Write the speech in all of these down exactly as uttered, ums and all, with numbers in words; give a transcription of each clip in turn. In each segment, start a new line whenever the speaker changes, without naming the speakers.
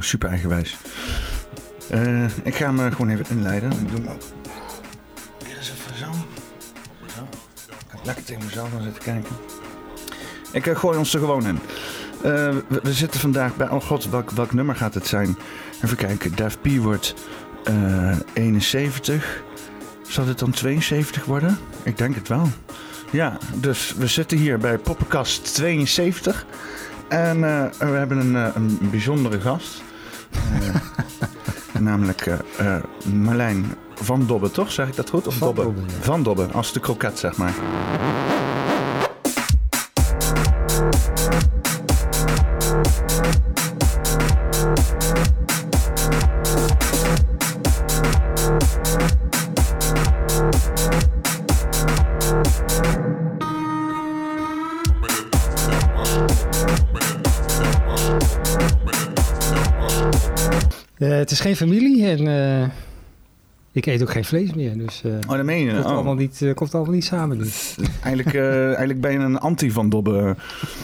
super eigenwijs. Uh, ik ga hem gewoon even inleiden. Ik doe hem ook. Weer eens even zo. Zo. Ik ga lekker tegen mezelf gaan zitten kijken. Ik uh, gooi ons er gewoon in. Uh, we, we zitten vandaag bij... Oh god, welk, welk nummer gaat het zijn? Even kijken. Def P wordt uh, eenenzeventig. Zal het dan tweeënzeventig worden? Ik denk het wel. Ja, dus we zitten hier bij Poppenkast tweeënzeventig. En uh, we hebben een, uh, een bijzondere gast. Uh, namelijk uh, uh, Marlijn van Dobbe, toch? Zeg ik dat goed? Of
van
Dobbe?
Dobbe, ja.
Van Dobbe, als de kroket, zeg maar.
Uh, het is geen familie en uh, ik eet ook geen vlees meer. Dus uh,
oh, dat meen je?
komt,
oh.
allemaal niet, uh, komt allemaal niet samen. Dus.
eigenlijk, uh, eigenlijk ben je een anti van Dobbe.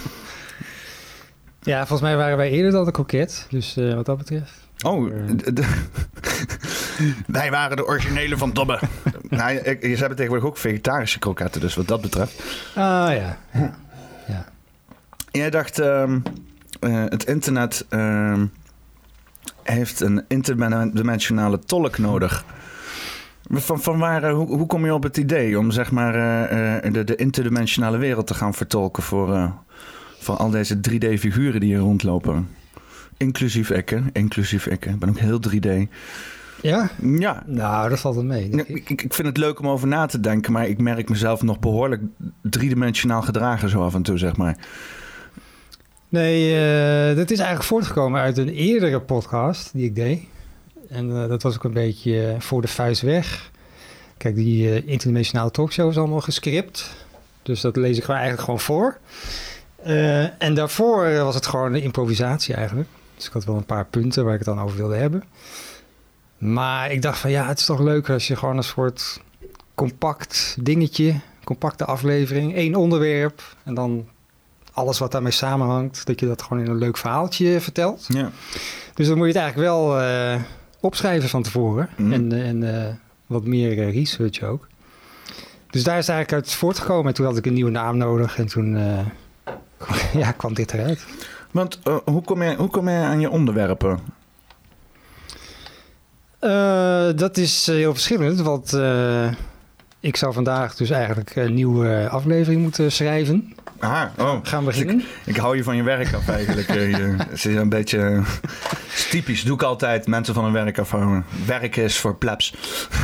Ja, volgens mij waren wij eerder dan de kroket. Dus uh, wat dat betreft.
Oh, uh, de, de, wij waren de originele van Dobbe. nou, je, je hebben tegenwoordig ook vegetarische kroketten, dus wat dat betreft.
Ah ja, ja. ja.
Jij dacht, um, uh, het internet... Um, heeft een interdimensionale tolk nodig. Van, van waar, hoe, hoe kom je op het idee om zeg maar uh, de, de interdimensionale wereld te gaan vertolken voor, uh, voor al deze drie D-figuren die hier rondlopen? Inclusief ik, hè? Inclusief ik. Ik ben ook heel drie D.
Ja?
Ja.
Nou, dat valt wel mee.
Ja, ik, ik vind het leuk om over na te denken, maar ik merk mezelf nog behoorlijk driedimensionaal gedragen zo af en toe, zeg maar.
Nee, uh, dat is eigenlijk voortgekomen uit een eerdere podcast die ik deed. En uh, dat was ook een beetje uh, voor de vuist weg. Kijk, die uh, interdimensionale talkshow is allemaal gescript. Dus dat lees ik gewoon eigenlijk gewoon voor. Uh, en daarvoor was het gewoon een improvisatie eigenlijk. Dus ik had wel een paar punten waar ik het dan over wilde hebben. Maar ik dacht van ja, het is toch leuker als je gewoon een soort compact dingetje, compacte aflevering, één onderwerp en dan alles wat daarmee samenhangt, dat je dat gewoon in een leuk verhaaltje vertelt.
Ja.
Dus dan moet je het eigenlijk wel uh, opschrijven van tevoren. Mm. En, en uh, wat meer uh, research ook. Dus daar is het eigenlijk uit voortgekomen. En toen had ik een nieuwe naam nodig. En toen uh, ja, kwam dit eruit.
Want uh, hoe, kom je, hoe kom je aan je onderwerpen?
Uh, dat is uh, heel verschillend. Want uh, ik zou vandaag dus eigenlijk een nieuwe aflevering moeten schrijven.
Ah, oh.
Gaan we beginnen?
Dus ik, ik hou je van je werk af eigenlijk. Het is een beetje typisch. Doe ik altijd mensen van hun werk afhouden. Werk is voor plebs.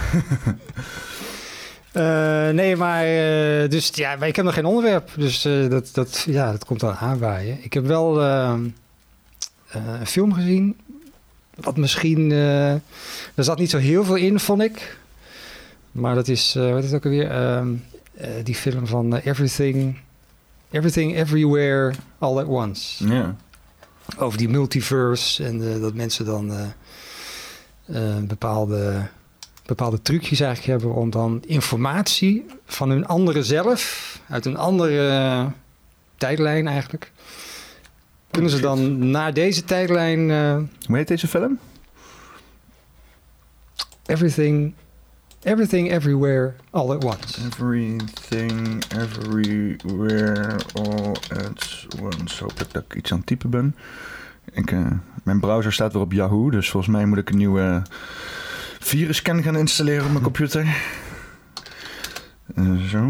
uh, nee, maar uh, dus ja, ik heb nog geen onderwerp. Dus uh, dat, dat, ja, dat komt dan aanwaaien. Ik heb wel uh, uh, een film gezien. Wat misschien... Uh, er zat niet zo heel veel in, vond ik. Maar dat is, uh, wat is het ook alweer? Uh, uh, die film van uh, Everything... Everything, Everywhere, All at Once.
Ja.
Over die multiverse en uh, dat mensen dan uh, uh, bepaalde, bepaalde trucjes eigenlijk hebben om dan informatie van hun andere zelf, uit een andere uh, tijdlijn eigenlijk, kunnen ze dan naar deze tijdlijn... Uh,
Hoe heet deze film?
Everything... Everything, Everywhere, All at Once.
Everything, Everywhere, All at Once. Hoop ik dat ik iets aan het typen ben. Ik, uh, mijn browser staat weer op Yahoo, dus volgens mij moet ik een nieuwe virusscan gaan installeren op mijn computer. Uh, zo.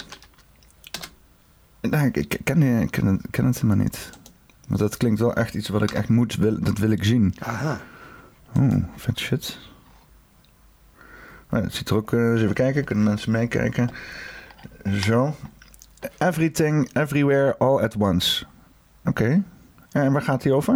Nee, ik, ik, ken, ik, ken het, ik ken het helemaal niet. Want dat klinkt wel echt iets wat ik echt moet, wil, dat wil ik zien.
Aha.
Oh, vet shit. Nou, het ziet er ook, uh, eens even kijken, kunnen mensen meekijken. Zo. Everything, Everywhere, All at Once. Oké. Okay. En waar gaat die over?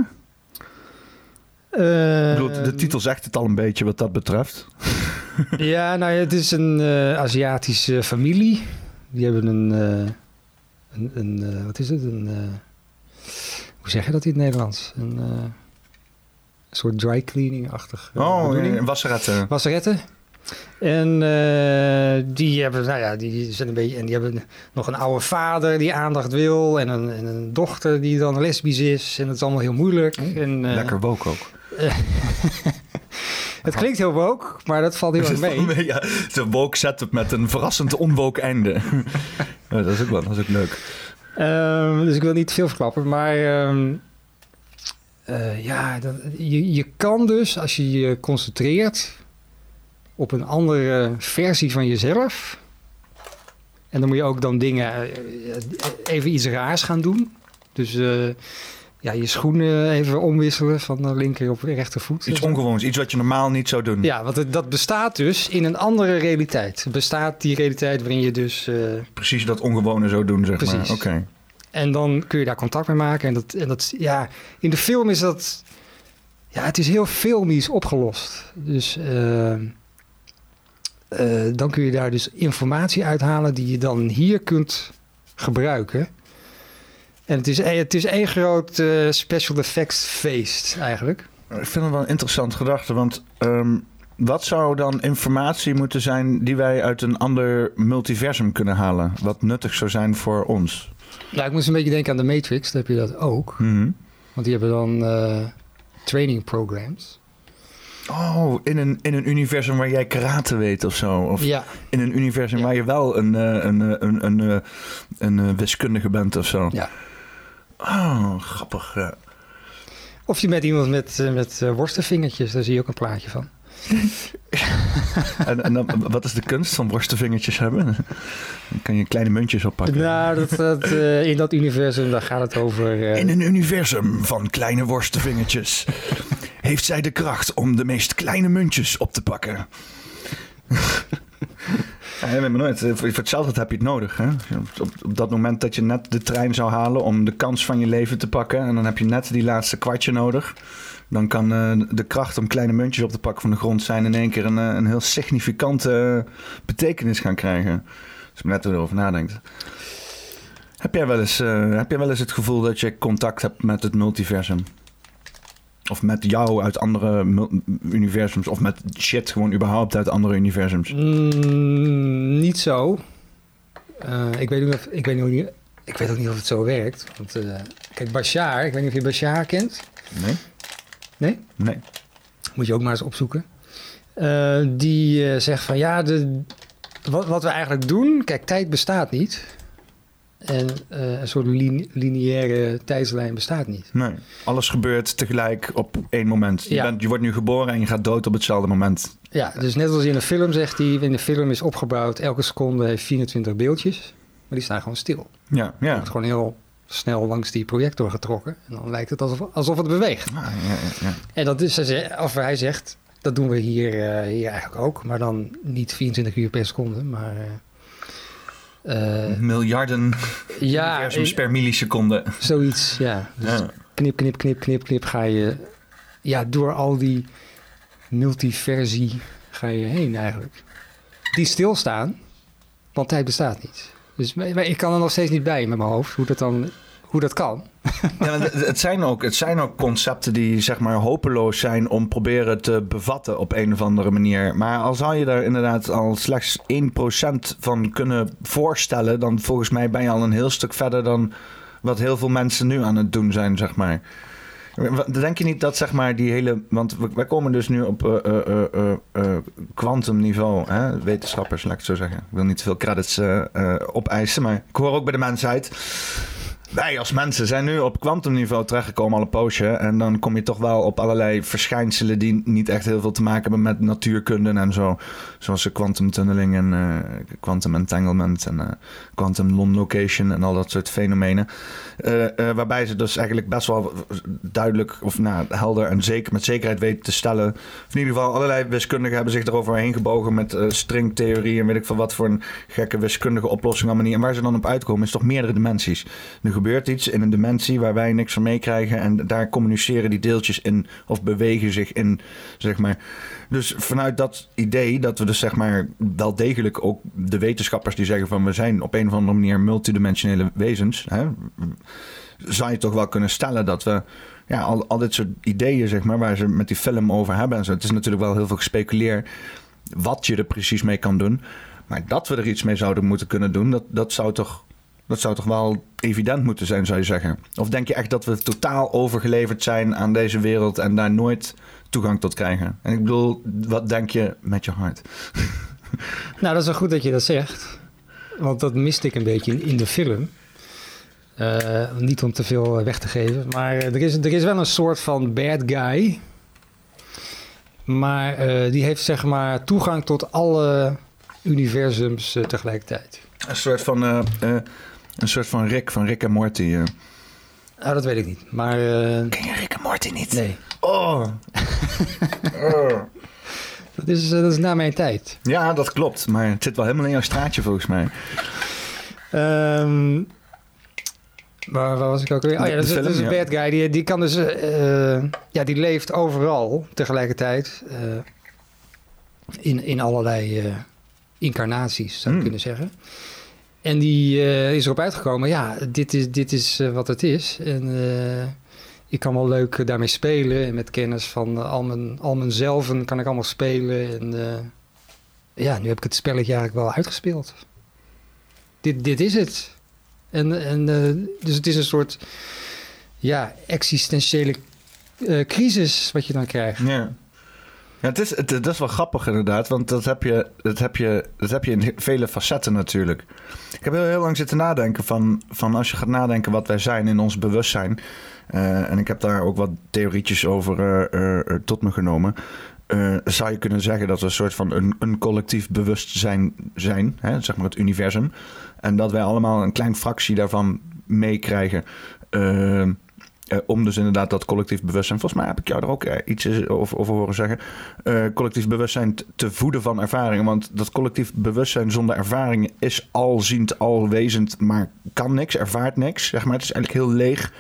Uh,
Ik bedoel, de titel zegt het al een beetje wat dat betreft.
Ja, nou ja, het is een uh, Aziatische familie. Die hebben een, uh, een, een uh, wat is het? Een, uh, hoe zeg je dat in het Nederlands? Een, uh, een soort dry cleaning-achtig. Uh,
oh, een wasseretten.
Wasseretten. En uh, die hebben, nou ja, die zijn een beetje, en die hebben nog een oude vader die aandacht wil en een, en een dochter die dan lesbisch is en het is allemaal heel moeilijk.
Mm,
en, uh,
lekker woke ook.
Het klinkt heel woke, maar dat valt heel erg mee.
Ja, het is een woke setup met een verrassend onwoke einde. Ja, dat is ook wel, dat is ook leuk.
Um, dus ik wil niet veel verklappen, maar um, uh, ja, dat, je, je kan dus als je je concentreert op een andere versie van jezelf, en dan moet je ook dan dingen uh, even iets raars gaan doen. Dus uh, ja, je schoenen even omwisselen van de linker op de rechtervoet.
Iets ongewoons, iets wat je normaal niet zou doen.
Ja, want het, dat bestaat dus in een andere realiteit. Het bestaat die realiteit waarin je dus... Uh,
precies dat ongewone zou doen, zeg
precies.
maar. Okay.
En dan kun je daar contact mee maken. En dat, en dat, ja, in de film is dat... Ja, het is heel filmisch opgelost. Dus uh, uh, dan kun je daar dus informatie uithalen die je dan hier kunt gebruiken. En het is, het is één groot uh, special effects feest eigenlijk.
Ik vind het wel een interessant gedachte, want um, wat zou dan informatie moeten zijn die wij uit een ander multiversum kunnen halen? Wat nuttig zou zijn voor ons?
Nou, ik moest een beetje denken aan de Matrix, daar heb je dat ook.
Mm-hmm.
Want die hebben dan uh, training programs.
Oh, in een, in een universum waar jij karate weet of zo? Of
ja.
In een universum ja. waar je wel een, een, een, een, een, een, een wiskundige bent of zo?
Ja.
Oh, grappig. Ja.
Of je met iemand met, uh, met uh, worstenvingertjes, daar zie je ook een plaatje van.
en, en dan, wat is de kunst van worstenvingertjes hebben? Dan kan je kleine muntjes oppakken.
Nou, dat, dat, uh, in dat universum, daar gaat het over... Uh...
In een universum van kleine worstenvingertjes heeft zij de kracht om de meest kleine muntjes op te pakken. Ja, je weet maar nooit. Voor hetzelfde heb je het nodig. Hè? Op, op dat moment dat je net de trein zou halen om de kans van je leven te pakken, en dan heb je net die laatste kwartje nodig. Dan kan uh, de kracht om kleine muntjes op te pakken van de grond zijn in één keer een, een heel significante uh, betekenis gaan krijgen. Als je net erover nadenkt. Heb jij wel eens, uh, heb jij wel eens het gevoel dat je contact hebt met het multiversum? Of met jou uit andere mul- universums? Of met shit gewoon überhaupt uit andere universums?
Mm, niet zo. Uh, ik, weet niet of, ik, weet niet, ik weet ook niet of het zo werkt. Want, uh, kijk, Bashar, ik weet niet of je Bashar kent.
Nee.
Nee?
Nee.
Moet je ook maar eens opzoeken. Uh, die uh, zegt van ja, de, wat, wat we eigenlijk doen... Kijk, tijd bestaat niet. En uh, een soort line- lineaire tijdslijn bestaat niet.
Nee, alles gebeurt tegelijk op één moment. Je,
ja.
bent, je wordt nu geboren en je gaat dood op hetzelfde moment.
Ja, dus net als in een film zegt hij... In de film is opgebouwd, elke seconde heeft vierentwintig beeldjes. Maar die staan gewoon stil.
Ja, ja.
Je wordt gewoon heel snel langs die projector getrokken. En dan lijkt het alsof, alsof het beweegt.
Ah, ja, ja, ja.
En dat is, of hij zegt, dat doen we hier, uh, hier eigenlijk ook. Maar dan niet vierentwintig uur per seconde, maar... Uh,
Uh, Miljarden
ja,
universums per milliseconde.
Zoiets, ja. Dus
ja.
knip, knip, knip, knip, knip ga je... Ja, door al die multiversie ga je heen eigenlijk. Die stilstaan, want tijd bestaat niet. Dus maar ik kan er nog steeds niet bij met mijn hoofd, hoe dat dan... Hoe dat kan.
Ja, het, zijn ook, het zijn ook concepten die zeg maar hopeloos zijn om proberen te bevatten op een of andere manier. Maar al zou je daar inderdaad al slechts één procent van kunnen voorstellen, dan volgens mij ben je al een heel stuk verder dan wat heel veel mensen nu aan het doen zijn, zeg maar. Denk je niet dat zeg maar die hele... Want wij komen dus nu op quantum uh, uh, uh, uh, niveau, hè? Wetenschappers, laat ik het zo zeggen. Ik wil niet te veel credits uh, uh, opeisen, maar ik hoor ook bij de mensheid... Wij als mensen zijn nu op kwantumniveau terechtgekomen al een poosje. En dan kom je toch wel op allerlei verschijnselen die niet echt heel veel te maken hebben met natuurkunde en zo. Zoals de quantumtunneling en quantum uh, entanglement en quantum uh, non-location en al dat soort fenomenen. Uh, uh, waarbij ze dus eigenlijk best wel duidelijk of nou, helder en zeker, met zekerheid weten te stellen. Of in ieder geval allerlei wiskundigen hebben zich eroverheen gebogen met uh, stringtheorie en weet ik veel wat voor een gekke wiskundige oplossing allemaal niet. En waar ze dan op uitkomen is toch meerdere dimensies. Er gebeurt iets in een dimensie waar wij niks van meekrijgen en daar communiceren die deeltjes in of bewegen zich in, zeg maar. Dus vanuit dat idee dat we dus zeg maar wel degelijk ook de wetenschappers die zeggen van we zijn op een of andere manier multidimensionele wezens, hè, zou je toch wel kunnen stellen dat we ja, al, al dit soort ideeën zeg maar waar ze met die film over hebben en zo. Het is natuurlijk wel heel veel gespeculeerd wat je er precies mee kan doen, maar dat we er iets mee zouden moeten kunnen doen, dat, dat zou toch Dat zou toch wel evident moeten zijn, zou je zeggen? Of denk je echt dat we totaal overgeleverd zijn aan deze wereld en daar nooit toegang tot krijgen? En ik bedoel, wat denk je met je hart?
Nou, dat is wel goed dat je dat zegt. Want dat miste ik een beetje in, in de film. Uh, niet om te veel weg te geven. Maar er is, er is wel een soort van bad guy. Maar uh, die heeft zeg maar toegang tot alle universums uh, tegelijkertijd.
Een soort van, uh, uh, een soort van Rick, van Rick en Morty. Uh.
Nou, dat weet ik niet. Maar, uh...
ken je Rick en Morty niet?
Nee.
Oh. oh.
Dat is, dat is na mijn tijd.
Ja, dat klopt. Maar het zit wel helemaal in jouw straatje volgens mij.
Um, waar, waar was ik ook weer? Oh ja, dat is, film, dat is een ja. bad guy. Die, die kan dus... Uh, ja, die leeft overal tegelijkertijd. Uh, in, in allerlei uh, incarnaties, zou ik mm. kunnen zeggen. En die uh, is erop uitgekomen. Ja, dit is, dit is uh, wat het is. En... Uh, ik kan wel leuk daarmee spelen. En met kennis van uh, al, mijn, al mijn zelven kan ik allemaal spelen. En uh, ja, nu heb ik het spelletje eigenlijk wel uitgespeeld. Dit, dit is het. En, en, uh, dus het is een soort ja, existentiële uh, crisis wat je dan krijgt.
Ja. Ja, het is, het, dat is wel grappig inderdaad, want dat heb, je, dat, heb je, dat heb je in vele facetten natuurlijk. Ik heb heel, heel lang zitten nadenken van, van als je gaat nadenken wat wij zijn in ons bewustzijn. Uh, en ik heb daar ook wat theorietjes over uh, uh, tot me genomen. Uh, zou je kunnen zeggen dat we een soort van een, een collectief bewustzijn zijn, hè, zeg maar het universum. En dat wij allemaal een klein fractie daarvan meekrijgen. Uh, Uh, om dus inderdaad dat collectief bewustzijn... Volgens mij heb ik jou er ook uh, iets over, over horen zeggen. Uh, collectief bewustzijn t- te voeden van ervaringen. Want dat collectief bewustzijn zonder ervaringen is alziend, alwezend... maar kan niks, ervaart niks. Zeg maar. Het is eigenlijk heel leeg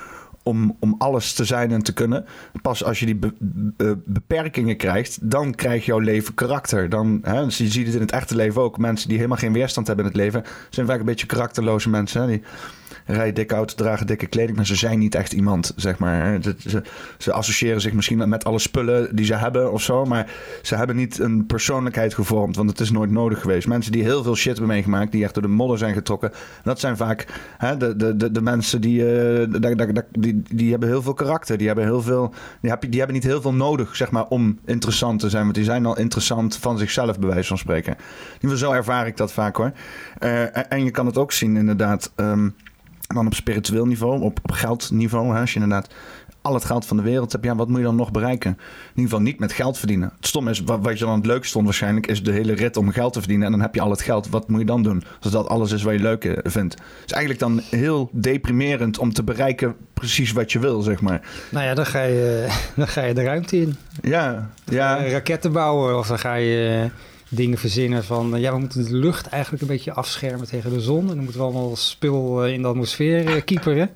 om, om alles te zijn en te kunnen. Pas als je die be- be- beperkingen krijgt... dan krijgt jouw leven karakter. Dan, hè, dus je ziet het in het echte leven ook. Mensen die helemaal geen weerstand hebben in het leven... zijn vaak een beetje karakterloze mensen. Hè, die rijden dikke auto, dragen dikke kleding... maar ze zijn niet echt iemand, zeg maar. Ze, ze associëren zich misschien met alle spullen die ze hebben of zo... maar ze hebben niet een persoonlijkheid gevormd... want het is nooit nodig geweest. Mensen die heel veel shit hebben meegemaakt... die echt door de modder zijn getrokken... dat zijn vaak hè, de, de, de, de mensen die, uh, die, die, die hebben heel veel karakter. Die hebben, heel veel, die, heb, die hebben niet heel veel nodig, zeg maar, om interessant te zijn... want die zijn al interessant van zichzelf, bij wijze van spreken. In ieder geval, zo ervaar ik dat vaak, hoor. Uh, en je kan het ook zien, inderdaad... Um, dan op spiritueel niveau, op, op geldniveau. Hè, als je inderdaad al het geld van de wereld hebt, ja, wat moet je dan nog bereiken? In ieder geval niet met geld verdienen. Het stom is, wat, wat je dan het leukst vond waarschijnlijk, is de hele rit om geld te verdienen. En dan heb je al het geld. Wat moet je dan doen? Als dat alles is wat je leuk vindt. Het is eigenlijk dan heel deprimerend om te bereiken precies wat je wil, zeg maar.
Nou ja, dan ga je, dan ga je de ruimte in.
Ja, ja.
Raketten bouwen of dan ga je... dingen verzinnen van... ja, we moeten de lucht eigenlijk een beetje afschermen tegen de zon... en dan moeten we allemaal spul in de atmosfeer uh, kieperen.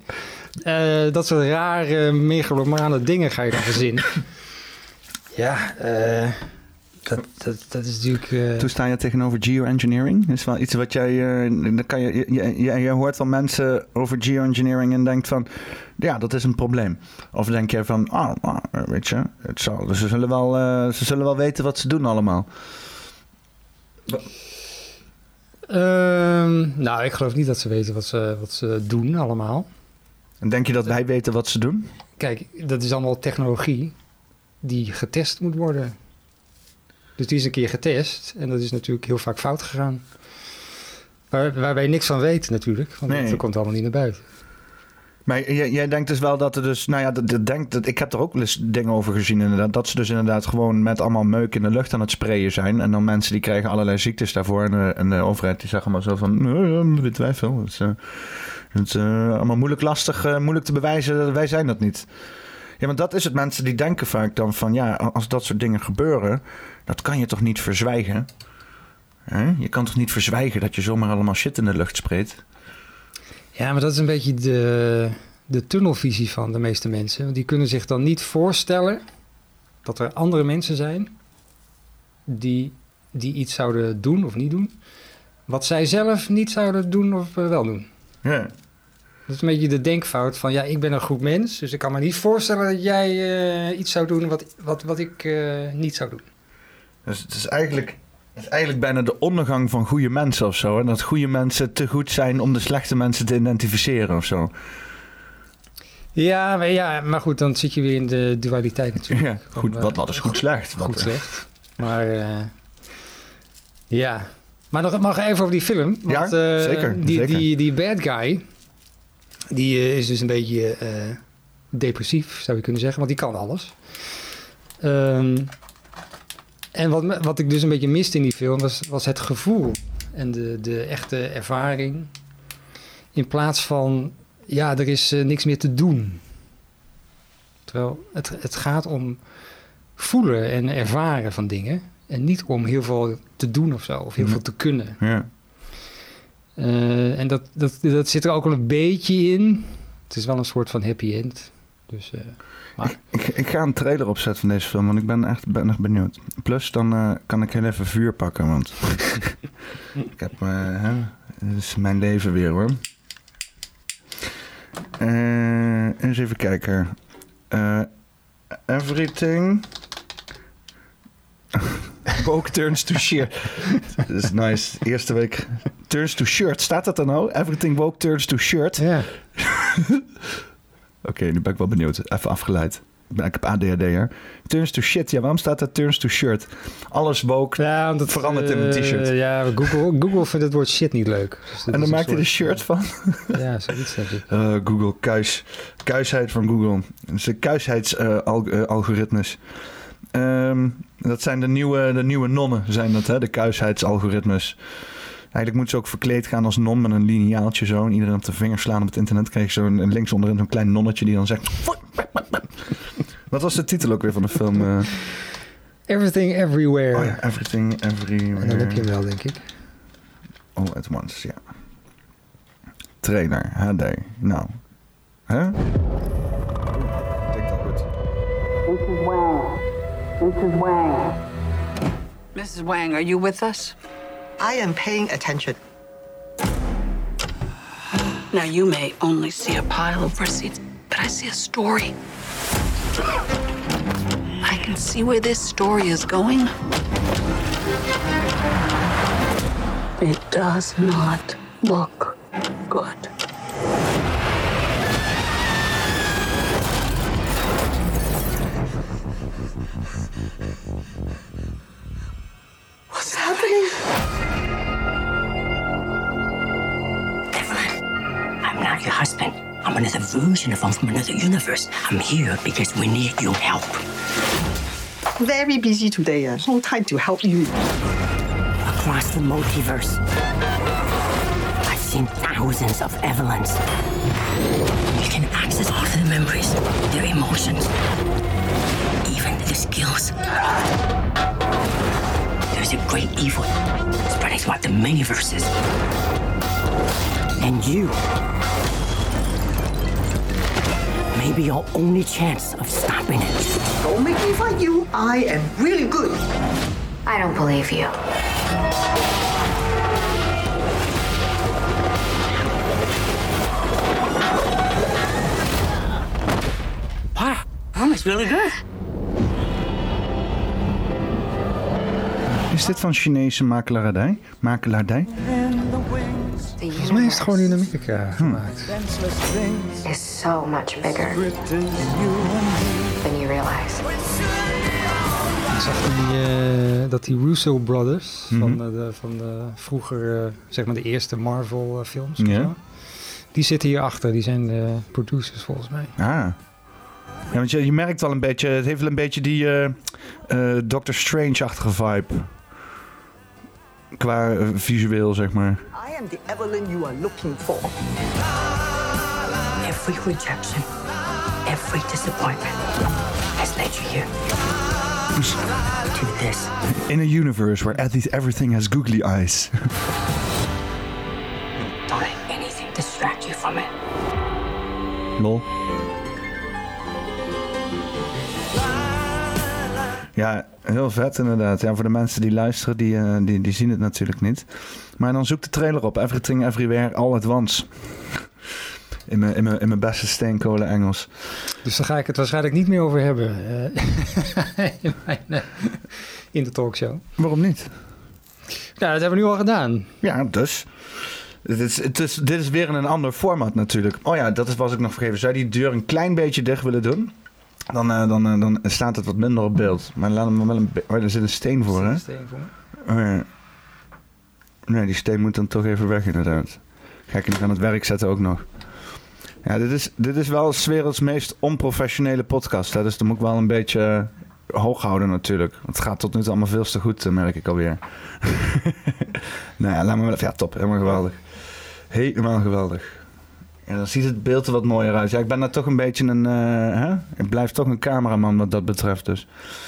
Uh, dat soort rare, megalomane dingen ga je dan verzinnen. Ja, uh, dat, dat, dat is natuurlijk... Uh...
Toen sta je tegenover geoengineering. Dat is wel iets wat jij... Uh, dan kan je, je, je, je hoort van mensen over geoengineering en denkt van... ja, dat is een probleem. Of denk je van... oh, oh weet je, het zal, ze, zullen wel, uh, ze zullen wel weten wat ze doen allemaal...
Uh, nou, ik geloof niet dat ze weten wat ze, wat ze doen allemaal.
En denk je dat wij weten wat ze doen?
Kijk, dat is allemaal technologie die getest moet worden. Dus die is een keer getest en dat is natuurlijk heel vaak fout gegaan. Waar, waar wij niks van weten natuurlijk, want nee. dat komt allemaal niet naar buiten.
Maar jij, jij denkt dus wel dat er dus... Nou ja, dat, dat denk, dat, ik heb er ook eens dingen over gezien inderdaad. Dat ze dus inderdaad gewoon met allemaal meuk in de lucht aan het sprayen zijn. En dan mensen die krijgen allerlei ziektes daarvoor. En de, en de overheid die zeggen maar zo van... Nee, we twijfelen. Het is, uh, het is uh, allemaal moeilijk lastig, uh, moeilijk te bewijzen. Wij zijn dat niet. Ja, want dat is het. Mensen die denken vaak dan van... Ja, als dat soort dingen gebeuren... Dat kan je toch niet verzwijgen? Hè? Je kan toch niet verzwijgen dat je zomaar allemaal shit in de lucht spreekt?
Ja, maar dat is een beetje de, de tunnelvisie van de meeste mensen. Want die kunnen zich dan niet voorstellen dat er andere mensen zijn die, die iets zouden doen of niet doen. Wat zij zelf niet zouden doen of uh, wel doen.
Ja.
Dat is een beetje de denkfout van, ja, ik ben een goed mens. Dus ik kan me niet voorstellen dat jij uh, iets zou doen wat, wat, wat ik uh, niet zou doen.
Dus het is eigenlijk... Het is eigenlijk bijna de ondergang van goede mensen of zo. En dat goede mensen te goed zijn om de slechte mensen te identificeren of zo.
Ja, maar, ja, maar goed, dan zit je weer in de dualiteit natuurlijk.
Ja, goed,
Van,
wat, wat is goed slecht?
Goed
wat,
slecht. Maar uh, ja, maar nog, nog even over die film. Want,
ja,
uh,
zeker.
Die,
zeker.
Die, die bad guy, die uh, is dus een beetje uh, depressief, zou je kunnen zeggen. Want die kan alles. Um, en wat, wat ik dus een beetje miste in die film was, was het gevoel. En de, de echte ervaring. In plaats van, ja, er is uh, niks meer te doen. Terwijl het, het gaat om voelen en ervaren van dingen. En niet om heel veel te doen of zo. Of heel
ja.
veel te kunnen.
Ja.
Uh, en dat, dat, dat zit er ook wel een beetje in. Het is wel een soort van happy end. Dus, uh, maar...
ik, ik, ik ga een trailer opzetten van deze film. Want ik ben echt, ben echt benieuwd. Plus dan uh, kan ik heel even vuur pakken. Want ik heb... Uh, hè, dit is mijn leven weer hoor. Uh, eens even kijken. Uh, everything... Woke turns to shirt. Dat is nice. Eerste week. Turns to shirt. Staat dat dan nou? Everything woke turns to shirt.
Ja.
Oké, okay, nu ben ik wel benieuwd. Even afgeleid. Ik, ben, ik heb A D H D, hè. Turns to shit. Ja, waarom staat dat turns to shirt? Alles woke
ja, want het
verandert
uh,
in een t-shirt.
Ja, Google, Google vindt het woord shit niet leuk. Dus
en dan maakt hij er een shirt van?
Ja, zoiets denk ik.
Uh, Google, kuis. Kuisheid van Google. Dat is de kuisheidsалgoritmes. Uh, um, dat zijn de nieuwe, de nieuwe nonnen, zijn dat, hè? De kuisheidsalgoritmes. Eigenlijk moeten ze ook verkleed gaan als non met een lineaaltje zo. En iedereen op de vinger slaan op het internet. Krijg je zo'n links onderin zo'n klein nonnetje die dan zegt... Wat was de titel ook weer van de film? Uh...
Everything Everywhere.
Oh ja, Everything Everywhere.
En dan heb je hem wel, denk ik.
All at once, ja. Trailer, H D. Nou. Hè? Huh? Ik denk dat goed.
Missus Wang. Missus Wang.
Missus Wang, are you with us?
I am paying attention.
Now, you may only see a pile of receipts, but I see a story. I can see where this story is going. It does not look good.
What's happening?
Evelyn, I'm not your husband. I'm another version of him from another universe. I'm here because we need your help.
Very busy today. Uh. No time to help you.
Across the multiverse, I've seen thousands of Evelyns. You can access all of their memories, their emotions, even their skills. There's a great evil spreading throughout the many verses. And you may be your only chance of stopping it.
Don't make me fight you. I am really good.
I don't believe you.
Wow, that was really good.
Is dit van Chinese makelaardij? Makelaardij?
Volgens mij is het gewoon in Amerika gemaakt.
Is so much bigger than you realize.
Ik zag die, uh, dat die Russo Brothers
Mm-hmm.
van, uh, de, van de vroeger, uh, zeg maar de eerste Marvel uh, films,
Ja.
zo, die zitten hierachter. Die zijn de producers volgens mij.
Ah. Ja, want je, je merkt wel een beetje, het heeft wel een beetje die uh, uh, Doctor Strange-achtige vibe. Qua uh, visueel, zeg maar.
I am the Evelyn you are looking for.
Every rejection, every disappointment has led you here. To this.
In a universe where at least everything has googly eyes.
Don't let anything distract you from it.
Lol. Ja, heel vet inderdaad. Ja, voor de mensen die luisteren, die, uh, die, die zien het natuurlijk niet. Maar dan zoek de trailer op. Everything Everywhere All at Once. In mijn, in mijn, in mijn beste steenkolen Engels.
Dus daar ga ik het waarschijnlijk niet meer over hebben uh, in, mijn, uh, in de talkshow.
Waarom niet?
Ja, dat hebben we nu al gedaan.
Ja, dus. Dit is, het is, dit is weer in een ander format natuurlijk. Oh ja, dat is, was ik nog vergeten. Zou je die deur een klein beetje dicht willen doen? Dan, uh, dan, uh, dan staat het wat minder op beeld. Maar laat hem wel een beetje... Oh, er zit een steen voor, hè?
Er zit een steen voor.
Oh ja. Nee, die steen moet dan toch even weg inderdaad. Ga ik hem aan het werk zetten ook nog. Ja, dit is, dit is wel 's werelds meest onprofessionele podcast. Hè? Dus dan moet ik wel een beetje uh, hoog houden natuurlijk. Want het gaat tot nu toe allemaal veel te goed, merk ik alweer. Nou ja, laat me wel even... Ja, top. Helemaal geweldig. Helemaal geweldig. Ja, dan ziet het beeld er wat mooier uit. Ja, ik ben daar toch een beetje een... Uh, hè? Ik blijf toch een cameraman wat dat betreft dus.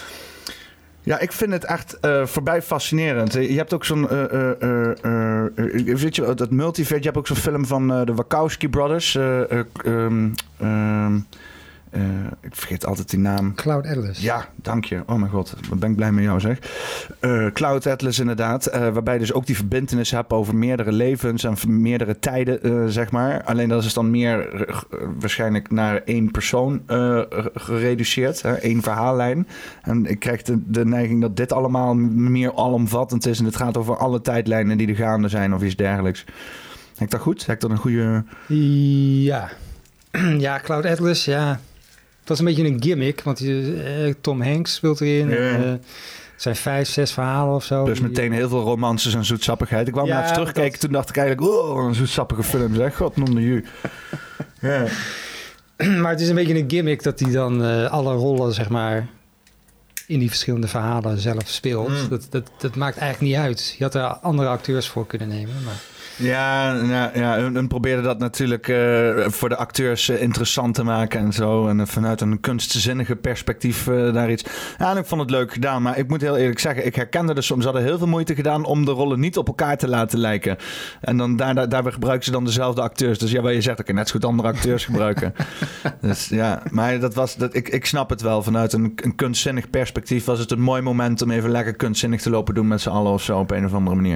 Ja, ik vind het echt uh, voorbij fascinerend. Je hebt ook zo'n... Uh, uh, uh, uh, weet je, dat multiverse... Je hebt ook zo'n film van uh, de Wachowski Brothers. Uh, uh, um, um, uh, ik vergeet altijd die naam.
Cloud Atlas.
Ja, dank je. Oh mijn god, wat ben ik blij met jou zeg. Uh, Cloud Atlas inderdaad. Uh, waarbij je dus ook die verbintenis hebt over meerdere levens en meerdere tijden, uh, zeg maar. Alleen dat is dan meer uh, waarschijnlijk naar één persoon uh, gereduceerd. Hè? Één verhaallijn. En ik krijg de, de neiging dat dit allemaal meer alomvattend is. En het gaat over alle tijdlijnen die er gaande zijn of iets dergelijks. Heb ik dat goed? Heb ik dat een goede...
Ja. Ja, Cloud Atlas, ja... Het was een beetje een gimmick, want uh, Tom Hanks speelt erin.
Ja.
En, uh, het zijn vijf, zes verhalen of zo.
Dus meteen heel veel romances en zoetsappigheid. Ik kwam
ja,
naar even terugkijken, dat... toen dacht ik eigenlijk... Oh, een zoetsappige film, zeg. God, noemde je. Ja.
Maar het is een beetje een gimmick dat hij dan uh, alle rollen, zeg maar... in die verschillende verhalen zelf speelt. Mm. Dat, dat, dat maakt eigenlijk niet uit. Je had er andere acteurs voor kunnen nemen, maar...
Ja, ja, ja, en probeerde dat natuurlijk uh, voor de acteurs uh, interessant te maken en zo. En uh, vanuit een kunstzinnige perspectief uh, daar iets. Ja, en ik vond het leuk gedaan. Maar ik moet heel eerlijk zeggen, ik herkende dus soms... Ze hadden heel veel moeite gedaan om de rollen niet op elkaar te laten lijken. En dan daar, daar, daarbij gebruiken ze dan dezelfde acteurs. Dus ja, wat je zegt, ik kan net zo goed andere acteurs gebruiken. Dus ja, maar dat was... Dat, ik, ik snap het wel. Vanuit een, een kunstzinnig perspectief was het een mooi moment... om even lekker kunstzinnig te lopen doen met z'n allen of zo op een of andere manier.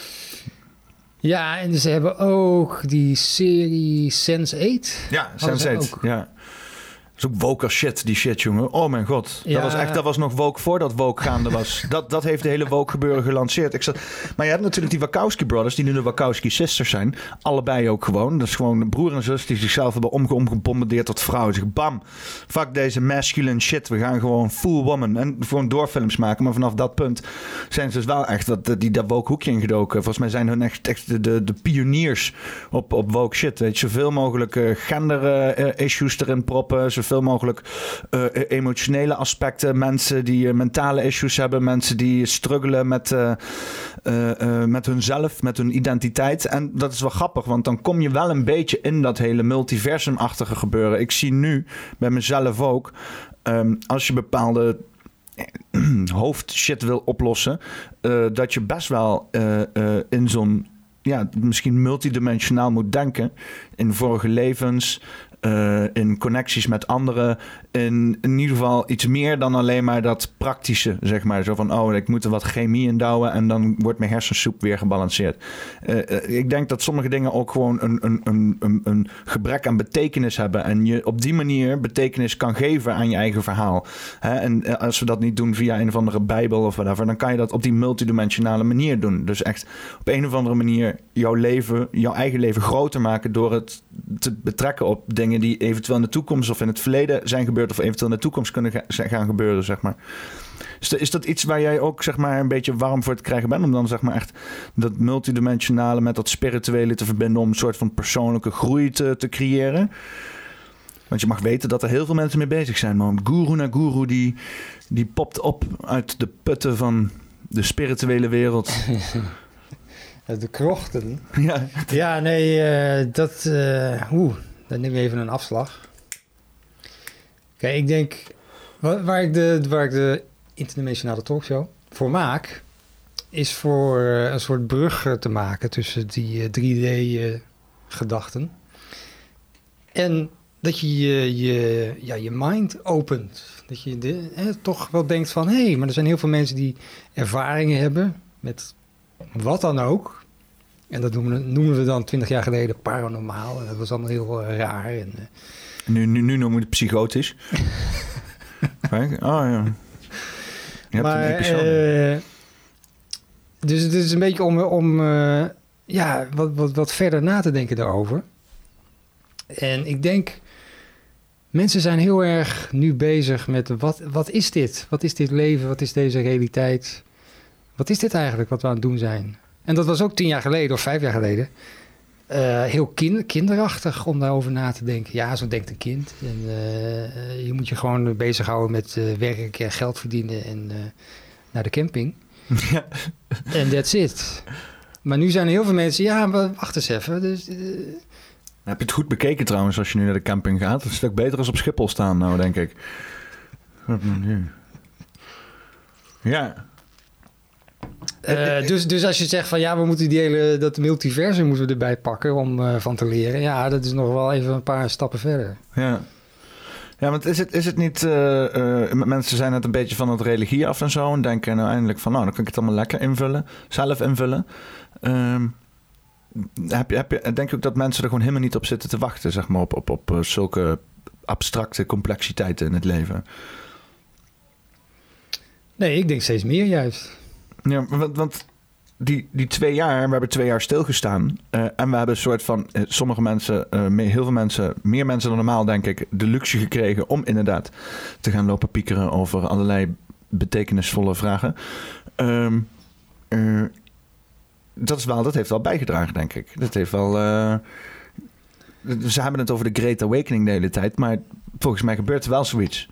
Ja, en ze hebben ook die serie sense eight.
Ja, sense eight, ja. Dat is ook woke als shit, die shit, jongen. Oh mijn god. Ja. Dat was echt, dat was nog woke voordat woke gaande was. dat, dat heeft de hele woke gebeuren gelanceerd. Ik zat, maar je hebt natuurlijk die Wachowski Brothers, die nu de Wachowski Sisters zijn. Allebei ook gewoon. Dat is gewoon broer en zus die zichzelf hebben omge- omgebombardeerd tot vrouw. Zeg, bam, fuck deze masculine shit. We gaan gewoon full woman. En gewoon doorfilms maken. Maar vanaf dat punt zijn ze dus wel echt dat, die, dat woke hoekje ingedoken. Volgens mij zijn hun echt, echt de, de, de pioniers op, op woke shit. Weet je, zoveel mogelijk uh, gender uh, issues erin proppen. Zoveel mogelijk uh, emotionele aspecten. Mensen die uh, mentale issues hebben. Mensen die struggelen met, uh, uh, uh, met hunzelf, met hun identiteit. En dat is wel grappig, want dan kom je wel een beetje in dat hele multiversumachtige gebeuren. Ik zie nu bij mezelf ook, um, als je bepaalde hoofdshit wil oplossen, uh, dat je best wel uh, uh, in zo'n, ja, misschien multidimensionaal moet denken. In vorige levens, uh, in connecties met anderen. In, in ieder geval iets meer dan alleen maar dat praktische, zeg maar. Zo van, oh, ik moet er wat chemie in douwen en dan wordt mijn hersensoep weer gebalanceerd. Uh, uh, ik denk dat sommige dingen ook gewoon een, een, een, een, een gebrek aan betekenis hebben. En je op die manier betekenis kan geven aan je eigen verhaal. Hè? En uh, als we dat niet doen via een of andere bijbel of whatever, dan kan je dat op die multidimensionale manier doen. Dus echt op een of andere manier jouw leven, jouw eigen leven groter maken door het te betrekken op dingen die eventueel in de toekomst of in het verleden zijn gebeurd of eventueel in de toekomst kunnen ga- gaan gebeuren, zeg maar. Is, de, is dat iets waar jij ook, zeg maar, een beetje warm voor te krijgen bent? Om dan, zeg maar, echt dat multidimensionale met dat spirituele te verbinden om een soort van persoonlijke groei te, te creëren? Want je mag weten dat er heel veel mensen mee bezig zijn, man. Guru na guru, die, die popt op uit de putten van de spirituele wereld.
De krochten.
Ja,
ja nee, uh, dat... Uh, Oeh, dan neem je even een afslag. Kijk, ik denk... Waar, waar, ik de, waar ik de interdimensionale talkshow voor maak, is voor uh, een soort brug te maken tussen die uh, drie D-gedachten. Uh, en dat je je, je, ja, je mind opent. Dat je de, eh, toch wel denkt van, hé, hey, maar er zijn heel veel mensen die ervaringen hebben met wat dan ook. En dat noemen, noemen we dan twintig jaar geleden paranormaal. En dat was allemaal heel uh, raar. En, uh,
nu, nu, nu noemen we het psychotisch. Kijk, oh ja. Je hebt
maar
een uh,
dus het is een beetje om, om uh, ja, wat, wat, wat verder na te denken daarover. En ik denk, mensen zijn heel erg nu bezig met wat, wat is dit? Wat is dit leven? Wat is deze realiteit? Wat is dit eigenlijk wat we aan het doen zijn? En dat was ook tien jaar geleden of vijf jaar geleden. Uh, heel kind, kinderachtig om daarover na te denken. Ja, zo denkt een kind. En, uh, je moet je gewoon bezighouden met uh, werk en geld verdienen en uh, naar de camping. Ja. En that's it. Maar nu zijn er heel veel mensen... Ja, maar wacht eens even. Dus, uh...
Heb je het goed bekeken trouwens als je nu naar de camping gaat? Het is een stuk beter als op Schiphol staan nou, denk ik. Ja.
Uh, dus, dus als je zegt van ja, we moeten die hele, dat multiversum moeten we erbij pakken om uh, van te leren. Ja, dat is nog wel even een paar stappen verder.
Ja, ja, want is het, is het niet... Uh, uh, mensen zijn het een beetje van het religie af en zo en denken nou eindelijk van nou, dan kan ik het allemaal lekker invullen, zelf invullen. Um, heb je, heb je, denk je ook dat mensen er gewoon helemaal niet op zitten te wachten, zeg maar, op, op, op uh, zulke abstracte complexiteiten in het leven?
Nee, ik denk steeds meer juist.
Ja, want, want die, die twee jaar, we hebben twee jaar stilgestaan. Uh, en we hebben een soort van, uh, sommige mensen, uh, meer, heel veel mensen, meer mensen dan normaal denk ik, de luxe gekregen om inderdaad te gaan lopen piekeren over allerlei betekenisvolle vragen. Um, uh, dat is wel, dat heeft wel bijgedragen, denk ik. Dat heeft wel... Uh, ze hebben het over de Great Awakening de hele tijd, maar volgens mij gebeurt er wel zoiets.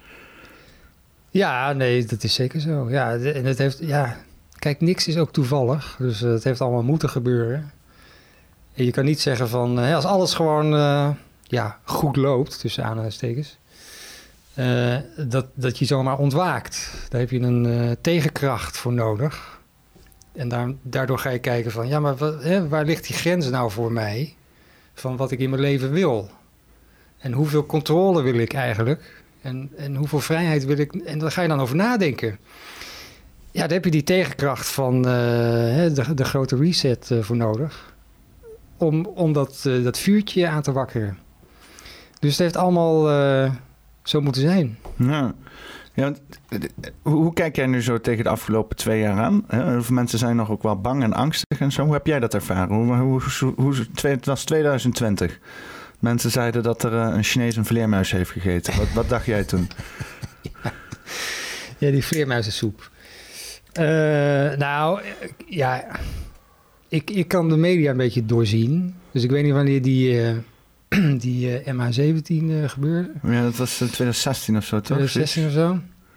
Ja, nee, dat is zeker zo. Ja, en het heeft, ja, kijk, niks is ook toevallig. Dus uh, het heeft allemaal moeten gebeuren. En je kan niet zeggen van, uh, als alles gewoon uh, ja, goed loopt, tussen aanhalingstekens, uh, dat, dat je zomaar ontwaakt. Daar heb je een uh, tegenkracht voor nodig. En daar, daardoor ga je kijken van, ja, maar wat, hè, waar ligt die grens nou voor mij? Van wat ik in mijn leven wil. En hoeveel controle wil ik eigenlijk? En, en hoeveel vrijheid wil ik... En daar ga je dan over nadenken. Ja, daar heb je die tegenkracht van uh, de, de grote reset uh, voor nodig. Om, om dat, uh, dat vuurtje aan te wakkeren. Dus het heeft allemaal uh, zo moeten zijn.
Ja. Ja, want, hoe, hoe kijk jij nu zo tegen de afgelopen twee jaar aan? Heel veel mensen zijn nog ook wel bang en angstig en zo. Hoe heb jij dat ervaren? Hoe, hoe, hoe, hoe, het was twintig twintig. Mensen zeiden dat er een Chinees een vleermuis heeft gegeten. Wat, wat dacht jij toen?
Ja, ja die vleermuizensoep. Uh, nou, ja... Ik, ik kan de media een beetje doorzien. Dus ik weet niet wanneer die, uh, die uh, M H zeventien uh, gebeurde.
Ja, dat was twintig zestien of zo, toch?
twintig zestien of zo.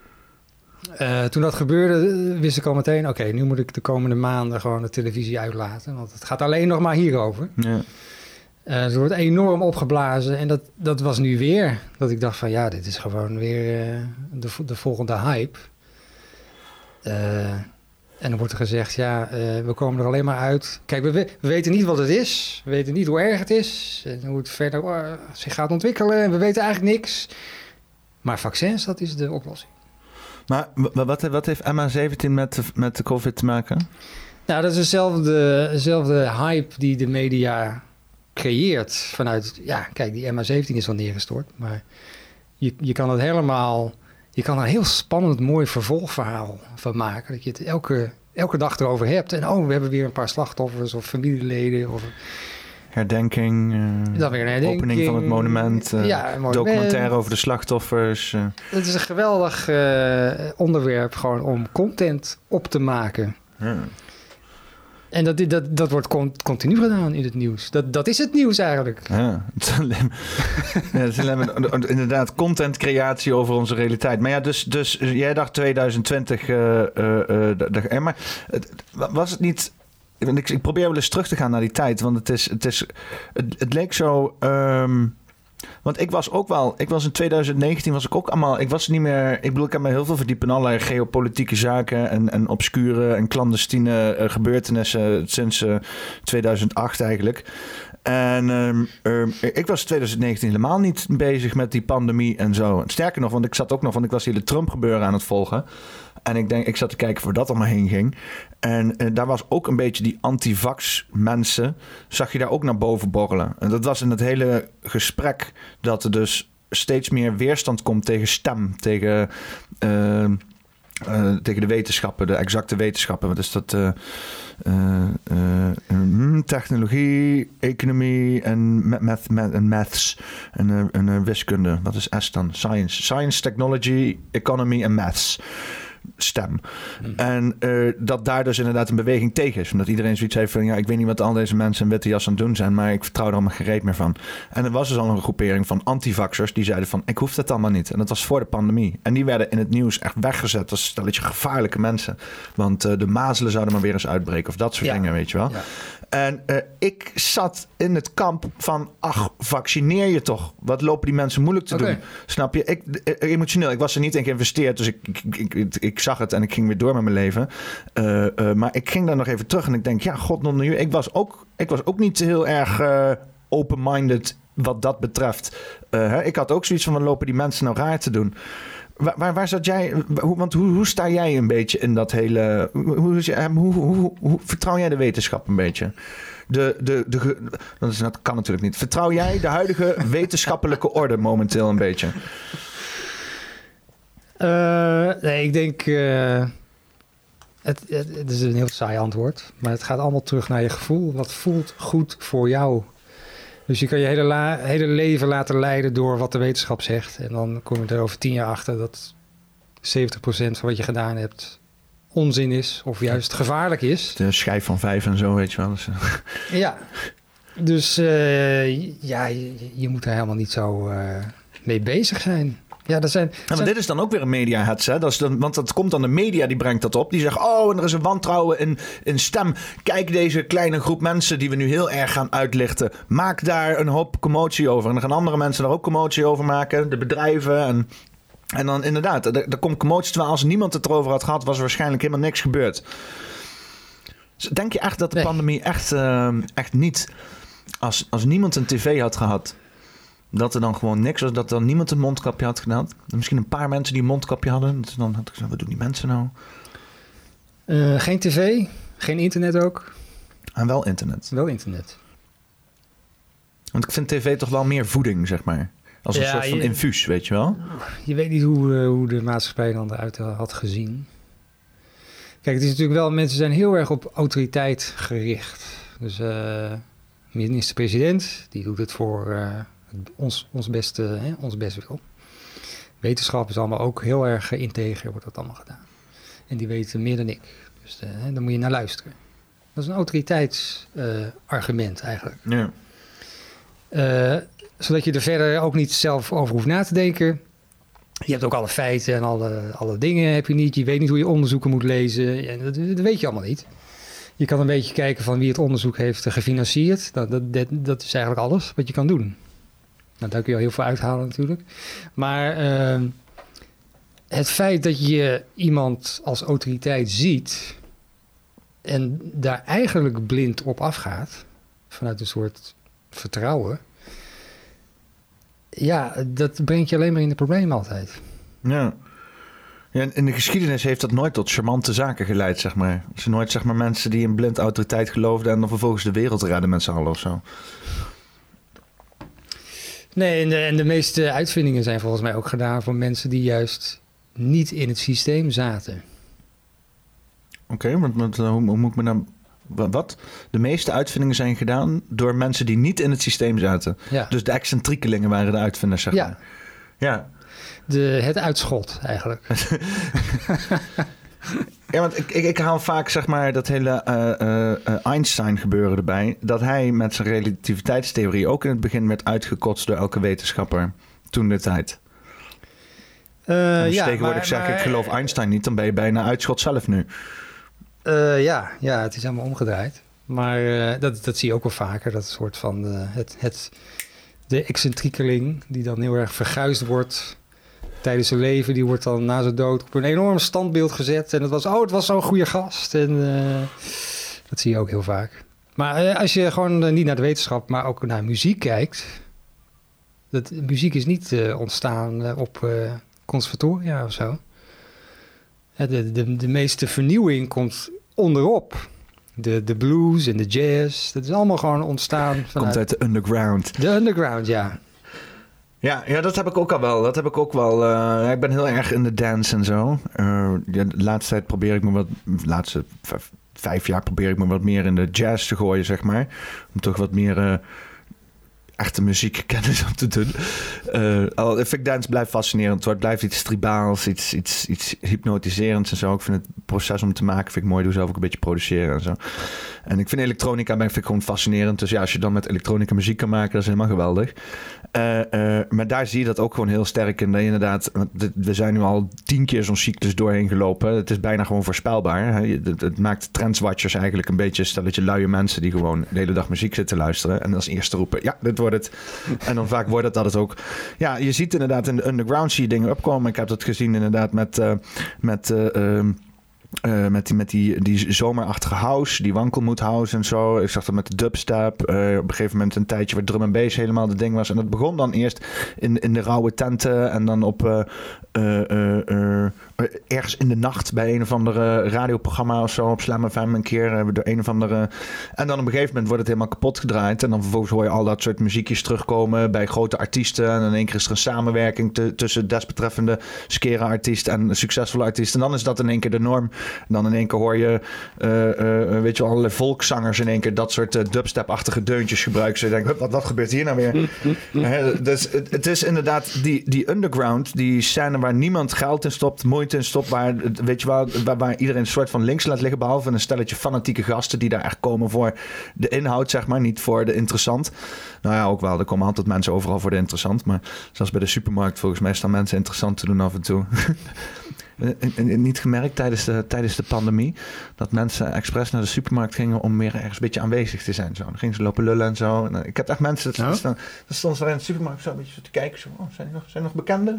Uh, toen dat gebeurde, wist ik al meteen... oké, okay, nu moet ik de komende maanden gewoon de televisie uitlaten. Want het gaat alleen nog maar hierover. Ja. Uh, er wordt enorm opgeblazen. En dat, dat was nu weer. Dat ik dacht van ja, dit is gewoon weer uh, de, de volgende hype. Uh, en dan wordt er gezegd, ja, uh, we komen er alleen maar uit. Kijk, we, we weten niet wat het is. We weten niet hoe erg het is. En hoe het verder uh, zich gaat ontwikkelen. En we weten eigenlijk niks. Maar vaccins, dat is de oplossing.
Maar wat, wat heeft M H zeventien met, met de COVID te maken?
Nou, dat is dezelfde, dezelfde hype die de media creëert. Vanuit, ja, kijk, die M H zeventien is al neergestort. Maar je, je kan het helemaal... Je kan er een heel spannend, mooi vervolgverhaal van maken. Dat je het elke, elke dag erover hebt. En oh, we hebben weer een paar slachtoffers of familieleden. Of...
Herdenking, uh,
Dan weer een herdenking.
Opening van het monument. Uh,
ja, monument.
Documentaire over de slachtoffers. Uh.
Het is een geweldig uh, onderwerp gewoon om content op te maken. Ja. En dat, dat, dat wordt continu gedaan in het nieuws. Dat, dat is het nieuws eigenlijk.
Ja, het is alleen, ja, het is alleen inderdaad contentcreatie over onze realiteit. Maar ja, dus, dus jij dacht twintig twintig... Uh, uh, uh, maar was het niet... Ik, ik probeer wel eens terug te gaan naar die tijd. Want het, is, het, is, het, het leek zo... Um, want ik was ook wel... Ik was in twintig negentien was ik ook allemaal... Ik was niet meer... Ik bedoel, ik heb me heel veel verdiept in allerlei geopolitieke zaken... en, en obscure en clandestine uh, gebeurtenissen... sinds uh, tweeduizend acht eigenlijk. En um, um, ik was in twintig negentien helemaal niet bezig met die pandemie en zo. Sterker nog, want ik zat ook nog... want ik was hele Trump gebeuren aan het volgen... En ik denk, ik zat te kijken voor dat allemaal heen ging. En uh, daar was ook een beetje die antivax mensen... zag je daar ook naar boven borrelen. En dat was in het hele gesprek... dat er dus steeds meer weerstand komt tegen stem. Tegen uh, Uh, tegen de wetenschappen, de exacte wetenschappen. Wat is dat? Uh, uh, uh, technologie, economie en math, math, en maths. En, uh, en uh, wiskunde. Wat is S dan? Science. Science, technology, economy en maths. Stem. Hmm. En uh, dat daar dus inderdaad een beweging tegen is. Omdat iedereen zoiets heeft van... ja, ik weet niet wat al deze mensen in witte jas aan het doen zijn... maar ik vertrouw er allemaal geen reet meer van. En er was dus al een groepering van antivaxers... die zeiden van, ik hoef dat allemaal niet. En dat was voor de pandemie. En die werden in het nieuws echt weggezet... als stelletje gevaarlijke mensen. Want uh, de mazelen zouden maar weer eens uitbreken... of dat soort ja. dingen, weet je wel. Ja. En uh, ik zat in het kamp van... ach, vaccineer je toch. Wat lopen die mensen moeilijk te okay. doen? Snap je? Ik, emotioneel, ik was er niet in geïnvesteerd... dus ik, ik, ik, ik, ik zag het en ik ging weer door met mijn leven. Uh, uh, maar ik ging daar nog even terug en ik denk... ja, god, nog nu. Ik was ook, ik was ook niet heel erg uh, open-minded... wat dat betreft. Uh, hè? Ik had ook zoiets van... wat lopen die mensen nou raar te doen... Waar, waar, waar zat jij? Hoe, want hoe, hoe sta jij een beetje in dat hele... Hoe, hoe, hoe, hoe, hoe vertrouw jij de wetenschap een beetje? De, de, de, dat, is, dat kan natuurlijk niet. Vertrouw jij de huidige wetenschappelijke orde momenteel een beetje?
Uh, nee, ik denk... Uh, het, het, het is een heel saai antwoord. Maar het gaat allemaal terug naar je gevoel. Wat voelt goed voor jou? Dus je kan je hele, la, hele leven laten leiden door wat de wetenschap zegt. En dan kom je er over tien jaar achter dat zeventig procent van wat je gedaan hebt onzin is. Of juist gevaarlijk is.
De schijf van vijf en zo, weet je wel. Dus,
ja, dus uh, ja, je, je moet er helemaal niet zo uh, mee bezig zijn. Ja, dat zijn,
ja, maar
zijn...
dit is dan ook weer een media-hets, hè? Dat is dan, want dat komt dan de media, die brengt dat op. Die zegt, oh, en er is een wantrouwen in, in stem. Kijk, deze kleine groep mensen die we nu heel erg gaan uitlichten. Maak daar een hoop commotie over. En dan gaan andere mensen daar ook commotie over maken. De bedrijven en... En dan inderdaad, er, er komt commotie. Terwijl als niemand het erover had gehad, was er waarschijnlijk helemaal niks gebeurd. Dus denk je echt dat de nee. pandemie echt, uh, echt niet... Als, als niemand een tv had gehad... Dat er dan gewoon niks was, dat dan niemand een mondkapje had gedaan. Misschien een paar mensen die een mondkapje hadden. Dus dan had ik gezegd, wat doen die mensen nou?
Uh, geen tv, geen internet ook.
En wel internet.
Wel internet.
Want ik vind tv toch wel meer voeding, zeg maar. Als een ja, soort van je, infuus, weet je wel?
Je weet niet hoe, uh, hoe de maatschappij dan eruit had gezien. Kijk, het is natuurlijk wel... Mensen zijn heel erg op autoriteit gericht. Dus uh, minister-president, die doet het voor... Uh, Ons, ons, beste, hè, ons best wil. Wetenschap is allemaal ook heel erg integer, wordt dat allemaal gedaan. En die weten meer dan ik. Dus uh, hè, daar moet je naar luisteren. Dat is een autoriteitsargument uh, eigenlijk.
Ja.
Uh, zodat je er verder ook niet zelf over hoeft na te denken. Je hebt ook alle feiten en alle, alle dingen heb je niet. Je weet niet hoe je onderzoeken moet lezen. En dat, dat weet je allemaal niet. Je kan een beetje kijken van wie het onderzoek heeft gefinancierd. Dat, dat, dat, dat is eigenlijk alles wat je kan doen. Nou, daar kun je al heel veel uithalen natuurlijk. Maar uh, het feit dat je iemand als autoriteit ziet... en daar eigenlijk blind op afgaat... vanuit een soort vertrouwen... ja, dat brengt je alleen maar in de problemen altijd.
Ja. Ja, in de geschiedenis heeft dat nooit tot charmante zaken geleid, zeg maar. Er zijn nooit, zeg maar, mensen die in blind autoriteit geloofden... en dan vervolgens de wereld redden met z'n allen of zo.
Nee, en de, en de meeste uitvindingen zijn volgens mij ook gedaan... voor mensen die juist niet in het systeem zaten.
Oké, okay, maar hoe, hoe moet ik me dan... Wat? De meeste uitvindingen zijn gedaan door mensen die niet in het systeem zaten. Ja. Dus de excentriekelingen waren de uitvinders, zeg maar.
Ja.
Ja.
De, het uitschot, eigenlijk.
Ja, want ik, ik, ik haal vaak, zeg maar, dat hele uh, uh, Einstein-gebeuren erbij. Dat hij met zijn relativiteitstheorie ook in het begin werd uitgekotst door elke wetenschapper toen de tijd. Uh, dus ja, tegenwoordig maar, zeg maar, ik, ik geloof Einstein niet, dan ben je bijna uitschot zelf nu.
Uh, ja, ja, het is helemaal omgedraaid. Maar uh, dat, dat zie je ook wel vaker. Dat soort van uh, het, het, de excentriekeling die dan heel erg verguisd wordt tijdens zijn leven. Die wordt dan na zijn dood op een enorm standbeeld gezet. En het was, oh, het was zo'n goede gast. En uh, dat zie je ook heel vaak. Maar uh, als je gewoon uh, niet naar de wetenschap, maar ook naar muziek kijkt. Dat, muziek is niet uh, ontstaan uh, op uh, conservatoria of zo. De, de, de meeste vernieuwing komt onderop. De, de blues en de jazz. Dat is allemaal gewoon ontstaan vanuit...
Komt uit de underground.
De underground, ja.
Ja, ja, dat heb ik ook al wel. Dat heb ik ook wel. Uh, ik ben heel erg in de dance en zo. Uh, ja, de laatste tijd probeer ik me wat... De laatste v- vijf jaar probeer ik me wat meer in de jazz te gooien, zeg maar. Om toch wat meer... Uh, echte muziekkennis op te doen. Uh, al, ik vind dance blijft fascinerend. Het blijft iets tribaals, iets, iets, iets hypnotiserends en zo. Ik vind het proces om te maken vind ik mooi. Ik doe zelf ook een beetje produceren en zo. En ik vind elektronica ben, vind ik gewoon fascinerend. Dus ja, als je dan met elektronica muziek kan maken, dat is helemaal geweldig. Uh, uh, maar daar zie je dat ook gewoon heel sterk in. Dat je inderdaad, want we zijn nu al tien keer zo'n cyclus doorheen gelopen. Het is bijna gewoon voorspelbaar. Hè? Het, het maakt trendswatchers eigenlijk een beetje een stelletje luie mensen die gewoon de hele dag muziek zitten luisteren. En als eerste roepen, ja, dit wordt het. En dan vaak wordt het dat het ook. Ja, je ziet inderdaad in de underground zie je dingen opkomen. Ik heb dat gezien inderdaad met... Uh, met uh, um, Uh, met die, met die, die zomerachtige house, die wankelmoed house en zo. Ik zag dat met de dubstep. Uh, op een gegeven moment een tijdje waar drum en bass helemaal de ding was. En dat begon dan eerst in, in de rauwe tenten en dan op uh, uh, uh, uh, ergens in de nacht bij een of andere radioprogramma of zo op Slam F M een keer uh, door een of andere. En dan op een gegeven moment wordt het helemaal kapot gedraaid. En dan vervolgens hoor je al dat soort muziekjes terugkomen bij grote artiesten. En in één keer is er een samenwerking te, tussen desbetreffende skera-artiest en succesvolle artiest. En dan is dat in één keer de norm. En dan in één keer hoor je, uh, uh, weet je wel, allerlei volkszangers in één keer dat soort uh, dubstep-achtige deuntjes gebruiken. Zo je denkt, wat, wat gebeurt hier nou weer? He, dus het, het is inderdaad die, die underground, die scène waar niemand geld in stopt, moeite in stopt, waar, weet je wel, waar, waar iedereen een soort van links laat liggen, behalve een stelletje fanatieke gasten die daar echt komen voor de inhoud, zeg maar, niet voor de interessant. Nou ja, ook wel, er komen altijd mensen overal voor de interessant, maar zoals bij de supermarkt, volgens mij staan mensen interessant te doen af en toe. Niet gemerkt tijdens de, tijdens de pandemie dat mensen expres naar de supermarkt gingen om meer ergens een beetje aanwezig te zijn. Zo. Dan gingen ze lopen lullen en zo. En ik heb echt mensen, dat, oh. dan, dan stonden ze in de supermarkt zo een beetje zo te kijken. Zo, oh, zijn, er nog, zijn er nog bekenden?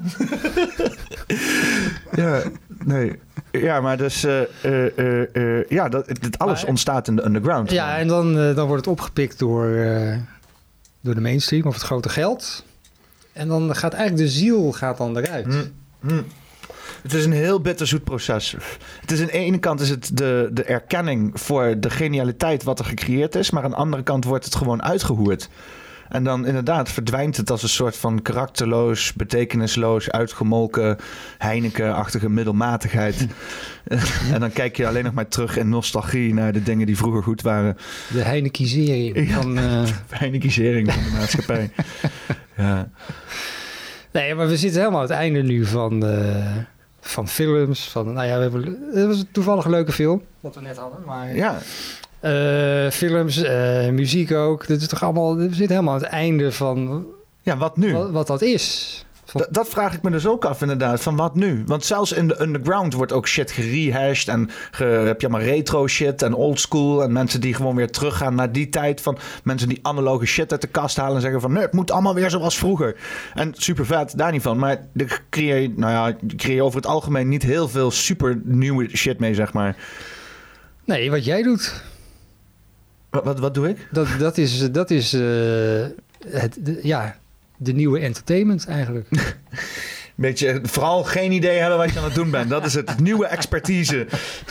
ja, nee. Ja, maar dus uh, uh, uh, uh, ja, dat, dit alles maar, ontstaat in de underground.
Ja, gewoon. En dan, uh, dan wordt het opgepikt door, uh, door de mainstream of het grote geld. En dan gaat eigenlijk de ziel gaat dan eruit.
Mm, mm. Het is een heel bitterzoet proces. Het is aan de ene kant is het de, de erkenning voor de genialiteit wat er gecreëerd is, maar aan de andere kant wordt het gewoon uitgehoerd. En dan inderdaad verdwijnt het als een soort van karakterloos, betekenisloos, uitgemolken, Heineken-achtige middelmatigheid. En dan kijk je alleen nog maar terug in nostalgie naar de dingen die vroeger goed waren.
De Heinekisering van...
Ja, uh... Heinekisering van de maatschappij. Ja.
Nee, maar we zitten helemaal aan het einde nu van... Uh... Van films, van, nou ja, we hebben, het was toevallig een leuke film, wat we net hadden, maar
ja.
Uh, films, uh, muziek ook, dit is toch allemaal, we zitten helemaal aan het einde van,
ja, wat nu?
Wat, wat dat is. Van...
D- dat vraag ik me dus ook af inderdaad, van wat nu? Want zelfs in de underground wordt ook shit gerehashed en ge, heb je allemaal retro shit en old school en mensen die gewoon weer teruggaan naar die tijd van mensen die analoge shit uit de kast halen en zeggen van nee, het moet allemaal weer zoals vroeger. En super vet, daar niet van. Maar daar creëer je, nou ja, creëer je over het algemeen niet heel veel super nieuwe shit mee, zeg maar.
Nee, wat jij doet.
Wat, wat, wat doe ik?
Dat, dat is, dat is uh, het, de, ja... de nieuwe entertainment eigenlijk.
Beetje, vooral geen idee hebben wat je aan het doen bent. Dat is het, nieuwe expertise.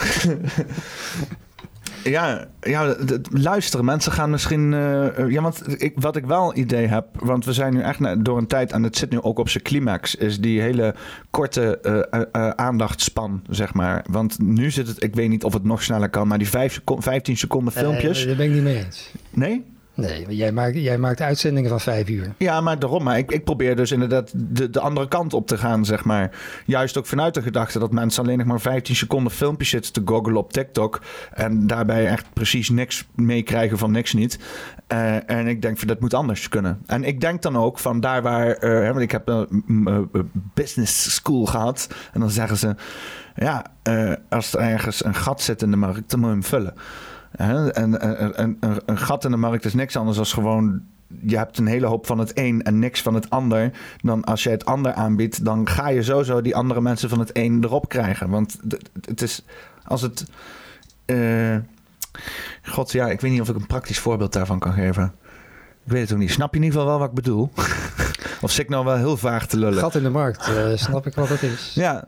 ja, ja, luisteren. Mensen gaan misschien... Uh, ja, want ik, wat ik wel idee heb... Want we zijn nu echt door een tijd... En het zit nu ook op zijn climax... Is die hele korte uh, uh, aandachtspan, zeg maar. Want nu zit het... Ik weet niet of het nog sneller kan... Maar die vijf seconden, vijftien seconden filmpjes...
Uh, daar ben ik niet mee eens.
Nee?
Nee, jij maakt, jij maakt uitzendingen van vijf uur.
Ja, maar daarom. Maar ik, ik probeer dus inderdaad de, de andere kant op te gaan, zeg maar. Juist ook vanuit de gedachte dat mensen alleen nog maar vijftien seconden filmpjes zitten te googlen op TikTok. En daarbij echt precies niks meekrijgen van niks niet. Uh, en ik denk van dat moet anders kunnen. En ik denk dan ook van daar waar... Uh, want ik heb een uh, uh, business school gehad. En dan zeggen ze... Ja, uh, als er ergens een gat zit in de markt, dan moet je hem vullen. En, en, en, en een gat in de markt is niks anders dan gewoon... je hebt een hele hoop van het een en niks van het ander. Dan als je het ander aanbiedt... dan ga je sowieso die andere mensen van het een erop krijgen. Want het is... als het... Uh, God, ja, ik weet niet of ik een praktisch voorbeeld daarvan kan geven. Ik weet het ook niet. Snap je in ieder geval wel wat ik bedoel? Of zit ik nou wel heel vaag te lullen?
Gat in de markt, uh, snap ik wat dat is.
Ja,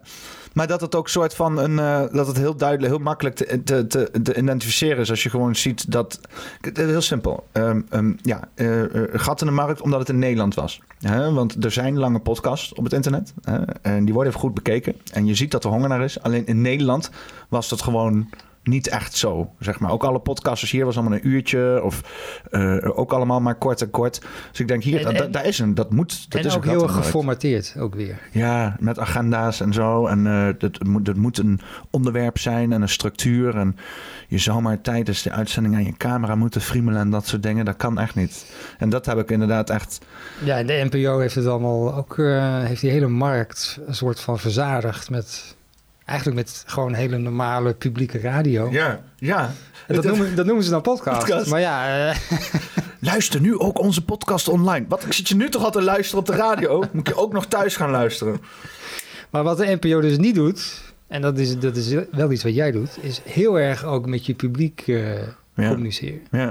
Maar dat het ook soort van een... Uh, dat het heel duidelijk, heel makkelijk te, te, te, te identificeren is. Als je gewoon ziet dat... Heel simpel. Um, um, ja, uh, uh, gat in de markt omdat het in Nederland was. Hè? Want er zijn lange podcasts op het internet. Hè? En die worden even goed bekeken. En je ziet dat er honger naar is. Alleen in Nederland was dat gewoon... niet echt zo, zeg maar. Ook alle podcasters hier was allemaal een uurtje of uh, ook allemaal maar kort en kort. Dus ik denk hier, en, en, daar is een, dat moet. Dat
en
is
ook heel geformateerd ook weer.
Ja, met agenda's en zo. En uh, dat, moet, dat moet een onderwerp zijn en een structuur. En je zou maar tijdens de uitzending aan je camera moeten friemelen en dat soort dingen. Dat kan echt niet. En dat heb ik inderdaad echt...
Ja, en de N P O heeft het allemaal ook, uh, heeft die hele markt een soort van verzadigd met... Eigenlijk met gewoon hele normale publieke radio.
Ja, ja.
Dat noemen, dat noemen ze dan podcast. podcast. Maar ja... Uh...
Luister nu ook onze podcast online. Wat, ik zit je nu toch al te luisteren op de radio? Moet je ook nog thuis gaan luisteren?
Maar wat de N P O dus niet doet... en dat is, dat is wel iets wat jij doet... is heel erg ook met je publiek uh, ja. communiceren.
Ja.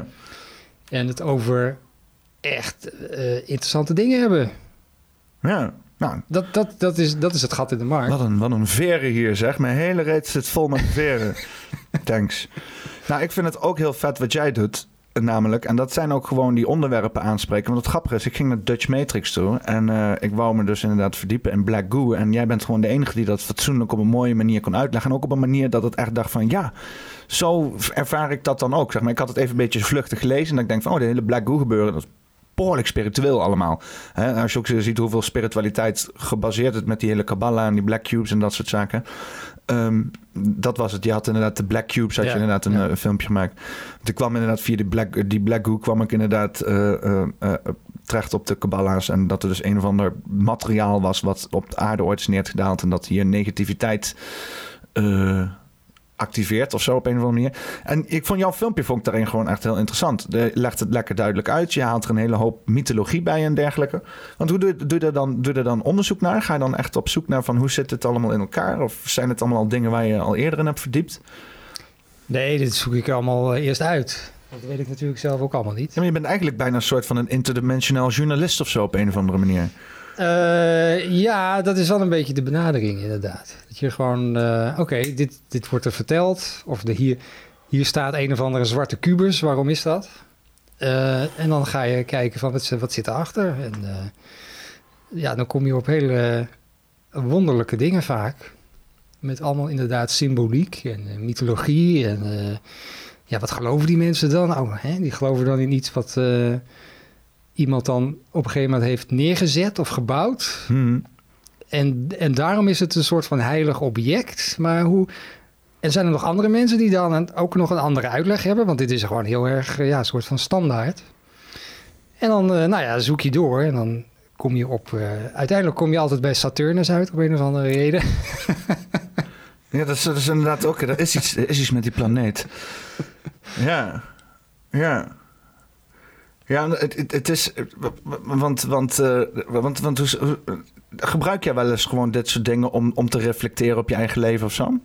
En het over echt uh, interessante dingen hebben.
Ja. Nou,
dat, dat, dat, is, dat is het gat in de markt.
Wat een, wat een veren hier, zeg. Mijn hele reet zit vol met veren. Thanks. Nou, ik vind het ook heel vet wat jij doet, namelijk. En dat zijn ook gewoon die onderwerpen aanspreken. Want het grappige is, ik ging naar Dutch Matrix toe. En uh, ik wou me dus inderdaad verdiepen in Black Goo. En jij bent gewoon de enige die dat fatsoenlijk op een mooie manier kon uitleggen. En ook op een manier dat het echt dacht van, ja, zo ervaar ik dat dan ook. Zeg maar, ik had het even een beetje vluchtig gelezen. En dat ik denk van, oh, de hele Black Goo gebeuren, dat is behoorlijk spiritueel allemaal. He, als je ook ziet hoeveel spiritualiteit gebaseerd is met die hele Kabbalah en die Black Cubes en dat soort zaken. Um, dat was het. Je had inderdaad de Black Cubes, had ja, je inderdaad een, ja. een filmpje gemaakt. Ik kwam inderdaad via die Black, die Black Goo kwam ik inderdaad uh, uh, uh, terecht op de Kabbala's en dat er dus een of ander materiaal was wat op de aarde ooit is neergedaald en dat hier negativiteit uh, activeert of zo op een of andere manier. En ik vond jouw filmpje vond ik daarin gewoon echt heel interessant. Je legt het lekker duidelijk uit. Je haalt er een hele hoop mythologie bij en dergelijke. Want hoe doe, doe, je er dan, doe je er dan onderzoek naar? Ga je dan echt op zoek naar van hoe zit het allemaal in elkaar? Of zijn het allemaal al dingen waar je al eerder in hebt verdiept?
Nee, dit zoek ik allemaal eerst uit. Dat weet ik natuurlijk zelf ook allemaal niet.
Ja, maar je bent eigenlijk bijna een soort van een interdimensionaal journalist of zo op een of andere manier.
Uh, ja, dat is wel een beetje de benadering inderdaad. Dat je gewoon, uh, oké, okay, dit, dit wordt er verteld. Of de hier, hier staat een of andere zwarte kubus, waarom is dat? Uh, en dan ga je kijken van wat, wat zit erachter. En uh, ja, dan kom je op hele wonderlijke dingen vaak. Met allemaal inderdaad symboliek en uh, mythologie. En uh, ja, wat geloven die mensen dan? Oh, hè, die geloven dan in iets wat... Uh, iemand dan op een gegeven moment heeft neergezet of gebouwd.
Hmm.
En, en daarom is het een soort van heilig object. Maar hoe... En zijn er nog andere mensen die dan een, ook nog een andere uitleg hebben? Want dit is gewoon heel erg ja, een soort van standaard. En dan uh, nou ja, zoek je door en dan kom je op... Uh, uiteindelijk kom je altijd bij Saturnus uit op een of andere reden.
Ja, dat is, dat is inderdaad ook... Er is iets, er is iets met die planeet. Ja, ja... Ja, het, het, het is... Want, want, uh, want, want hoe, gebruik jij wel eens gewoon dit soort dingen om, om te reflecteren op je eigen leven of zo?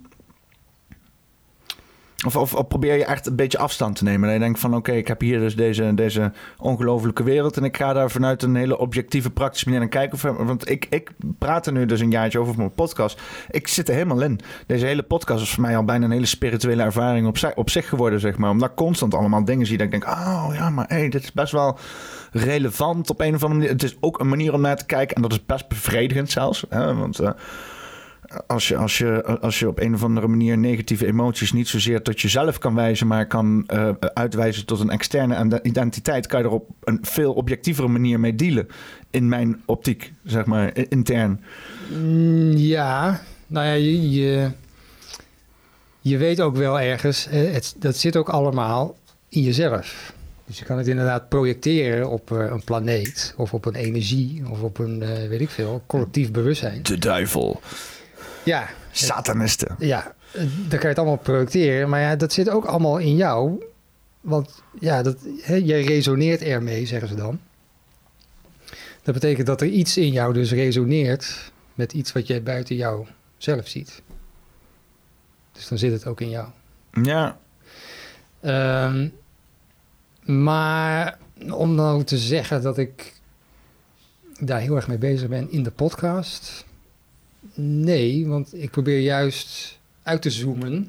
Of, of, of probeer je echt een beetje afstand te nemen? En je denkt van, oké, okay, ik heb hier dus deze, deze ongelofelijke wereld... en ik ga daar vanuit een hele objectieve, praktische manier naar kijken. Of, want ik, ik praat er nu dus een jaartje over op mijn podcast. Ik zit er helemaal in. Deze hele podcast is voor mij al bijna een hele spirituele ervaring op, op zich geworden, zeg maar. Omdat ik constant allemaal dingen zie dat ik denk... oh ja, maar hé, hey, dit is best wel relevant op een of andere manier. Het is ook een manier om naar te kijken. En dat is best bevredigend zelfs. Hè? Want... Uh, Als je, als, je, als je op een of andere manier negatieve emoties niet zozeer tot jezelf kan wijzen, maar kan uh, uitwijzen tot een externe identiteit, kan je er op een veel objectievere manier mee dealen. In mijn optiek, zeg maar, intern.
Ja, nou ja, je, je, je weet ook wel ergens, het, dat zit ook allemaal in jezelf. Dus je kan het inderdaad projecteren op uh, een planeet of op een energie of op een, uh, weet ik veel, collectief bewustzijn.
De duivel.
Ja.
Satanisten.
Ja, dan kan je het allemaal projecteren. Maar ja, dat zit ook allemaal in jou. Want ja, dat, hè, jij resoneert ermee, zeggen ze dan. Dat betekent dat er iets in jou dus resoneert met iets wat jij buiten jou zelf ziet. Dus dan zit het ook in jou.
Ja.
Um, maar om nou te zeggen dat ik daar heel erg mee bezig ben in de podcast... nee, want ik probeer juist uit te zoomen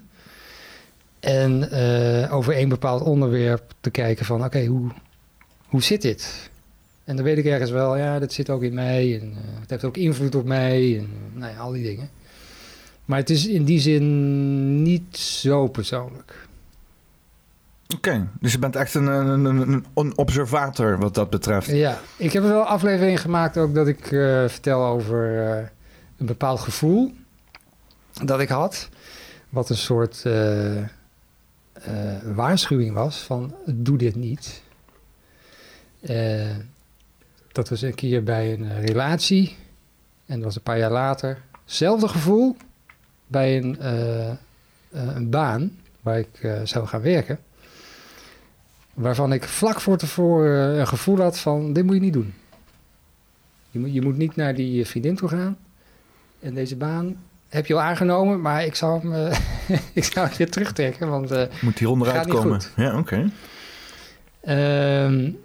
en uh, over één bepaald onderwerp te kijken van, oké, okay, hoe, hoe zit dit? En dan weet ik ergens wel, ja, dat zit ook in mij en uh, het heeft ook invloed op mij en uh, nou ja, al die dingen. Maar het is in die zin niet zo persoonlijk.
Oké, okay, dus je bent echt een, een, een, een observator wat dat betreft.
Ja, ik heb er wel afleveringen gemaakt ook dat ik uh, vertel over uh, een bepaald gevoel dat ik had. Wat een soort uh, uh, waarschuwing was van doe dit niet. Uh, dat was een keer bij een uh, relatie en dat was een paar jaar later. Hetzelfde gevoel bij een, uh, uh, een baan waar ik uh, zou gaan werken. Waarvan ik vlak voor tevoren een gevoel had van, dit moet je niet doen. Je moet, je moet niet naar die vriendin toe gaan. En deze baan heb je al aangenomen, maar ik zou hem, uh, ik zou hem weer terugtrekken. Want, uh,
moet hier onderuit komen. Ja, oké.
Okay. Um,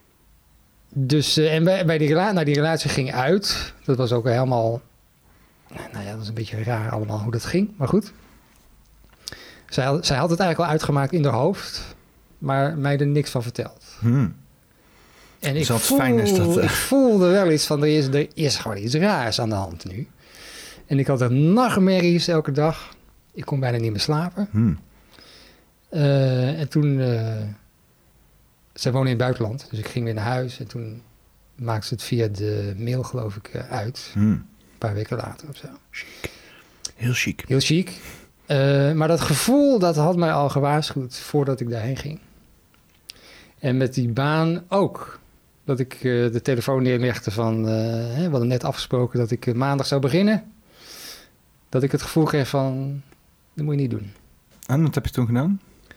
dus, uh, en bij, bij die, rela- nou, die relatie ging uit. Dat was ook helemaal, nou ja, dat was een beetje raar allemaal hoe dat ging. Maar goed. Zij had, zij had het eigenlijk al uitgemaakt in haar hoofd. Maar mij er niks van verteld.
Hmm.
En ik,
Zo
voel,
fijn is dat, uh...
ik voelde wel iets van, er is, er is gewoon iets raars aan de hand nu. En ik had een nachtmerries elke dag. Ik kon bijna niet meer slapen.
Hmm.
Uh, en toen, uh, zij woonde in het buitenland, dus ik ging weer naar huis. En toen maakte ze het via de mail, geloof ik, uh, uit.
Hmm.
Een paar weken later of zo.
Chic. Heel chic.
Heel chic. Uh, maar dat gevoel, dat had mij al gewaarschuwd voordat ik daarheen ging. En met die baan ook. Dat ik uh, de telefoon neerlegde van, uh, hè, we hadden net afgesproken dat ik uh, maandag zou beginnen. Dat ik het gevoel kreeg van, dat moet je niet doen.
En wat heb je toen gedaan?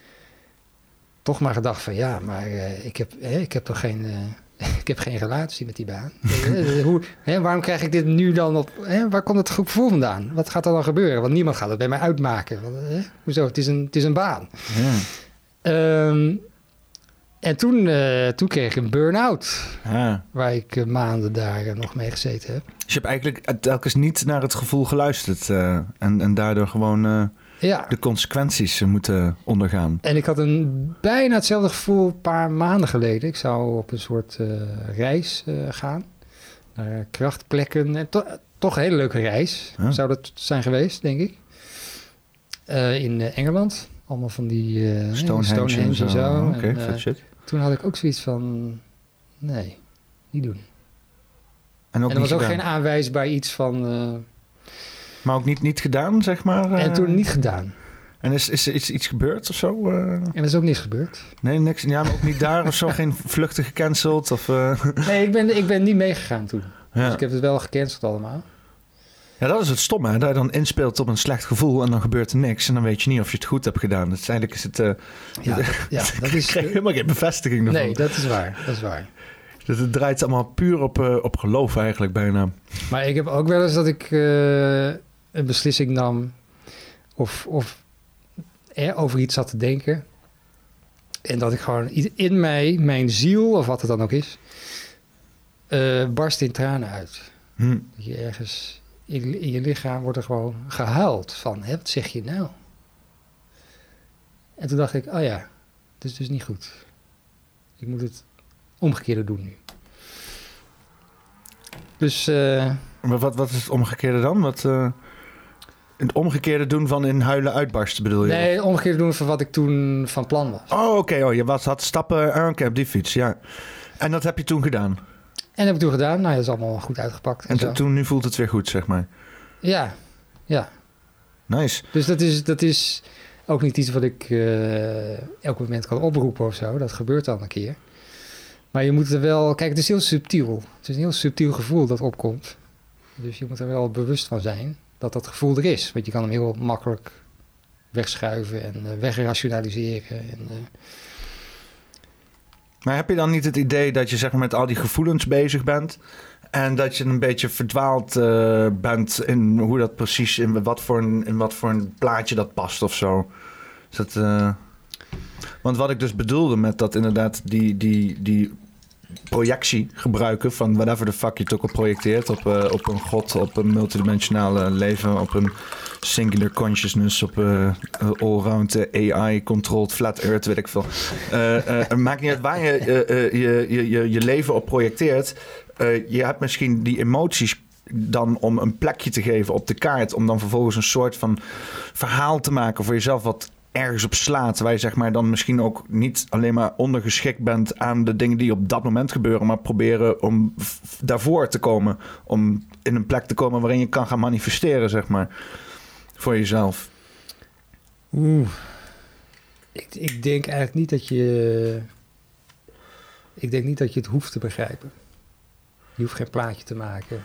Toch maar gedacht van, ja, maar uh, ik, heb, hè, ik heb toch geen... Uh, ik heb geen relatie met die baan. Hoe, hè, waarom krijg ik dit nu dan op... Hè, waar komt het gevoel vandaan? Wat gaat er dan gebeuren? Want niemand gaat het bij mij uitmaken. Want, hè, hoezo? Het is een, het is een baan. Ja. Um, en toen, uh, toen kreeg ik een burn-out. Ja. Waar ik uh, maanden daar uh, nog mee gezeten heb.
Dus je hebt eigenlijk telkens niet naar het gevoel geluisterd. Uh, en, en daardoor gewoon... Uh... Ja. De consequenties moeten ondergaan.
En ik had een bijna hetzelfde gevoel een paar maanden geleden. Ik zou op een soort uh, reis uh, gaan. Naar krachtplekken. En to- toch een hele leuke reis. Huh? Zou dat zijn geweest, denk ik. Uh, in uh, Engeland. Allemaal van die uh,
Stonehenge,
Stonehenge en zo. zo.
Oké, okay, uh, shit.
Toen had ik ook zoiets van... Nee, niet doen.
En, ook
en er was
gedaan.
ook geen aanwijsbaar iets van... Uh,
Maar ook niet, niet gedaan, zeg maar? Uh...
En toen niet gedaan.
En is, is er iets, iets gebeurd of zo? Uh...
En er is ook niks gebeurd.
Nee, niks. Ja, maar ook niet daar of zo? Geen vluchten gecanceld? Of, uh...
Nee, ik ben, ik ben niet meegegaan toen.
Ja.
Dus ik heb het wel gecanceld allemaal.
Ja, dat is het stomme. Hè? Dat je dan inspeelt op een slecht gevoel en dan gebeurt er niks. En dan weet je niet of je het goed hebt gedaan. Dus eigenlijk is het... Uh...
Ja, dat, ja, dat is...
Ik krijg helemaal geen bevestiging ervan.
Nee, dat is waar. Dat is waar.
Dus het draait allemaal puur op, uh, op geloof eigenlijk bijna.
Maar ik heb ook wel eens dat ik... Uh... een beslissing nam of, of er over iets zat te denken. En dat ik gewoon in mij, mijn ziel, of wat het dan ook is, uh, barst in tranen uit. Hm. Dat je ergens in, in je lichaam wordt er gewoon gehuild van, hè, wat zeg je nou? En toen dacht ik, oh ja, het is dus niet goed. Ik moet het omgekeerde doen nu. Dus... Uh,
maar wat, wat is het omgekeerde dan? Wat... Uh... Het omgekeerde doen van in huilen uitbarsten, bedoel je?
Nee, het omgekeerde doen van wat ik toen van plan was.
Oh, oké. Okay. Oh, je was, had stappen aan okay, op die fiets, ja. En dat heb je toen gedaan?
En dat heb ik toen gedaan. Nou, dat is allemaal goed uitgepakt.
En, en toen nu voelt het weer goed, zeg maar?
Ja, ja.
Nice.
Dus dat is, dat is ook niet iets wat ik uh, elk moment kan oproepen of zo. Dat gebeurt dan een keer. Maar je moet er wel... Kijk, het is heel subtiel. Het is een heel subtiel gevoel dat opkomt. Dus je moet er wel bewust van zijn... dat dat gevoel er is. Want je kan hem heel makkelijk wegschuiven en uh, wegrationaliseren. En, uh...
Maar heb je dan niet het idee dat je zeg maar, met al die gevoelens bezig bent... en dat je een beetje verdwaald uh, bent in hoe dat precies... in wat voor een, in wat voor een plaatje dat past of zo? Is dat, uh... Want wat ik dus bedoelde met dat inderdaad die... die, die projectie gebruiken van whatever the fuck je het ook al projecteert. Op, uh, op een god, op een multidimensionale leven, op een singular consciousness, op uh, allround uh, A I-controlled flat earth, weet ik veel. Uh, uh, het maakt niet uit waar je uh, uh, je, je, je, je leven op projecteert. Uh, je hebt misschien die emoties dan om een plekje te geven op de kaart, om dan vervolgens een soort van verhaal te maken voor jezelf wat ergens op slaat, waar je zeg maar dan misschien ook niet alleen maar ondergeschikt bent aan de dingen die op dat moment gebeuren, maar proberen om f- daarvoor te komen, om in een plek te komen waarin je kan gaan manifesteren, zeg maar, voor jezelf.
Oeh. Ik, ik denk eigenlijk niet dat je... Ik denk niet dat je het hoeft te begrijpen. Je hoeft geen plaatje te maken.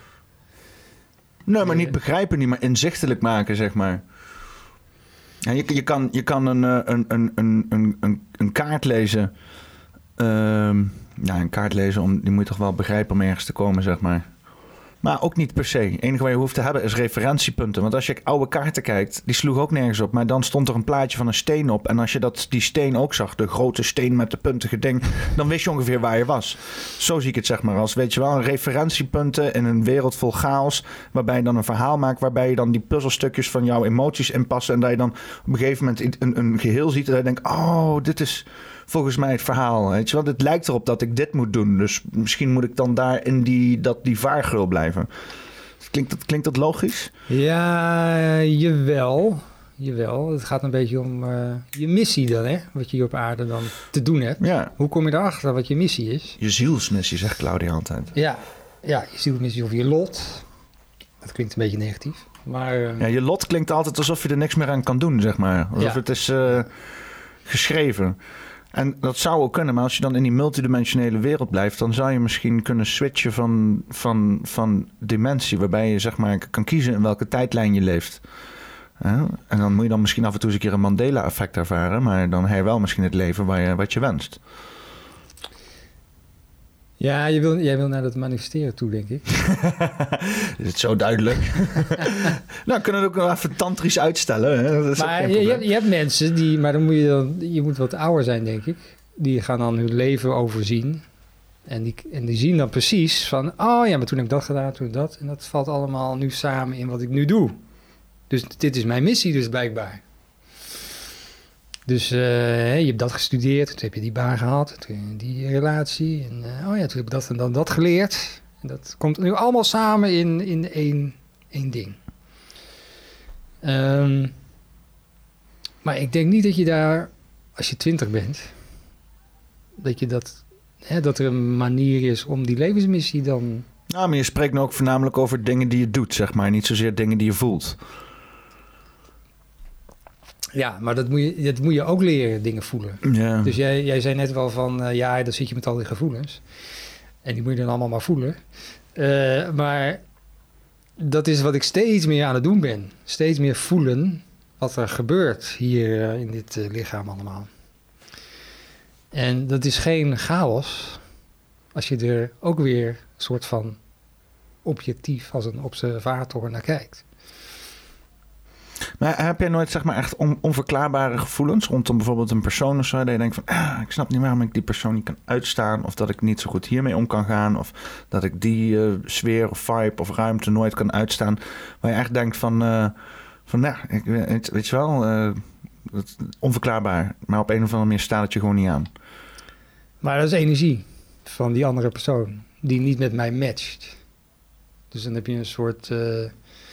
Nee, maar niet begrijpen, niet maar inzichtelijk maken, zeg maar. Ja, je, je kan, je kan een, een, een, een, een, een kaart lezen. Uh, ja, een kaart lezen, om, die moet je toch wel begrijpen om ergens te komen, zeg maar. Maar ook niet per se. Het enige wat je hoeft te hebben is referentiepunten. Want als je oude kaarten kijkt, die sloeg ook nergens op. Maar dan stond er een plaatje van een steen op. En als je dat, die steen ook zag, de grote steen met de puntige ding, dan wist je ongeveer waar je was. Zo zie ik het zeg maar als, weet je wel, een referentiepunten in een wereld vol chaos, waarbij je dan een verhaal maakt, waarbij je dan die puzzelstukjes van jouw emoties inpassen. En dat je dan op een gegeven moment een, een geheel ziet en dat je denkt, oh, dit is volgens mij het verhaal. Weet je wel, het lijkt erop dat ik dit moet doen. Dus misschien moet ik dan daar in die, dat, die vaargeul blijven. Klinkt dat, klinkt dat logisch?
Ja, jawel. Jawel. Het gaat een beetje om uh, je missie dan, hè? Wat je hier op aarde dan te doen hebt.
Ja.
Hoe kom je erachter wat je missie is?
Je zielsmissie, zegt Claudia altijd.
Ja, ja, je zielsmissie of je lot. Dat klinkt een beetje negatief. Maar, uh,
ja, je lot klinkt altijd alsof je er niks meer aan kan doen, zeg maar. Alsof ja. het is uh, geschreven. En dat zou ook kunnen, maar als je dan in die multidimensionele wereld blijft, dan zou je misschien kunnen switchen van, van, van dimensie, waarbij je zeg maar kan kiezen in welke tijdlijn je leeft. Ja? En dan moet je dan misschien af en toe eens een keer een Mandela-effect ervaren, maar dan heb je wel misschien het leven waar je, wat je wenst.
Ja, je wil, jij wil naar dat manifesteren toe, denk ik.
Is het zo duidelijk? Nou, kunnen we het ook nog even tantrisch uitstellen. Hè? Dat is
maar je, je, hebt, je hebt mensen die, maar dan moet je dan, je moet wat ouder zijn, denk ik. Die gaan dan hun leven overzien. En die, en die zien dan precies van, oh ja, maar toen heb ik dat gedaan, toen dat. En dat valt allemaal nu samen in wat ik nu doe. Dus dit is mijn missie dus blijkbaar. Dus uh, je hebt dat gestudeerd, toen heb je die baan gehad, toen die relatie. En uh, oh ja, toen heb ik dat en dan dat geleerd. En dat komt nu allemaal samen in, in één, één ding. Um, maar ik denk niet dat je daar, als je twintig bent, dat je dat, hè, dat er een manier is om die levensmissie dan...
Nou, maar je spreekt nu ook voornamelijk over dingen die je doet, zeg maar. Niet zozeer dingen die je voelt.
Ja, maar dat moet je, dat moet je ook leren, dingen voelen.
Ja.
Dus jij, jij zei net wel van, uh, ja, dan zit je met al die gevoelens. En die moet je dan allemaal maar voelen. Uh, maar dat is wat ik steeds meer aan het doen ben. Steeds meer voelen wat er gebeurt hier uh, in dit uh, lichaam allemaal. En dat is geen chaos als je er ook weer een soort van objectief als een observator naar kijkt.
Maar heb jij nooit zeg maar echt on- onverklaarbare gevoelens rondom bijvoorbeeld een persoon of zo, dat je denkt van, ah, ik snap niet waarom ik die persoon niet kan uitstaan, of dat ik niet zo goed hiermee om kan gaan, of dat ik die uh, sfeer of vibe of ruimte nooit kan uitstaan, waar je echt denkt van, uh, van nou, ik, weet, weet je wel, uh, onverklaarbaar, maar op een of andere manier staat het je gewoon niet aan.
Maar dat is energie van die andere persoon die niet met mij matcht. Dus dan heb je een soort... Uh,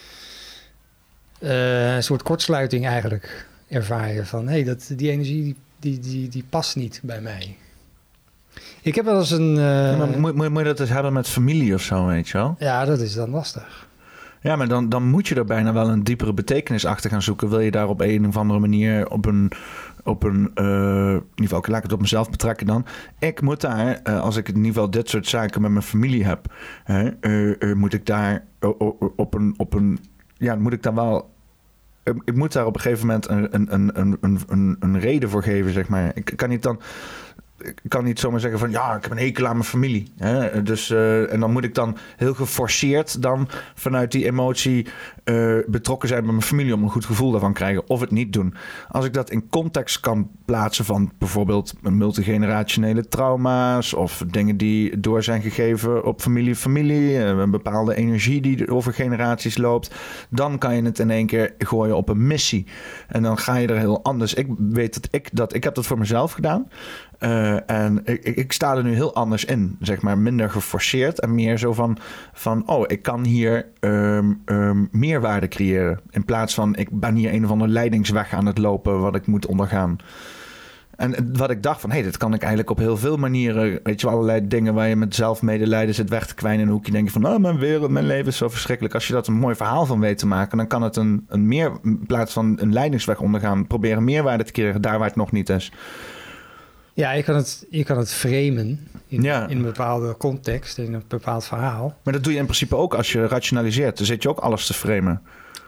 Uh, een soort kortsluiting eigenlijk ervaren van, hé, hey, dat die energie die, die, die, die past niet bij mij. Ik heb wel eens een... Uh,
ja, maar moet, moet, moet je dat eens hebben met familie of zo, weet je wel?
Ja, dat is dan lastig.
Ja, maar dan, dan moet je er bijna wel een diepere betekenis achter gaan zoeken. Wil je daar op een of andere manier op een... op een uh, in ieder geval, laat ik het op mezelf betrekken dan. Ik moet daar, uh, als ik in ieder geval dit soort zaken met mijn familie heb, uh, uh, uh, moet ik daar uh, op een... Op een ja, moet ik daar wel... Ik moet daar op een gegeven moment een, een, een, een, een, een reden voor geven, zeg maar. Ik kan niet dan... ik kan niet zomaar zeggen van ja, ik heb een hekel aan mijn familie. Hè? Dus, uh, en dan moet ik dan heel geforceerd dan vanuit die emotie uh, betrokken zijn bij mijn familie om een goed gevoel daarvan krijgen. Of het niet doen. Als ik dat in context kan plaatsen van bijvoorbeeld multigenerationele trauma's of dingen die door zijn gegeven op familie familie, een bepaalde energie die over generaties loopt, dan kan je het in één keer gooien op een missie. En dan ga je er heel anders. Ik weet dat ik dat ik heb dat voor mezelf gedaan. Uh, en ik, ik sta er nu heel anders in, zeg maar, minder geforceerd en meer zo van, van oh, ik kan hier um, um, meerwaarde creëren. In plaats van, ik ben hier een of andere leidingsweg aan het lopen wat ik moet ondergaan. En wat ik dacht van, hé, hey, dit kan ik eigenlijk op heel veel manieren. Weet je wel, allerlei dingen waar je met zelfmedelijden zit weg te kwijnen in een hoekje. Denk je van, oh, mijn wereld, mijn leven is zo verschrikkelijk. Als je dat een mooi verhaal van weet te maken, dan kan het een, een meer, in plaats van een leidingsweg ondergaan, proberen meerwaarde te creëren daar waar het nog niet is.
Ja, je kan het, je kan het framen in,
ja.
in een bepaalde context, in een bepaald verhaal.
Maar dat doe je in principe ook als je rationaliseert. Dan zit je ook alles te framen.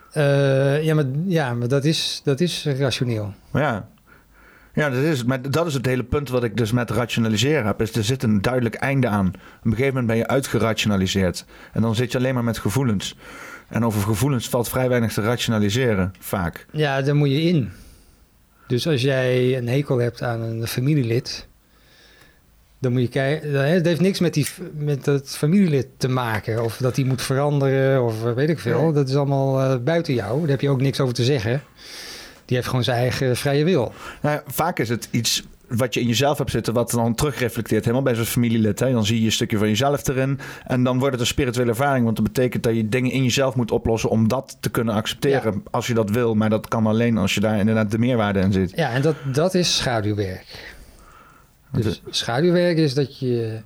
Uh, ja, maar, ja, maar dat is, dat is rationeel.
Ja. Ja, dat is het. Maar dat is het hele punt wat ik dus met rationaliseren heb. Is er zit een duidelijk einde aan. Op een gegeven moment ben je uitgerationaliseerd. En dan zit je alleen maar met gevoelens. En over gevoelens valt vrij weinig te rationaliseren, vaak.
Ja, daar moet je in. Dus als jij een hekel hebt aan een familielid, dan moet je kijken. Het heeft niks met, die, met dat familielid te maken. Of dat die moet veranderen, of weet ik veel. Dat is allemaal uh, buiten jou. Daar heb je ook niks over te zeggen. Die heeft gewoon zijn eigen vrije wil.
Nou ja, vaak is het iets wat je in jezelf hebt zitten, wat dan terugreflecteert helemaal bij zo'n familielid. Hè? Dan zie je een stukje van jezelf erin. En dan wordt het een spirituele ervaring. Want dat betekent dat je dingen in jezelf moet oplossen om dat te kunnen accepteren. Ja. Als je dat wil. Maar dat kan alleen als je daar inderdaad de meerwaarde in ziet.
Ja, en dat, dat is schaduwwerk. Dus schaduwwerk is dat je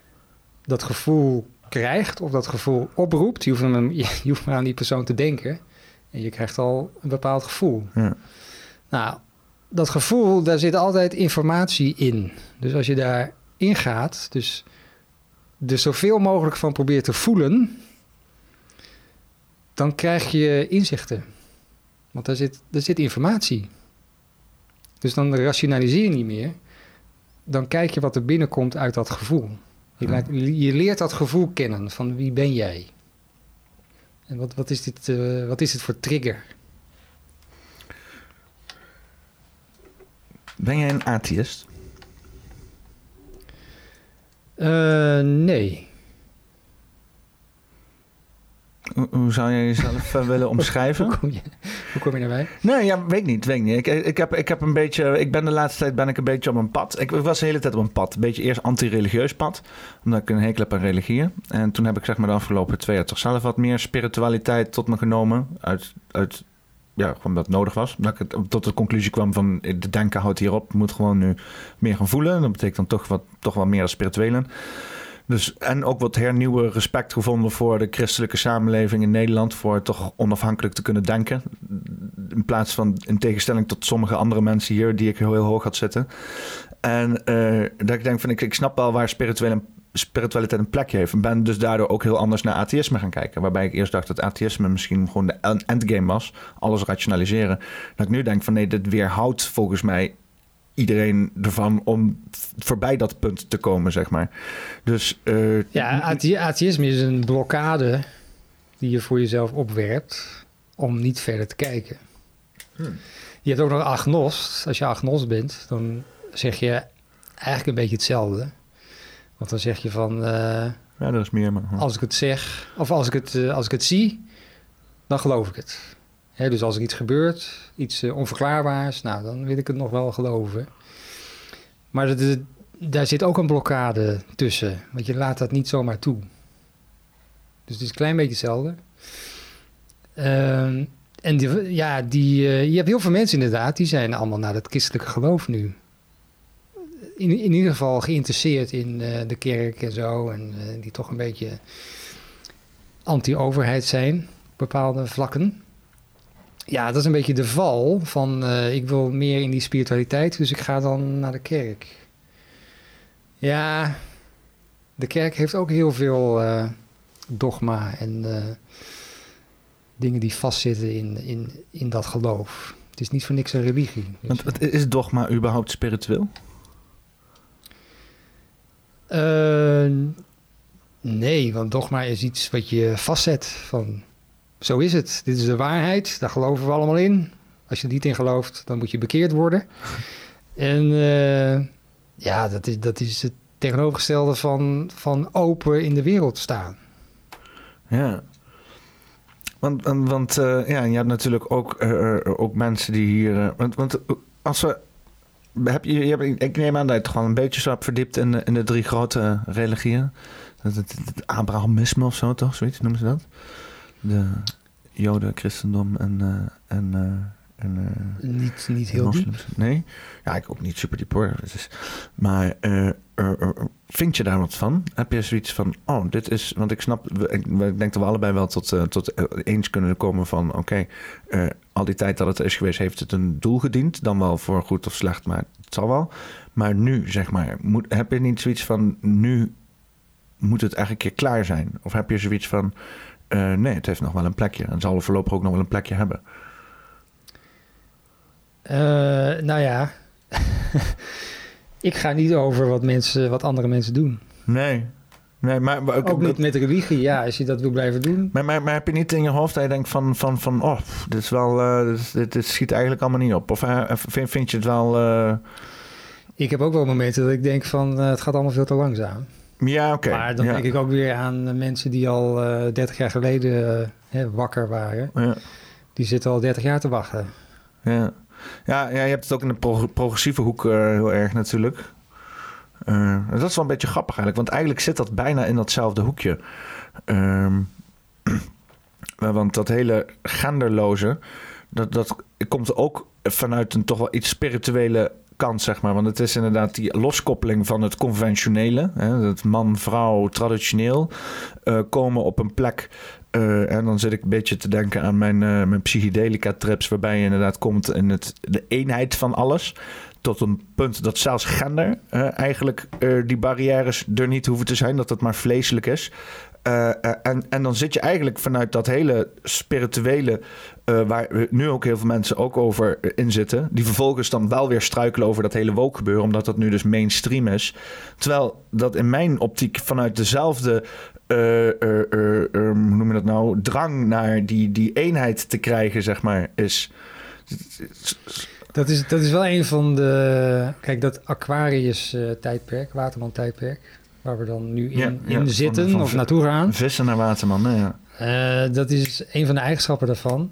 dat gevoel krijgt of dat gevoel oproept. Je hoeft, hem, je hoeft maar aan die persoon te denken. En je krijgt al een bepaald gevoel. Ja. Nou, dat gevoel, daar zit altijd informatie in. Dus als je daarin gaat, dus er zoveel mogelijk van probeert te voelen, dan krijg je inzichten. Want daar zit, daar zit informatie. Dus dan rationaliseer je niet meer. Dan kijk je wat er binnenkomt uit dat gevoel. Je, laat, je leert dat gevoel kennen van wie ben jij. En wat, wat, is dit, uh, wat is dit voor trigger?
Ben jij een atheïst?
Uh, nee.
Hoe, hoe zou je jezelf uh, willen omschrijven?
hoe, kom je, hoe kom je daarbij?
Nee, ja, weet niet, weet niet. Ik, ik, heb, ik heb een beetje, ik ben de laatste tijd ben ik een beetje op een pad. Ik was de hele tijd op een pad. Een beetje eerst anti-religieus pad, omdat ik een hekel heb aan religieën. En toen heb ik zeg maar de afgelopen twee jaar toch zelf wat meer spiritualiteit tot me genomen. Uit, uit ja, gewoon dat het nodig was. Dat ik het, tot de conclusie kwam van de denken houdt hierop. Ik moet gewoon nu meer gaan voelen. Dat betekent dan toch wat, toch wat meer dan spiritueel. Dus, en ook wat hernieuwe respect gevonden voor de christelijke samenleving in Nederland. Voor toch onafhankelijk te kunnen denken. In plaats van, in tegenstelling tot sommige andere mensen hier die ik heel, heel hoog had zitten. En uh, dat ik denk van, ik, ik snap wel waar spirituele, spiritualiteit een plekje heeft. En ben dus daardoor ook heel anders naar atheïsme gaan kijken. Waarbij ik eerst dacht dat atheïsme misschien gewoon de endgame was. Alles rationaliseren. Dat ik nu denk van nee, dit weerhoudt volgens mij iedereen ervan om voorbij dat punt te komen, zeg maar. Dus, uh,
ja, atheïsme is een blokkade die je voor jezelf opwerpt om niet verder te kijken. Hmm. Je hebt ook nog agnost. Als je agnost bent, dan zeg je eigenlijk een beetje hetzelfde. Want dan zeg je van, Uh,
ja, dat is meer. Maar,
als ik het zeg, of als ik het, uh, als ik het zie, dan geloof ik het. He, dus als er iets gebeurt, iets uh, onverklaarbaars, nou, dan wil ik het nog wel geloven. Maar dat, dat, daar zit ook een blokkade tussen, want je laat dat niet zomaar toe. Dus het is een klein beetje hetzelfde. Uh, en die, ja, die, uh, je hebt heel veel mensen inderdaad, die zijn allemaal naar het christelijke geloof nu. In, in ieder geval geïnteresseerd in uh, de kerk en zo, en uh, die toch een beetje anti-overheid zijn op bepaalde vlakken. Ja, dat is een beetje de val van uh, ik wil meer in die spiritualiteit, dus ik ga dan naar de kerk. Ja, de kerk heeft ook heel veel uh, dogma en uh, dingen die vastzitten in, in, in dat geloof. Het is niet voor niks een religie. Dus,
want is dogma überhaupt spiritueel?
Uh, nee, want dogma is iets wat je vastzet. Van, zo is het. Dit is de waarheid. Daar geloven we allemaal in. Als je er niet in gelooft, dan moet je bekeerd worden. En uh, ja, dat is, dat is het tegenovergestelde van, van open in de wereld staan.
Ja. Want, want, want uh, ja, je hebt natuurlijk ook, uh, ook mensen die hier... Uh, want, want als we... Heb je, je hebt, ik neem aan dat je het gewoon een beetje zo hebt verdiept in de, in de drie grote religieën. Het, het, het Abrahamisme of zo, toch? Zoiets noemen ze dat? De Joden, christendom en... Uh, en uh, En, uh,
niet, niet heel
moslims.
diep.
Nee? Ja, ik ook niet super diep hoor. Dus, maar uh, uh, uh, vind je daar wat van? Heb je zoiets van, oh, dit is... Want ik snap, ik, ik denk dat we allebei wel tot, uh, tot uh, eens kunnen komen van... Oké, okay, uh, al die tijd dat het is geweest, heeft het een doel gediend. Dan wel voor goed of slecht, maar het zal wel. Maar nu, zeg maar, moet, heb je niet zoiets van... Nu moet het eigenlijk een keer klaar zijn? Of heb je zoiets van... Uh, nee, het heeft nog wel een plekje. En zal er voorlopig ook nog wel een plekje hebben.
Uh, nou ja, ik ga niet over wat mensen, wat andere mensen doen.
Nee, nee maar, maar
ook, ook niet met religie. Ja, als je dat wil blijven doen.
Maar, maar, maar heb je niet in je hoofd dat je denkt van, van, van oh, dit is wel, uh, dit, dit, dit schiet eigenlijk allemaal niet op? Of uh, vind, vind je het wel? Uh...
Ik heb ook wel momenten dat ik denk van, uh, het gaat allemaal veel te langzaam.
Ja, oké. Okay.
Maar dan
ja. denk
ik ook weer aan uh, mensen die al uh, dertig jaar geleden uh, hè, wakker waren. Ja. Die zitten al dertig jaar te wachten.
Ja. Ja, ja, je hebt het ook in de pro- progressieve hoek uh, heel erg natuurlijk. Uh, dat is wel een beetje grappig eigenlijk. Want eigenlijk zit dat bijna in datzelfde hoekje. Um, want dat hele genderloze... Dat, dat komt ook vanuit een toch wel iets spirituele kant, zeg maar. Want het is inderdaad die loskoppeling van het conventionele. Hè, het man, vrouw, traditioneel. Uh, komen op een plek... Uh, en dan zit ik een beetje te denken aan mijn, uh, mijn psychedelica-trips... waarbij je inderdaad komt in het, de eenheid van alles... tot een punt dat zelfs gender uh, eigenlijk uh, die barrières er niet hoeven te zijn... dat het maar vleeselijk is. Uh, uh, en, en dan zit je eigenlijk vanuit dat hele spirituele... Uh, waar nu ook heel veel mensen ook over uh, in zitten... die vervolgens dan wel weer struikelen over dat hele woke gebeuren... omdat dat nu dus mainstream is. Terwijl dat in mijn optiek vanuit dezelfde... Uh, uh, uh, uh, hoe noem je dat nou? Drang naar die, die eenheid te krijgen, zeg maar, is...
Dat is, dat is wel een van de... Kijk, dat Aquarius-tijdperk, uh, Waterman-tijdperk... waar we dan nu in, ja, ja, in zitten van, van of naartoe gaan.
Vissen naar Waterman, nee, ja.
Uh, dat is een van de eigenschappen daarvan.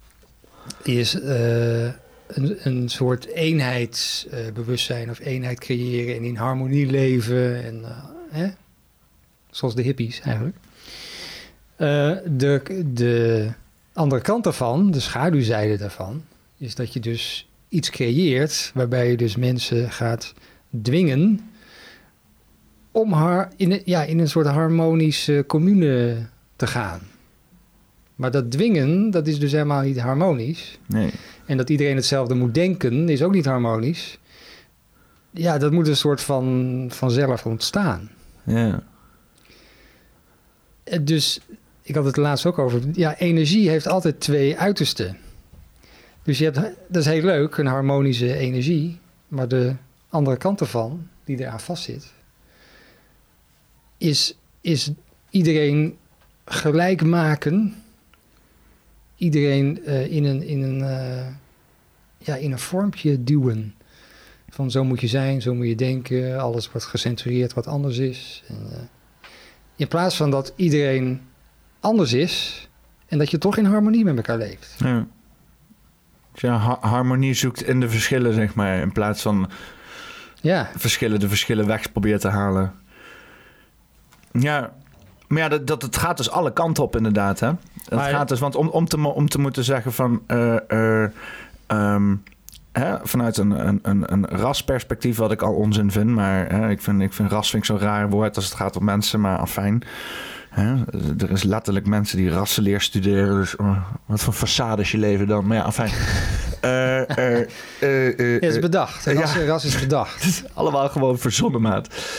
Is uh, een, een soort eenheidsbewustzijn uh, of eenheid creëren... en in harmonie leven en... Uh, hè? Zoals de hippies eigenlijk. Uh, de, de andere kant daarvan, de schaduwzijde daarvan... is dat je dus iets creëert... waarbij je dus mensen gaat dwingen... om haar in, een, ja, in een soort harmonische commune te gaan. Maar dat dwingen, dat is dus helemaal niet harmonisch.
Nee.
En dat iedereen hetzelfde moet denken, is ook niet harmonisch. Ja, dat moet een soort van vanzelf ontstaan.
Ja.
Dus ik had het laatst ook over. Ja, energie heeft altijd twee uitersten. Dus je hebt, dat is heel leuk, een harmonische energie. Maar de andere kant ervan, die eraan vastzit, is, is iedereen gelijk maken. Iedereen uh, in een, in, een, uh, ja, in een vormpje duwen. Van zo moet je zijn, zo moet je denken. Alles wordt gecensureerd wat anders is. En, uh, in plaats van dat iedereen anders is... en dat je toch in harmonie met elkaar leeft.
Ja, dus ja ha- harmonie zoekt in de verschillen, zeg maar... in plaats van
ja.
verschillen, de verschillen weg probeert te halen. Ja, maar ja, dat, dat, het gaat dus alle kanten op inderdaad, hè? Het
maar,
gaat dus, want om, om, te, om te moeten zeggen van... Uh, uh, um, Hè, vanuit een, een, een, een rasperspectief, wat ik al onzin vind. Maar hè, ik, vind, ik vind ras vind ik zo'n raar woord als het gaat om mensen. Maar afijn. Hè, er is letterlijk mensen die rassenleer studeren. Dus oh, wat voor façade is je leven dan? Maar ja, afijn. uh, uh, uh, uh,
het is bedacht. Ras, ja. ras is bedacht.
Allemaal gewoon verzonnen, maat.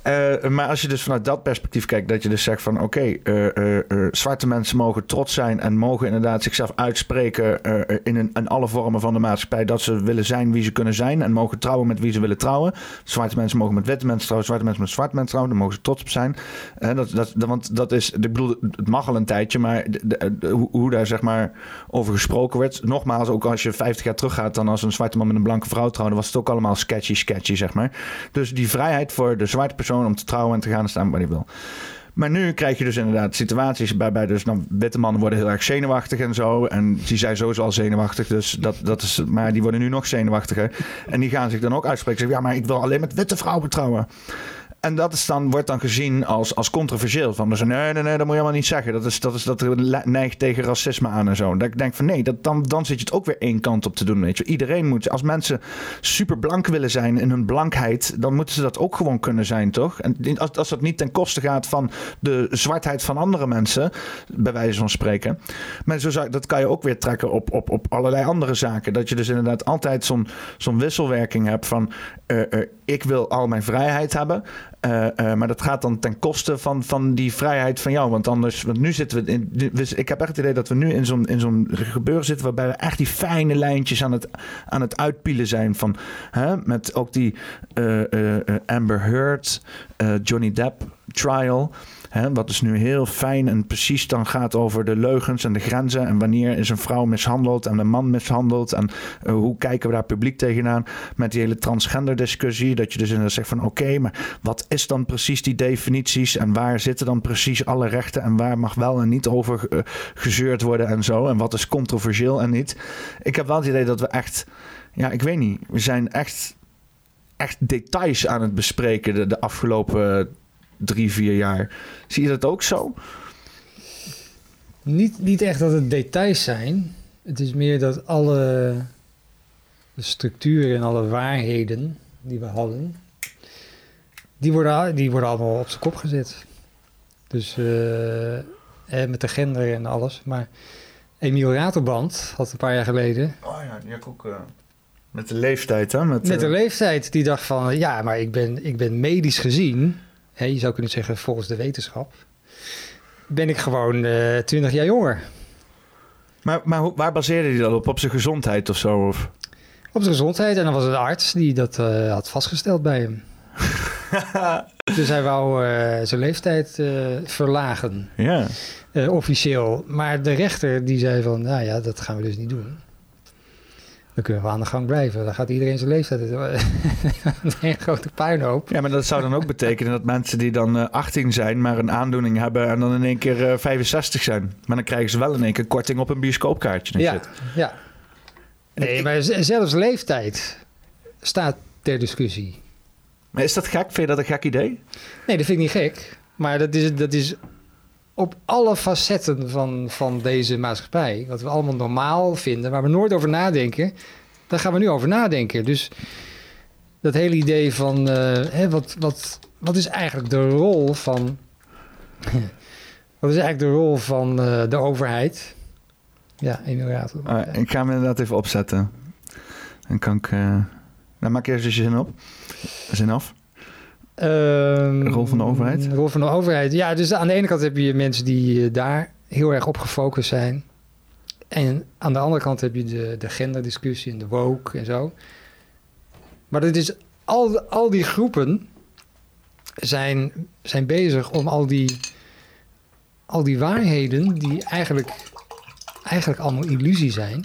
Uh, maar als je dus vanuit dat perspectief kijkt, dat je dus zegt van oké, okay, uh, uh, uh, zwarte mensen mogen trots zijn en mogen inderdaad zichzelf uitspreken uh, in, een, in alle vormen van de maatschappij, dat ze willen zijn wie ze kunnen zijn en mogen trouwen met wie ze willen trouwen. Zwarte mensen mogen met witte mensen trouwen, zwarte mensen met zwarte mensen trouwen, daar mogen ze trots op zijn. Uh, dat, dat, dat, want dat is, ik bedoel, het mag al een tijdje, maar de, de, de, hoe, hoe daar zeg maar over gesproken werd, nogmaals, ook als je vijftig jaar teruggaat, dan als een zwarte man met een blanke vrouw trouwde, was het ook allemaal sketchy, sketchy, zeg maar. Dus die vrijheid voor de zwarte persoon om te trouwen en te gaan en staan waar hij wil. Maar nu krijg je dus inderdaad situaties waarbij dus nou, witte mannen worden heel erg zenuwachtig en zo. En die zijn sowieso al zenuwachtig, dus dat, dat is, maar die worden nu nog zenuwachtiger. En die gaan zich dan ook uitspreken. Zeggen, ja, maar ik wil alleen met witte vrouwen trouwen. En dat is dan, wordt dan gezien als, als controversieel. Van dus, nee, nee, nee, dat moet je helemaal niet zeggen. Dat, is, dat, is, dat neigt tegen racisme aan en zo. Dat ik denk van nee, dat, dan, dan zit je het ook weer één kant op te doen. Weet je. Iedereen moet, als mensen super blank willen zijn in hun blankheid, dan moeten ze dat ook gewoon kunnen zijn, toch? En als, als dat niet ten koste gaat van de zwartheid van andere mensen, bij wijze van spreken. Maar zo zou, dat kan je ook weer trekken op, op, op allerlei andere zaken. Dat je dus inderdaad altijd zo'n, zo'n wisselwerking hebt van uh, uh, ik wil al mijn vrijheid hebben. Uh, uh, maar dat gaat dan ten koste van, van die vrijheid van jou. Want anders, want nu zitten we in. Dus ik heb echt het idee dat we nu in zo'n, in zo'n gebeuren zitten waarbij we echt die fijne lijntjes aan het, aan het uitpielen zijn. Van, hè, met ook die uh, uh, Amber Heard, uh, Johnny Depp trial. Hè, wat dus nu heel fijn en precies dan gaat over de leugens en de grenzen. En wanneer is een vrouw mishandeld en een man mishandeld. En uh, hoe kijken we daar publiek tegenaan. Met die hele transgender discussie. Dat je dus inderdaad zegt van oké, okay, maar wat is dan precies die definities? En waar zitten dan precies alle rechten? En waar mag wel en niet over uh, gezeurd worden en zo? En wat is controversieel en niet? Ik heb wel het idee dat we echt, ja, ik weet niet. We zijn echt, echt details aan het bespreken de, de afgelopen drie, vier jaar. Zie je dat ook zo?
Niet, niet echt dat het details zijn. Het is meer dat alle structuren en alle waarheden die we hadden, die worden, die worden allemaal op zijn kop gezet. Dus uh, eh, met de gender en alles. Maar Emiel Ratelband had een paar jaar geleden.
Oh ja, die heb ik ook uh, met de leeftijd, hè? Met,
met de
uh...
leeftijd. Die dacht van, ja, maar ik ben, ik ben medisch gezien, hè, je zou kunnen zeggen volgens de wetenschap, ben ik gewoon uh, twintig jaar jonger.
Maar, maar hoe, waar baseerde hij dat op? Op zijn gezondheid of zo? Of?
Op zijn gezondheid. En dan was het een arts die dat uh, had vastgesteld bij hem. Dus hij wou uh, zijn leeftijd uh, verlagen.
Ja.
Uh, officieel. Maar de rechter die zei van, nou ja, dat gaan we dus niet doen. Dan kunnen we aan de gang blijven. Dan gaat iedereen zijn leeftijd. Een grote puinhoop.
Ja, maar dat zou dan ook betekenen dat mensen die dan uh, achttien zijn, maar een aandoening hebben en dan in één keer uh, vijfenzestig zijn. Maar dan krijgen ze wel in één keer korting op een bioscoopkaartje.
Ja, ja. Nee, maar zelfs leeftijd staat ter discussie.
Maar is dat gek? Vind je dat een gek idee?
Nee, dat vind ik niet gek. Maar dat is, dat is op alle facetten van, van deze maatschappij, wat we allemaal normaal vinden, waar we nooit over nadenken, daar gaan we nu over nadenken. Dus dat hele idee van, uh, hè, wat, wat, wat is eigenlijk de rol van, wat is eigenlijk de rol van uh, de overheid? Ja, inderdaad.
Uh, ik ga hem inderdaad even opzetten. Dan kan ik, uh, dan maak je eerst je zin op. Zin af.
Um,
de rol van de overheid?
De rol van de overheid. Ja, dus aan de ene kant heb je mensen die uh, daar heel erg op gefocust zijn. En aan de andere kant heb je de, de genderdiscussie en de woke en zo. Maar dat is, al, al die groepen zijn, zijn bezig om al die, al die waarheden die eigenlijk, eigenlijk allemaal illusie zijn,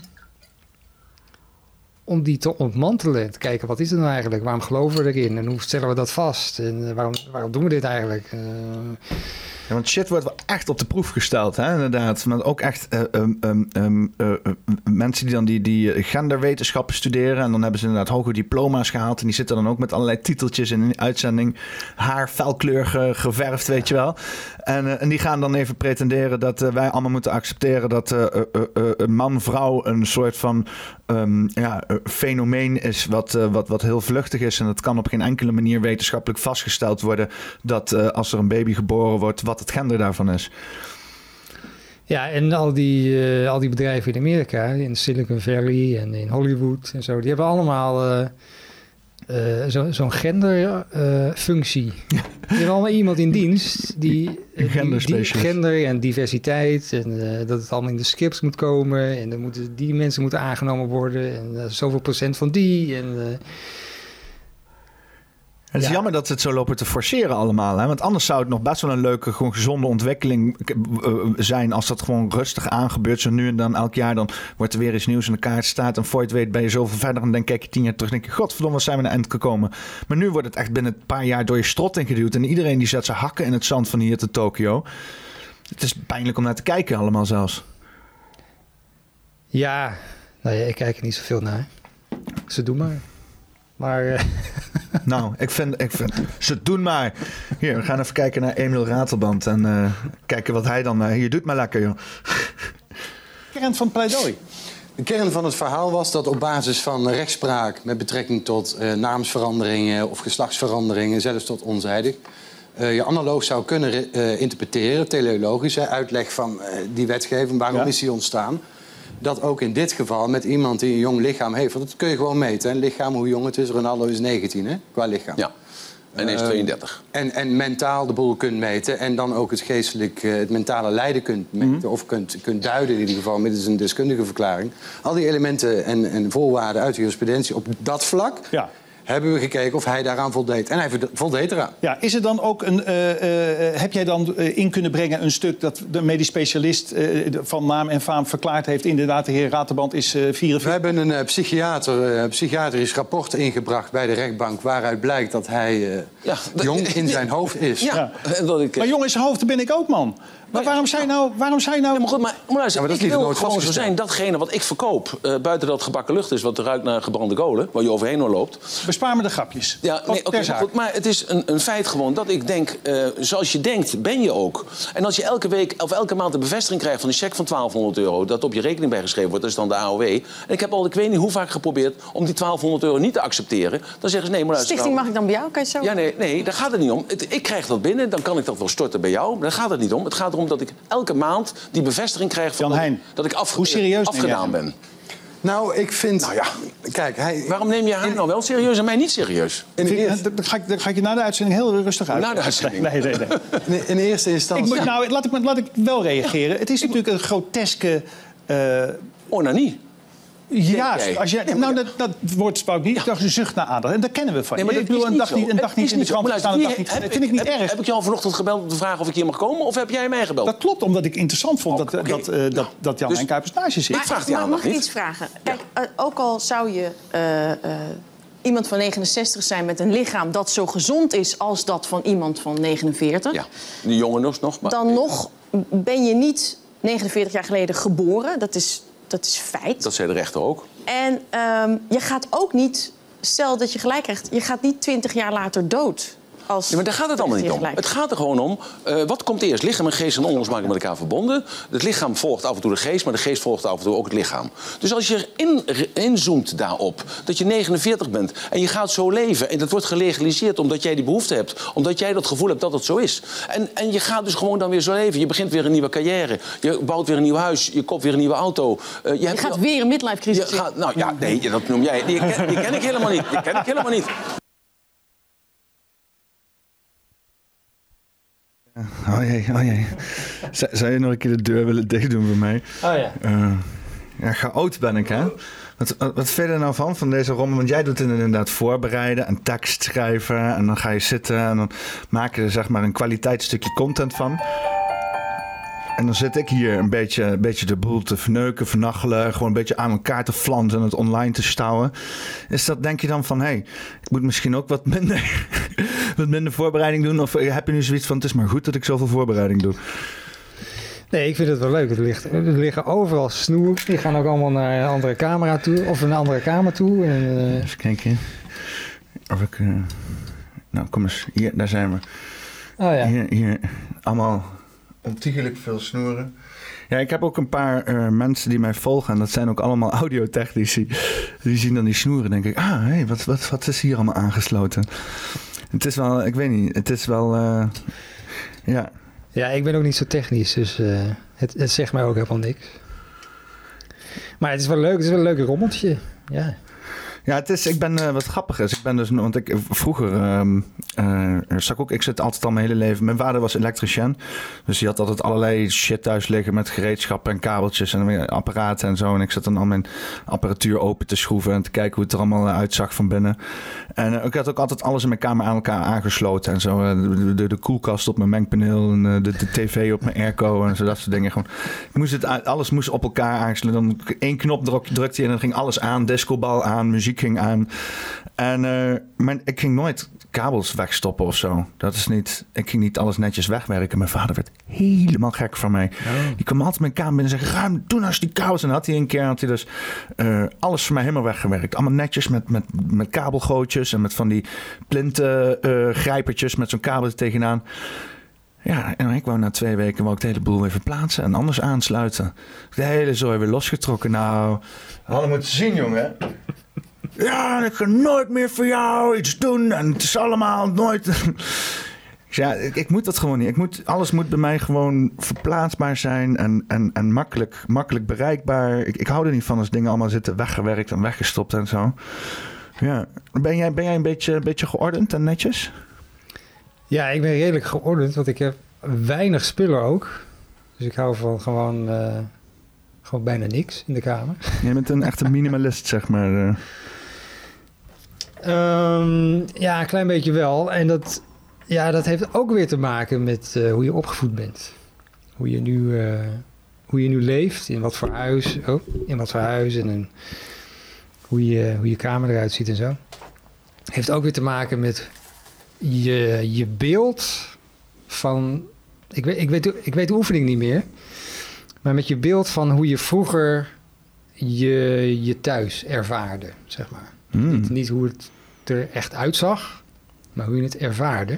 om die te ontmantelen. Te kijken, wat is het nou eigenlijk? Waarom geloven we erin? En hoe stellen we dat vast? En waarom, waarom doen we dit eigenlijk? Uh...
Ja, want shit wordt wel echt op de proef gesteld, hè, inderdaad. Maar ook echt uh, um, um, um, uh, uh, mensen die dan die, die genderwetenschappen studeren, en dan hebben ze inderdaad hoge diploma's gehaald, en die zitten dan ook met allerlei titeltjes in een uitzending, haar felkleur ge, geverfd, weet je wel. En, uh, en die gaan dan even pretenderen dat uh, wij allemaal moeten accepteren dat uh, uh, uh, uh, man-vrouw een soort van um, ja, uh, fenomeen is wat, uh, wat, wat heel vluchtig is, en dat kan op geen enkele manier wetenschappelijk vastgesteld worden dat uh, als er een baby geboren wordt, wat het gender daarvan is.
Ja, en al die, uh, al die bedrijven in Amerika, in Silicon Valley en in Hollywood en zo, die hebben allemaal uh, uh, zo, zo'n genderfunctie. Uh, Je hebt allemaal iemand in dienst die, uh, die, die gender en diversiteit en uh, dat het allemaal in de scripts moet komen en dan moeten die mensen moeten aangenomen worden en uh, zoveel procent van die en... Uh,
Het is
ja.
jammer dat ze het zo lopen te forceren allemaal. Hè? Want anders zou het nog best wel een leuke, gewoon gezonde ontwikkeling uh, zijn... als dat gewoon rustig aangebeurt. Zo nu en dan elk jaar, dan wordt er weer iets nieuws in de kaart staat. En voor je het weet ben je zoveel verder. En dan kijk je tien jaar terug en denk je... godverdomme, wat zijn we naar eind gekomen. Maar nu wordt het echt binnen een paar jaar door je strot ingeduwd. En iedereen die zet zijn hakken in het zand van hier te Tokio. Het is pijnlijk om naar te kijken allemaal zelfs.
Ja, nou ja, ik kijk er niet zoveel naar. Ze doen maar. Maar... Uh...
Nou, ik vind, ik vind... Ze doen maar. Hier, we gaan even kijken naar Emiel Ratelband. En uh, kijken wat hij dan... Uh, hier, doet maar lekker, joh.
Kern van het pleidooi.
De kern van het verhaal was dat op basis van rechtspraak... met betrekking tot uh, naamsveranderingen of geslachtsveranderingen... zelfs tot onzijdig... Uh, je analoog zou kunnen uh, interpreteren, teleologisch... Hè, uitleg van uh, die wetgeving, waarom ja. is die ontstaan... dat ook in dit geval met iemand die een jong lichaam heeft... want dat kun je gewoon meten, hè? Lichaam, hoe jong het is. Ronaldo is negentien, hè? Qua lichaam.
Ja, en hij is tweeëndertig.
Uh, en, en mentaal de boel kunt meten... en dan ook het geestelijk, uh, het mentale lijden kunt meten... Mm-hmm. of kunt, kunt duiden in ieder geval middels een deskundige verklaring. Al die elementen en, en voorwaarden uit de jurisprudentie op dat vlak... Ja. hebben we gekeken of hij daaraan voldeed. En hij voldeed eraan.
Ja, is er dan ook een... Uh, uh, heb jij dan uh, in kunnen brengen een stuk... dat de medisch specialist uh, van naam en faam verklaard heeft... inderdaad, de heer Ratelband is uh, vierenveertig?
We hebben een uh, psychiater, uh, psychiatrisch rapport ingebracht bij de rechtbank... waaruit blijkt dat hij uh, ja, jong in zijn hoofd is.
Ja. Ja. Dat ik, uh... Maar jong in zijn hoofd, ben ik ook, man. Maar waarom zijn nou... Waarom zijn nou...
Ja, maar goed, maar, maar luister, ja, maar dat ik wil gewoon zo zijn... datgene wat ik verkoop, uh, buiten dat gebakken lucht is... wat ruikt naar gebrande kolen, waar je overheen loopt...
Bespaar me de grapjes.
Ja, nee, okay, maar, goed, maar het is een, een feit gewoon dat ik denk... Uh, zoals je denkt, ben je ook. En als je elke week of elke maand de bevestiging krijgt... van een cheque van twaalfhonderd euro... dat op je rekening bijgeschreven wordt, dat is dan de A O W... en ik heb al, ik weet niet hoe vaak geprobeerd... om die twaalfhonderd euro niet te accepteren... dan zeggen ze nee, maar luister...
Stichting, mag ik dan bij jou? Kan je zo?
Ja, nee, nee, daar gaat het niet om. Het, ik krijg dat binnen, dan kan ik dat wel storten bij jou... maar daar gaat het niet om. Het gaat erom dat ik elke maand die bevestiging krijg... van
Jan Heijn,
dat, dat ik afge-
hoe serieus
afgedaan ben.
Nou, ik vind...
Nou ja,
kijk, hij...
Waarom neem je haar nou wel serieus en mij niet serieus?
In de eerste... Dan ga, ik, dan ga ik je na de uitzending heel rustig uit.
Na de uitzending?
Nee, nee, nee.
In de eerste instantie...
Ik moet, nou, laat ik, laat ik wel reageren. Het is natuurlijk een groteske... Uh...
Onanie.
Ja, als je, nee, nou, dat, dat woord spouwt niet. Ik dacht, een zucht naar aandacht. En dat kennen we van je. Nee, maar ik bedoel, een dag niet, een dag niet in de krant staan, een dag niet... Dat vind ik niet
heb,
erg.
Heb ik je al vanochtend gebeld om te vragen of ik hier mag komen? Of heb jij mij gebeld?
Dat klopt, omdat ik interessant vond
oh,
dat,
okay.
dat, uh, dat, nou, dat Jan dus, en Kuipers naast je zit.
Maar,
ik vraag die
maar mag ik
niet.
iets vragen? Kijk, ja. uh, ook al zou je... Uh, uh, iemand van negenenzestig zijn met een lichaam dat zo gezond is als dat van iemand van negenenveertig...
Ja, die jongen nog. nog maar...
Dan nog ben je niet negenenveertig jaar geleden geboren. Dat is, dat is feit.
Dat zei de rechter ook.
En um, je gaat ook niet, stel dat je gelijk krijgt... je gaat niet twintig jaar later dood. Als
ja, maar daar gaat het allemaal niet om. Het gaat er gewoon om, uh, wat komt eerst? Lichaam en geest zijn onlosmakelijk met elkaar verbonden. Het lichaam volgt af en toe de geest, maar de geest volgt af en toe ook het lichaam. Dus als je in, inzoomt daarop, dat je negenenveertig bent... en je gaat zo leven, en dat wordt gelegaliseerd omdat jij die behoefte hebt... omdat jij dat gevoel hebt dat het zo is. En, en je gaat dus gewoon dan weer zo leven. Je begint weer een nieuwe carrière. Je bouwt weer een nieuw huis. Je koopt weer een nieuwe auto.
Uh, je, je hebt gaat weer een midlife crisis.
Je gaat, nou ja, nee, dat noem jij. Die ken, die ken ik helemaal niet. Die ken ik helemaal niet.
Oh jee, oh jee. Z- zou je nog een keer de deur willen dichtdoen voor mij?
Oh ja.
Uh, ja, chaot ben ik, hè? Wat, wat, wat vind je er nou van, van deze rommel? Want jij doet het inderdaad voorbereiden en tekst schrijven... en dan ga je zitten en dan maak je er zeg maar een kwaliteitsstukje content van... En dan zit ik hier een beetje, een beetje de boel te verneuken, vernachelen... gewoon een beetje aan elkaar te flansen en het online te stouwen. Is dat, denk je dan van, hé, hey, ik moet misschien ook wat minder, wat minder voorbereiding doen? Of heb je nu zoiets van, het is maar goed dat ik zoveel voorbereiding doe?
Nee, ik vind het wel leuk. Het ligt, er liggen overal snoer. Die gaan ook allemaal naar een andere camera toe, of een andere kamer toe. En, uh...
Even kijken. Of ik... Uh... Nou, kom eens. Hier, daar zijn we.
Oh ja.
Hier, hier. Allemaal... ontiegelijk veel snoeren. Ja, ik heb ook een paar uh, mensen die mij volgen... en dat zijn ook allemaal audiotechnici. Die zien dan die snoeren en denk ik... ah, hé, hey, wat, wat, wat is hier allemaal aangesloten? Het is wel, ik weet niet, het is wel... Uh, ja.
Ja, ik ben ook niet zo technisch, dus uh, het, het zegt mij ook helemaal niks. Maar het is wel leuk, het is wel een leuk rommeltje, ja.
Ja, het is, ik ben uh, wat grappig is. Ik ben dus, want ik vroeger um, uh, zag ik ook, ik zit altijd al mijn hele leven. Mijn vader was elektricien, dus die had altijd allerlei shit thuis liggen met gereedschappen en kabeltjes en apparaten en zo. En ik zat dan al mijn apparatuur open te schroeven en te kijken hoe het er allemaal uitzag van binnen. En uh, ik had ook altijd alles in mijn kamer aan elkaar aangesloten en zo. Uh, de, de, de koelkast op mijn mengpaneel en uh, de, de tv op mijn airco en zo, dat soort dingen. Gewoon, ik moest het, alles moest op elkaar aangesloten. Dan één knop druk, drukte je en dan ging alles aan, discobal aan, muziek ging aan. En uh, maar ik ging nooit kabels wegstoppen of zo. Dat is niet, ik ging niet alles netjes wegwerken. Mijn vader werd helemaal gek van mij. Oh. Die kwam altijd mijn kamer binnen en zei, ruim, doe nou eens die kabels. En dan had hij een keer had hij dus uh, alles voor mij helemaal weggewerkt. Allemaal netjes met, met, met kabelgootjes en met van die plinten uh, grijpertjes met zo'n kabel er tegenaan. Ja, en ik wou na twee weken wou ik de hele boel weer verplaatsen en anders aansluiten. De hele zooi weer losgetrokken. Nou, hadden moeten zien, jongen. Ja, ik ga nooit meer voor jou iets doen en het is allemaal nooit... Ja, ik, ik moet dat gewoon niet. Ik moet, alles moet bij mij gewoon verplaatsbaar zijn en, en, en makkelijk, makkelijk bereikbaar. Ik, ik hou er niet van als dingen allemaal zitten weggewerkt en weggestopt en zo. Ja. Ben jij, ben jij een beetje, een beetje geordend en netjes?
Ja, ik ben redelijk geordend, want ik heb weinig spullen ook. Dus ik hou van gewoon, uh, gewoon bijna niks in de kamer.
Je bent een echte minimalist, zeg maar. Uh.
Um, ja, een klein beetje wel. En dat, ja, dat heeft ook weer te maken met uh, hoe je opgevoed bent. Hoe je nu, uh, hoe je nu leeft, in wat voor huis, oh, in wat voor huis en een, hoe, je, hoe je kamer eruit ziet en zo. Heeft ook weer te maken met je, je beeld van... Ik weet, ik, weet, ik weet de oefening niet meer. Maar met je beeld van hoe je vroeger je, je thuis ervaarde, zeg maar. Mm. Niet, niet hoe het er echt uitzag, maar hoe je het ervaarde.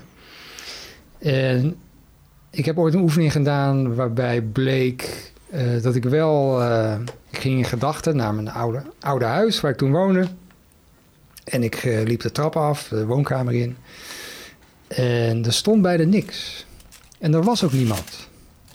En ik heb ooit een oefening gedaan waarbij bleek uh, dat ik wel... Uh, ik ging in gedachten naar mijn oude, oude huis waar ik toen woonde. En ik uh, liep de trap af, de woonkamer in. En er stond bijna niks. En er was ook niemand.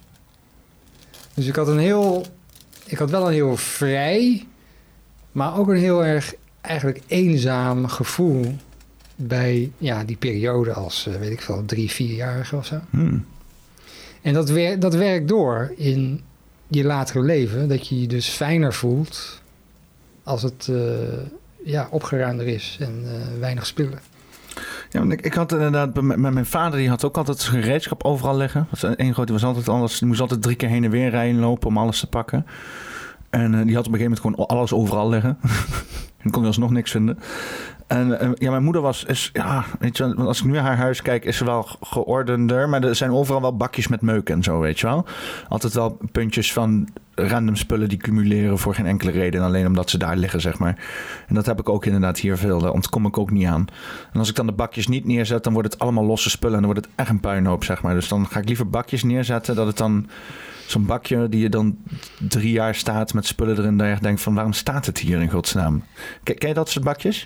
Dus ik had een heel... Ik had wel een heel vrij, maar ook een heel erg eigenlijk eenzaam gevoel bij ja, die periode als, uh, weet ik veel, drie, vierjarige of zo. Hmm. En dat, wer- dat werkt door in je latere leven, dat je je dus fijner voelt als het uh, ja, opgeruimder is en uh, weinig spullen.
Ja, ik, ik had inderdaad met mijn vader, die had ook altijd zijn gereedschap overal liggen. Eén groot, die was altijd alles, die moest altijd drie keer heen en weer rijden lopen om alles te pakken. En uh, die had op een gegeven moment gewoon alles overal liggen. Dan kon je alsnog niks vinden. En uh, ja, mijn moeder was, is, ja, weet je, want als ik nu naar haar huis kijk, is ze wel geordender. Maar er zijn overal wel bakjes met meuk en zo, weet je wel. Altijd wel puntjes van random spullen die cumuleren voor geen enkele reden. Alleen omdat ze daar liggen, zeg maar. En dat heb ik ook inderdaad hier veel. Daar ontkom ik ook niet aan. En als ik dan de bakjes niet neerzet, dan wordt het allemaal losse spullen. En dan wordt het echt een puinhoop, zeg maar. Dus dan ga ik liever bakjes neerzetten, dat het dan... Zo'n bakje die je dan drie jaar staat met spullen erin. Dat je denkt van, waarom staat het hier in godsnaam? Ken, ken je dat soort bakjes?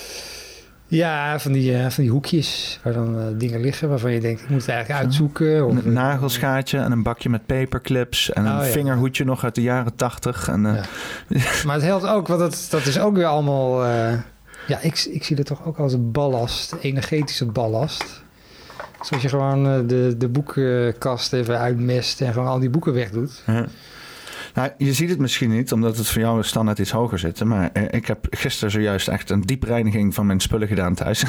Ja, van die, uh, van die hoekjes waar dan uh, dingen liggen waarvan je denkt, ik moet het eigenlijk uitzoeken. Of,
een nagelschaartje en een bakje met paperclips en een oh, ja. vingerhoedje nog uit de jaren tachtig. En, uh...
ja. Maar het helpt ook, want dat, dat is ook weer allemaal... Uh, ja, ik, ik zie het toch ook als een ballast, energetische ballast. Zoals je gewoon uh, de, de boekenkast even uitmest en gewoon al die boeken wegdoet.
Ja. Nou, je ziet het misschien niet, omdat het voor jou standaard iets hoger zit. Maar eh, ik heb gisteren zojuist echt een diepreiniging van mijn spullen gedaan thuis.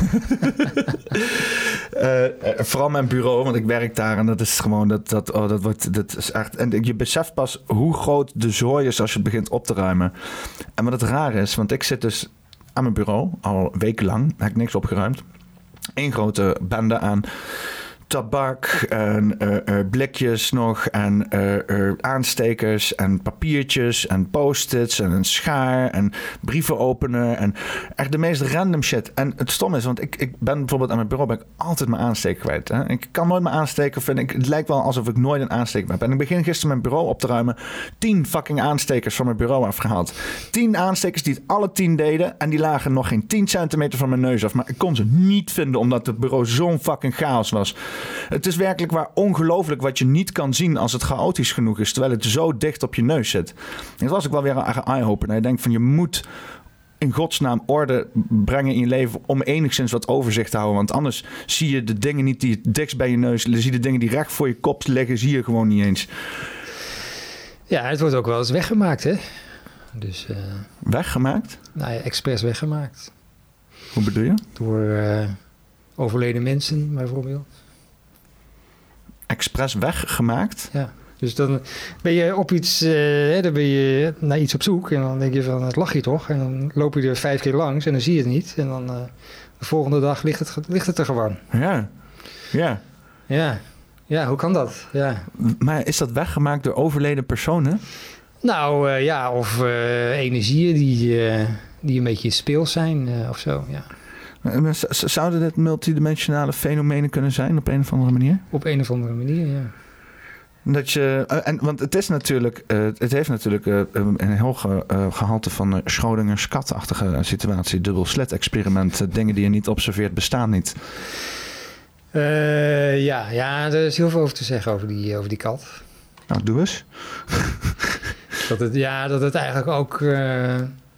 uh, vooral mijn bureau, want ik werk daar en dat is gewoon, dat, dat, oh, dat wordt, dat is echt... En je beseft pas hoe groot de zooi is als je het begint op te ruimen. En wat het raar is, want ik zit dus aan mijn bureau, al wekenlang, heb ik niks opgeruimd. Eén grote bende aan tabak en uh, uh, blikjes nog en uh, uh, aanstekers en papiertjes en post-its en een schaar en brieven openen en echt de meest random shit. En het stom is, want ik, ik ben bijvoorbeeld aan mijn bureau ben ik altijd mijn aansteker kwijt. Hè? Ik kan nooit mijn aansteker vinden. Ik, het lijkt wel alsof ik nooit een aansteker heb. En ik begin gisteren mijn bureau op te ruimen. Tien fucking aanstekers van mijn bureau afgehaald. Tien aanstekers die het alle tien deden en die lagen nog geen tien centimeter van mijn neus af. Maar ik kon ze niet vinden omdat het bureau zo'n fucking chaos was. Het is werkelijk waar ongelooflijk wat je niet kan zien als het chaotisch genoeg is, terwijl het zo dicht op je neus zit. En dat was ook wel weer een eye-opener. Je denkt van je moet in godsnaam orde brengen in je leven om enigszins wat overzicht te houden. Want anders zie je de dingen niet die het dichtst bij je neus, zie je de dingen die recht voor je kop liggen, zie je gewoon niet eens.
Ja, het wordt ook wel eens weggemaakt, hè? Dus, uh,
weggemaakt?
Nou ja, expres weggemaakt.
Hoe bedoel je?
Door uh, overleden mensen, bijvoorbeeld.
Expres weggemaakt?
Ja. Dus dan ben je op iets, uh, dan ben je naar iets op zoek en dan denk je van, het lag hier toch? En dan loop je er vijf keer langs en dan zie je het niet. En dan uh, de volgende dag ligt het, ligt het er gewoon.
Ja, ja.
Ja, ja, hoe kan dat? Ja.
Maar is dat weggemaakt door overleden personen?
Nou uh, ja, of uh, energieën die, uh, die een beetje speels zijn uh, of zo, ja.
Zouden dit multidimensionale fenomenen kunnen zijn op een of andere manier?
Op een of andere manier, ja.
Dat je, en, want het is natuurlijk, uh, het heeft natuurlijk uh, een heel ge, uh, gehalte van uh, Schrödinger's katachtige situatie, dubbel slit experiment, uh, dingen die je niet observeert bestaan niet.
Uh, ja, ja, er is heel veel over te zeggen over die, over die kat.
Nou, doe eens.
dat het, ja, dat het eigenlijk ook, uh,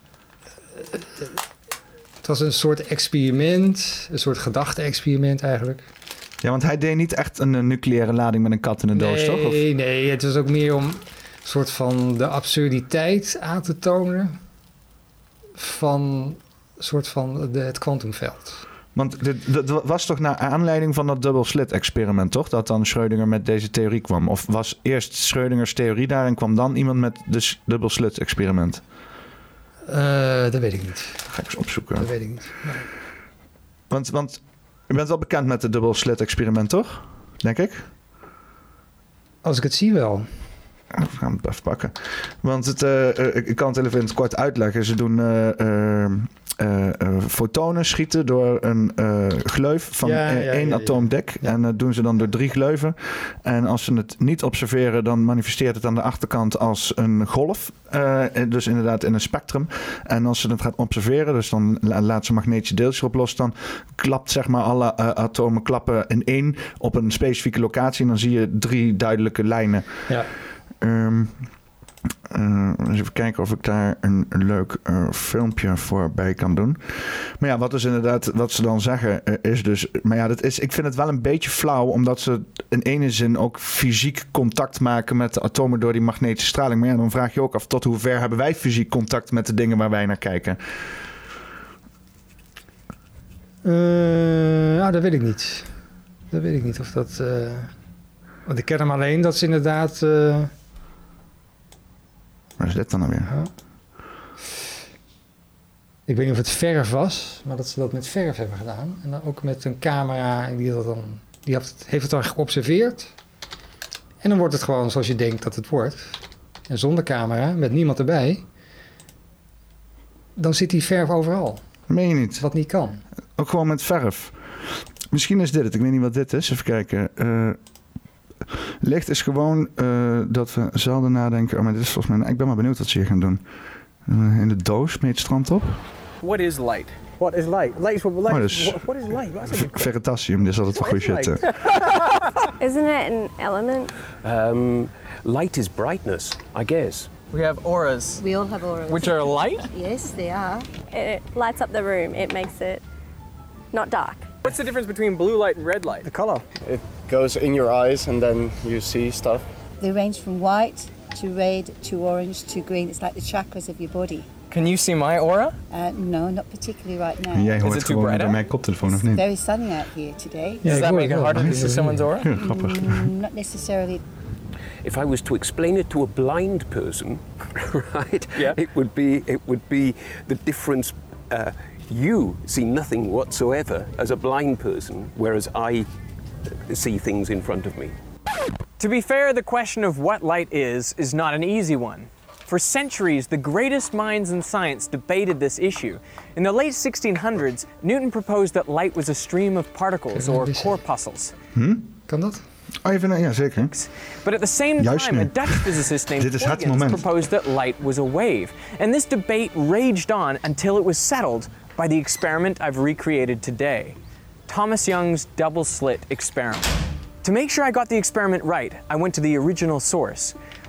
het was een soort experiment, een soort gedachte-experiment eigenlijk.
Ja, want hij deed niet echt een, een nucleaire lading met een kat in een doos,
nee,
toch? Of?
Nee, het was ook meer om een soort van de absurditeit aan te tonen van een soort van de, het kwantumveld.
Want dit, dit was toch naar aanleiding van dat dubbel-slit-experiment, toch? Dat dan Schrödinger met deze theorie kwam? Of was eerst Schrödingers theorie daar en kwam dan iemand met het dubbel-slit-experiment?
Uh, dat weet ik niet.
Ga ik eens opzoeken.
Dat weet ik niet. Nee.
Want... want je bent wel bekend met het dubbel-slit-experiment, toch? Denk ik.
Als ik het zie wel.
We gaan het even pakken. Want het, uh, ik kan het even in het kort uitleggen. Ze doen uh, uh, uh, fotonen schieten door een uh, gleuf van ja, ja, één ja, ja, atoom dik. Ja. En dat uh, doen ze dan door drie gleuven. En als ze het niet observeren, dan manifesteert het aan de achterkant als een golf. Uh, dus inderdaad in een spectrum. En als ze het gaat observeren, dus dan laat ze magnetische deeltjes op los, dan klapt zeg maar alle uh, atomen klappen in één op een specifieke locatie. En dan zie je drie duidelijke lijnen.
Ja.
Um, uh, even kijken of ik daar een, een leuk uh, filmpje voor bij kan doen. Maar ja, wat is inderdaad, wat ze dan zeggen uh, is dus... Maar ja, dat is, ik vind het wel een beetje flauw, omdat ze in ene zin ook fysiek contact maken met de atomen door die magnetische straling. Maar ja, dan vraag je ook af, tot hoe ver hebben wij fysiek contact met de dingen waar wij naar kijken?
Uh, nou, dat weet ik niet. Dat weet ik niet of dat... Uh... Want ik ken hem alleen dat ze inderdaad... Uh...
Waar is dit dan alweer?
Ja. Ik weet niet of het verf was, maar dat ze dat met verf hebben gedaan. En dan ook met een camera die, dat dan, die heeft, het, heeft het dan geobserveerd. En dan wordt het gewoon zoals je denkt dat het wordt. En zonder camera, met niemand erbij. Dan zit die verf overal.
Dat meen je niet?
Wat niet kan.
Ook gewoon met verf. Misschien is dit het. Ik weet niet wat dit is. Even kijken. Uh... Licht is gewoon uh, dat we zelden nadenken. Oh, maar dit is volgens mij. Ik ben maar benieuwd wat ze hier gaan doen. Uh, in de doos mee het strand op.
What is light? What is light? Light is what light.
Oh, dus
what, what is light? That's
Veritasium, dit is altijd wel goed shit.
Isn't it an element?
Um, light is brightness, I guess.
We have auras.
We all have auras.
Which are light?
Yes, they are. It lights up the room. It makes it not dark.
What's the difference between blue light and red light?
The color. It goes in your eyes and then you see stuff.
They range from white to red to orange to green. It's like the chakras of your body.
Can you see my aura?
Uh, no, not particularly right now.
En jij hoort gewoon door mijn koptelefoon, of niet?
It's very sunny out here today.
Does that make it harder to see someone's aura?
Ja, grappig.
Mm, not necessarily.
If I was to explain it to a blind person, right?
Yeah.
It would be it would be the difference. Uh, You see nothing whatsoever as a blind person, whereas I see things in front of me.
To be fair, the question of what light is is not an easy one. For centuries, the greatest minds in science debated this issue. In the late sixteen hundreds, Newton proposed that light was a stream of particles or corpuscles.
Hm?
Kan dat?
Oh, even, ja, zeker.
But at the same
Juist
time,
nu.
a Dutch physicist named
Dit is het
Huygens
moment.
proposed that light was a wave. And this debate raged on until it was settled by the experiment I've recreated today. Thomas Young's double-slit experiment. To make sure I got the experiment right, I went to the original source,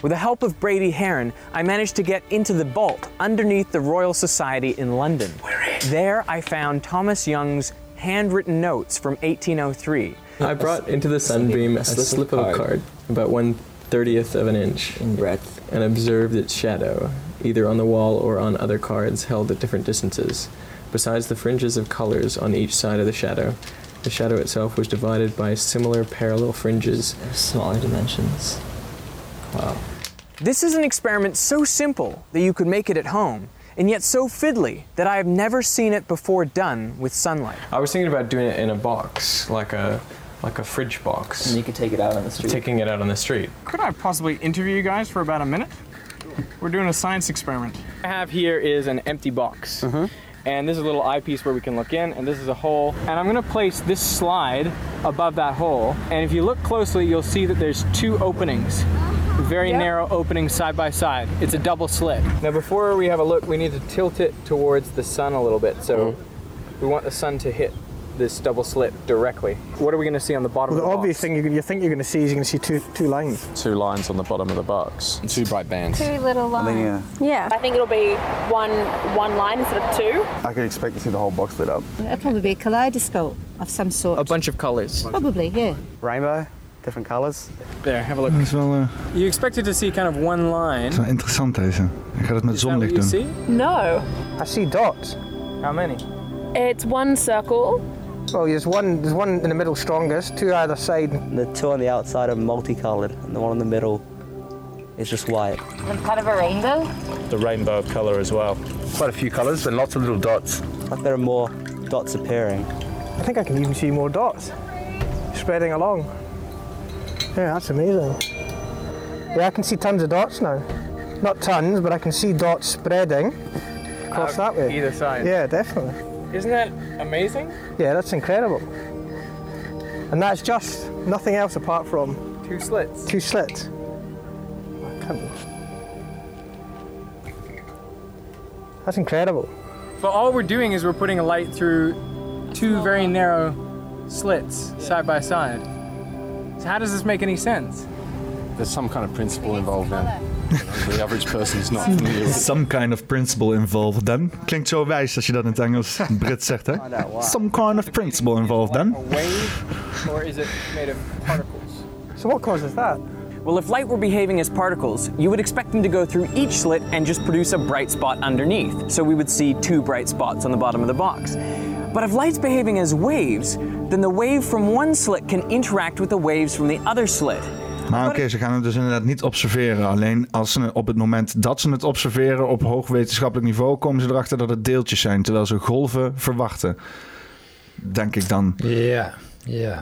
With the help of Brady Heron, I managed to get into the vault underneath the Royal Society in London. There I found Thomas Young's handwritten notes from eighteen oh three.
I brought into the sunbeam a slip of a card, about one thirtieth of an inch in breadth, and observed its shadow, either on the wall or on other cards held at different distances. Besides the fringes of colors on each side of the shadow, the shadow itself was divided by similar parallel fringes.
Smaller dimensions. Wow.
This is an experiment so simple that you could make it at home, and yet so fiddly that I have never seen it before done with sunlight.
I was thinking about doing it in a box, like a like a fridge box.
And you could take it out on the street.
Taking it out on the street.
Could I possibly interview you guys for about a minute? We're doing a science experiment.
What I have here is an empty box. Mm-hmm. And this is a little eyepiece where we can look in, and this is a hole. And I'm gonna place this slide above that hole. And if you look closely, you'll see that there's two openings. Very yep. narrow openings side by side. It's a double slit. Now before we have a look, we need to tilt it towards the sun a little bit. So mm-hmm. we want the sun to hit this double slit directly. What are we going to see on the bottom
well,
of the
box? The obvious thing you, you think you're going to see is you're going to see two two lines.
Two lines on the bottom of the box. Two bright bands.
Two little lines.
I think, yeah.
yeah.
I think it'll be one one line instead of two.
I could expect to see the whole box lit up.
It'll probably be a kaleidoscope of some sort.
A bunch of colours.
Probably, yeah.
Rainbow, different colours.
There, have a look.
Dat is wel, uh,
You expected to see kind of one line.
Dat is wel interessant deze. Ik ga het met
Is
zonlicht
that what
doen.
you see?
No.
I see dots.
How many?
It's one circle.
Well, there's one there's one in the middle strongest, two either side.
The two on the outside are multicolored, and the one in the middle is just white.
And kind of a rainbow?
The rainbow of colour as well.
Quite a few colours, but lots of little dots.
Like there are more dots appearing.
I think I can even see more dots spreading along. Yeah, that's amazing. Yeah, I can see tons of dots now. Not tons, but I can see dots spreading across
Uh,
that way.
Either side.
Yeah, definitely.
Isn't that amazing?
Yeah, that's incredible. And that's just nothing else apart from
Two slits.
two slits. I can't... That's incredible.
But all we're doing is we're putting a light through two very narrow slits side by side. So how does this make any sense?
There's some kind of principle involved in it. The average person is not familiar with it.
Some kind of principle involved then. Klinkt zo wijs als je dat in het Engels Brits zegt, hè? Some kind of principle involved then.
A wave, or is it made of particles?
So what causes that?
Well, if light were behaving as particles, you would expect them to go through each slit and just produce a bright spot underneath. So we would see two bright spots on the bottom of the box. But if light's behaving as waves, then the wave from one slit can interact with the waves from the other slit.
Maar oké, okay, ze gaan het dus inderdaad niet observeren. Alleen als ze op het moment dat ze het observeren op hoog wetenschappelijk niveau, komen ze erachter dat het deeltjes zijn, terwijl ze golven verwachten. Denk ik dan.
Ja, ja.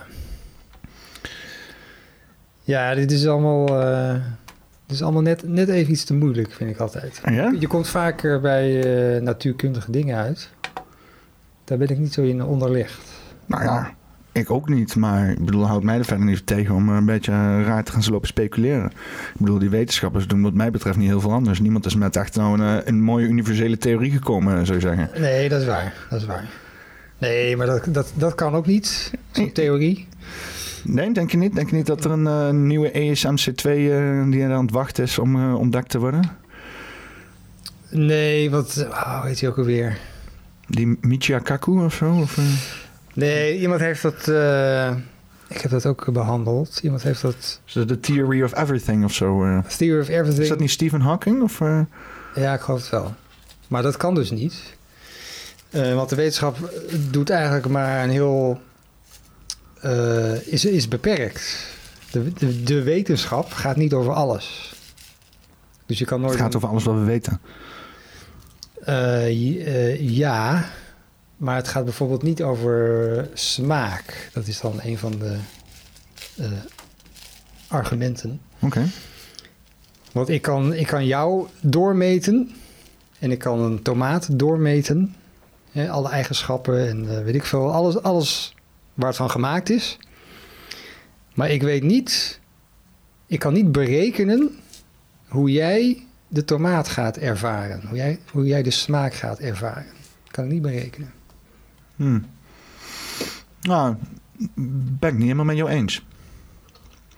Ja, dit is allemaal, uh, dit is allemaal net, net even iets te moeilijk, vind ik altijd.
Ja?
Je komt vaker bij uh, natuurkundige dingen uit. Daar ben ik niet zo in onderlegd.
Nou ja, ik ook niet. Maar ik bedoel, houdt mij er verder niet tegen om een beetje raar te gaan lopen speculeren. Ik bedoel, die wetenschappers doen wat mij betreft niet heel veel anders. Niemand is met echt nou een, een mooie universele theorie gekomen, zou je zeggen.
Nee, dat is waar. Dat is waar. Nee, maar dat, dat, dat kan ook niet, zo'n theorie.
Nee, denk je niet? Denk je niet dat er een uh, nieuwe E S M C twee uh, die er aan het wachten is om uh, ontdekt te worden?
Nee, wat... Oh, weet je ook alweer?
Die Michio Kaku of zo? Of, uh...
Nee, iemand heeft dat... Uh, ik heb dat ook behandeld. Iemand heeft dat...
So the Theory of Everything of zo? Uh...
Theory of Everything.
Is dat niet Stephen Hawking? Of, uh...
Ja, ik geloof het wel. Maar dat kan dus niet. Uh, want de wetenschap doet eigenlijk maar een heel... Uh, is, is beperkt. De, de, de wetenschap gaat niet over alles. Dus je kan nooit...
Het gaat over alles wat we weten.
Uh, uh, ja, maar het gaat bijvoorbeeld niet over smaak. Dat is dan een van de uh, argumenten.
Oké. Okay.
Want ik kan, ik kan jou doormeten en ik kan een tomaat doormeten. Hè, alle eigenschappen en uh, weet ik veel. Alles, alles waar het van gemaakt is. Maar ik weet niet, ik kan niet berekenen hoe jij de tomaat gaat ervaren. Hoe jij, hoe jij de smaak gaat ervaren. Kan ik niet berekenen.
Hmm. Nou, ben ik niet helemaal met jou eens.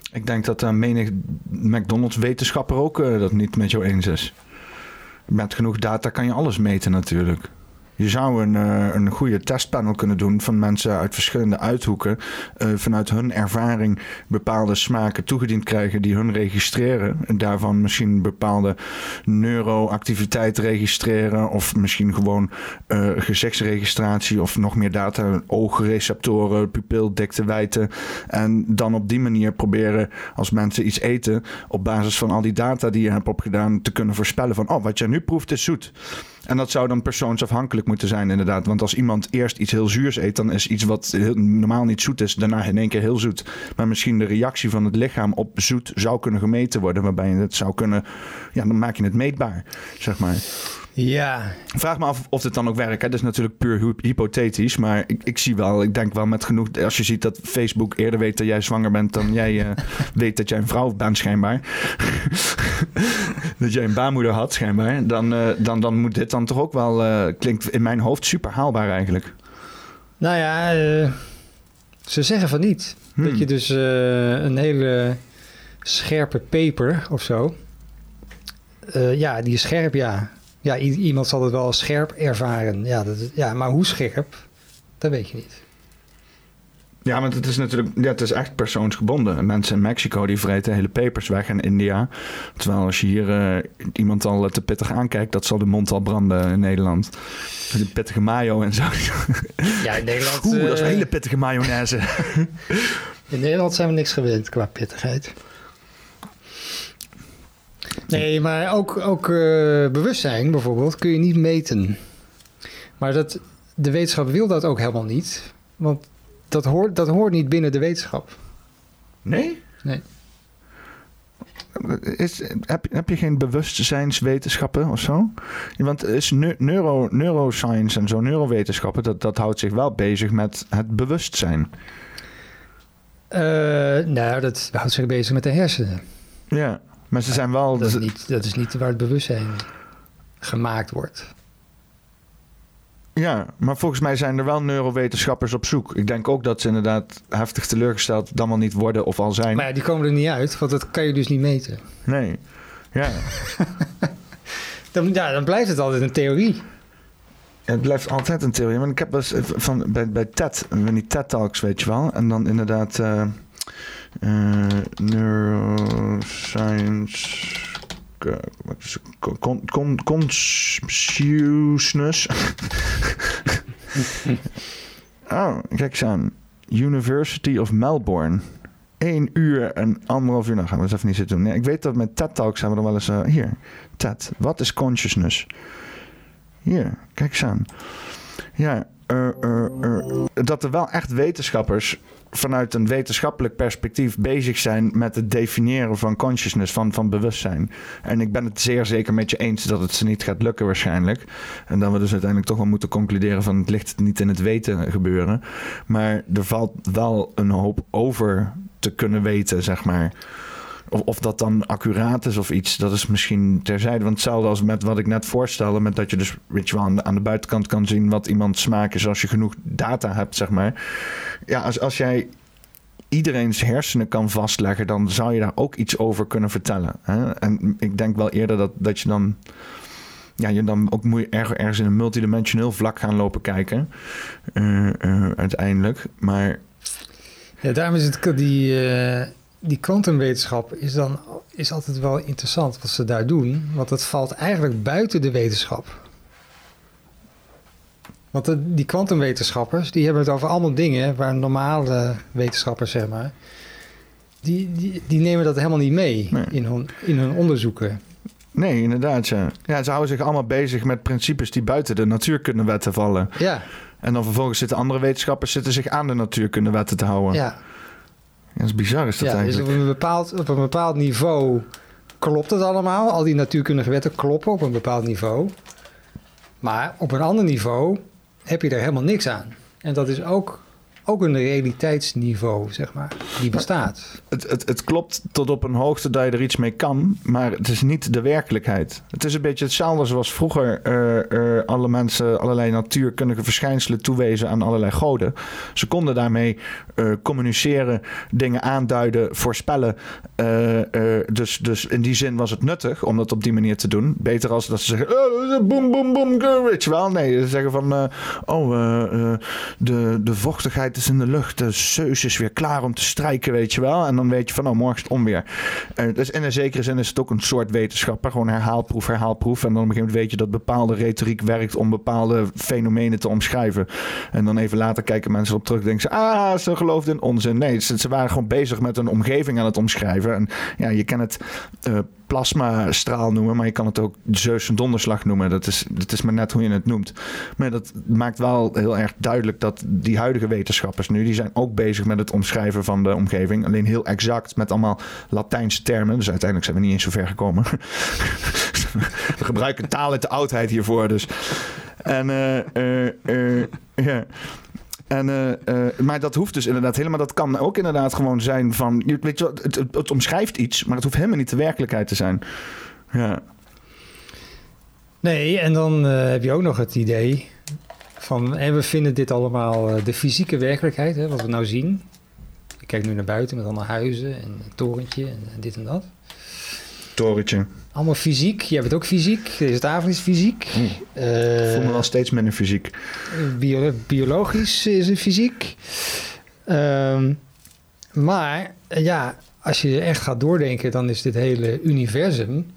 Ik denk dat uh, menig McDonald's-wetenschapper ook uh, dat niet met jou eens is. Met genoeg data kan je alles meten natuurlijk. Je zou een, uh, een goede testpanel kunnen doen van mensen uit verschillende uithoeken. Uh, vanuit hun ervaring bepaalde smaken toegediend krijgen die hun registreren. En daarvan misschien bepaalde neuroactiviteit registreren. Of misschien gewoon uh, gezichtsregistratie of nog meer data. Oogreceptoren, pupildikte, wijdte. En dan op die manier proberen als mensen iets eten op basis van al die data die je hebt opgedaan te kunnen voorspellen van oh, wat jij nu proeft is zoet. En dat zou dan persoonsafhankelijk moeten zijn inderdaad. Want als iemand eerst iets heel zuurs eet, dan is iets wat heel, normaal niet zoet is, daarna in één keer heel zoet. Maar misschien de reactie van het lichaam op zoet zou kunnen gemeten worden. Waarbij je het zou kunnen, ja, dan maak je het meetbaar, zeg maar.
Ja.
Vraag me af of dit dan ook werkt. Hè? Dat is natuurlijk puur hypothetisch. Maar ik, ik zie wel, ik denk wel met genoeg. Als je ziet dat Facebook eerder weet dat jij zwanger bent dan jij uh, weet dat jij een vrouw bent, schijnbaar. Dat jij een baarmoeder had, schijnbaar. Dan, uh, dan, dan moet dit dan toch ook wel. Uh, klinkt in mijn hoofd super haalbaar eigenlijk.
Nou ja, uh, ze zeggen van niet. Hmm. Dat je dus uh, een hele scherpe peper of zo. Uh, ja, die is scherp, ja. Ja, i- iemand zal het wel scherp ervaren. Ja, dat is, ja, maar hoe scherp, dat weet je niet.
Ja, want het is natuurlijk, ja, het is echt persoonsgebonden. Mensen in Mexico die vreten hele pepers weg in India. Terwijl als je hier uh, iemand al te pittig aankijkt, dat zal de mond al branden in Nederland. De pittige mayo en zo.
Ja, in Nederland...
Oeh, dat is een
uh,
hele pittige mayonaise.
In Nederland zijn we niks gewend qua pittigheid. Nee, maar ook, ook uh, bewustzijn bijvoorbeeld kun je niet meten. Maar dat, de wetenschap wil dat ook helemaal niet. Want dat hoort, dat hoort niet binnen de wetenschap.
Nee?
Nee.
Is, heb, heb je geen bewustzijnswetenschappen of zo? Want is neuro, neuroscience en zo, neurowetenschappen, dat, dat houdt zich wel bezig met het bewustzijn.
Uh, nou, dat houdt zich bezig met de hersenen.
Ja. Maar ze zijn wel...
Dat is, niet, dat is niet waar het bewustzijn gemaakt wordt.
Ja, maar volgens mij zijn er wel neurowetenschappers op zoek. Ik denk ook dat ze inderdaad heftig teleurgesteld dan wel niet worden of al zijn.
Maar ja, die komen er niet uit, want dat kan je dus niet meten.
Nee, ja.
dan, ja, dan blijft het altijd een theorie.
Ja, het blijft altijd een theorie. Want ik heb dus van, bij, bij TED, van die TED-talks, weet je wel. En dan inderdaad... Uh, Uh, neuroscience con, con, consciousness. Oh, kijk eens aan. University of Melbourne. Eén uur en anderhalf uur. Nou, gaan we eens even niet zitten doen. Nee, ik weet dat met TED Talks hebben we dan wel eens... Uh, hier, TED. Wat is consciousness? Hier, kijk eens aan. Ja, uh, uh, uh, dat er wel echt wetenschappers... vanuit een wetenschappelijk perspectief bezig zijn met het definiëren van consciousness, van, van bewustzijn. En ik ben het zeer zeker met je eens dat het ze niet gaat lukken waarschijnlijk. En dat we dus uiteindelijk toch wel moeten concluderen van het ligt niet in het weten gebeuren. Maar er valt wel een hoop over te kunnen weten, zeg maar. Of, of dat dan accuraat is of iets, dat is misschien terzijde. Want hetzelfde als met wat ik net voorstelde, met dat je dus weet je wel, aan, de, aan de buitenkant kan zien wat iemands smaak is als je genoeg data hebt, zeg maar. Ja, als, als jij iedereen's hersenen kan vastleggen, dan zou je daar ook iets over kunnen vertellen. Hè? En ik denk wel eerder dat, dat je dan... Ja, je dan ook moet je erg, ergens in een multidimensioneel vlak gaan lopen kijken. Uh, uh, uiteindelijk, maar...
Ja, daarom is het die... Uh... Die kwantumwetenschap is dan is altijd wel interessant wat ze daar doen. Want dat valt eigenlijk buiten de wetenschap. Want de, die kwantumwetenschappers, die hebben het over allemaal dingen waar normale wetenschappers, zeg maar, die, die, die nemen dat helemaal niet mee nee. in, hun, in hun onderzoeken.
Nee, inderdaad, ja. Ja, ze houden zich allemaal bezig met principes die buiten de natuurkundewetten vallen.
Ja.
En dan vervolgens zitten andere wetenschappers zitten zich aan de natuurkundewetten te houden.
Ja.
Ja, dat is bizar, is dat
ja,
eigenlijk.
Dus op een, bepaald, op een bepaald niveau klopt het allemaal. Al die natuurkundige wetten kloppen op een bepaald niveau. Maar op een ander niveau heb je er helemaal niks aan. En dat is ook, ook een realiteitsniveau, zeg maar. die bestaat.
Het, het, het klopt tot op een hoogte dat je er iets mee kan, maar het is niet de werkelijkheid. Het is een beetje hetzelfde zoals vroeger uh, uh, alle mensen allerlei natuurkundige verschijnselen toewezen aan allerlei goden. Ze konden daarmee uh, communiceren, dingen aanduiden, voorspellen. Uh, uh, dus, dus in die zin was het nuttig om dat op die manier te doen. Beter als dat ze zeggen, oh, boom, boom, boom, weet je wel. Nee, ze zeggen van, uh, oh, uh, uh, de, de vochtigheid is in de lucht. De Zeus is weer klaar om te strijken, weet je wel. En dan weet je van, oh, morgen is het onweer. Uh, dus in een zekere zin is het ook een soort wetenschapper. Gewoon herhaalproef, herhaalproef. En dan op een gegeven moment weet je dat bepaalde retoriek werkt om bepaalde fenomenen te omschrijven. En dan even later kijken mensen op terug en denken ze, ah, ze geloofden in onzin. Nee, ze, ze waren gewoon bezig met een omgeving aan het omschrijven. En ja, je kan het uh, plasmastraal noemen, maar je kan het ook Zeus en donderslag noemen. Dat is, dat is maar net hoe je het noemt. Maar dat maakt wel heel erg duidelijk dat die huidige wetenschappers nu, die zijn ook bezig met het omschrijven van de omgeving. Alleen heel exact met allemaal Latijnse termen. Dus uiteindelijk zijn we niet eens zo ver gekomen. We gebruiken taal uit de oudheid hiervoor. Dus. En uh, uh, uh, ja. En, uh, uh, maar dat hoeft dus inderdaad helemaal, dat kan ook inderdaad gewoon zijn van, weet je, het, het, het omschrijft iets, maar het hoeft helemaal niet de werkelijkheid te zijn. Ja.
Nee, en dan uh, heb je ook nog het idee van, en we vinden dit allemaal uh, de fysieke werkelijkheid, hè, wat we nou zien. Ik kijk nu naar buiten met allemaal huizen en een torentje en, en dit en dat.
Torentje.
Allemaal fysiek. Jij bent ook fysiek. Deze tafel is fysiek.
Mm. Uh, ik voel me wel steeds minder fysiek.
Bio- biologisch is het fysiek. Um, maar ja, als je echt gaat doordenken, dan is dit hele universum,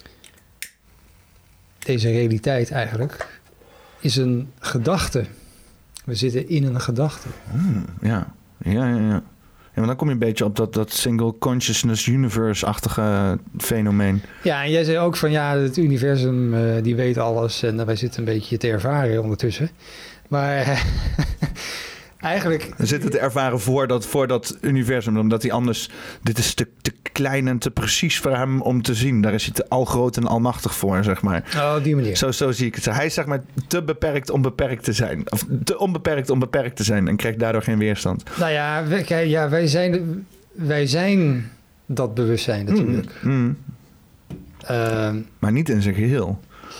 deze realiteit eigenlijk, is een gedachte. We zitten in een gedachte.
Mm, ja, ja, ja, ja. Ja, maar dan kom je een beetje op dat, dat single consciousness universe-achtige fenomeen.
Ja, en jij zei ook van ja, het universum uh, die weet alles en uh, wij zitten een beetje te ervaren ondertussen. Maar uh, eigenlijk...
We zitten te ervaren voor dat, voor dat universum, omdat hij anders... Dit is te, te klein en te precies voor hem om te zien. Daar is hij te algroot en almachtig voor, zeg maar.
Oh, op die manier.
Zo, zo zie ik het. Hij is zeg maar te beperkt om beperkt te zijn. Of te onbeperkt om beperkt te zijn en krijgt daardoor geen weerstand.
Nou ja, wij, ja, wij, zijn, wij zijn dat bewustzijn natuurlijk.
Mm, mm. Uh, maar niet in zijn geheel.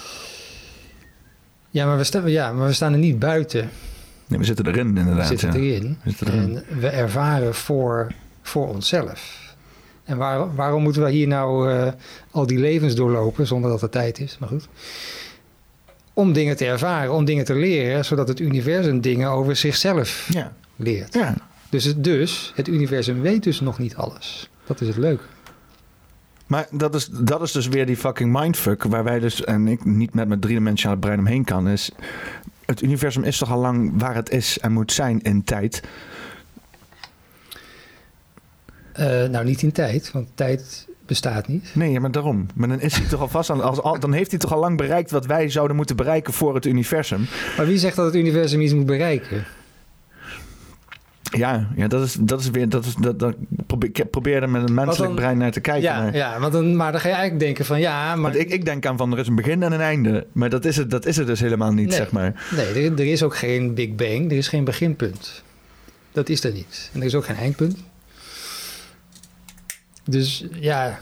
Ja maar, we staan, ja, maar we staan er niet buiten.
Nee, we zitten erin inderdaad.
We zitten
ja.
erin.
We zitten erin.
En we ervaren voor, voor onszelf. En waar, waarom moeten we hier nou uh, al die levens doorlopen zonder dat er tijd is? Maar goed. Om dingen te ervaren, om dingen te leren, zodat het universum dingen over zichzelf
ja.
leert.
Ja.
Dus, het, dus het universum weet dus nog niet alles. Dat is het leuke.
Maar dat is, dat is dus weer die fucking mindfuck waar wij dus, en ik niet met mijn driedimensionale brein omheen kan, is het universum is toch al lang waar het is en moet zijn in tijd.
Uh, nou, niet in tijd, want tijd bestaat niet.
Nee, maar daarom. Maar dan is hij toch al vast aan, als, al, dan heeft hij toch al lang bereikt wat wij zouden moeten bereiken voor het universum.
Maar wie zegt dat het universum iets moet bereiken?
Ja, ja dat, is, dat is weer. Dat is, dat, dat probeer, ik probeer er met een menselijk dan, brein naar te kijken.
Ja,
maar,
ja maar, dan, maar dan ga je eigenlijk denken van ja. Maar...
Ik, ik denk aan van er is een begin en een einde. Maar dat is het, dat is het dus helemaal niet,
nee,
zeg maar.
Nee, er, er is ook geen Big Bang. Er is geen beginpunt. Dat is er niet. En er is ook geen eindpunt. Dus ja.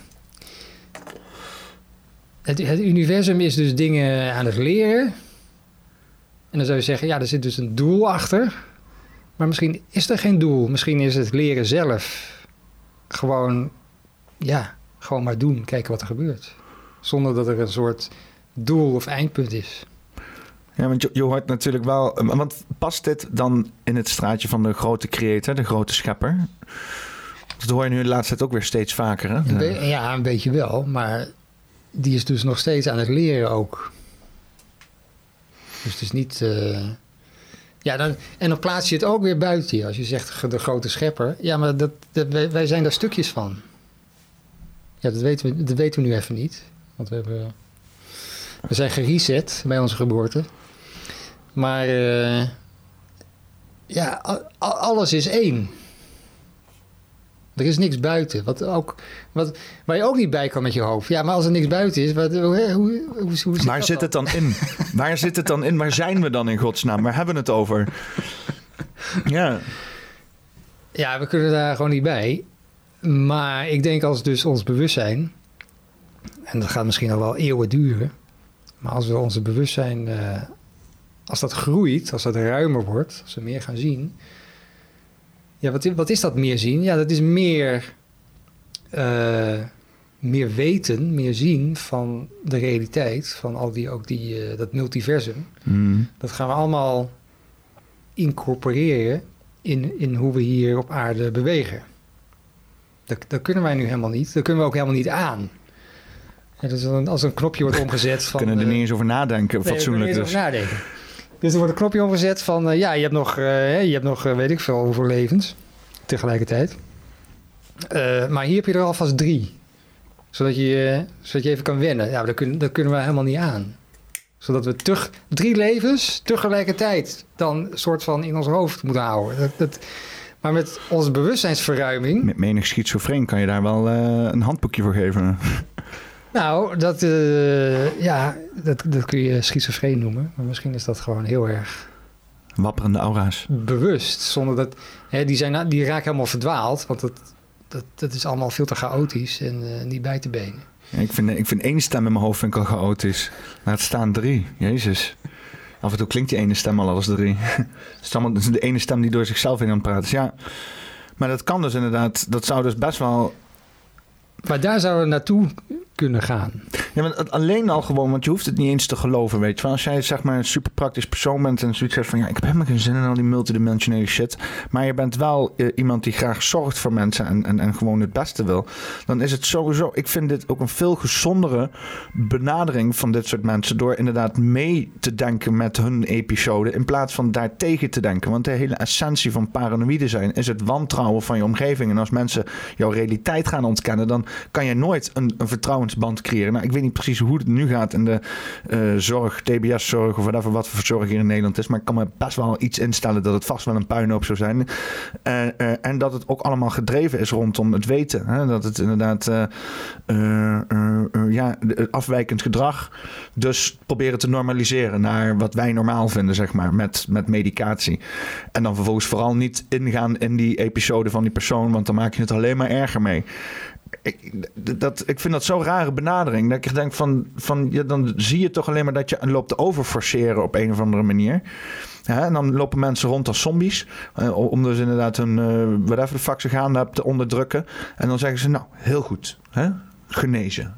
Het, het universum is dus dingen aan het leren. En dan zou je zeggen, ja, er zit dus een doel achter. Maar misschien is er geen doel. Misschien is het leren zelf. Gewoon, ja, gewoon maar doen. Kijken wat er gebeurt. Zonder dat er een soort doel of eindpunt is.
Ja, want je, je hoort natuurlijk wel... Want past dit dan in het straatje van de grote creator, de grote schepper? Dat hoor je nu de laatste tijd ook weer steeds vaker, hè?
Een be- ja, een beetje wel. Maar die is dus nog steeds aan het leren ook. Dus het is niet... Uh... Ja, dan, en dan plaats je het ook weer buiten je. Als je zegt de grote schepper. Ja, maar dat, dat, wij, wij zijn daar stukjes van. Ja, dat weten we, dat weten we nu even niet. Want we, hebben, we zijn gereset bij onze geboorte. Maar uh, ja, a, alles is één. Er is niks buiten. Wat ook, wat, waar je ook niet bij kan met je hoofd. Ja, maar als er niks buiten is, wat, hoe, hoe, hoe, hoe zit
Waar zit het dan in? Waar zit het dan in? Waar zijn we dan in godsnaam? Waar hebben we het over? Ja.
Ja, maar dan, en dan plaats je het ook weer buiten je. Ja, maar als er niks buiten is, wat, hoe, hoe, hoe zit dat dan?
Waar zit het dan in? Waar zijn we dan in godsnaam? Waar hebben we het over? Ja. Waar zit het dan in? Waar zijn we dan in? Waar zijn we dan in? Waar hebben we het over? Ja.
Ja, we kunnen daar gewoon niet bij. Maar ik denk als dus ons bewustzijn... en dat gaat misschien nog wel eeuwen duren... maar als we onze bewustzijn... Uh, als dat groeit, als dat ruimer wordt... als we meer gaan zien... ja, wat, wat is dat meer zien? Ja, dat is meer... Uh, meer weten, meer zien van de realiteit... van al die, ook die, uh, dat multiversum.
Mm.
Dat gaan we allemaal incorporeren... In, in hoe we hier op aarde bewegen. Dat, dat kunnen wij nu helemaal niet. Dat kunnen we ook helemaal niet aan. Ja, dus een, als een knopje wordt omgezet van...
We kunnen er
uh,
niet eens over nadenken,
nee,
fatsoenlijk
we kunnen
dus.
er niet eens over nadenken. Dus er wordt een knopje omgezet van... Uh, ja, je hebt nog, uh, je hebt nog uh, weet ik veel, hoeveel levens. Tegelijkertijd. Uh, maar hier heb je er alvast drie. Zodat je, uh, zodat je even kan wennen. Ja, dat kunnen, dat kunnen we helemaal niet aan. Zodat we teg, drie levens tegelijkertijd dan een soort van in ons hoofd moeten houden. Dat, dat, maar met onze bewustzijnsverruiming...
Met menig schizofreen kan je daar wel uh, een handboekje voor geven.
Nou, dat, uh, ja, dat, dat kun je schizofreen noemen. Maar misschien is dat gewoon heel erg...
Wapperende aura's.
Bewust. Zonder dat... Hè, die, zijn, die raken helemaal verdwaald. Want dat, dat, dat is allemaal veel te chaotisch en uh, niet bij te benen.
Ja, ik, vind, ik vind één stem in mijn hoofd vind ik al chaotisch. Maar het staan drie. Jezus. Af en toe klinkt die ene stem al als drie. Het is allemaal het is de ene stem die door zichzelf in aan het praten is. Ja. Maar dat kan dus inderdaad. Dat zou dus best wel...
Maar daar zouden we naartoe kunnen gaan.
Ja, maar alleen al gewoon, want je hoeft het niet eens te geloven, weet je wel. Als jij zeg maar een super praktisch persoon bent en zoiets zegt van... ja, ik heb helemaal geen zin in al die multidimensionele shit. Maar je bent wel uh, iemand die graag zorgt voor mensen en, en, en gewoon het beste wil. Dan is het sowieso... Ik vind dit ook een veel gezondere benadering van dit soort mensen... door inderdaad mee te denken met hun episode... in plaats van daartegen te denken. Want de hele essentie van paranoïde zijn... is het wantrouwen van je omgeving. En als mensen jouw realiteit gaan ontkennen... dan kan je nooit een, een vertrouwensband creëren. Nou, ik weet niet precies hoe het nu gaat in de uh, zorg, T B S-zorg of whatever, wat voor zorg hier in Nederland is. Maar ik kan me best wel iets instellen dat het vast wel een puinhoop zou zijn. Uh, uh, en dat het ook allemaal gedreven is rondom het weten. Hè? Dat het inderdaad uh, uh, uh, uh, ja, afwijkend gedrag. Dus proberen te normaliseren naar wat wij normaal vinden, zeg maar, met, met medicatie. En dan vervolgens vooral niet ingaan in die episode van die persoon, want dan maak je het alleen maar erger mee. Ik, dat, ik vind dat zo'n rare benadering. Dat ik denk van, van ja, dan zie je toch alleen maar dat je loopt te overforceren op een of andere manier. Ja, en dan lopen mensen rond als zombies. Uh, om dus inderdaad hun uh, whatever de fuck ze gaan hebben te onderdrukken. En dan zeggen ze, nou, heel goed. Hè? Genezen.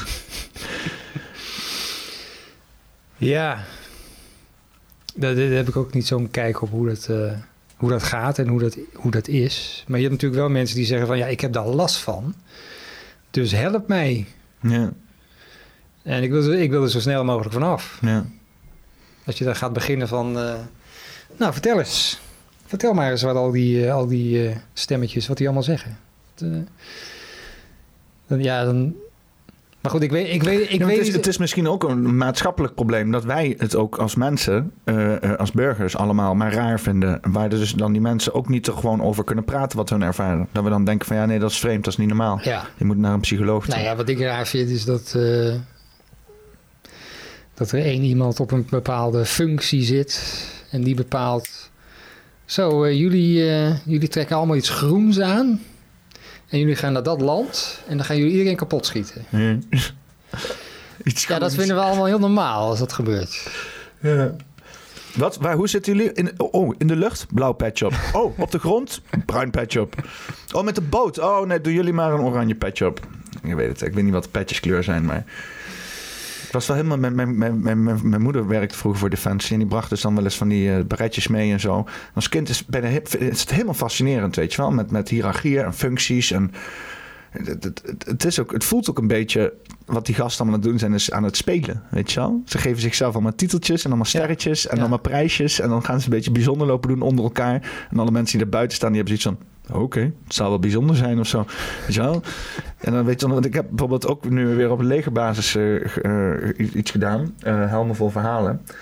Ja. Daar, daar heb ik ook niet zo'n kijk op hoe dat, uh, hoe dat gaat en hoe dat, hoe dat is. Maar je hebt natuurlijk wel mensen die zeggen van... ja, ik heb daar last van. Dus help mij.
Ja.
En ik wil, ik wil er zo snel mogelijk vanaf.
Ja.
Als je dan gaat beginnen van... Uh, nou, vertel eens. Vertel maar eens wat al die, uh, al die uh, stemmetjes, wat die allemaal zeggen. Het, uh, dan, ja, dan... Maar goed, ik weet... Ik weet, ik
ja,
weet
het, is, het is misschien ook een maatschappelijk probleem... dat wij het ook als mensen, uh, uh, als burgers allemaal maar raar vinden. Waar dus dan die mensen ook niet er gewoon over kunnen praten wat hun ervaren. Dat we dan denken van ja, nee, dat is vreemd, dat is niet normaal.
Ja.
Je moet naar een psycholoog toe.
Nou ja, wat ik raar vind is dat... Uh, dat er één iemand op een bepaalde functie zit... en die bepaalt... Zo, uh, jullie, uh, jullie trekken allemaal iets groens aan... En jullie gaan naar dat land en dan gaan jullie iedereen kapot schieten.
Ja,
ja dat vinden we allemaal heel normaal als dat gebeurt.
Ja. Wat? Waar, hoe zitten jullie? In, oh, in de lucht? Blauw petje op. Oh, op de grond? Bruin petje op. Oh, met de boot? Oh, nee, doen jullie maar een oranje petje op. Ik weet het, ik weet niet wat de petjeskleur zijn, maar... Ik was wel helemaal... Mijn, mijn, mijn, mijn, mijn moeder werkte vroeger voor Defensie... en die bracht dus dan wel eens van die uh, baretjes mee en zo. Als kind is, ben je, is het helemaal fascinerend, weet je wel. Met, met hiërarchieën en functies en... Het, het, het, is ook, het voelt ook een beetje... wat die gasten allemaal aan het doen zijn, is aan het spelen, weet je wel. Ze geven zichzelf allemaal titeltjes en allemaal sterretjes... Ja. en ja. allemaal prijsjes. En dan gaan ze een beetje bijzonder lopen doen onder elkaar. En alle mensen die er buiten staan, die hebben zoiets van... Oké, okay, het zou wel bijzonder zijn of zo. Weet je wel? En dan weet je, want ik heb bijvoorbeeld ook nu weer op een legerbasis uh, uh, iets gedaan. Uh, helmen vol verhalen.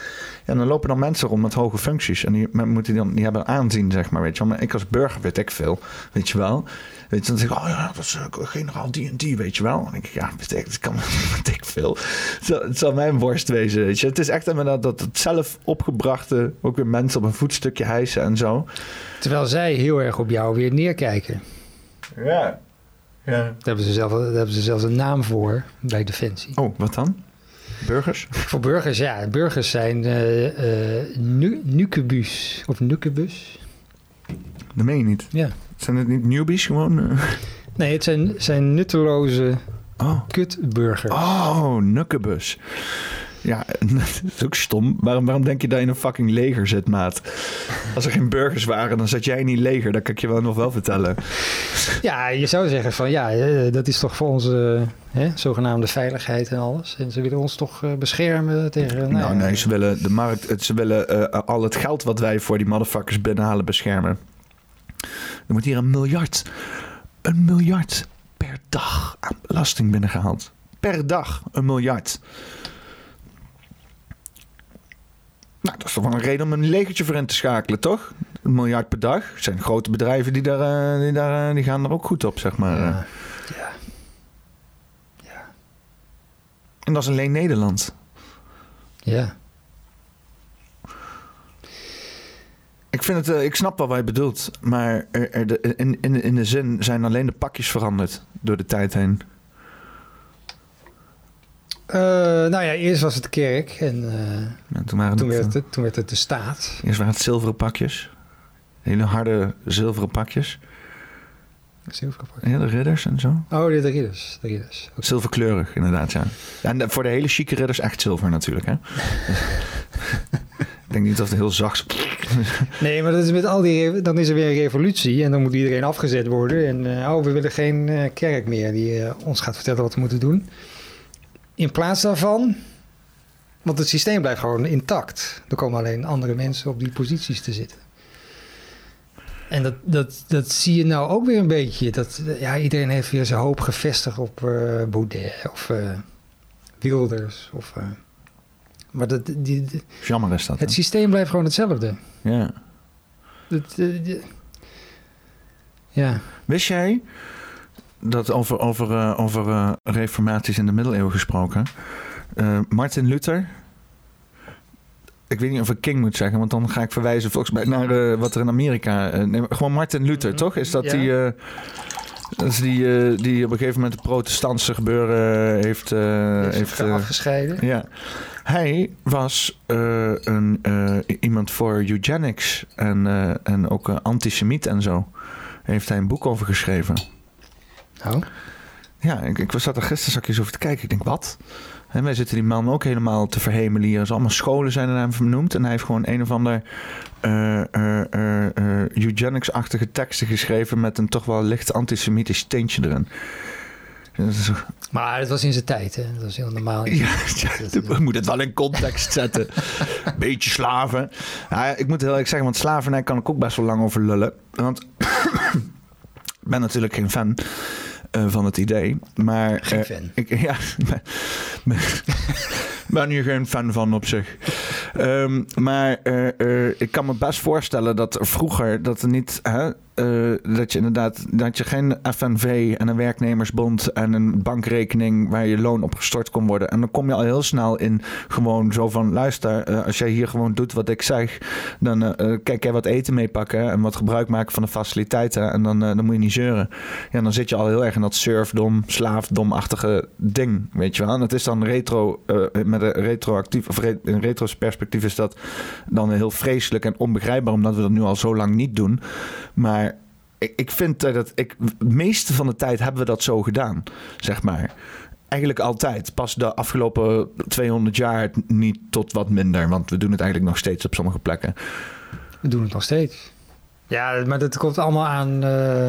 Ja, dan lopen dan mensen rond met hoge functies. En die moeten dan, die hebben aanzien, zeg maar, weet je wel. Maar ik als burger weet ik veel, weet je wel. Weet je, dan zeg ik, oh ja, dat is uh, generaal die en die, weet je wel. En dan denk ik, ja, dat kan weet ik veel. Het zal, het zal mijn worst wezen, weet je. Het is echt inderdaad dat het zelf opgebrachte, ook weer mensen op een voetstukje hijsen en zo.
Terwijl zij heel erg op jou weer neerkijken.
Ja. Ja.
Daar hebben ze zelf, daar hebben ze zelfs een naam voor bij Defensie.
Oh, wat dan? Burgers?
Voor burgers, ja. Burgers zijn uh, uh, nu, nucubus. Of nucubus.
Dat meen je niet?
Ja.
Zijn het niet newbies gewoon? Uh...
Nee, het zijn, zijn nutteloze
oh.
kutburgers.
Oh, nucubus. Ja, dat is ook stom. Waarom, waarom denk je dat je in een fucking leger zit, maat? Als er geen burgers waren, dan zat jij in die leger. Dat kan ik je wel nog wel vertellen.
Ja, je zou zeggen van ja, dat is toch voor onze hè, zogenaamde veiligheid en alles. En ze willen ons toch uh, beschermen tegen... Nou,
nou
ja,
nee, ze willen de markt, ze willen uh, al het geld wat wij voor die motherfuckers binnenhalen beschermen. Er moet hier een miljard, een miljard per dag aan belasting binnengehaald. Per dag een miljard. Nou, dat is toch wel een reden om een legertje voor in te schakelen, toch? Een miljard per dag. Er zijn grote bedrijven die, daar, die, daar, die gaan er ook goed op, zeg maar.
Ja. Ja. Ja.
En dat is alleen Nederland.
Ja.
Ik, vind het, ik snap wel wat je bedoelt. Maar er, er de, in, in, in de zin zijn alleen de pakjes veranderd door de tijd heen.
Uh, nou ja, eerst was het de kerk en uh,
ja, toen, waren
toen,
het,
werd het, toen werd het de staat.
Eerst waren het zilveren pakjes. Hele harde zilveren pakjes.
Zilveren pakjes?
Ja, de ridders en zo.
Oh, de, de ridders. De ridders. Okay.
Zilverkleurig, inderdaad, ja. En de, voor de hele chique ridders echt zilver natuurlijk, hè. Ik denk niet dat het heel zacht...
Nee, maar dat is met al die, dan is er weer een revolutie en dan moet iedereen afgezet worden. En uh, oh, we willen geen uh, kerk meer die uh, ons gaat vertellen wat we moeten doen. In plaats daarvan, want het systeem blijft gewoon intact. Er komen alleen andere mensen op die posities te zitten. En dat, dat, dat zie je nou ook weer een beetje. Dat, ja, iedereen heeft weer zijn hoop gevestigd op uh, Baudet of uh, Wilders. Of, uh, maar dat, die, die,
jammer is dat.
Het
hè?
systeem blijft gewoon hetzelfde.
Ja.
Dat, uh, die, ja.
Wist jij... dat over, over, uh, over uh, reformaties in de middeleeuwen gesproken. Uh, Martin Luther. Ik weet niet of ik King moet zeggen, want dan ga ik verwijzen volgens mij naar uh, wat er in Amerika... Uh, nee, gewoon Martin Luther, mm-hmm. toch? Is dat ja. die... Uh, dat is die, uh, die op een gegeven moment het protestantse gebeuren heeft... Uh,
heeft,
heeft
uh,
uh,
afgescheiden.
Ja. Hij was uh, een, uh, iemand voor eugenics en, uh, en ook uh, antisemiet en zo. Heeft hij een boek over geschreven.
Oh.
Ja, ik, ik zat er gisteren zat ik eens over te kijken. Ik denk, wat? En wij zitten die man ook helemaal te verhemelen hier. Er zijn allemaal scholen zijn er naar hem vernoemd. En hij heeft gewoon een of ander uh, uh, uh, uh, eugenics-achtige teksten geschreven met een toch wel licht antisemitisch tintje erin.
Is... Maar het was in zijn tijd, hè? Dat was heel normaal.
Ja, ja, we moeten het wel in context zetten. Beetje slaven. Ja, ik moet heel eerlijk zeggen, want slavernij kan ik ook best wel lang over lullen. Want ik ben natuurlijk geen fan uh, van het idee. Maar,
geen
uh,
fan?
Ik ja, ben, ben, ben hier geen fan van op zich. Um, maar uh, uh, ik kan me best voorstellen dat vroeger dat er niet... Hè, Uh, dat je inderdaad dat je geen F N V en een werknemersbond en een bankrekening waar je loon op gestort kon worden. En dan kom je al heel snel in gewoon zo van luister, uh, als jij hier gewoon doet wat ik zeg, dan uh, kijk jij wat eten meepakken en wat gebruik maken van de faciliteiten en dan, uh, dan moet je niet zeuren. Ja, dan zit je al heel erg in dat surfdom, slaafdomachtige ding, weet je wel. En het is dan retro, uh, met een retroactief of re- in retro's perspectief is dat dan heel vreselijk en onbegrijpbaar omdat we dat nu al zo lang niet doen. Maar ik, ik vind dat ik, het meeste van de tijd hebben we dat zo gedaan, zeg maar. Eigenlijk altijd. Pas de afgelopen tweehonderd jaar niet tot wat minder. Want we doen het eigenlijk nog steeds op sommige plekken.
We doen het nog steeds. Ja, maar dat komt allemaal aan... Uh,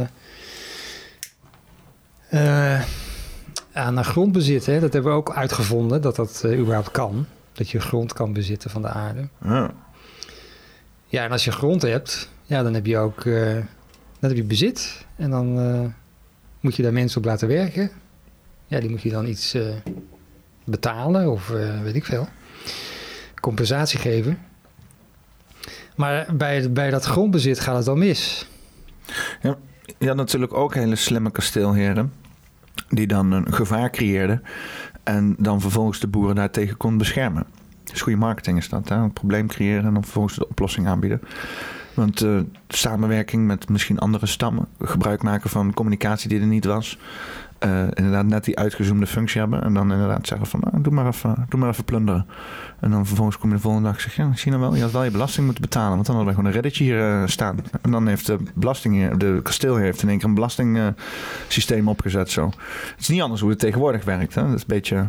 uh, aan grondbezit. Hè? Dat hebben we ook uitgevonden, dat dat uh, überhaupt kan. Dat je grond kan bezitten van de aarde.
Ja,
ja en als je grond hebt, ja, dan heb je ook... Uh, dan heb je bezit. En dan uh, moet je daar mensen op laten werken. Ja, die moet je dan iets uh, betalen of uh, weet ik veel. compensatie geven. Maar bij, bij dat grondbezit gaat het al mis.
Ja, je had natuurlijk ook hele slimme kasteelheren die dan een gevaar creëerden en dan vervolgens de boeren daartegen kon beschermen. Dus goede marketing is dat, hè? Een probleem creëren en dan vervolgens de oplossing aanbieden. Want uh, samenwerking met misschien andere stammen, gebruik maken van communicatie die er niet was, uh, inderdaad net die uitgezoomde functie hebben en dan inderdaad zeggen van nou, doe, maar even, doe maar even plunderen. En dan vervolgens kom je de volgende dag en zeg je, ja, zie je nou wel, je had wel je belasting moeten betalen, want dan hadden we gewoon een reddetje hier uh, staan. En dan heeft de belasting, de kasteelheer heeft in één keer een belastingsysteem uh, opgezet zo. Het is niet anders hoe het tegenwoordig werkt, hè? Dat is een beetje...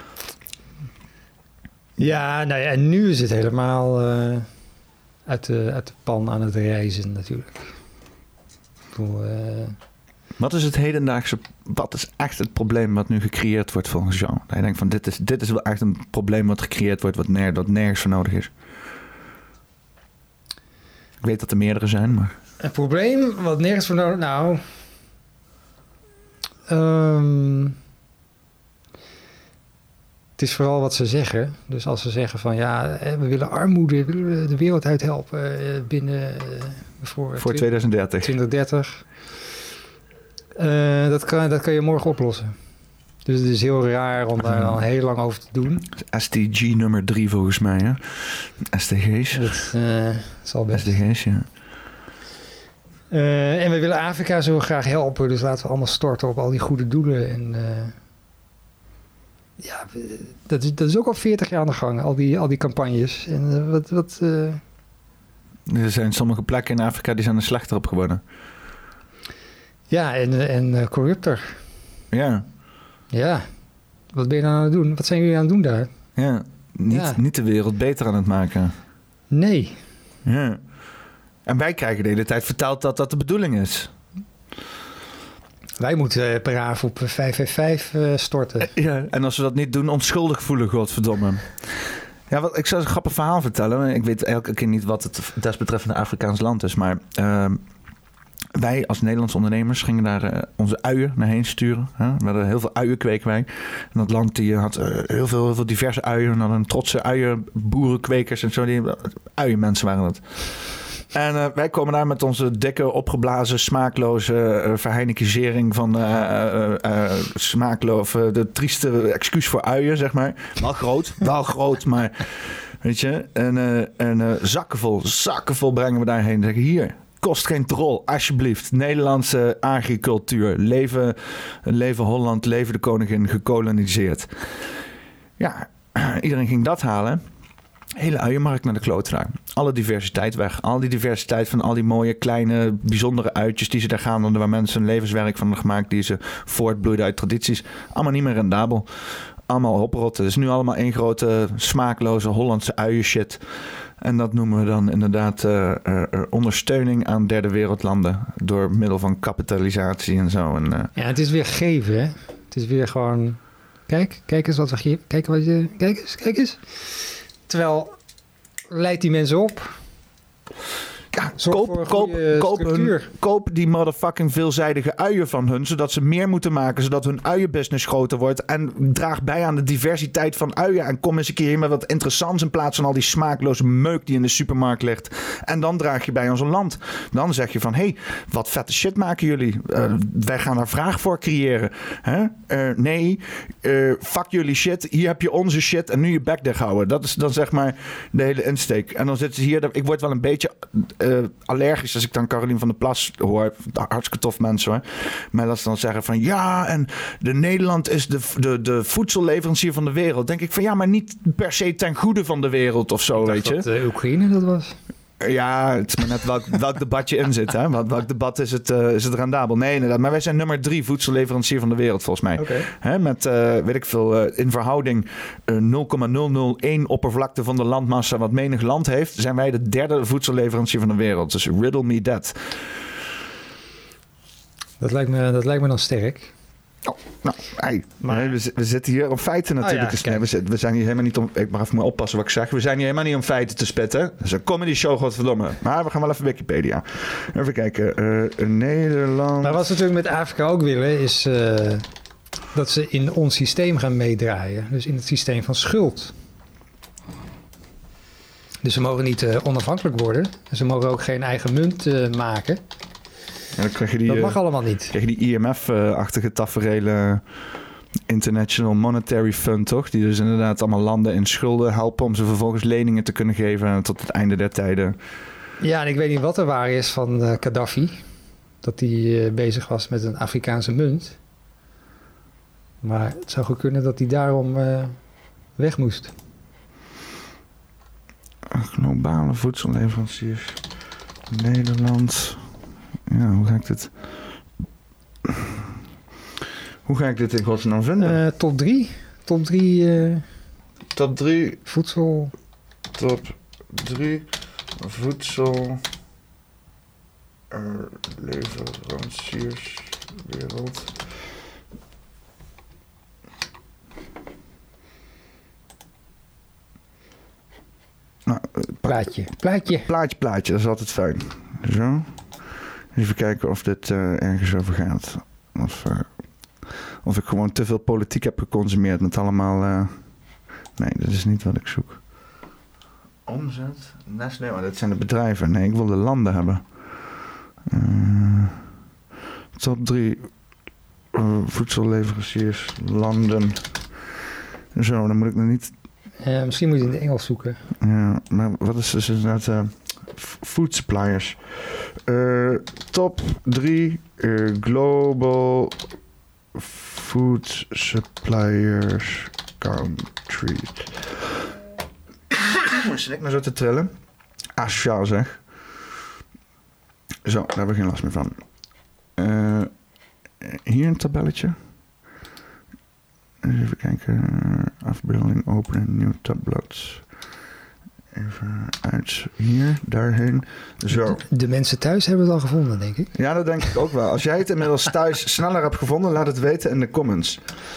Ja, nou ja, en nu is het helemaal uh, uit, de, uit de pan aan het reizen natuurlijk. Ik bedoel, uh...
Wat is het hedendaagse, wat is echt het probleem wat nu gecreëerd wordt volgens jou? Dat je denkt van dit is, dit is wel echt een probleem wat gecreëerd wordt wat, ner, wat nergens voor nodig is. Ik weet dat er meerdere zijn, maar...
Een probleem wat nergens voor nodig... Nou... Um... Het is vooral wat ze zeggen. Dus als ze zeggen van ja, we willen armoede, we willen de wereld uithelpen binnen voor,
voor twintig dertig.
twintig dertig. Uh, dat, kan, dat kan je morgen oplossen. Dus het is heel raar om daar dan heel lang over te doen.
S D G nummer drie volgens mij, hè? S D G's.
Dat uh, zal best.
S D G's, ja.
Uh, en we willen Afrika zo graag helpen, dus laten we allemaal storten op al die goede doelen. En uh, ja, dat is, dat is ook al veertig jaar aan de gang, al die, al die campagnes. En uh, wat... wat uh...
Er zijn sommige plekken in Afrika die zijn er slechter op geworden.
Ja, en, en uh, corrupter.
Ja.
Ja. Wat ben je nou aan het doen? Wat zijn jullie aan het doen daar?
Ja, niet, ja. niet de wereld beter aan het maken.
Nee.
Ja. En wij krijgen de hele tijd verteld dat dat de bedoeling is.
Wij moeten uh, per avond op vijf vijf vijf uh, storten.
Ja, en als we dat niet doen, onschuldig voelen, godverdomme. Ja, wat, ik zal een grappig verhaal vertellen. Ik weet elke keer niet wat het desbetreffende Afrikaans land is, maar... Uh, wij als Nederlandse ondernemers gingen daar uh, onze uien naar heen sturen. Hè? We hadden heel veel uien kweken wij. En dat land die had uh, heel, veel, heel veel diverse uien. En hadden een trotse uienboerenkwekers en zo. Die uienmensen waren dat. En uh, wij komen daar met onze dikke, opgeblazen, smaakloze uh, verheinikisering van uh, uh, uh, smaakloos. Uh, de trieste excuus voor uien, zeg maar. Wel groot, wel groot, maar weet je. En, uh, en uh, zakken vol, zakken vol brengen we daarheen. En zeggen hier... Kost geen drol, alsjeblieft. Nederlandse agricultuur. Leven, leven Holland, leven de koningin, gekoloniseerd. Ja, iedereen ging dat halen. Hele uienmarkt naar de klotenaar. Alle diversiteit weg. Al die diversiteit van al die mooie, kleine, bijzondere uitjes die ze daar gaan, waar mensen een levenswerk van hebben gemaakt, die ze voortbloeiden uit tradities. Allemaal niet meer rendabel. Allemaal oprotten. Het is nu allemaal één grote, smaakloze Hollandse uienshit. En dat noemen we dan inderdaad uh, uh, ondersteuning aan derde wereldlanden door middel van kapitalisatie en zo. En, uh...
Ja, het is weer geven, hè? Het is weer gewoon, kijk, kijk eens wat we geven. Kijk, wat je, kijk eens, kijk eens. Terwijl, leid die mensen op.
Ja, koop, koop, koop, hun, koop die motherfucking veelzijdige uien van hun, zodat ze meer moeten maken, zodat hun uienbusiness groter wordt. En draag bij aan de diversiteit van uien. En kom eens een keer hier met wat interessants in plaats van al die smaakloze meuk die in de supermarkt ligt. En dan draag je bij ons een land. Dan zeg je van, hé, hey, wat vette shit maken jullie. Uh, wij gaan daar vraag voor creëren. Huh? Uh, nee, uh, fuck jullie shit. Hier heb je onze shit en nu je bek dicht houden. Dat is dan zeg maar de hele insteek. En dan zitten ze hier, ik word wel een beetje... Uh, allergisch als ik dan Caroline van der Plas hoor. Hartstikke tof mensen hoor. Maar dat ze dan zeggen van ja, en de Nederland is de, de, de voedselleverancier van de wereld. Denk ik van ja, maar niet per se ten goede van de wereld of zo, weet je.
Dat uh, Oekraïne dat was.
Ja, het is maar net welk, welk debat je in zit. Hè? Welk, welk debat is het, uh, is het rendabel? Nee, inderdaad. Maar wij zijn nummer drie voedselleverancier van de wereld, volgens mij.
Okay.
Hè? Met, uh, weet ik veel, uh, in verhouding uh, nul komma nul nul één oppervlakte van de landmassa wat menig land heeft, zijn wij de derde voedselleverancier van de wereld. Dus riddle me that.
Dat lijkt me, dat lijkt me dan sterk.
Oh, nou, hey, maar, we, we zitten hier om feiten natuurlijk
oh ja,
te spitten. We, zitten, we zijn hier helemaal niet om... Ik mag even maar oppassen wat ik zeg. We zijn hier helemaal niet om feiten te spitten. Dat is een comedy show, godverdomme. Maar we gaan wel even Wikipedia. Even kijken. Uh, Nederland...
Maar wat ze natuurlijk met Afrika ook willen, is uh, dat ze in ons systeem gaan meedraaien. Dus in het systeem van schuld. Dus ze mogen niet uh, onafhankelijk worden. En ze mogen ook geen eigen munt uh, maken.
En dan krijg je die,
dat mag
uh,
allemaal niet.
Krijg je die I M F-achtige taferelen... International Monetary Fund, toch? Die dus inderdaad allemaal landen in schulden helpen... om ze vervolgens leningen te kunnen geven tot het einde der tijden.
Ja, en ik weet niet wat er waar is van uh, Gaddafi. Dat hij uh, bezig was met een Afrikaanse munt. Maar het zou goed kunnen dat hij daarom uh, weg moest.
Globale voedselleveranciers. Nederland. Ja, hoe ga ik dit... Hoe ga ik dit in godsnaam vinden?
Uh, top drie. Top drie... Uh,
top drie...
Voedsel...
Top drie... Voedsel... Uh, leveranciers... Wereld... Nou,
plaatje, plaatje.
Plaatje, plaatje, dat is altijd fijn. Zo. Even kijken of dit uh, ergens over gaat. Of, uh, of ik gewoon te veel politiek heb geconsumeerd met allemaal... Uh... Nee, dat is niet wat ik zoek. Omzet? Nee, maar dat zijn de bedrijven. Nee, ik wil de landen hebben. Uh, top drie uh, voedselleveranciers, landen. Zo, dan moet ik nog niet...
Uh, misschien moet je in het Engels zoeken.
Ja, maar wat is dus inderdaad... Uh, food suppliers. Uh, top drie uh, global food suppliers countries. Zit ik nou zo te trillen? Asociaal zeg. Zo, daar hebben we geen last meer van. Uh, hier een tabelletje. Even kijken. Afbeelding openen, nieuw tabblad. Even uit hier, daarheen. Zo.
De, de mensen thuis hebben het al gevonden, denk ik.
Ja, dat denk ik ook wel. Als jij het inmiddels thuis sneller hebt gevonden, laat het weten in de comments.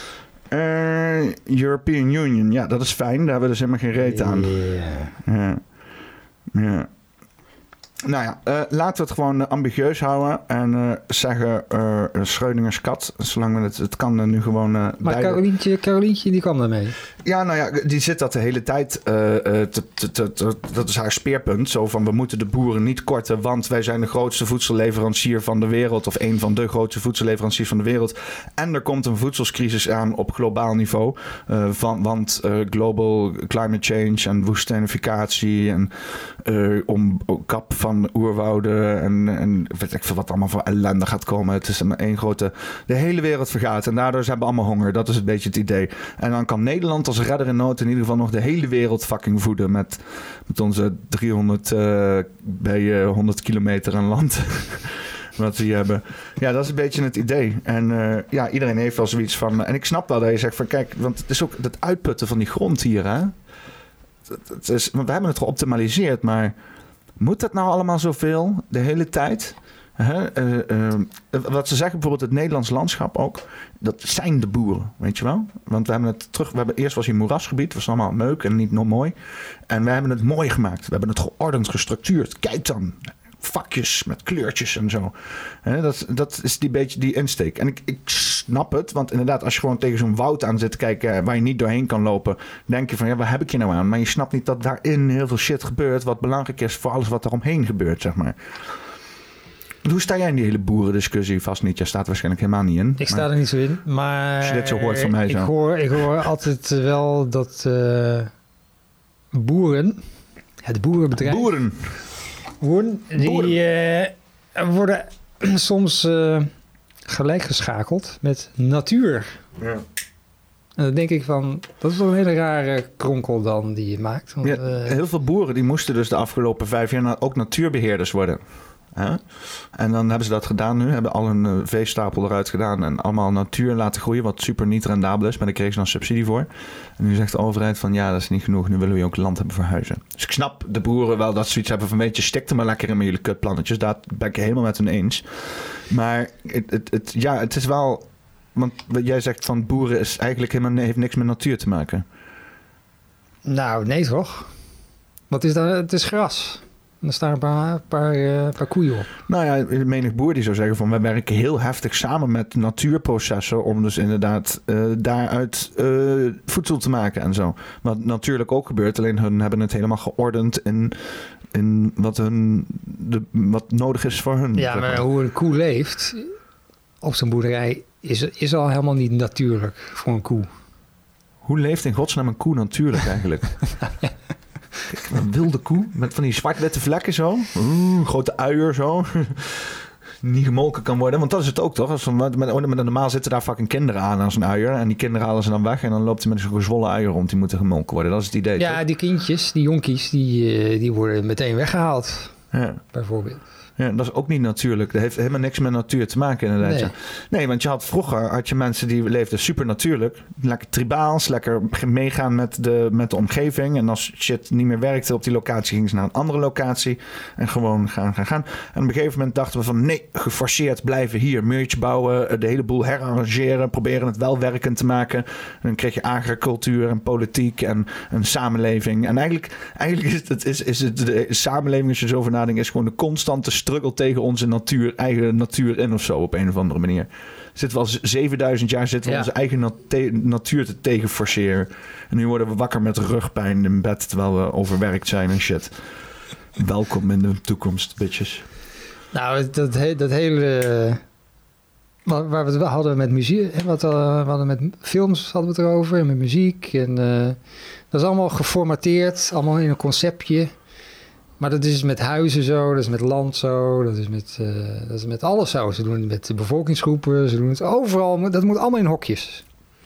Uh, European Union, ja, dat is fijn. Daar hebben we dus helemaal geen reet aan.
Yeah.
Ja. Ja. Nou ja, uh, laten we het gewoon uh, ambitieus houden en uh, zeggen uh, Schreudingers kat. Zolang we het, het kan uh, nu gewoon... Uh,
maar Carolientje, Carolientje, die kwam daarmee.
Ja, nou ja, die zit dat de hele tijd... Uh, te, te, te, te, dat is haar speerpunt. Zo van, we moeten de boeren niet korten, want wij zijn de grootste voedselleverancier van de wereld. Of een van de grootste voedselleveranciers van de wereld. En er komt een voedselscrisis aan op globaal niveau. Uh, van, want uh, global climate change en woestijnificatie en uh, om kap van oerwouden en, en weet ik veel wat allemaal voor ellende gaat komen. Het is maar één grote... De hele wereld vergaat en daardoor zijn we allemaal honger. Dat is een beetje het idee. En dan kan Nederland als redder in nood in ieder geval nog de hele wereld fucking voeden met, met onze driehonderd uh, bij uh, honderd kilometer aan land. Wat we hier hebben. Ja, dat is een beetje het idee. En uh, ja, iedereen heeft wel zoiets van... En ik snap wel dat je zegt van kijk, want het is ook het uitputten van die grond hier, hè. Het, het is, we hebben het geoptimaliseerd, maar moet dat nou allemaal zoveel de hele tijd? Uh, uh, uh, wat ze zeggen, bijvoorbeeld het Nederlands landschap ook, dat zijn de boeren, weet je wel? Want we hebben het terug, we hebben eerst was hier moerasgebied, was allemaal meuk en niet nog mooi. En we hebben het mooi gemaakt, we hebben het geordend, gestructureerd. Kijk dan, vakjes met kleurtjes en zo. Uh, dat, dat is die beetje die insteek. En ik, ik snap het, want inderdaad, als je gewoon tegen zo'n woud aan zit te kijken waar je niet doorheen kan lopen, denk je van ja, waar heb ik je nou aan? Maar je snapt niet dat daarin heel veel shit gebeurt, wat belangrijk is voor alles wat er omheen gebeurt, zeg maar. Hoe sta jij in die hele boerendiscussie? Vast niet, jij staat waarschijnlijk helemaal niet in.
Ik sta maar er niet zo in, maar
als je dit zo hoort van mij
ik
zo.
Hoor, ik hoor altijd wel dat uh, boeren, het boerenbedrijf...
Boeren!
Boeren, die boeren. Uh, worden soms uh, gelijkgeschakeld met natuur.
Ja.
En dan denk ik van, dat is wel een hele rare kronkel dan die je maakt. Want,
ja,
uh,
heel veel boeren die moesten dus de afgelopen vijf jaar ook natuurbeheerders worden. Huh? En dan hebben ze dat gedaan nu. Hebben al hun uh, veestapel eruit gedaan. En allemaal natuur laten groeien. Wat super niet rendabel is. Maar daar kregen ze dan subsidie voor. En nu zegt de overheid van ja, dat is niet genoeg. Nu willen we ook land hebben voor huizen. Dus ik snap de boeren wel dat ze zoiets hebben van weet je, stik er maar lekker in met jullie kutplannetjes. Daar ben ik helemaal met hun eens. Maar het, het, het, ja, het is wel... Want jij zegt van boeren is eigenlijk helemaal, heeft niks met natuur te maken.
Nou, nee toch? Wat is dat? Het is gras. dan staan er een paar, paar, uh, paar koeien op.
Nou ja, menig boer die zou zeggen van... we werken heel heftig samen met natuurprocessen... om dus inderdaad uh, daaruit uh, voedsel te maken en zo. Wat natuurlijk ook gebeurt. Alleen hun hebben het helemaal geordend in, in wat, hun, de, wat nodig is voor hun.
Ja, maar hoe een koe leeft op zijn boerderij... is, is al helemaal niet natuurlijk voor een koe.
Hoe leeft in godsnaam een koe natuurlijk eigenlijk? Kijk, een wilde koe met van die zwart-witte vlekken zo. Oeh, grote uier zo. Niet gemolken kan worden. Want dat is het ook toch? Als, met, met, met, normaal zitten daar fucking kinderen aan als een uier. En die kinderen halen ze dan weg. En dan loopt hij met zo'n gezwollen uier rond. Die moeten gemolken worden. Dat is het idee.
Ja,
toch?
Die kindjes, die jonkies, die, die worden meteen weggehaald.
Ja.
Bijvoorbeeld.
Ja, dat is ook niet natuurlijk. Dat heeft helemaal niks met natuur te maken inderdaad.
Nee,
ja. nee want je had vroeger had je mensen die leefden super natuurlijk. Lekker tribaals, lekker meegaan met de, met de omgeving. En als shit niet meer werkte op die locatie, gingen ze naar een andere locatie. En gewoon gaan, gaan, gaan. En op een gegeven moment dachten we van nee, geforceerd blijven hier. Muurtje bouwen, de hele boel herarrangeren. Proberen het wel werkend te maken. En dan kreeg je agricultuur en politiek en een samenleving. En eigenlijk, eigenlijk is het, is, is het de samenleving, als je zo over nadenkt, is gewoon de constante struggle tegen onze natuur, eigen natuur in of zo op een of andere manier. Zitten we al zevenduizend jaar zitten we
ja.
onze eigen nat- natuur te tegenforceren. En nu worden we wakker met rugpijn in bed terwijl we overwerkt zijn en shit. Welkom in de toekomst, bitches.
Nou, dat, dat hele... Waar, waar we het hadden met muziek, wat, uh, we hadden met films hadden we het erover, en met muziek. En uh, dat is allemaal geformateerd, allemaal in een conceptje. Maar dat is met huizen zo, dat is met land zo, dat is met, uh, dat is met alles zo. Ze doen het met de bevolkingsgroepen, ze doen het overal. Dat moet allemaal in hokjes.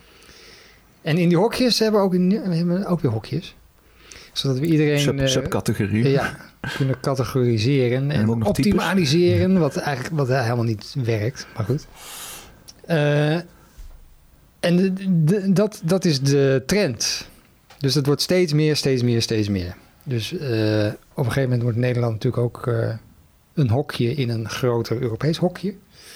En in die hokjes hebben we ook, in, we hebben ook weer hokjes. Zodat we iedereen...
Sub, subcategorie.
Uh, ja, kunnen categoriseren en, en optimaliseren. Wat eigenlijk wat helemaal niet werkt, maar goed. Uh, en de, de, dat, dat is de trend. Dus het wordt steeds meer, steeds meer, steeds meer. Dus uh, op een gegeven moment wordt Nederland natuurlijk ook uh, een hokje in een groter Europees hokje.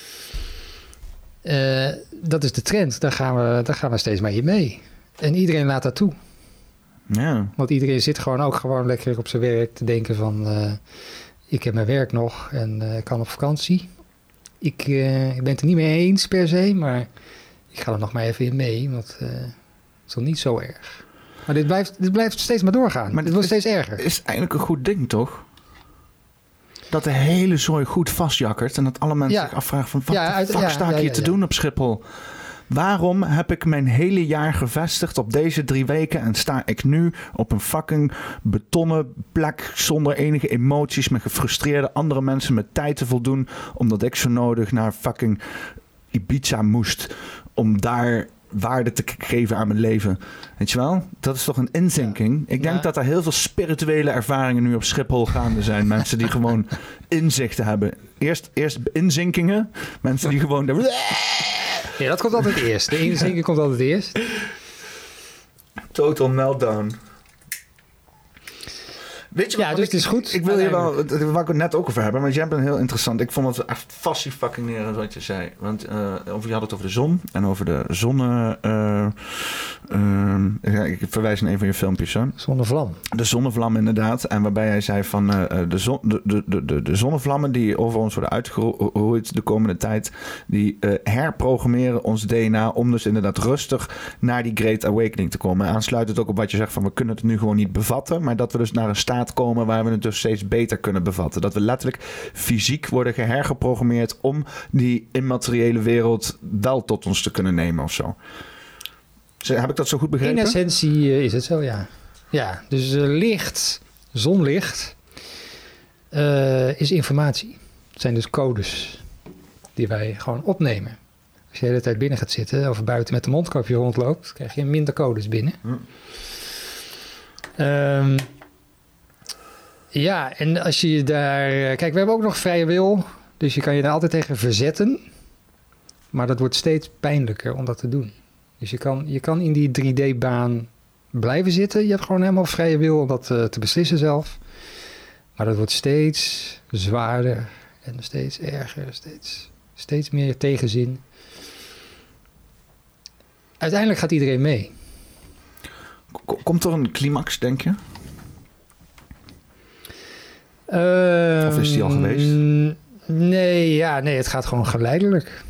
Uh, dat is de trend. Daar gaan we, daar gaan we steeds mee in mee. En iedereen laat dat toe.
Ja.
Want iedereen zit gewoon ook gewoon lekker op zijn werk te denken van... Uh, ik heb mijn werk nog en uh, ik kan op vakantie. Ik, uh, ik ben het er niet mee eens per se, maar ik ga er nog maar even in mee. Want uh, het is nog niet zo erg. Maar dit blijft, dit blijft steeds maar doorgaan. Maar dit wordt steeds erger.
Is eigenlijk een goed ding, toch? Dat de hele zooi goed vastjakkert. En dat alle mensen
ja.
zich afvragen van... wat
ja,
de
uit,
fuck
ja,
sta ik
ja,
hier
ja,
te
ja.
doen op Schiphol? Waarom heb ik mijn hele jaar gevestigd op deze drie weken... en sta ik nu op een fucking betonnen plek... zonder enige emoties, met gefrustreerde andere mensen... met tijd te voldoen, omdat ik zo nodig naar fucking Ibiza moest... om daar... waarde te geven aan mijn leven. Weet je wel? Dat is toch een inzinking? Ik denk ja. dat er heel veel spirituele ervaringen nu op Schiphol gaande zijn. Mensen die gewoon inzichten hebben. Eerst, eerst inzinkingen. Mensen die gewoon...
Ja, dat komt altijd eerst. De inzinking ja. komt altijd eerst.
Total meltdown. Weet je
ja,
wat,
dus
ik,
het is goed.
Ik wil hier wel, waar ik het net ook over hebben, want jij bent heel interessant. Ik vond het echt fascinerend wat je zei. Want uh, over, je had het over de zon en over de zonne... Uh, uh, ja, ik verwijs naar een van je filmpjes. Hè?
Zonnevlam.
De zonnevlam inderdaad. En waarbij jij zei van uh, de, zon, de, de, de, de zonnevlammen die over ons worden uitgeroeid de komende tijd, die uh, herprogrammeren ons D N A om dus inderdaad rustig naar die Great Awakening te komen. Aansluitend ook op wat je zegt van we kunnen het nu gewoon niet bevatten, maar dat we dus naar een staat komen waar we het dus steeds beter kunnen bevatten. Dat we letterlijk fysiek worden gehergeprogrammeerd om die immateriële wereld wel tot ons te kunnen nemen of zo. Heb ik dat zo goed begrepen?
In essentie uh, is het zo, ja. Ja, dus uh, licht, zonlicht, uh, is informatie. Het zijn dus codes die wij gewoon opnemen. Als je de hele tijd binnen gaat zitten of buiten met een mondkapje rondloopt, krijg je minder codes binnen. Hm. Um, Ja, en als je daar... Kijk, we hebben ook nog vrije wil. Dus je kan je daar altijd tegen verzetten. Maar dat wordt steeds pijnlijker om dat te doen. Dus je kan, je kan in die drie D-baan blijven zitten. Je hebt gewoon helemaal vrije wil om dat uh, te beslissen zelf. Maar dat wordt steeds zwaarder. En steeds erger. Steeds, steeds meer tegenzin. Uiteindelijk gaat iedereen mee.
Komt er een climax, denk je?
Uh,
of is die al geweest?
Nee, ja, nee, het gaat gewoon geleidelijk.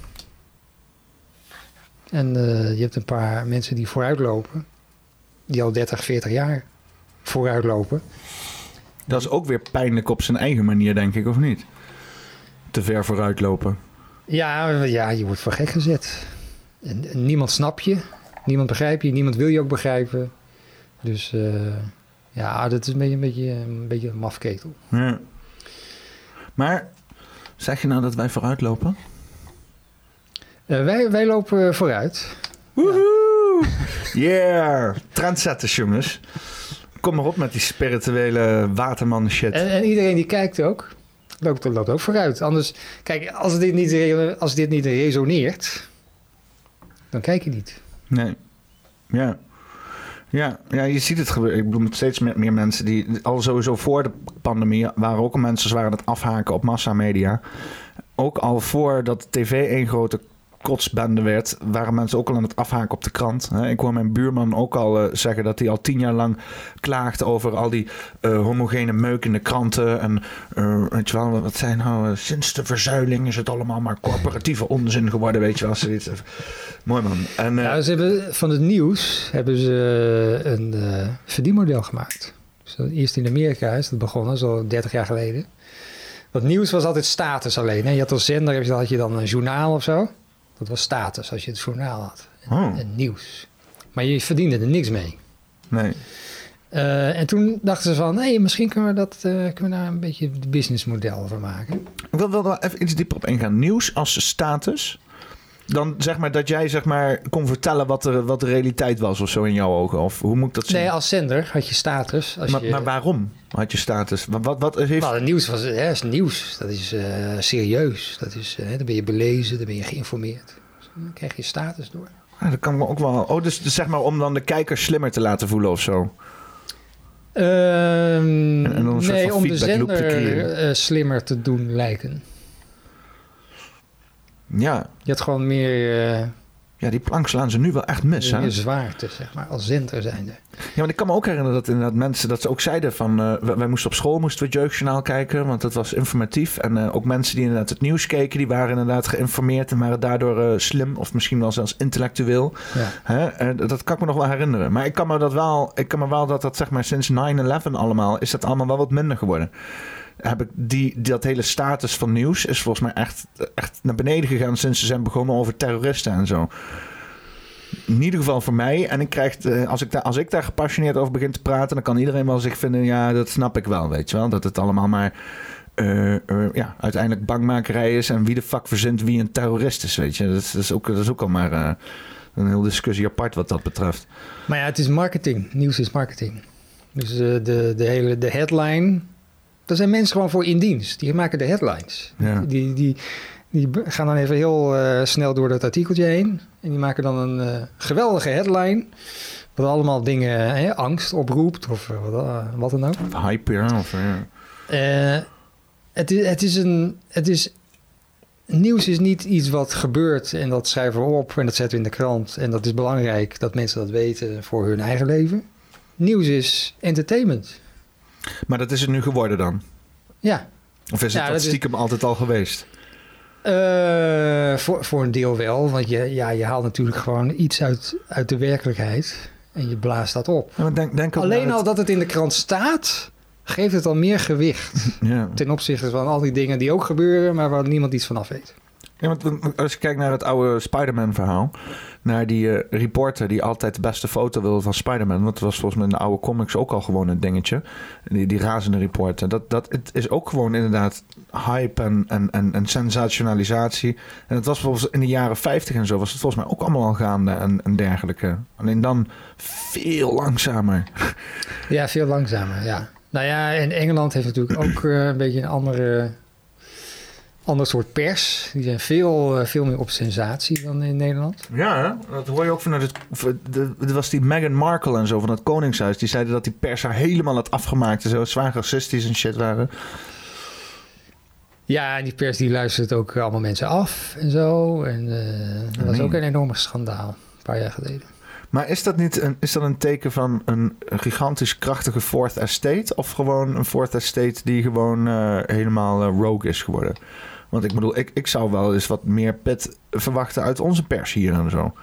En uh, je hebt een paar mensen die vooruitlopen. Die al dertig, veertig jaar vooruitlopen.
Dat is ook weer pijnlijk op zijn eigen manier, denk ik, of niet? Te ver vooruitlopen.
Ja, ja, je wordt voor gek gezet. En, en niemand snapt je. Niemand begrijpt je. Niemand wil je ook begrijpen. Dus uh, ja, dat is een beetje een, beetje, een, beetje een mafketel.
Ja. Maar zeg je nou dat wij vooruitlopen?
Uh, wij, wij lopen vooruit.
Woehoe! Yeah! Trendsetters, jongens. Kom maar op met die spirituele waterman shit.
En, en iedereen die kijkt ook, loopt, loopt ook vooruit. Anders, kijk, als dit niet, als dit niet resoneert, dan kijk je niet.
Nee. Ja. Ja, ja, je ziet het gebeuren. Ik bedoel, met steeds meer, meer mensen die... Al sowieso voor de pandemie waren ook al mensen zwaar aan het afhaken op massamedia. Ook al voordat tv één grote kotsbende werd, waren mensen ook al aan het afhaken op de krant. Ik hoor mijn buurman ook al uh, zeggen dat hij al tien jaar lang klaagt over al die uh, homogene meuk in de kranten. En uh, weet je wel, wat zijn nou, uh, sinds de verzuiling is het allemaal maar corporatieve onzin geworden, weet je wel. Zoiets. Mooi man. En, uh,
ja, ze hebben, van het nieuws hebben ze een uh, verdienmodel gemaakt. Dus eerst in Amerika is dat begonnen, zo dertig jaar geleden. Dat nieuws was altijd status alleen. Hè? Je had als zender, had je dan een journaal of zo. Dat was status als je het journaal had. En,
oh.
en nieuws. Maar je verdiende er niks mee.
Nee.
Uh, en toen dachten ze van, nee, misschien kunnen we, dat, uh, kunnen we daar een beetje het businessmodel van maken.
Ik wil wel even iets dieper op ingaan. Nieuws als status. Dan zeg maar dat jij zeg maar kon vertellen wat, er, wat de realiteit was of zo in jouw ogen. Of hoe moet ik dat zien?
Nee, als zender had je status. Als
maar,
je...
maar waarom had je status? Wat, wat, wat heeft...
Nou, het nieuws was, hè, is nieuws. Dat is uh, serieus. Dat is, uh, dan ben je belezen, dan ben je geïnformeerd. Dus dan krijg je status door.
Ja, dat kan me ook wel... Oh, dus, dus zeg maar om dan de kijker slimmer te laten voelen of zo?
Um,
en, en
nee, om de zender uh, slimmer te doen lijken.
Ja.
Je had gewoon meer... Uh,
ja, die plank slaan ze nu wel echt mis,
meer
hè?
zwaarte, zeg maar, als zender zijnde.
Ja, maar ik kan me ook herinneren dat inderdaad mensen... dat ze ook zeiden van... Uh, wij, wij moesten op school moesten we het Jeugdjournaal kijken... want dat was informatief. En uh, ook mensen die inderdaad het nieuws keken... die waren inderdaad geïnformeerd... en waren daardoor uh, slim... of misschien wel zelfs intellectueel.
Ja.
Hè? Uh, dat kan ik me nog wel herinneren. Maar ik kan me dat wel... ik kan me wel dat dat zeg maar sinds nine eleven allemaal... is dat allemaal wel wat minder geworden. Heb ik die, dat hele status van nieuws is volgens mij echt, echt naar beneden gegaan sinds ze zijn begonnen over terroristen en zo. In ieder geval voor mij. En ik krijg, als ik, daar, als ik daar gepassioneerd over begin te praten, dan kan iedereen wel zich vinden, ja, dat snap ik wel, weet je wel. Dat het allemaal maar uh, uh, ja, uiteindelijk bangmakerij is en wie de fuck verzint wie een terrorist is, weet je. Dat is, dat is, ook, dat is ook al maar uh, een hele discussie apart wat dat betreft.
Maar ja, het is marketing. Nieuws is marketing. Dus uh, de, de hele de headline... Er zijn mensen gewoon voor in dienst. Die maken de headlines.
Ja.
Die, die, die gaan dan even heel uh, snel door dat artikeltje heen. En die maken dan een uh, geweldige headline. Wat allemaal dingen, hè, angst oproept of wat, uh, wat dan ook.
Hyper. Of, ja.
uh, het, is, het is een... Het is, nieuws is niet iets wat gebeurt en dat schrijven we op en dat zetten we in de krant. En dat is belangrijk dat mensen dat weten voor hun eigen leven. Nieuws is entertainment.
Maar dat is het nu geworden dan?
Ja.
Of is het
ja,
dat
dat
stiekem is... altijd al geweest?
Uh, voor, voor een deel wel. Want je, ja, je haalt natuurlijk gewoon iets uit, uit de werkelijkheid. En je blaast dat op.
Ja, maar denk, denk
Alleen al
het...
dat het in de krant staat, geeft het al meer gewicht.
Ja.
Ten opzichte van al die dingen die ook gebeuren, maar waar niemand iets van af weet.
Ja, want als je kijkt naar het oude Spider-Man verhaal... naar die uh, reporter die altijd de beste foto wilde van Spider-Man... want dat was volgens mij in de oude comics ook al gewoon een dingetje. Die, die razende reporter. Dat, dat, het is ook gewoon inderdaad hype en, en, en, en sensationalisatie. En het was volgens in de jaren vijftig en zo... was het volgens mij ook allemaal al gaande en, en dergelijke. Alleen dan veel langzamer.
Ja, veel langzamer, ja. Nou ja, en Engeland heeft natuurlijk ook uh, een beetje een andere... ander soort pers. Die zijn veel, uh, veel meer op sensatie dan in Nederland.
Ja, dat hoor je ook vanuit het... Het was die Meghan Markle en zo van het Koningshuis. Die zeiden dat die pers haar helemaal had afgemaakt. En zo zwaar racistisch en shit waren.
Ja, en die pers die luistert ook allemaal mensen af en zo. En uh, dat was
nee.
ook een enorm schandaal. Een paar jaar geleden.
Maar is dat niet een, is dat een teken van een gigantisch krachtige Fourth Estate? Of gewoon een Fourth Estate die gewoon uh, helemaal uh, rogue is geworden? Want ik bedoel, ik, ik zou wel eens wat meer pit verwachten uit onze pers hier en zo.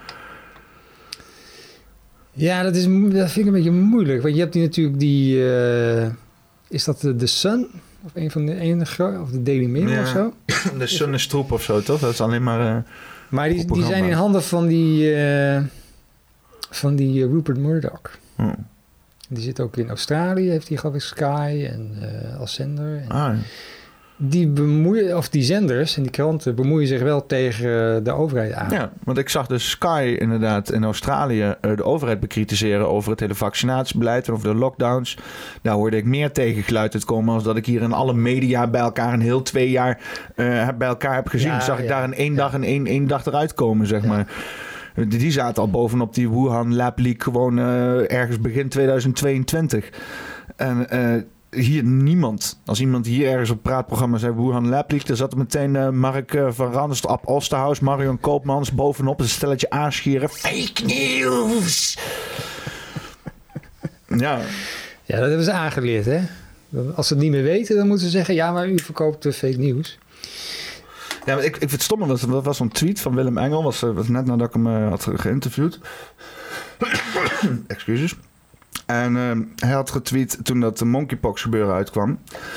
Ja, dat, is, dat vind ik een beetje moeilijk. Want je hebt hier natuurlijk die... Uh, is dat de, de Sun? Of een van de enige... Of de Daily Mail
ja,
of zo?
De Sun is troep of zo, toch? Dat is alleen maar... Uh,
maar die, die zijn in handen van die... Uh, van die uh, Rupert Murdoch. Oh. Die zit ook in Australië. Heeft hij geloof ik Sky en uh, als zender. En
ah, ja.
Die bemoeien, of die zenders en die kranten bemoeien zich wel tegen de overheid aan.
Ja, want ik zag dus Sky inderdaad in Australië uh, de overheid bekritiseren over het hele vaccinatiebeleid en over de lockdowns. Daar hoorde ik meer tegengeluid uitkomen als dat ik hier in alle media bij elkaar een heel twee jaar uh, bij elkaar heb gezien. Ja, zag ik ja, daar in één ja. dag en één, één dag eruit komen, zeg ja. maar. Die zaten al bovenop die Wuhan Lab Leak gewoon uh, ergens begin tweeduizend tweeëntwintig. En uh, hier niemand. Als iemand hier ergens op praatprogramma zei Wuhan Lab Leak, dan zat er meteen uh, Mark uh, van Ranst, Ab Osterhaus, Marion Koopmans bovenop. Een stelletje aanschieren. Fake news! ja.
Ja, dat hebben ze aangeleerd, hè? Als ze het niet meer weten, dan moeten ze zeggen, ja, maar u verkoopt uh, fake nieuws.
Ja, maar ik, ik vind het stomme, dat was, was zo'n tweet van Willem Engel, was, was net nadat ik hem uh, had geïnterviewd. Excuses. En uh, hij had getweet toen dat de monkeypox gebeuren uitkwam.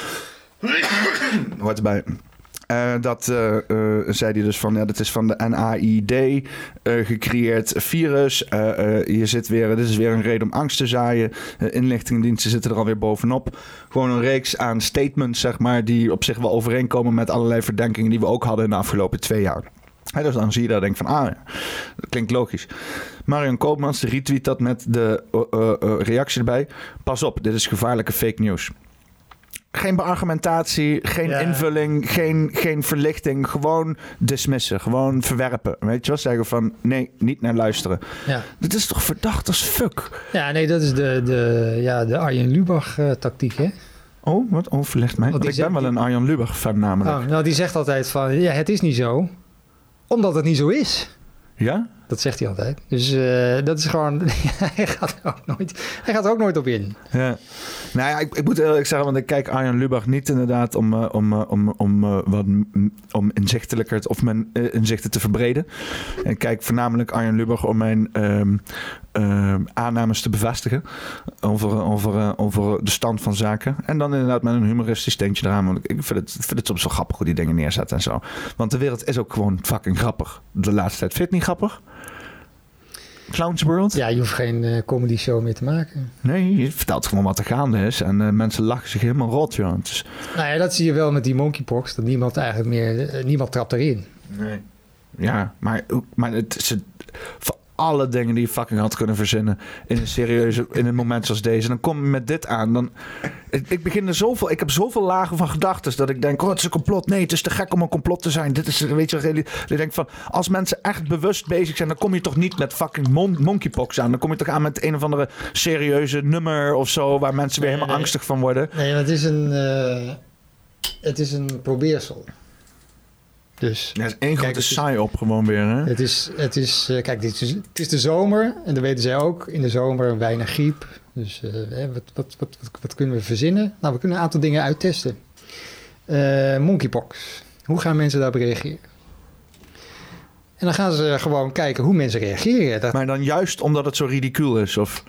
Hoort erbij. Uh, dat uh, uh, zei hij dus van, ja, dat is van de N A I D uh, gecreëerd virus. Uh, uh, hier zit weer, dit is weer een reden om angst te zaaien. Uh, inlichtingendiensten zitten er alweer bovenop. Gewoon een reeks aan statements, zeg maar, die op zich wel overeenkomen met allerlei verdenkingen die we ook hadden in de afgelopen twee jaar. He, dus dan zie je daar, denk van, ah ja, dat klinkt logisch. Marion Koopmans retweet dat met de uh, uh, uh, reactie erbij. Pas op, dit is gevaarlijke fake news. Geen beargumentatie, geen ja. invulling, geen, geen verlichting. Gewoon dismissen, gewoon verwerpen. Weet je wel, zeggen van nee, niet naar luisteren. Ja. Dat is toch verdacht als fuck?
Ja, nee, dat is de, de, ja, de Arjen Lubach uh, tactiek, hè?
Oh, wat? Oh, verlicht mij. Want ik ben wel een Arjen Lubach fan namelijk.
Oh, nou, die zegt altijd van, ja, het is niet zo. Omdat het niet zo is.
Ja?
Dat zegt hij altijd. Dus uh, dat is gewoon... hij, gaat er ook nooit, hij gaat er ook nooit op in.
Ja. Nou ja, ik, ik moet eerlijk zeggen, want ik kijk Arjen Lubach niet inderdaad om, uh, om, uh, om, om, uh, wat, om inzichtelijker of mijn uh, inzichten te verbreden. En ik kijk voornamelijk Arjen Lubach om mijn um, uh, aannames te bevestigen over, over, uh, over de stand van zaken. En dan inderdaad met een humoristisch steentje eraan. Want ik vind het, vind het soms wel grappig hoe die dingen neerzet en zo. Want de wereld is ook gewoon fucking grappig. De laatste tijd. Vind je het niet grappig? Clowns World?
Ja, je hoeft geen uh, comedy show meer te maken.
Nee, je vertelt gewoon wat er gaande is. En uh, mensen lachen zich helemaal rot, joh. Dus...
Nou ja, dat zie je wel met die monkeypox. Dat niemand eigenlijk meer... Uh, niemand trapt erin.
Nee. Ja, maar, maar het is... Voor alle dingen die je fucking had kunnen verzinnen... in een serieuze... in een moment zoals deze. Dan kom je met dit aan. Dan... Ik, ik begin er zoveel... Ik heb zoveel lagen van gedachten... dat ik denk... Oh, het is een complot. Nee, het is te gek om een complot te zijn. Dit is... Weet je... Ik denk van... Als mensen echt bewust bezig zijn... dan kom je toch niet met fucking mon- monkeypox aan. Dan kom je toch aan met een of andere serieuze nummer of zo... waar mensen weer helemaal
nee,
angstig van worden.
Nee, maar het is een... Uh, het is een probeersel. Dus,
ja, het is één grote saai op gewoon weer. Hè?
Het is, het is, uh, kijk, dit is, het is de zomer en dat weten zij ook. In de zomer weinig griep. Dus uh, wat, wat, wat, wat, wat kunnen we verzinnen? Nou, we kunnen een aantal dingen uittesten. Uh, monkeypox. Hoe gaan mensen daarop reageren? En dan gaan ze gewoon kijken hoe mensen reageren. Dat...
Maar dan juist omdat het zo ridicuul is? Of?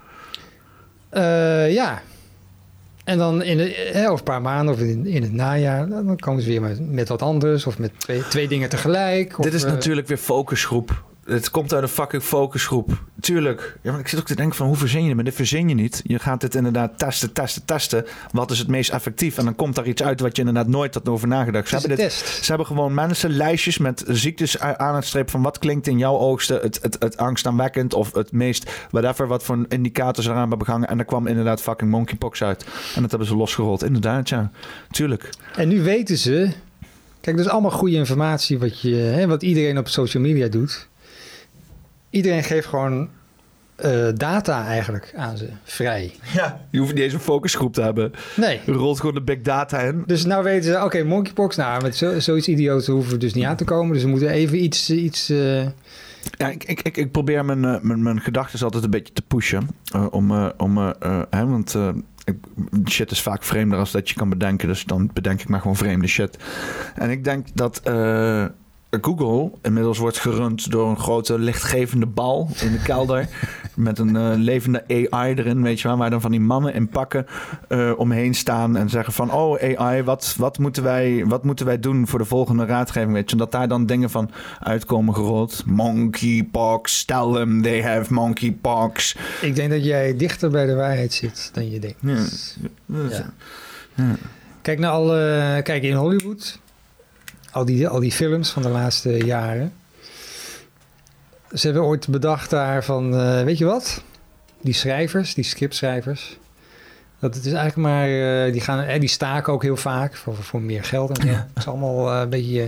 Uh, ja. En dan in de, hè, over een paar maanden of in, in het najaar... dan komen ze weer met, met wat anders... of met twee, twee dingen tegelijk. Of,
Dit is
uh,
natuurlijk weer focusgroep. Het komt uit een fucking focusgroep. Tuurlijk. Ja, maar ik zit ook te denken van hoe verzin je dit? Maar dit verzin je niet. Je gaat dit inderdaad testen, testen, testen. Wat is het meest effectief? En dan komt daar iets uit wat je inderdaad nooit had over nagedacht. Ze, hebben, dit, ze hebben gewoon mensen lijstjes met ziektes aan het streep van wat klinkt in jouw oogsten het, het, het angstaanwekkend of het meest whatever wat voor indicators eraan hebben begangen. En daar kwam inderdaad fucking monkeypox uit. En dat hebben ze losgerold. Inderdaad, ja. Tuurlijk.
En nu weten ze... Kijk, dat is allemaal goede informatie wat, je, hè, wat iedereen op social media doet. Iedereen geeft gewoon uh, data eigenlijk aan ze vrij.
Ja, je hoeft niet eens een focusgroep te hebben.
Nee.
Je rolt gewoon de big data in.
Dus nou weten ze, oké, okay, monkeypox, nou, met zo, zoiets idioten hoeven we dus niet aan te komen. Dus we moeten even iets... iets uh...
Ja, ik, ik, ik, ik probeer mijn, uh, mijn, mijn gedachten altijd een beetje te pushen. Uh, om, uh, om, uh, uh, hè, want uh, ik, shit is vaak vreemder als dat je kan bedenken. Dus dan bedenk ik maar gewoon vreemde shit. En ik denk dat... Uh, Google inmiddels wordt gerund door een grote lichtgevende bal in de kelder met een uh, levende A I erin, weet je wel, waar dan van die mannen in pakken uh, omheen staan en zeggen van, oh A I, wat, wat, moeten wij, wat moeten wij doen voor de volgende raadgeving, weet je, en dat daar dan dingen van uitkomen gerold. Monkeypox, tell them they have monkeypox.
Ik denk dat jij dichter bij de waarheid zit dan je denkt.
Ja.
Ja. Ja. Kijk naar al, uh, kijk in Hollywood. Al die, al die films van de laatste jaren. Ze hebben ooit bedacht daar van, uh, weet je wat? Die schrijvers, die scriptschrijvers. Dat het is eigenlijk maar, uh, die, gaan, eh, die staken ook heel vaak voor, voor meer geld. En ja. Het is allemaal uh, een beetje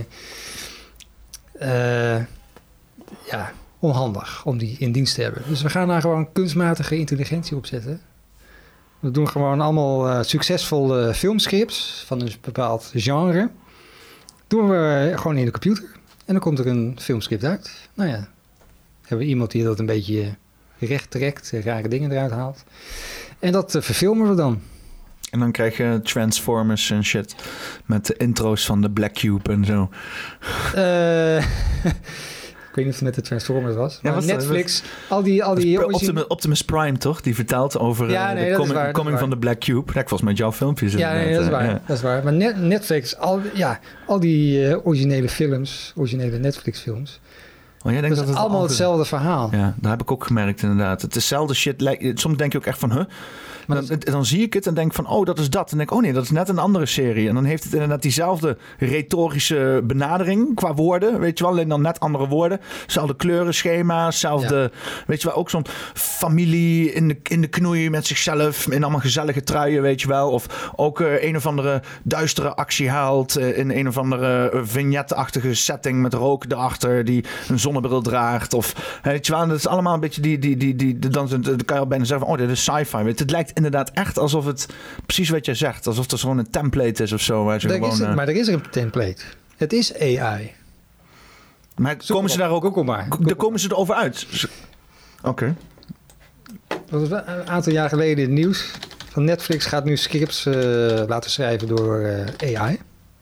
uh, ja, onhandig om die in dienst te hebben. Dus we gaan daar gewoon kunstmatige intelligentie op zetten. We doen gewoon allemaal uh, succesvolle filmscripts van een bepaald genre. Doen we gewoon in de computer. En dan komt er een filmscript uit. Nou ja, hebben we iemand die dat een beetje recht trekt, rare dingen eruit haalt. En dat uh, verfilmen we dan.
En dan krijg je Transformers en shit met de intro's van de Black Cube en zo.
Uh, ik weet niet of het met de Transformers was. Maar ja, was Netflix, dat, al die... Al die
Optimus, Optimus Prime, toch? Die vertelt over
ja, nee,
uh, de coming,
waar,
coming van de Black Cube. Ja, volgens mij jouw filmpjes.
Ja, nee, dat is waar. Ja. Dat is waar. Maar net, Netflix, al, ja, al die uh, originele films, originele Netflix films...
Oh, jij denkt
dat
dat
is allemaal hetzelfde verhaal.
Ja, dat heb ik ook gemerkt inderdaad. Het is hetzelfde shit. Soms denk je ook echt van, huh? Maar dan, dan zie ik het en denk van, oh, dat is dat. En denk ik, oh nee, dat is net een andere serie. En dan heeft het inderdaad diezelfde retorische benadering qua woorden. Weet je wel, alleen dan net andere woorden. Hetzelfde kleurenschema, hetzelfde... Ja. Weet je wel, ook zo'n familie in de, in de knoei met zichzelf. In allemaal gezellige truien, weet je wel. Of ook uh, een of andere duistere actie haalt. Uh, in een of andere uh, vignet-achtige setting met rook erachter. Die een zonnebril draagt. Of, weet je wel, dat is allemaal een beetje die... die, die, die, die dan, dan kan je al bijna zeggen van, oh, dit is sci-fi. Weet je, het lijkt inderdaad echt alsof het, precies wat jij zegt, alsof er gewoon een template is of zo. Waar ze gewoon,
is het,
uh...
maar er is er een template. Het is A I.
Maar Zoek komen ze daar ook...
Google maar.
Daar komen ze erover uit? Oké. Okay.
Dat was een aantal jaar geleden in het nieuws. Van Netflix gaat nu scripts uh, laten schrijven door uh, A I.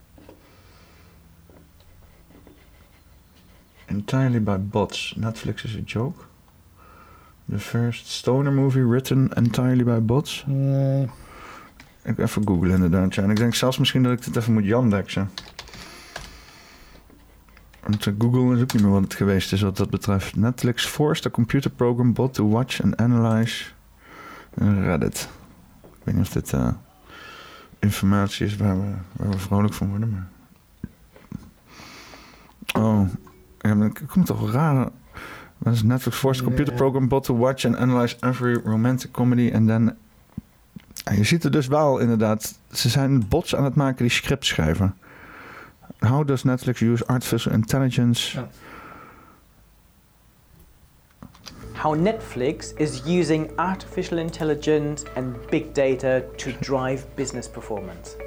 Entirely by bots. Netflix is a joke. The first stoner movie written entirely by bots?
Nee.
Ik even googlen inderdaad. Ja. En ik denk zelfs misschien dat ik dit even moet yandexen. Want Google is ook niet meer wat het geweest is wat dat betreft. Netflix forced a computer program bot to watch and analyze Reddit. Ik weet niet of dit uh, informatie is waar we, waar we vrolijk van worden. Maar... Oh, ja, ik kom toch rare... Dat is Netflix forced a computer program bot to watch and analyze every romantic comedy. En dan... Je ziet er dus wel inderdaad... Ze zijn bots aan het maken die scripts schrijven. How does Netflix use artificial intelligence?
Ja.
How Netflix is using artificial intelligence and big data to drive business performance.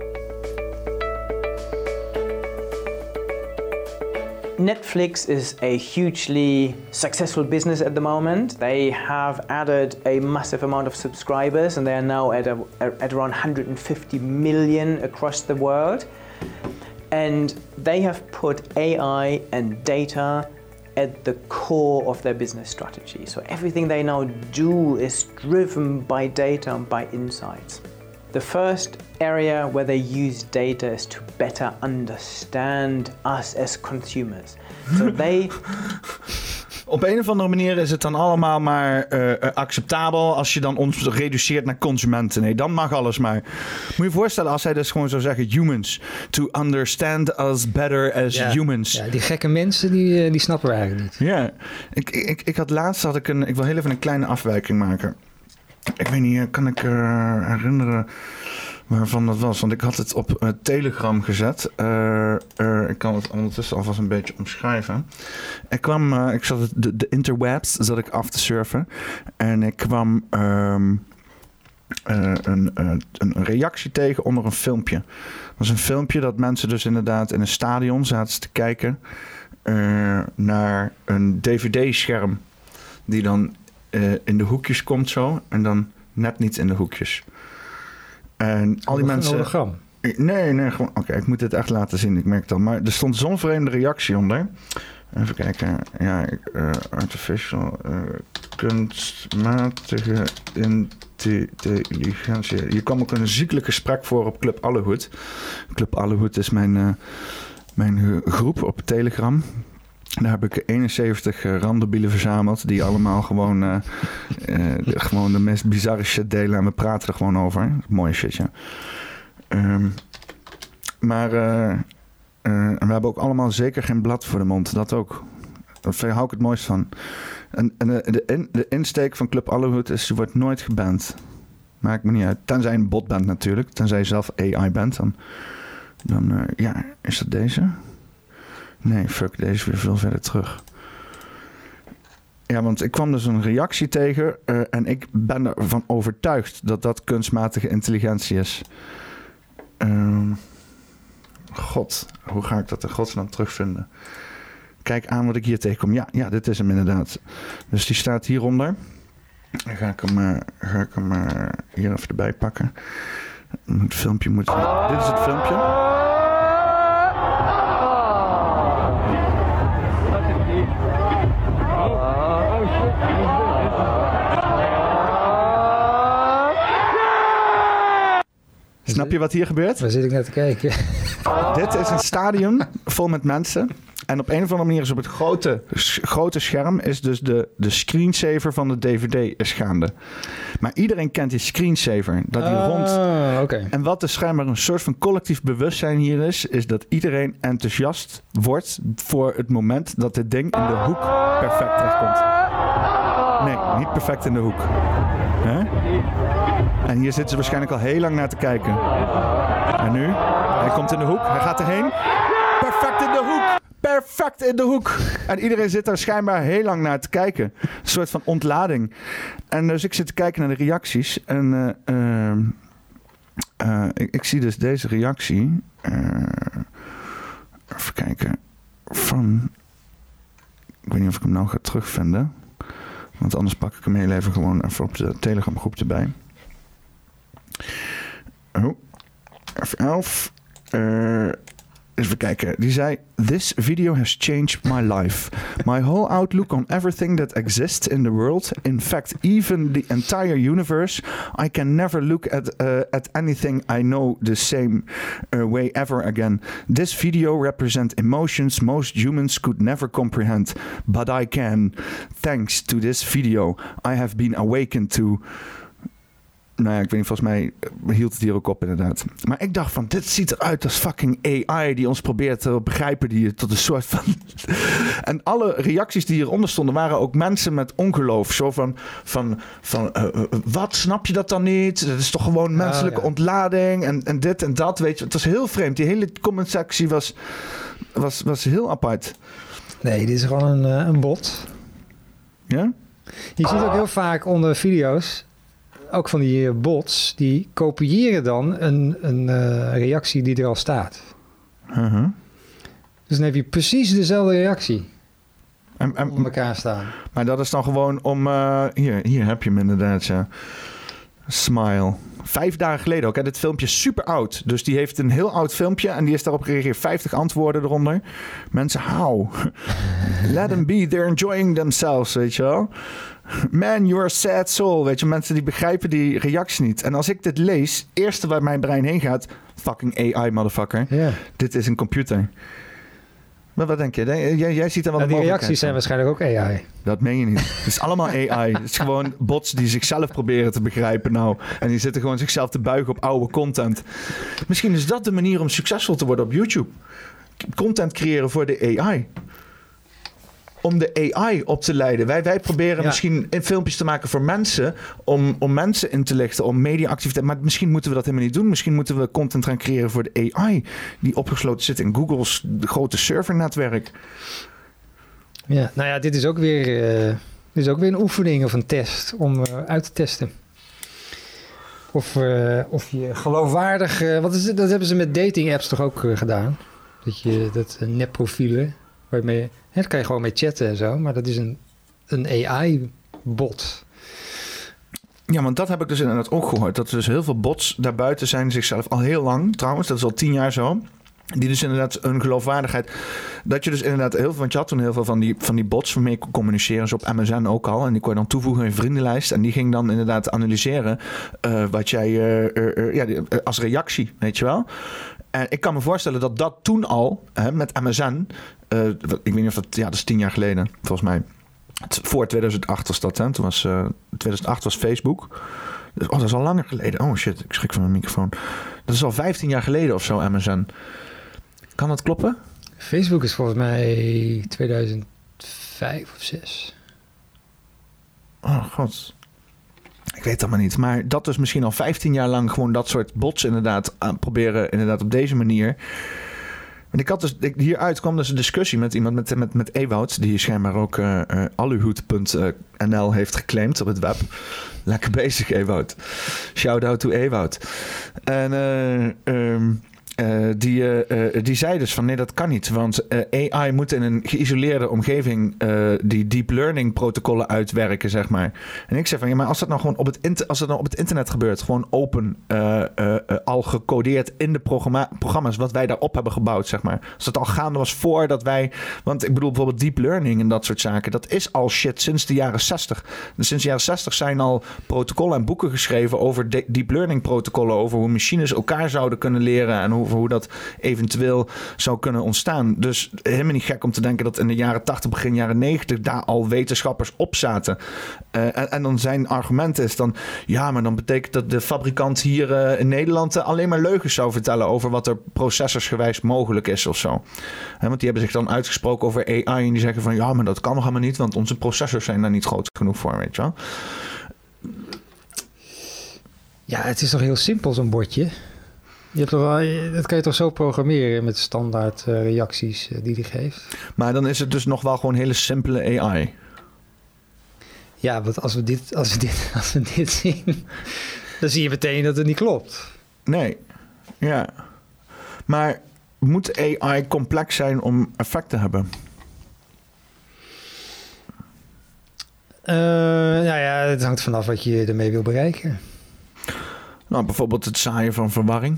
Netflix is a hugely successful business at the moment. They have added a massive amount of subscribers and they are now at, a, at around one hundred fifty million across the world. And they have put A I and data at the core of their business strategy. So everything they now do is driven by data and by insights. The first area where they use data is to better understand us as consumers. So they...
Op een of andere manier is het dan allemaal maar uh, acceptabel als je dan ons reduceert naar consumenten. Nee, dan mag alles maar. Moet je je voorstellen als hij dus gewoon zou zeggen humans. To understand us better as
ja,
humans.
Ja, die gekke mensen die, die snappen we eigenlijk niet.
Ja, ik, ik, ik had laatst had ik een... Ik wil heel even een kleine afwijking maken. Ik weet niet, kan ik uh, herinneren waarvan dat was. Want ik had het op uh, Telegram gezet. Uh, uh, ik kan het ondertussen alvast een beetje omschrijven. Ik kwam, uh, ik zat het, de, de interwebs zat ik af te surfen. En ik kwam um, uh, een, uh, een reactie tegen onder een filmpje. Dat was een filmpje dat mensen dus inderdaad in een stadion zaten te kijken uh, naar een D V D-scherm. Die dan uh, in de hoekjes komt zo. En dan net niet in de hoekjes. En al die mensen...
Een hologram?
Nee, nee, gewoon... Oké, okay, ik moet dit echt laten zien, ik merk het al. Maar er stond zo'n vreemde reactie onder. Even kijken. Ja, uh, artificial... Uh, kunstmatige intelligentie. Hier kwam ook een ziekelijk gesprek voor op Club Allehoed. Club Allehoed is mijn, uh, mijn groep op Telegram. Daar heb ik eenenzeventig uh, randebielen verzameld. Die allemaal gewoon, uh, uh, de, gewoon de meest bizarre shit delen. En we praten er gewoon over. Mooie shit, ja. Um, maar uh, uh, we hebben ook allemaal zeker geen blad voor de mond. Dat ook. Daar hou ik het mooist van. En, en de, de, in, de insteek van Club Allehoed is... je wordt nooit geband. Maakt me niet uit. Tenzij je een bot bent natuurlijk. Tenzij je zelf A I bent. Dan, dan uh, ja, is dat deze... Nee, fuck, deze is weer veel verder terug. Ja, want ik kwam dus een reactie tegen... Uh, en ik ben ervan overtuigd dat dat kunstmatige intelligentie is. Uh, God, hoe ga ik dat in godsnaam terugvinden? Kijk aan wat ik hier tegenkom. Ja, ja, dit is hem inderdaad. Dus die staat hieronder. Dan ga ik hem, uh, ga ik hem uh, hier even erbij pakken. Het filmpje moet... Dit is het filmpje. Snap je wat hier gebeurt?
Waar zit ik naar te kijken?
Dit is een stadion vol met mensen. En op een of andere manier is op het grote, grote scherm... is dus de, de screensaver van de D V D is gaande. Maar iedereen kent die screensaver. Dat die uh, rond...
Okay.
En wat dus schijnbaar een soort van collectief bewustzijn hier is... is dat iedereen enthousiast wordt voor het moment... dat dit ding in de hoek perfect terechtkomt. Nee, niet perfect in de hoek. Huh? En hier zitten ze waarschijnlijk al heel lang naar te kijken. En nu? Hij komt in de hoek. Hij gaat erheen. Perfect in de hoek. Perfect in de hoek. En iedereen zit daar schijnbaar heel lang naar te kijken. Een soort van ontlading. En dus ik zit te kijken naar de reacties. En uh, uh, uh, ik, ik zie dus deze reactie. Uh, even kijken. Van... Ik weet niet of ik hem nou ga terugvinden. Want anders pak ik hem heel even gewoon even op de Telegram groep erbij. Oh, F elf. Uh, even kijken. Die zei... This video has changed my life. My whole outlook on everything that exists in the world. In fact, even the entire universe. I can never look at, uh, at anything I know the same uh, way ever again. This video represents emotions most humans could never comprehend. But I can. Thanks to this video, I have been awakened to... Nou ja, ik weet niet, volgens mij hield het hier ook op inderdaad. Maar ik dacht van, dit ziet eruit als fucking A I die ons probeert te begrijpen, die je tot een soort van... En alle reacties die hieronder stonden waren ook mensen met ongeloof. Zo van, van, van uh, uh, wat, snap je dat dan niet? Dat is toch gewoon menselijke oh, ja. ontlading en, en dit en dat, weet je. Het was heel vreemd. Die hele comment-sectie was, was, was heel apart.
Nee, dit is gewoon een, uh, een bot.
Ja?
Je ziet ook heel vaak onder video's... Ook van die bots, die kopiëren dan een, een uh, reactie die er al staat.
Uh-huh.
Dus dan heb je precies dezelfde reactie.
En, en,
onder elkaar staan.
Maar dat is dan gewoon om... Uh, hier, hier heb je hem inderdaad, ja. Smile. Vijf dagen geleden ook. Hè? Dit filmpje is super oud. Dus die heeft een heel oud filmpje... en die is daarop gereageerd. vijftig antwoorden eronder. Mensen, how? Let them be. They're enjoying themselves, weet je wel. Man, you're a sad soul. Weet je, mensen die begrijpen die reactie niet. En als ik dit lees... eerste waar mijn brein heen gaat... fucking A I, motherfucker.
Yeah.
Dit is een computer. Maar wat denk je? Jij, jij ziet er wel
ja,
een
die reacties zijn waarschijnlijk ook A I.
Dat meen je niet. Het is allemaal A I. Het is gewoon bots die zichzelf proberen te begrijpen nou. En die zitten gewoon zichzelf te buigen op oude content. Misschien is dat de manier om succesvol te worden op YouTube. Content creëren voor de A I. om de A I op te leiden. Wij, wij proberen ja. misschien filmpjes te maken voor mensen, om, om mensen in te lichten, om mediaactiviteit. Maar misschien moeten we dat helemaal niet doen. Misschien moeten we content gaan creëren voor de A I, die opgesloten zit in Google's grote servernetwerk.
Ja, nou ja, dit is ook weer, uh, dit is ook weer een oefening of een test om uh, uit te testen. Of, uh, of je geloofwaardig... Uh, wat is het? Dat hebben ze met dating apps toch ook uh, gedaan? Dat je dat uh, nepprofielen, waarmee hè, daar kan je gewoon mee chatten en zo, maar dat is een, een A I-bot.
Ja, want dat heb ik dus inderdaad ook gehoord. Dat er dus heel veel bots daarbuiten zijn zichzelf al heel lang, trouwens, dat is al tien jaar zo. Die dus inderdaad een geloofwaardigheid. Dat je dus inderdaad heel veel. Want je had toen heel veel van die, van die bots waarmee je kon communiceren. Zo op M S N ook al. En die kon je dan toevoegen in je vriendenlijst. En die ging dan inderdaad analyseren. Uh, wat jij. Uh, uh, uh, ja, als reactie, weet je wel. En ik kan me voorstellen dat dat toen al. Hè, met M S N. Uh, ik weet niet of dat. Ja, dat is tien jaar geleden. Volgens mij. Voor tweeduizend acht was dat. Hè. Toen was. Uh, tweeduizend acht was Facebook. Dus, oh, dat is al langer geleden. Oh shit, ik schrik van mijn microfoon. Dat is al vijftien jaar geleden of zo, M S N. Kan dat kloppen?
Facebook is volgens mij tweeduizend vijf of zes.
Oh god. Ik weet dat maar niet. Maar dat is misschien al vijftien jaar lang gewoon dat soort bots inderdaad aan proberen inderdaad op deze manier. En ik had dus, ik, hieruit kwam dus een discussie met iemand, met, met, met Ewout, die schijnbaar ook uh, uh, aluhoed punt n l heeft geclaimd op het web. Lekker bezig, Ewout. Shout-out to Ewout. En uh, um, Uh, die, uh, uh, die zei dus van nee, dat kan niet. Want uh, A I moet in een geïsoleerde omgeving uh, die deep learning protocollen uitwerken, zeg maar. En ik zei van ja, maar als dat nou gewoon op het, inter- als dat nou op het internet gebeurt, gewoon open, uh, uh, uh, al gecodeerd in de programma- programma's wat wij daarop hebben gebouwd, zeg maar. Als dat al gaande was voordat wij, want ik bedoel bijvoorbeeld deep learning en dat soort zaken, dat is al shit sinds de jaren zestig. Dus sinds de jaren zestig zijn al protocollen en boeken geschreven over de- deep learning protocollen, over hoe machines elkaar zouden kunnen leren en hoe over hoe dat eventueel zou kunnen ontstaan. Dus helemaal niet gek om te denken dat in de jaren tachtig, begin jaren negentig daar al wetenschappers op zaten. Uh, en, en dan zijn argument is dan, ja, maar dan betekent dat de fabrikant hier uh, in Nederland uh, alleen maar leugens zou vertellen over wat er processorsgewijs mogelijk is of zo. He, want die hebben zich dan uitgesproken over A I en die zeggen van, ja, maar dat kan nog helemaal niet, want onze processors zijn daar niet groot genoeg voor, weet je wel.
Ja, het is toch heel simpel, zo'n bordje. Je hebt toch wel, dat kan je toch zo programmeren met standaard uh, reacties uh, die hij geeft.
Maar dan is het dus nog wel gewoon hele simpele A I.
Ja, want als we dit, als we dit, als we dit zien, dan zie je meteen dat het niet klopt.
Nee, ja. Maar moet A I complex zijn om effect te hebben?
Uh, nou ja, het hangt vanaf wat je ermee wil bereiken.
Nou, bijvoorbeeld het zaaien van verwarring.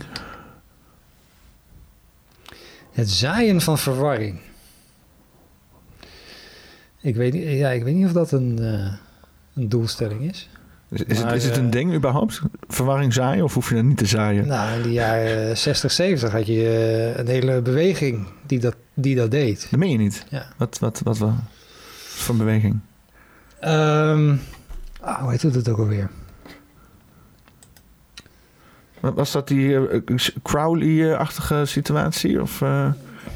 Het zaaien van verwarring. Ik weet, ja, ik weet niet of dat een, uh, een doelstelling is.
Is, is, maar, het, is het een ding überhaupt? Verwarring zaaien of hoef je dat niet te zaaien?
Nou, in de jaren zestig, zeventig had je uh, een hele beweging die dat, die dat deed.
Dat meen je niet?
Ja.
Wat, wat, wat, wat voor een beweging?
Um, oh, hoe heet het ook alweer?
Was dat die uh, Crowley-achtige situatie? Of, uh...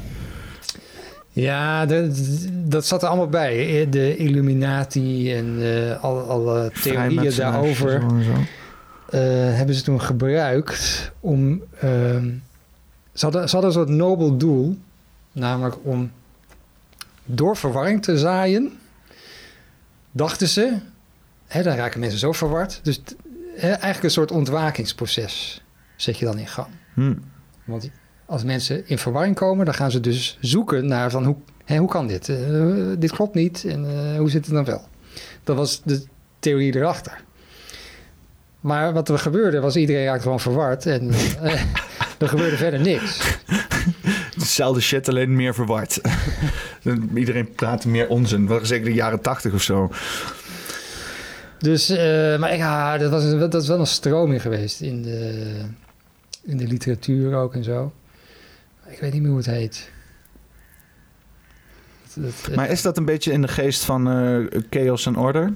Ja, de, dat zat er allemaal bij. De Illuminati en uh, alle, alle theorieën daarover uh, hebben ze toen gebruikt om... Uh, ze, hadden, ze hadden een soort nobel doel, namelijk om door verwarring te zaaien, dachten ze, hè, dan raken mensen zo verward, dus... Eigenlijk een soort ontwakingsproces zet je dan in gang.
Hmm.
Want als mensen in verwarring komen, dan gaan ze dus zoeken naar van hoe, hè, hoe kan dit? Uh, dit klopt niet en uh, hoe zit het dan wel? Dat was de theorie erachter. Maar wat er gebeurde was iedereen raakte gewoon verward en uh, er gebeurde verder niks.
Hetzelfde shit, alleen meer verward. Iedereen praatte meer onzin. Dat was zeker de jaren tachtig of zo.
Dus, uh, maar ja, dat, was, dat is wel een stroming geweest in de, in de literatuur ook en zo. Ik weet niet meer hoe het heet.
Dat, dat, maar is dat een beetje in de geest van uh, chaos en order?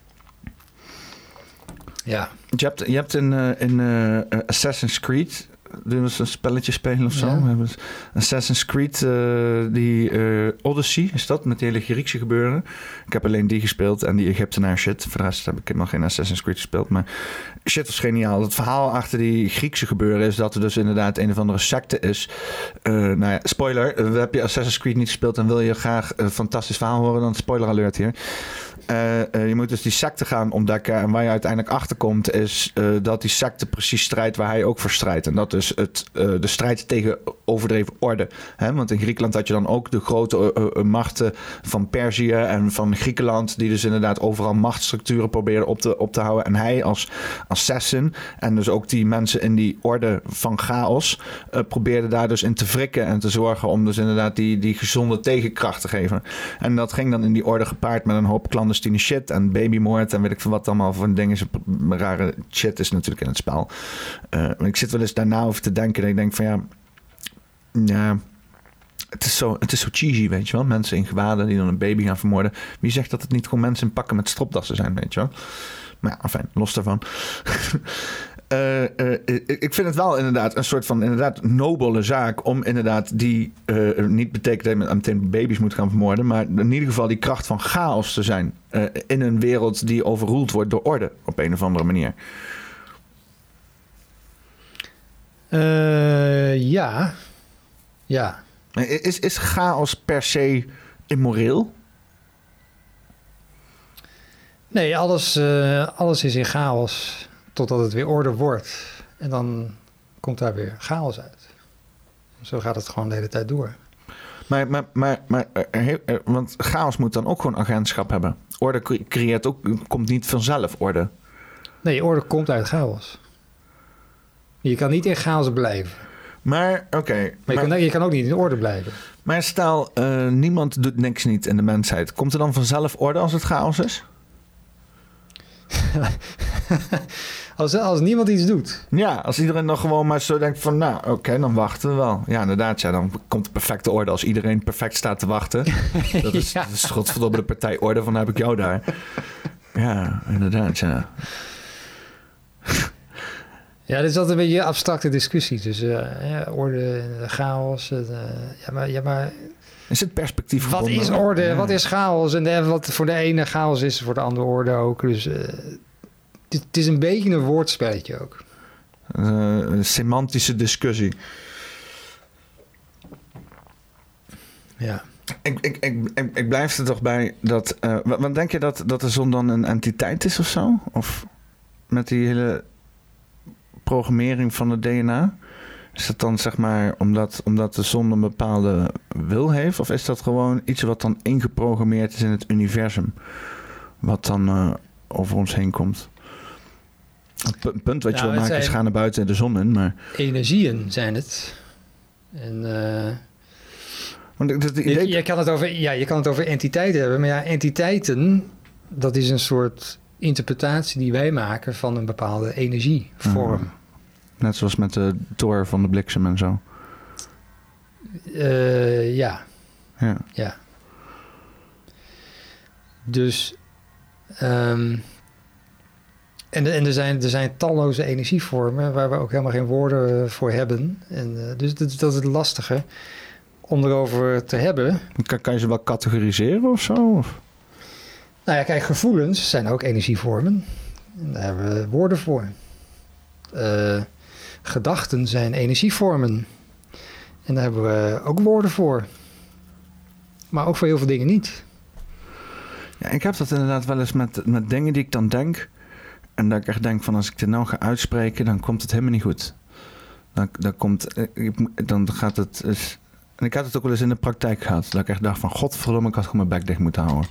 Ja.
Je hebt, je hebt in, uh, in uh, Assassin's Creed doen we een spelletje spelen of zo.
Ja.
We hebben Assassin's Creed, uh, die uh, Odyssey is dat, met die hele Griekse gebeuren. Ik heb alleen die gespeeld en die Egyptenaar shit. Voor de rest heb ik helemaal geen Assassin's Creed gespeeld. Maar shit was geniaal. Het verhaal achter die Griekse gebeuren is dat er dus inderdaad een of andere secte is. Uh, nou ja, spoiler. Uh, heb je Assassin's Creed niet gespeeld en wil je graag een fantastisch verhaal horen, dan spoiler alert hier. Uh, uh, je moet dus die secte gaan ontdekken. En waar je uiteindelijk achterkomt is uh, dat die secte precies strijdt waar hij ook voor strijdt. En dat is het, uh, de strijd tegen overdreven orde. Hè? Want in Griekenland had je dan ook de grote uh, uh, machten van Perzië en van Griekenland, die dus inderdaad overal machtsstructuren probeerden op te, op te houden. En hij als assassin en dus ook die mensen in die orde van chaos uh, probeerde daar dus in te wrikken en te zorgen om dus inderdaad die, die gezonde tegenkracht te geven. En dat ging dan in die orde gepaard met een hoop clandestine shit en babymoord en weet ik veel wat allemaal voor dingen. Rare shit is natuurlijk in het spel. Uh, ik zit wel eens daarna over te denken dat ik denk van ja, ja, het is zo, het is zo cheesy, weet je wel. Mensen in gewaden die dan een baby gaan vermoorden. Wie zegt dat het niet gewoon mensen in pakken met stropdassen zijn, weet je wel. Maar ja, enfin, los daarvan. Uh, uh, ik vind het wel inderdaad een soort van inderdaad nobele zaak om inderdaad die, uh, niet betekent dat je meteen baby's moet gaan vermoorden, maar in ieder geval die kracht van chaos te zijn uh, in een wereld die overroeld wordt door orde op een of andere manier.
Uh, ja. Ja.
Is, is chaos per se immoreel?
Nee, alles, uh, alles is in chaos totdat het weer orde wordt. En dan komt daar weer chaos uit. Zo gaat het gewoon de hele tijd door.
Maar, maar, maar, maar uh, uh, want chaos moet dan ook gewoon agentschap hebben. Orde creëert ook, komt niet vanzelf orde.
Nee, orde komt uit chaos. Je kan niet in chaos blijven.
Maar, oké. Okay,
maar, maar je kan, je kan ook niet in orde blijven.
Maar stel, uh, niemand doet niks niet in de mensheid. Komt er dan vanzelf orde als het chaos is?
als, als niemand iets doet.
Ja, als iedereen dan gewoon maar zo denkt van, nou, oké, okay, dan wachten we wel. Ja, inderdaad, ja, dan komt de perfecte orde als iedereen perfect staat te wachten. Dat is, ja. dat is godverdomme de partij orde, van heb ik jou daar. Ja, inderdaad, ja.
Ja, dit is altijd een beetje een abstracte discussie. Dus uh, ja, orde, chaos. Uh, ja, maar, ja, maar
is het perspectief
wat
gebonden?
Is orde,
ja.
wat is chaos? En de, wat voor de ene chaos is, voor de andere orde ook. Dus uh, het, het is een beetje een woordspelletje ook.
Uh, een semantische discussie.
Ja.
Ik, ik, ik, ik, ik blijf er toch bij dat... Uh, wat denk je dat, dat de zon dan een entiteit is of zo? Of met die hele programmering van het D N A? Is dat dan zeg maar omdat, omdat de zon een bepaalde wil heeft? Of is dat gewoon iets wat dan ingeprogrammeerd is in het universum? Wat dan uh, over ons heen komt? Het punt wat je nou, wil maken is gaan naar buiten de zon in. Maar
energieën zijn het. En uh,
Want het idee...
je, je, kan het over, ja, je kan het over entiteiten hebben. Maar ja, entiteiten, dat is een soort interpretatie die wij maken van een bepaalde energievorm.
Uh, net zoals met de toren van de bliksem en zo.
Uh, ja.
ja.
Ja. Dus... Um, en, en er, zijn, er zijn talloze energievormen waar we ook helemaal geen woorden voor hebben. En, uh, dus dat, dat is het lastige om erover te hebben.
Kan, kan je ze wel categoriseren of zo? Of?
Nou ja, kijk, gevoelens zijn ook energievormen. En daar hebben we woorden voor. Uh, gedachten zijn energievormen. En daar hebben we ook woorden voor. Maar ook voor heel veel dingen niet.
Ja, ik heb dat inderdaad wel eens met, met dingen die ik dan denk. En dat ik echt denk van als ik dit nou ga uitspreken, dan komt het helemaal niet goed. Dan, dan, komt, dan gaat het... Is, en ik had het ook wel eens in de praktijk gehad. Dat ik echt dacht van godverdomme, ik had gewoon mijn bek dicht moeten houden.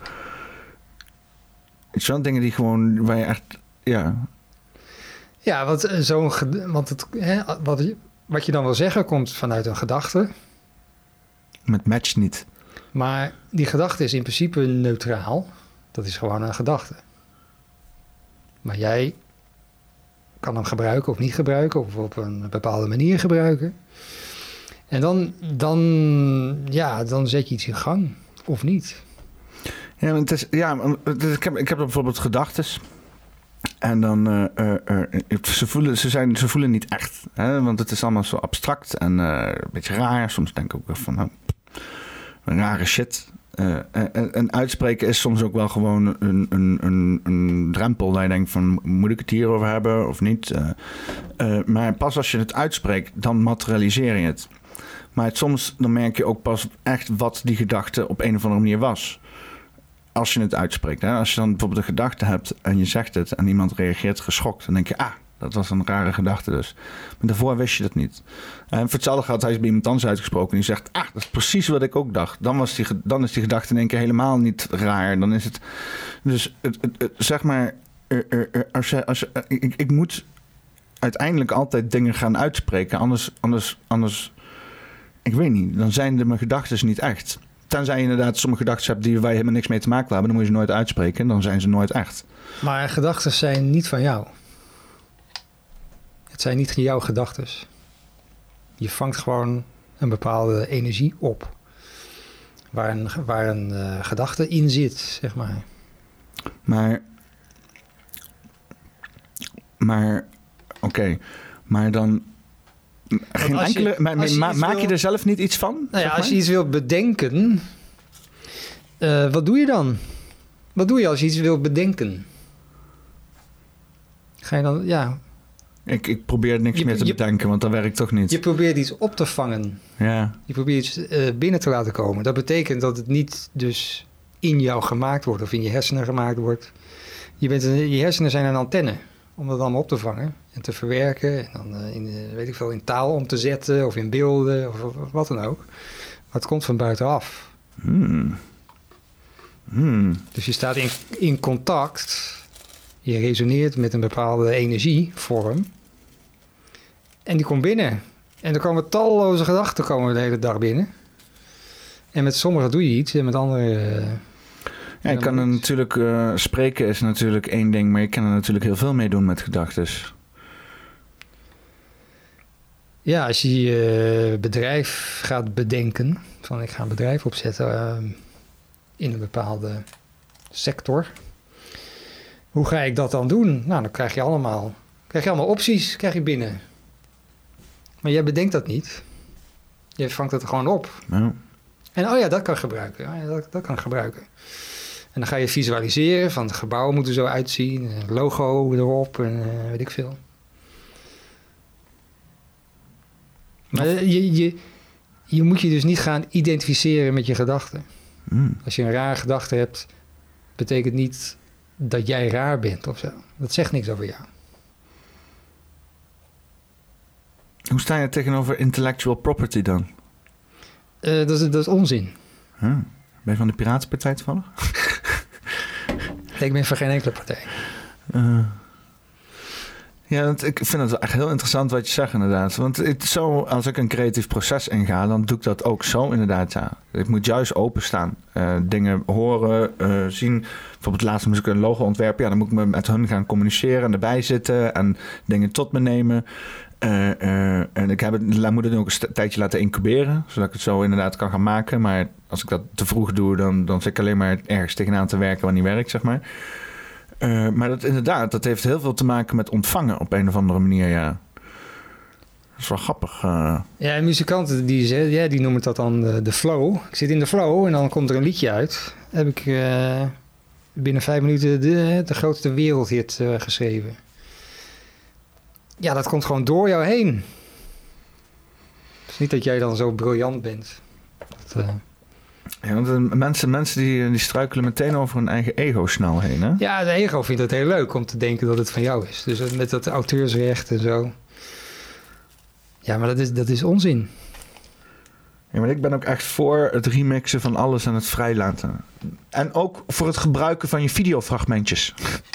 Het zijn dingen die gewoon, waar je echt, ja...
Ja, want zo'n, want het, hè, wat, wat je dan wil zeggen komt vanuit een gedachte.
Met match niet.
Maar die gedachte is in principe neutraal. Dat is gewoon een gedachte. Maar jij kan hem gebruiken of niet gebruiken, of op een bepaalde manier gebruiken. En dan, dan, ja, dan zet je iets in gang, of niet.
Ja, het is, ja het is, ik, heb, ik heb bijvoorbeeld gedachtes. En dan, uh, uh, uh, ze, voelen, ze, zijn, ze voelen niet echt. Hè? Want het is allemaal zo abstract en uh, een beetje raar. Soms denk ik ook wel van, nou, rare shit. Uh, en, en uitspreken is soms ook wel gewoon een, een, een, een drempel. Dat je denkt van, moet ik het hierover hebben of niet? Uh, uh, maar pas als je het uitspreekt, dan materialiseer je het. Maar het, soms dan merk je ook pas echt wat die gedachte op een of andere manier was. Als je het uitspreekt. Hè? Als je dan bijvoorbeeld een gedachte hebt en je zegt het en iemand reageert geschokt, dan denk je, ah, dat was een rare gedachte dus. Maar daarvoor wist je dat niet. En voor hetzelfde gaat hij is bij iemand anders uitgesproken en die zegt, ah, dat is precies wat ik ook dacht. Dan, was die, dan is die gedachte in één keer helemaal niet raar. Dan is het, dus het, het, het, zeg maar, er, er, er, als je, als je, ik, ik moet uiteindelijk altijd dingen gaan uitspreken. Anders, anders, anders, ik weet niet, dan zijn de mijn gedachten niet echt. Tenzij je inderdaad sommige gedachten hebt die wij helemaal niks mee te maken hebben, dan moet je ze nooit uitspreken en dan zijn ze nooit echt.
Maar gedachten zijn niet van jou. Het zijn niet jouw gedachten. Je vangt gewoon een bepaalde energie op. Waar een, waar een uh, gedachte in zit, zeg maar.
Maar, maar, oké. Okay. Maar dan, geen enkele, je, ma, ma, maak wil, je er zelf niet iets van?
Nou ja, als je iets wilt bedenken, uh, wat doe je dan? Wat doe je als je iets wilt bedenken? Ga je dan, ja...
Ik, ik probeer niks je, meer te je, bedenken, want dat werkt toch niet.
Je probeert iets op te vangen.
Ja.
Je probeert iets uh, binnen te laten komen. Dat betekent dat het niet dus in jou gemaakt wordt of in je hersenen gemaakt wordt. Je, bent een, je hersenen zijn een antenne om dat allemaal op te vangen en te verwerken. En dan uh, in, uh, weet ik veel, in taal om te zetten of in beelden of, of, of wat dan ook. Maar het komt van buitenaf.
Hmm. Hmm.
Dus je staat in, in contact. Je resoneert met een bepaalde energievorm. En die komt binnen. En er komen talloze gedachten komen de hele dag binnen. En met sommige doe je iets en met andere... Uh,
ja, je kan er natuurlijk... Uh, spreken is natuurlijk één ding, maar je kan er natuurlijk heel veel mee doen met gedachten.
Ja, als je je uh, bedrijf gaat bedenken... van ik ga een bedrijf opzetten uh, in een bepaalde sector... Hoe ga ik dat dan doen? Nou, dan krijg je allemaal, krijg je allemaal opties krijg je binnen. Maar jij bedenkt dat niet. Je vangt het er gewoon op.
Ja.
En oh ja, dat kan gebruiken. Oh ja, dat, dat kan gebruiken. En dan ga je visualiseren van het gebouw moet er zo uitzien. Een logo erop en uh, weet ik veel. Maar je, je, je moet je dus niet gaan identificeren met je gedachten.
Mm.
Als je een rare gedachte hebt, betekent niet... dat jij raar bent of zo. Dat zegt niks over jou.
Hoe sta je tegenover intellectual property dan?
Uh, dat, is, dat is onzin.
Huh. Ben je van de Piratenpartij toevallig?
Nee, ik ben van geen enkele partij.
Uh, ja, want ik vind het wel echt heel interessant wat je zegt inderdaad. Want het, zo, als ik een creatief proces inga, dan doe ik dat ook zo inderdaad. Ja. Ik moet juist openstaan. Uh, dingen horen, uh, zien. Bijvoorbeeld laatst moest ik een logo ontwerpen. Ja, dan moet ik met hun gaan communiceren en erbij zitten en dingen tot me nemen. Uh, uh, en ik heb het, moet het nu ook een st- tijdje laten incuberen, zodat ik het zo inderdaad kan gaan maken. Maar als ik dat te vroeg doe, dan, dan zit ik alleen maar ergens tegenaan te werken wat niet werkt, zeg maar. Uh, maar dat inderdaad, dat heeft heel veel te maken met ontvangen op een of andere manier, ja. Dat is wel grappig. Uh.
Ja, en muzikanten die, ja, die noemen dat dan de, de flow. Ik zit in de flow en dan komt er een liedje uit. Heb ik uh, binnen vijf minuten de, de grootste wereldhit uh, geschreven. Ja, dat komt gewoon door jou heen. Het is niet dat jij dan zo briljant bent. Dat, uh...
Ja, want uh, mensen, mensen die, die struikelen meteen over hun eigen ego snel heen, hè?
Ja, de ego vindt het heel leuk om te denken dat het van jou is. Dus uh, met dat auteursrecht en zo. Ja, maar dat is, dat is onzin.
Ja, maar ik ben ook echt voor het remixen van alles en het vrijlaten. En ook voor het gebruiken van je videofragmentjes.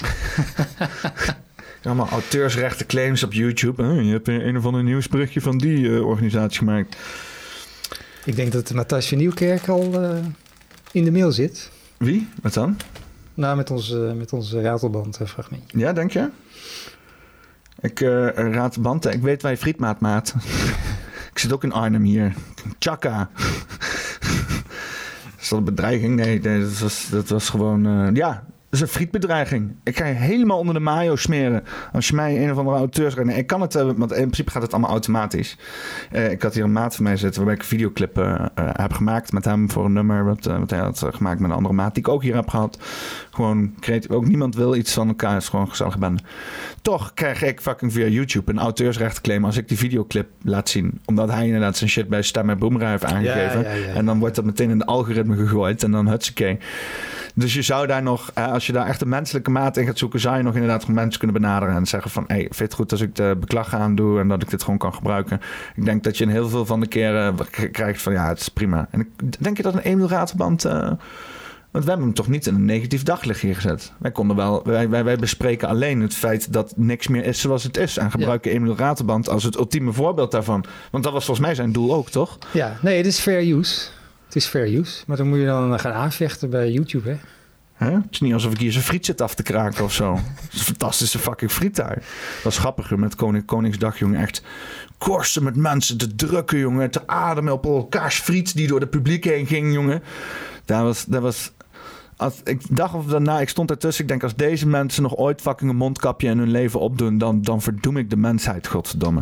Allemaal auteursrechten claims op YouTube. Oh, je hebt een of ander nieuwsberichtje van die uh, organisatie gemaakt.
Ik denk dat Matthijs van Nieuwkerk al uh, in de mail zit.
Wie? Wat dan?
Nou, met ons, uh, met ons ratelband uh, fragmentje.
Ja, denk je? Ik uh, ratelband, ik weet waar je frietmaat maat. Ik zit ook in Arnhem hier. Tjaka. Is dat een bedreiging? Nee, nee dat, was, dat was gewoon... Uh, ja, is een frietbedreiging. Ik ga je helemaal onder de mayo smeren. Als je mij een of andere auteurs... Nee, ik kan het, uh, want in principe gaat het allemaal automatisch. Uh, ik had hier een maat van mij zitten... waarbij ik een videoclip uh, uh, heb gemaakt met hem... voor een nummer wat, uh, wat hij had uh, gemaakt met een andere maat... die ik ook hier heb gehad. Gewoon creatief. Ook niemand wil iets van elkaar. Het is gewoon een gezellige bende. Toch krijg ik fucking via YouTube een auteursrechtenclaim... als ik die videoclip laat zien. Omdat hij inderdaad zijn shit bij Stem en Boomerang heeft aangegeven. Ja, ja, ja, ja. En dan wordt dat meteen in de algoritme gegooid. En dan hutsakee. Dus je zou daar nog, als je daar echt een menselijke maat in gaat zoeken, zou je nog inderdaad gewoon mensen kunnen benaderen en zeggen van, hey, vind je het goed als ik de beklag aan doe en dat ik dit gewoon kan gebruiken? Ik denk dat je in heel veel van de keren krijgt van, ja, het is prima. En ik, denk je dat een Emiel Ratelband, uh, want we hebben hem toch niet in een negatief daglicht hier gezet. Wij konden wel, wij, wij, wij bespreken alleen het feit dat niks meer is zoals het is en gebruiken ja. Emiel Ratelband als het ultieme voorbeeld daarvan. Want dat was volgens mij zijn doel ook, toch?
Ja, nee, het is fair use. Het is fair use, maar dan moet je dan gaan aanvechten bij YouTube, hè?
Huh? Het is niet alsof ik hier zijn friet zit af te kraken of zo. Het is een fantastische fucking friet daar. Dat is grappiger met Koning, Koningsdag, jongen. Echt korsen met mensen te drukken, jongen. Te ademen op elkaars friet die door het publiek heen ging, jongen. Dat was... Dat was als, ik dacht of daarna, ik stond ertussen. Ik denk, als deze mensen nog ooit fucking een mondkapje in hun leven opdoen... dan, dan verdoem ik de mensheid, godverdomme.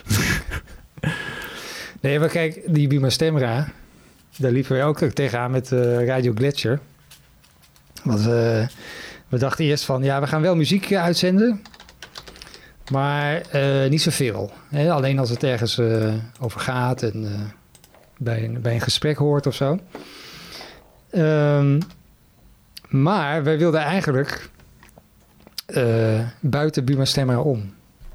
Nee, maar kijk, die Buma Stemra... daar liepen wij ook tegenaan met uh, Radio Gletscher. Want uh, we dachten eerst van, ja, we gaan wel muziek uh, uitzenden. Maar uh, niet zoveel. Hè? Alleen als het ergens uh, over gaat en uh, bij, een, bij een gesprek hoort of zo. Um, maar wij wilden eigenlijk uh, buiten Buma Stemra om.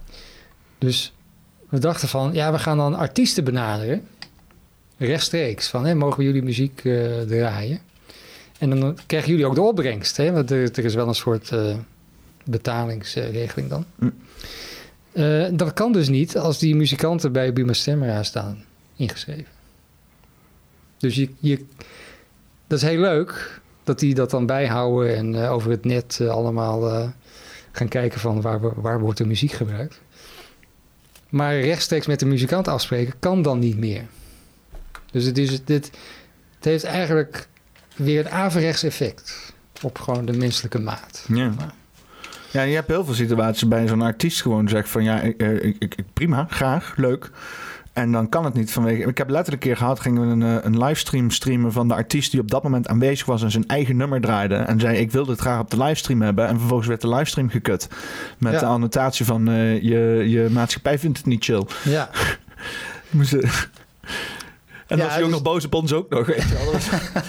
Dus we dachten van, ja, we gaan dan artiesten benaderen. Rechtstreeks. Van, hè, mogen we jullie muziek uh, draaien? En dan krijgen jullie ook de opbrengst. Hè? Want er, er is wel een soort uh, betalingsregeling dan. Mm. Uh, dat kan dus niet als die muzikanten bij Buma Stemra staan ingeschreven. Dus je, je, dat is heel leuk dat die dat dan bijhouden en uh, over het net uh, allemaal uh, gaan kijken van waar, waar wordt de muziek gebruikt. Maar rechtstreeks met de muzikant afspreken kan dan niet meer. Dus het, is, dit, het heeft eigenlijk weer een averechts effect op gewoon de menselijke maat.
Ja. Ja, je hebt heel veel situaties bij zo'n artiest gewoon zegt van ja, ik, ik, ik, prima, graag, leuk. En dan kan het niet vanwege... Ik heb letterlijk een keer gehad, gingen we een, een livestream streamen van de artiest die op dat moment aanwezig was en zijn eigen nummer draaide. En zei, ik wilde het graag op de livestream hebben. En vervolgens werd de livestream gekut. Met ja. de annotatie van uh, je, je maatschappij vindt het niet chill.
Ja.
Moesten... En
ja,
dan was hij ook
dus...
nog boos op ons ook nog. Weet je wel.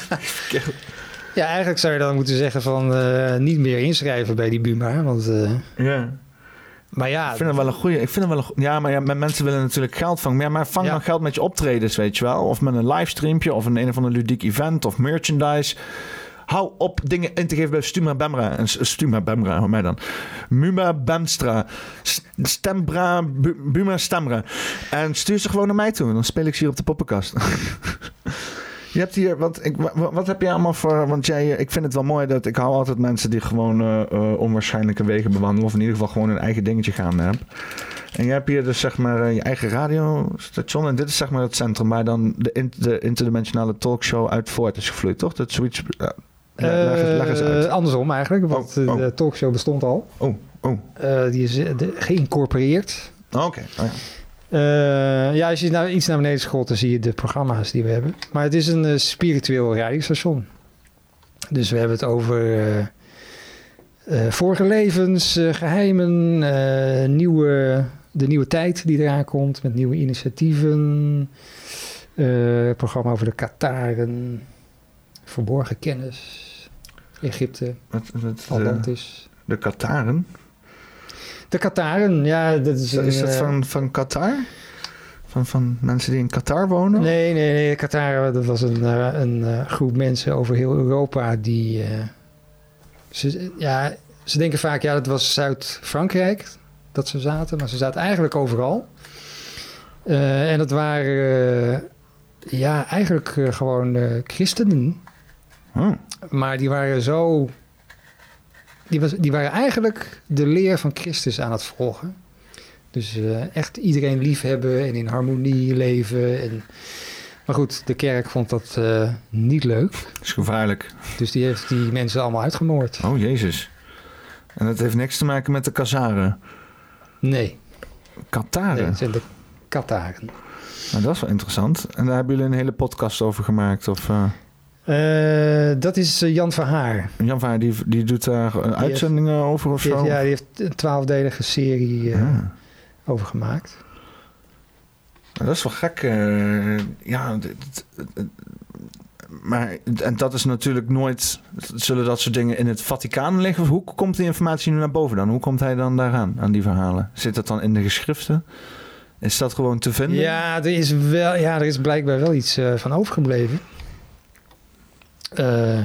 Ja, eigenlijk zou je dan moeten zeggen van uh, niet meer inschrijven bij die Buma. Want, uh...
ja.
Maar ja,
ik vind het wel een goede. Ik vind het wel een go- ja, maar ja, mensen willen natuurlijk geld vangen. Maar, ja, maar vang ja. dan geld met je optredens, weet je wel. Of met een livestreampje of een een of ander ludiek event of merchandise. Hou op dingen in te geven bij Stuma Bemra. En Stuma Bemra, hoor mij dan. Muma Bemstra. Stembra, Buma Stemra. En stuur ze gewoon naar mij toe. Dan speel ik ze hier op de poppenkast. Je hebt hier, want ik, wat heb je allemaal voor, want jij, ik vind het wel mooi dat ik hou altijd mensen die gewoon uh, uh, onwaarschijnlijke wegen bewandelen, of in ieder geval gewoon hun eigen dingetje gaan hebben. En jij hebt hier dus zeg maar uh, je eigen radiostation en dit is zeg maar het centrum waar dan de, in, de interdimensionale talkshow uit voort is gevloeid, toch? Dat switch, uh, leg, eens, leg eens uit.
Uh, andersom eigenlijk, want oh, oh. de talkshow bestond al.
Oh, oh.
Uh, die is de, geïncorporeerd.
Oh, Oké, okay. oh, ja.
Uh, ja, als je nou iets naar beneden scholt, dan zie je de programma's die we hebben. Maar het is een uh, spiritueel radiostation. Dus we hebben het over uh, uh, vorige levens, uh, geheimen, uh, nieuwe, de nieuwe tijd die eraan komt met nieuwe initiatieven. Uh, programma over de Kataren, verborgen kennis, Egypte,
wat, wat,
Atlantis.
De, de Kataren?
De Kataren, ja. Dat is,
is
een,
dat van, van Qatar? Van, van mensen die in Qatar wonen?
Nee, nee, nee. Qatar, dat was een, een, een groep mensen over heel Europa die... Uh, ze, ja, ze denken vaak, ja, dat was Zuid-Frankrijk dat ze zaten. Maar ze zaten eigenlijk overal. Uh, en dat waren, uh, ja, eigenlijk uh, gewoon uh, christenen.
Oh.
Maar die waren zo... Die, was, die waren eigenlijk de leer van Christus aan het volgen. Dus uh, echt iedereen liefhebben en in harmonie leven. En, Maar goed, de kerk vond dat uh, niet leuk.
Dat is gevaarlijk.
Dus die heeft die mensen allemaal uitgemoord.
Oh, Jezus. En dat heeft niks te maken met de Khazaren?
Nee.
Kataren?
Nee, het zijn de Kataren.
Nou, dat is wel interessant. En daar hebben jullie een hele podcast over gemaakt? Of, uh...
Uh, dat is uh, Jan Verhaar.
Jan Verhaar, die, die doet daar uh, uitzendingen heeft, over of
die
zo?
Heeft, ja, die heeft een twaalfdelige serie uh, ah. over gemaakt.
Dat is wel gek. Uh, ja, d- d- d- maar en dat is natuurlijk nooit... Zullen dat soort dingen in het Vaticaan liggen? Hoe komt die informatie nu naar boven dan? Hoe komt hij dan daaraan, aan die verhalen? Zit dat dan in de geschriften? Is dat gewoon te vinden?
Ja, er is, wel, ja, er is blijkbaar wel iets uh, van overgebleven. Uh,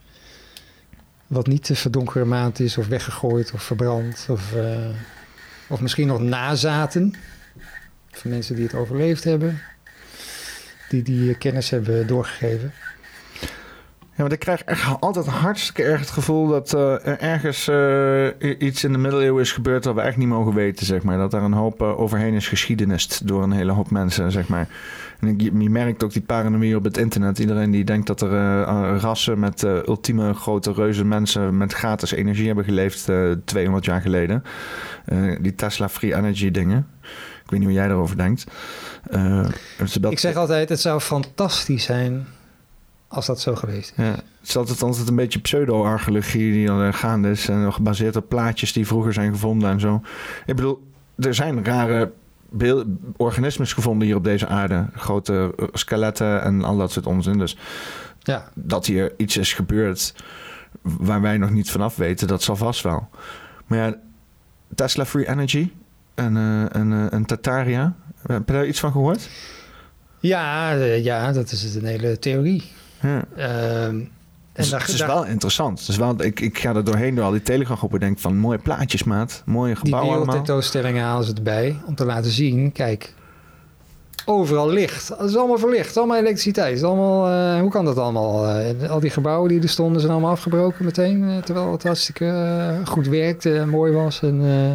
wat niet te verdonkere maand is of weggegooid of verbrand. Of, uh, of misschien nog nazaten van mensen die het overleefd hebben. Die die kennis hebben doorgegeven.
Ja, maar ik krijg echt altijd hartstikke erg het gevoel dat uh, er ergens uh, iets in de middeleeuwen is gebeurd dat we echt niet mogen weten, zeg maar. Dat daar een hoop uh, overheen is geschiedeniст door een hele hoop mensen, zeg maar. En je, je merkt ook die paranoïe op het internet. Iedereen die denkt dat er uh, rassen met uh, ultieme grote reuze mensen met gratis energie hebben geleefd uh, tweehonderd jaar geleden. Uh, die Tesla Free Energy dingen. Ik weet niet hoe jij daarover denkt. Uh,
dat... Ik zeg altijd, het zou fantastisch zijn als dat zo geweest is.
Ja, het is altijd, altijd een beetje pseudo-archeologie die dan gaande is. En gebaseerd op plaatjes die vroeger zijn gevonden en zo. Ik bedoel, er zijn rare beel- organismes gevonden hier op deze aarde. Grote skeletten en al dat soort onzin. Dus
ja. Dat
hier iets is gebeurd waar wij nog niet vanaf weten, dat zal vast wel. Maar ja, Tesla Free Energy en, uh, en, uh, en Tartaria. Heb je daar iets van gehoord?
Ja, uh, ja, dat is een hele theorie.
Ja.
Uh, en
dus,
daar,
het is
daar,
wel interessant. Het is wel, ik, ik ga er doorheen door al die Telegram-groepen en denk van mooie plaatjes, maat. Mooie gebouwen
die
allemaal.
wereldtentoonstellingen halen ze erbij om te laten zien. Kijk, overal licht. Het is allemaal verlicht. Het is allemaal elektriciteit. Het is allemaal, uh, hoe kan dat allemaal? Uh, al die gebouwen die er stonden zijn allemaal afgebroken meteen. Uh, terwijl het hartstikke uh, goed werkte, uh, mooi was. En, uh,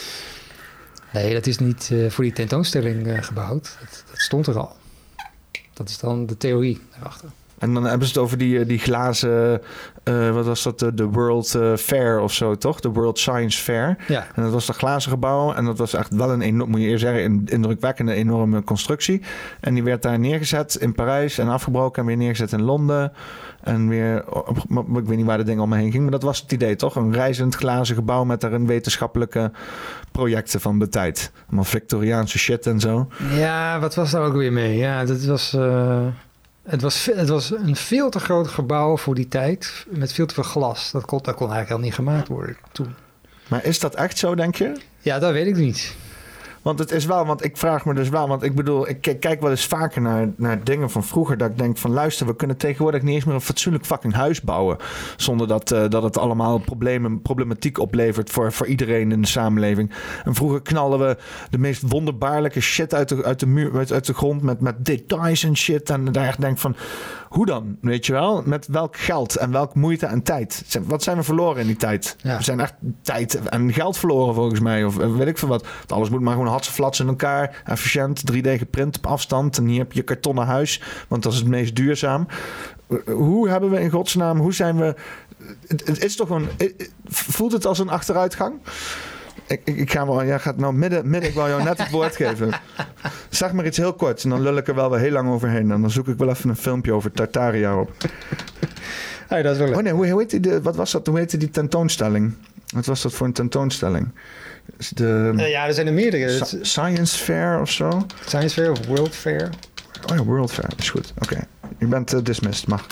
nee, dat is niet uh, voor die tentoonstelling uh, gebouwd. Dat, dat stond er al. Dat is dan de theorie daarachter.
En dan hebben ze het over die, die glazen, uh, wat was dat, de, de World uh, Fair of zo, toch? De World Science Fair.
Ja.
En dat was dat glazen gebouw. En dat was echt wel een enorm, moet je eerst zeggen, een indrukwekkende enorme constructie. En die werd daar neergezet in Parijs en afgebroken en weer neergezet in Londen. En weer, ik weet niet waar dat ding om me heen ging, maar dat was het idee, toch? Een reizend glazen gebouw met daarin wetenschappelijke projecten van de tijd. Allemaal Victoriaanse shit en zo.
Ja, wat was daar ook weer mee? Ja, dat was... Uh... Het was, het was een veel te groot gebouw voor die tijd, met veel te veel glas. Dat kon, dat kon eigenlijk al niet gemaakt worden toen.
Maar is dat echt zo, denk je?
Ja, dat weet ik niet.
Want het is wel, want ik vraag me dus wel, want ik bedoel, ik kijk wel eens vaker naar, naar dingen van vroeger, dat ik denk van luister, we kunnen tegenwoordig niet eens meer een fatsoenlijk fucking huis bouwen, zonder dat, uh, dat het allemaal problemen, problematiek oplevert voor, voor iedereen in de samenleving. En vroeger knallen we de meest wonderbaarlijke shit uit de, uit de, muur, uit, uit de grond met, met details en shit. En daar echt denk van, hoe dan? Weet je wel? Met welk geld en welk moeite en tijd? Wat zijn we verloren in die tijd? Ja. We zijn echt tijd en geld verloren volgens mij, of weet ik veel wat. Alles moet maar gewoon hatseflats in elkaar, efficiënt, drie D geprint op afstand. En hier heb je kartonnen huis, want dat is het meest duurzaam. Hoe hebben we in godsnaam, hoe zijn we... Het, het is toch een... Voelt het als een achteruitgang? Ik, ik, ik ga wel, jij gaat nou midden, midden, ik wil jou net het woord geven. Zeg maar iets heel korts en dan lul ik er wel weer heel lang overheen. En dan zoek ik wel even een filmpje over Tartaria op.
Hey, dat is wel leuk.
Oh nee, hoe, hoe heette die, wat was dat? Hoe heette die tentoonstelling? Wat was dat voor een tentoonstelling? De,
uh, ja, er zijn er meerdere.
Sa- Science Fair of zo?
Science Fair of World Fair.
Oh ja, World Fair. Is goed. Oké. Okay. Je bent uh, dismissed. Mag.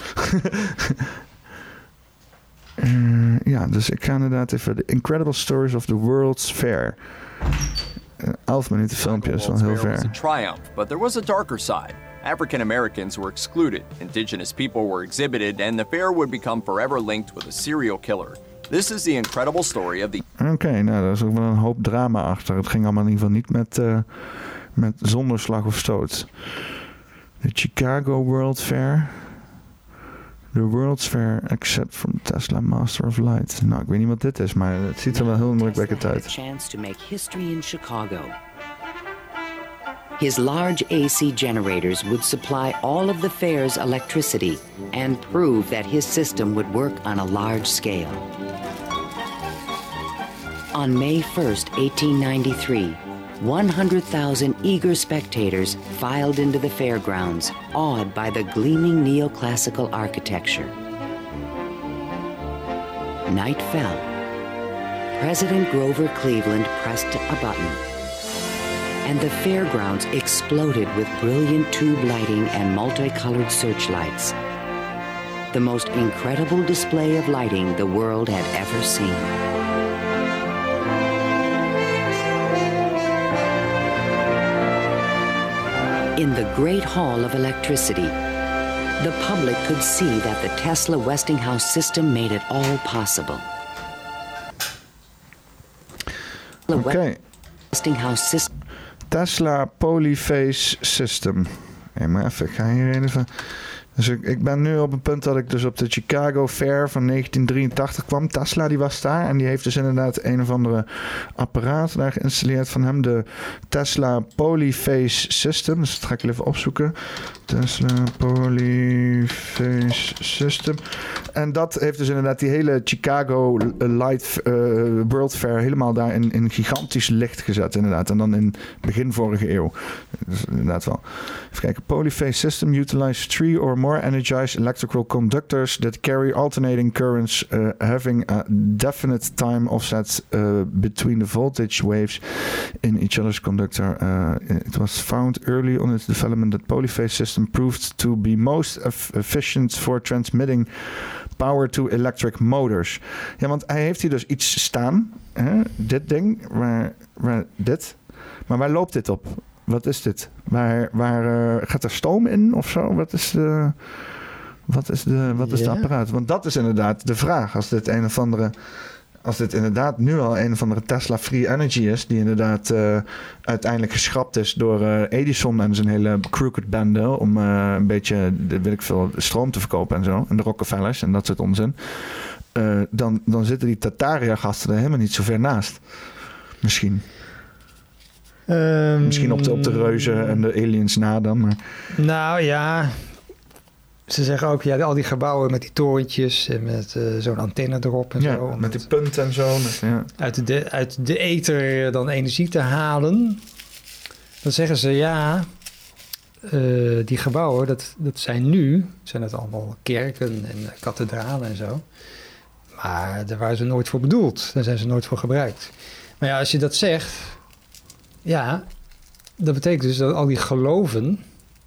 uh, ja, dus ik ga inderdaad even... The Incredible Stories of the World's Fair. Uh, elf minuten filmpje is wel heel ver.
Was a triumph, but there was a darker side. African Americans were excluded, indigenous people were exhibited, and the fair would become forever linked with a serial killer. This is the incredible story of the...
Oké, okay, nou, daar is ook wel een hoop drama achter. Het ging allemaal in ieder geval niet met, uh, met zonder slag of stoot. De Chicago World Fair. The World's Fair except from Tesla Master of Light. Nou, ik weet niet wat dit is, maar het ziet er wel heel indrukwekkend uit.
Chance to make history in Chicago.
His large A C generators would supply all of the fair's electricity and prove that his system would work on a large scale. On May first, eighteen ninety-three, one hundred thousand eager spectators filed into the fairgrounds, awed by the gleaming neoclassical architecture. Night fell. President Grover Cleveland pressed a button, and the fairgrounds exploded with brilliant tube lighting and multicolored searchlights. The most incredible display of lighting the world had ever seen. In the Great Hall of Electricity, the public could see that the Tesla Westinghouse system made it all possible.
Oké. Okay.
Westinghouse system.
Tesla Polyphase System. Ja, maar even, ik ga hier even... Dus ik, ik ben nu op een punt dat ik dus op de Chicago Fair van negentien drieëntachtig kwam. Tesla die was daar en die heeft dus inderdaad een of andere apparaat daar geïnstalleerd van hem. De Tesla Polyphase System. Dus dat ga ik even opzoeken. Tesla Polyphase System. En dat heeft dus inderdaad die hele Chicago Light uh, World Fair helemaal daar in, in gigantisch licht gezet inderdaad. En dan in begin vorige eeuw. Dus inderdaad wel. Even kijken. Polyphase System utilizes three or more energized electrical conductors that carry alternating currents uh, having a definite time offset uh, between the voltage waves in each other's conductor. Uh, it was found early on its development that polyphase system proved to be most efficient for transmitting power to electric motors. Ja, want hij heeft hier dus iets staan, hè? Dit ding, waar, waar dit, maar waar loopt dit op? Wat is dit? Waar, waar uh, gaat er stoom in of zo? Wat is de, wat is de, wat is
Yeah.
de apparaat? Want dat is inderdaad de vraag. Als dit een of andere, als dit inderdaad nu al een of andere Tesla Free Energy is, die inderdaad uh, uiteindelijk geschrapt is door uh, Edison en zijn hele crooked bende om uh, een beetje, de, weet ik veel, stroom te verkopen en zo. En de Rockefellers en dat soort onzin. Uh, dan, dan zitten die Tataria-gasten er helemaal niet zo ver naast. Misschien.
Um,
Misschien op de, op de reuzen en de aliens na dan. Maar...
Nou ja, ze zeggen ook, ja, al die gebouwen met die torentjes en met uh, zo'n antenne erop en
ja,
zo.
met die punten en zo. Met, ja.
Uit de, uit de ether dan energie te halen. Dan zeggen ze, ja, uh, die gebouwen, dat, dat zijn nu, zijn het allemaal kerken en kathedralen en zo. Maar daar waren ze nooit voor bedoeld. Daar zijn ze nooit voor gebruikt. Maar ja, als je dat zegt... Ja, dat betekent dus dat al die geloven...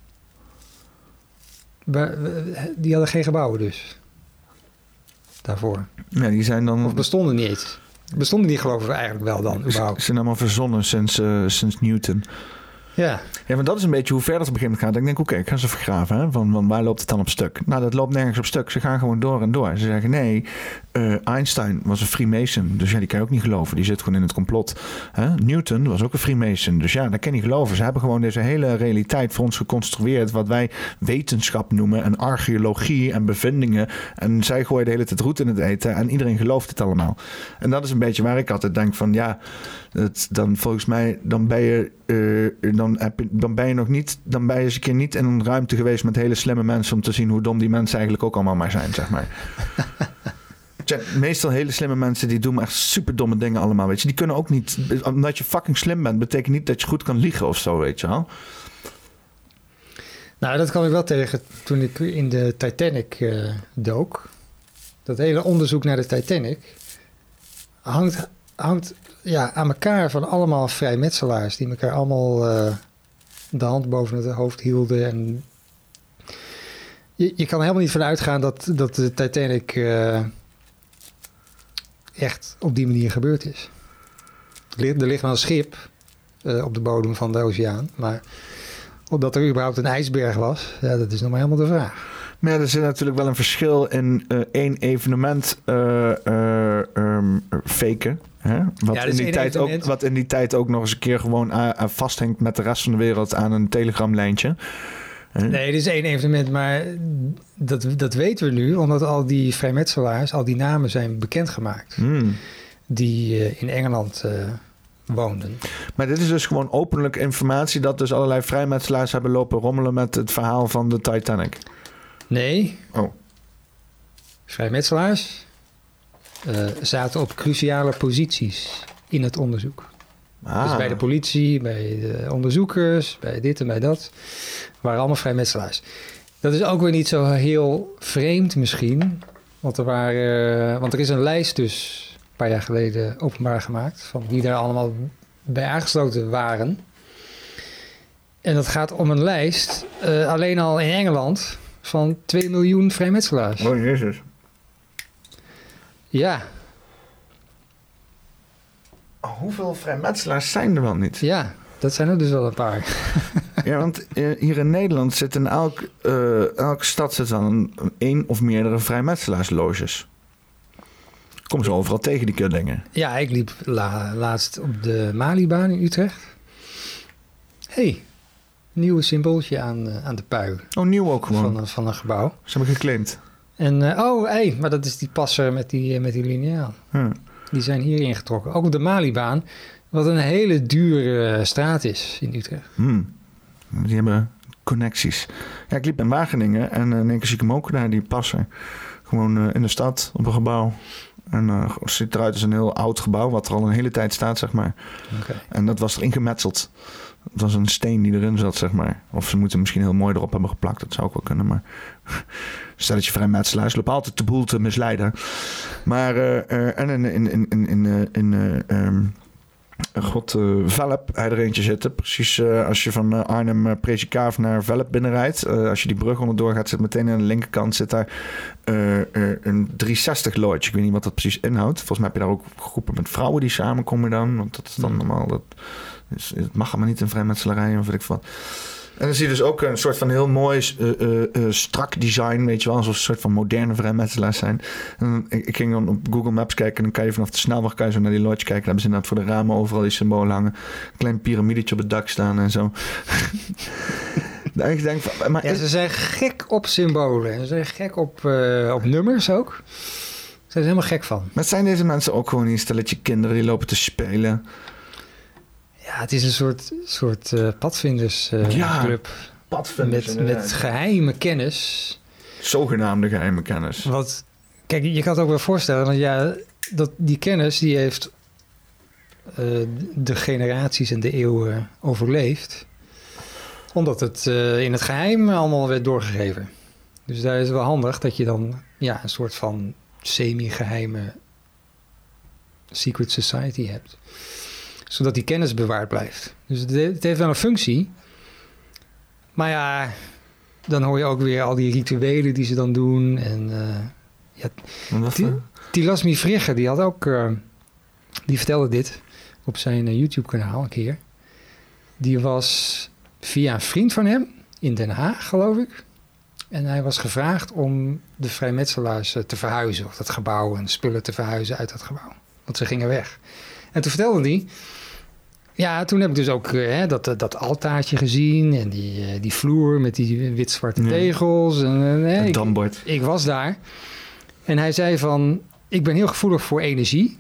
die hadden geen gebouwen dus. Daarvoor.
Ja, die zijn dan...
Of bestonden niet eens. Bestonden die geloven eigenlijk wel dan, überhaupt?
Ze zijn allemaal verzonnen sinds, uh, sinds Newton.
Ja.
Ja, maar dat is een beetje hoe ver dat op een gegeven moment gaat. Ik denk, oké, okay, ik ga ze vergraven. Hè? Van, van waar loopt het dan op stuk? Nou, dat loopt nergens op stuk. Ze gaan gewoon door en door. Ze zeggen, nee, uh, Einstein was een Freemason. Dus ja, die kan je ook niet geloven. Die zit gewoon in het complot. Hè? Newton was ook een Freemason. Dus ja, dat kan je niet geloven. Ze hebben gewoon deze hele realiteit voor ons geconstrueerd. Wat wij wetenschap noemen. En archeologie en bevindingen. En zij gooien de hele tijd roet in het eten. En iedereen gelooft het allemaal. En dat is een beetje waar ik altijd denk van, ja, het, dan volgens mij, dan ben je... Uh, dan, heb je, dan ben je nog niet, dan ben je eens een keer niet in een ruimte geweest met hele slimme mensen om te zien hoe dom die mensen eigenlijk ook allemaal maar zijn, zeg maar. Tja, meestal hele slimme mensen die doen echt super domme dingen allemaal, weet je. Die kunnen ook niet, omdat je fucking slim bent, betekent niet dat je goed kan liegen of zo, weet je wel.
Nou, dat kwam ik wel tegen toen ik in de Titanic uh, dook. Dat hele onderzoek naar de Titanic hangt, hangt ja, aan elkaar van allemaal vrijmetselaars die elkaar allemaal uh, de hand boven het hoofd hielden. En je, je kan er helemaal niet van uitgaan dat, dat de Titanic uh, echt op die manier gebeurd is. Er ligt wel een schip uh, op de bodem van de oceaan, maar omdat er überhaupt een ijsberg was, ja, dat is nog maar helemaal de vraag.
Maar ja, er zit natuurlijk wel een verschil in uh, één evenement uh, uh, um, faken. Hè? Wat,
ja,
in die tijd ook, wat in die tijd ook nog eens een keer gewoon uh, uh, vasthangt met de rest van de wereld aan een telegramlijntje. Huh?
Nee, dit is één evenement, maar dat, dat weten we nu, omdat al die vrijmetselaars, al die namen zijn bekendgemaakt.
Hmm.
Die uh, in Engeland uh, woonden.
Maar dit is dus gewoon openlijk informatie dat dus allerlei vrijmetselaars hebben lopen rommelen met het verhaal van de Titanic.
Nee.
Oh.
Vrijmetselaars uh, zaten op cruciale posities in het onderzoek.
Ah.
Dus bij de politie, bij de onderzoekers, bij dit en bij dat. Waren allemaal vrijmetselaars. Dat is ook weer niet zo heel vreemd misschien. Want er, waren, want er is een lijst dus een paar jaar geleden openbaar gemaakt. Van wie daar allemaal bij aangesloten waren. En dat gaat om een lijst, uh, alleen al in Engeland, van twee miljoen vrijmetselaars.
Oh jezus.
Ja.
Oh, hoeveel vrijmetselaars zijn er wel niet?
Ja, dat zijn er dus wel een paar.
Ja, want uh, hier in Nederland zit in elk, uh, elke stad zit dan een, een of meerdere vrijmetselaarsloges. Kom ze overal tegen die kuddingen.
Ja, ik liep la, laatst op de Malibaan in Utrecht. Hé, hey, nieuw symbooltje aan, uh, aan de pui.
Oh, nieuw ook gewoon?
Van, van een gebouw.
Ze hebben geclaimd.
En, uh, oh, hé, hey, maar dat is die passer met die, met die liniaal.
Hm.
Die zijn hier ingetrokken. Ook op de Malibaan, wat een hele dure straat is in Utrecht.
Hm. Die hebben connecties. Ja, ik liep in Wageningen en in één keer zie ik hem ook daar, die passer. Gewoon uh, in de stad, op een gebouw. En uh, het ziet eruit als een heel oud gebouw, wat er al een hele tijd staat, zeg maar.
Okay.
En dat was erin gemetseld. Het was een steen die erin zat, zeg maar. Of ze moeten misschien heel mooi erop hebben geplakt, dat zou ook wel kunnen. Maar stel dat je vrijmetselaars lopen altijd de boel te misleiden. Maar uh, uh, en in, in, in, in, in, uh, in uh, um, God, uh, Velp, hij er eentje zitten. Precies uh, als je van uh, Arnhem uh, Presikhaaf naar Velp binnenrijdt. Uh, als je die brug onderdoor gaat, zit meteen aan de linkerkant zit daar uh, uh, een driehonderdzestig lodge. Ik weet niet wat dat precies inhoudt. Volgens mij heb je daar ook groepen met vrouwen die samenkomen dan. Want dat is dan normaal. Dat, dus, het mag allemaal niet in vrijmetselarij of weet ik wat. En dan zie je dus ook een soort van heel mooi uh, uh, uh, strak design, weet je wel. Alsof een soort van moderne vrijmetselaars zijn. En ik, ik ging dan op Google Maps kijken en dan kan je vanaf de snelweg kan je zo naar die lodge kijken. Daar hebben ze inderdaad voor de ramen overal die symbolen hangen. Een klein piramidetje op het dak staan en zo. Ik denk van, maar
ja, ze zijn gek op symbolen. Ze zijn gek op, uh, op nummers ook. Ze zijn er helemaal gek van.
Maar zijn deze mensen ook gewoon een stelletje kinderen die lopen te spelen?
Ja, het is een soort, soort uh, padvindersclub. Uh,
ja,
club
padvinders.
Met, met geheime kennis.
Zogenaamde geheime kennis.
Wat, kijk, je kan het ook wel voorstellen. Want ja, dat, die kennis die heeft uh, de generaties en de eeuwen overleefd. Omdat het uh, in het geheim allemaal werd doorgegeven. Dus daar is het wel handig dat je dan ja, een soort van semi-geheime secret society hebt. Zodat die kennis bewaard blijft. Dus het, het heeft wel een functie. Maar ja, dan hoor je ook weer al die rituelen die ze dan doen. En uh, ja, die, Tilasmi Vrigge, die had ook, uh, die vertelde dit op zijn uh, YouTube-kanaal een keer. Die was via een vriend van hem in Den Haag, geloof ik. En hij was gevraagd om de vrijmetselaars uh, te verhuizen. Of dat gebouw en spullen te verhuizen uit dat gebouw. Want ze gingen weg. En toen vertelde hij... Ja, toen heb ik dus ook uh, hè, dat, dat altaartje gezien. En die, uh, die vloer met die wit-zwarte ja. tegels. En, uh,
het
ik,
dambord.
Ik was daar. En hij zei van... Ik ben heel gevoelig voor energie.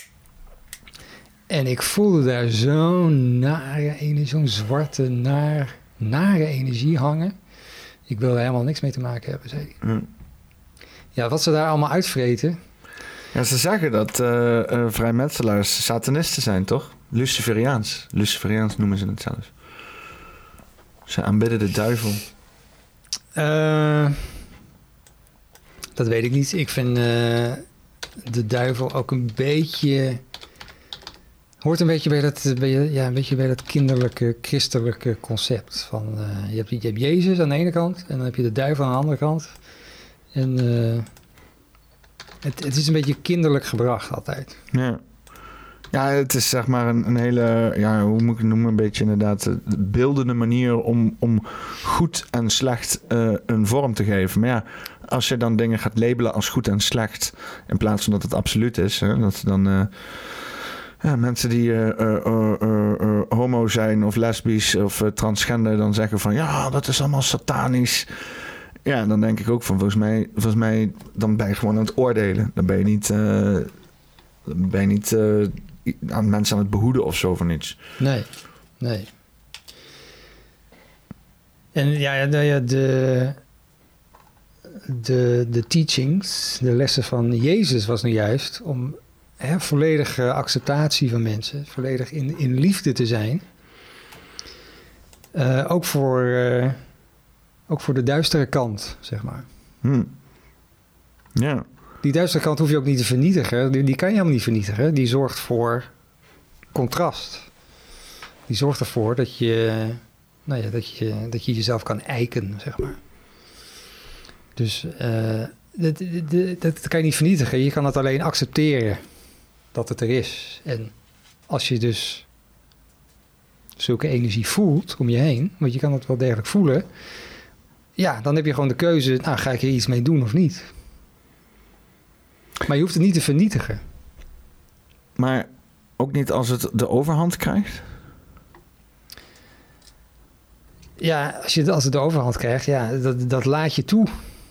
En ik voelde daar zo'n nare energie, zo'n zwarte, naar, nare energie hangen. Ik wil er helemaal niks mee te maken hebben, zei hij. Ja, ja wat ze daar allemaal uitvreten.
Ja, ze zeggen dat uh, uh, vrijmetselaars satanisten zijn, toch? Luciferiaans. Luciferiaans noemen ze het zelfs. Ze aanbidden de duivel.
Uh, dat weet ik niet. Ik vind uh, de duivel ook een beetje... Hoort een beetje bij dat, bij, ja, een beetje bij dat kinderlijke, christelijke concept. Van, uh, je, hebt, je hebt Jezus aan de ene kant en dan heb je de duivel aan de andere kant. En uh, het, het is een beetje kinderlijk gebracht altijd.
Ja, ja het is zeg maar een, een hele, ja, hoe moet ik het noemen, een beetje inderdaad beeldende manier om, om goed en slecht uh, een vorm te geven. Maar ja, als je dan dingen gaat labelen als goed en slecht, in plaats van dat het absoluut is, hè, dat dan... Uh, Ja, mensen die uh, uh, uh, uh, uh, homo zijn of lesbisch of uh, transgender dan zeggen van ja, dat is allemaal satanisch. Ja, dan denk ik ook van volgens mij, volgens mij dan ben je gewoon aan het oordelen. Dan ben je niet, uh, dan ben je niet uh, aan mensen aan het behoeden of zo van iets.
Nee, nee. En ja, de, de, de, de teachings, de lessen van Jezus was nu juist om hè, volledige acceptatie van mensen, volledig in, in liefde te zijn. Uh, ook, voor, uh, ook voor de duistere kant, zeg maar.
Hmm. Ja.
Die duistere kant hoef je ook niet te vernietigen. Die, die kan je helemaal niet vernietigen. Die zorgt voor contrast. Die zorgt ervoor dat je, nou ja, dat je, dat je jezelf kan eiken, zeg maar. Dus uh, dat, dat, dat kan je niet vernietigen. Je kan het alleen accepteren dat het er is. En als je dus zulke energie voelt om je heen, want je kan het wel degelijk voelen, ja, dan heb je gewoon de keuze, nou, ga ik er iets mee doen of niet? Maar je hoeft het niet te vernietigen.
Maar ook niet als het de overhand krijgt?
Ja, als, je, als het de overhand krijgt, ja, dat, dat laat je toe.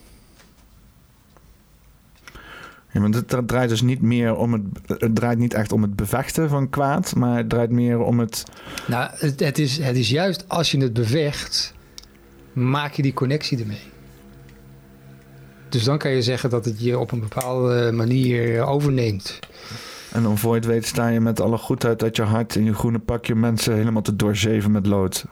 Ja, maar het draait dus niet meer om het... Het draait niet echt om het bevechten van kwaad, maar het draait meer om het...
Nou, het, het, is, het is juist als je het bevecht, maak je die connectie ermee. Dus dan kan je zeggen dat het je op een bepaalde manier overneemt.
En dan voor je het weet sta je met alle goedheid uit je hart in je groene pakje mensen helemaal te doorzeven met lood.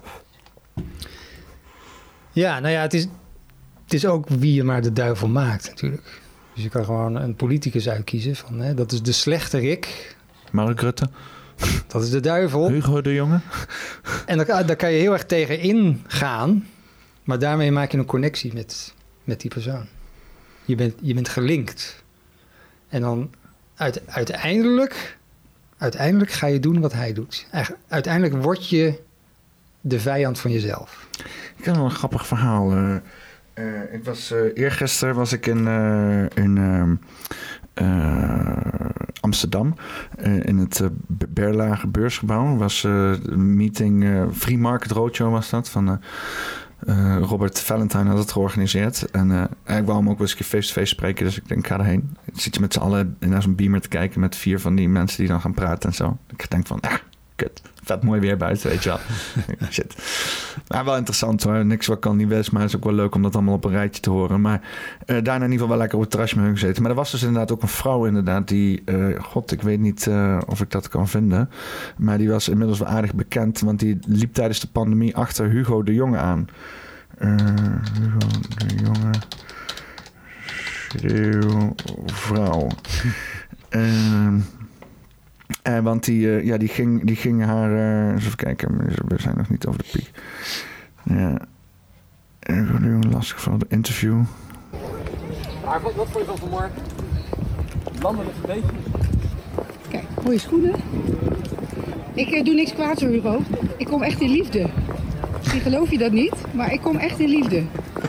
Ja, nou ja, het is, het is ook wie je maar de duivel maakt natuurlijk. Dus je kan gewoon een politicus uitkiezen van, hè, dat is de slechterik.
Mark Rutte.
Dat is de duivel.
Hugo de Jonge.
En daar, daar kan je heel erg tegen ingaan, maar daarmee maak je een connectie met, met die persoon. Je bent, je bent gelinkt. En dan uit, uiteindelijk, uiteindelijk ga je doen wat hij doet. Uiteindelijk word je de vijand van jezelf.
Ik heb nog een grappig verhaal. Uh, uh, ik was, uh, eergisteren was ik in, uh, in uh, uh, Amsterdam. Uh, in het uh, Berlage beursgebouw. Was uh, een meeting, uh, Free Market Roadshow was dat, van... Uh, Uh, Robert Valentine had het georganiseerd. En uh, ik wou hem ook wel eens een keer face-to-face spreken. Dus ik denk, ik ga erheen. Ik zit je met z'n allen naar zo'n beamer te kijken met vier van die mensen die dan gaan praten en zo. Ik denk van, ah, kut. Vet mooi weer buiten, weet je wel. Shit. Maar wel interessant hoor. Niks wat kan niet best, maar het is ook wel leuk om dat allemaal op een rijtje te horen. Maar uh, daarna in ieder geval wel lekker op het terrasje met hun gezeten. Maar er was dus inderdaad ook een vrouw inderdaad die... Uh, God, ik weet niet uh, of ik dat kan vinden. Maar die was inmiddels wel aardig bekend. Want die liep tijdens de pandemie achter Hugo de Jonge aan. Uh, Hugo de Jonge... Schreeuwvrouw. uh, Uh, want die, uh, ja, die, ging, die ging haar... Uh, even kijken, we zijn nog niet over de piek. Ja. Uh, lastig van de interview.
Maar wat, wat vond je van vanmorgen? Landen met een beetje.
Kijk, mooie schoenen. Ik uh, doe niks kwaads hoor, Hugo. Ik kom echt in liefde. Misschien geloof je dat niet, maar ik kom echt in liefde.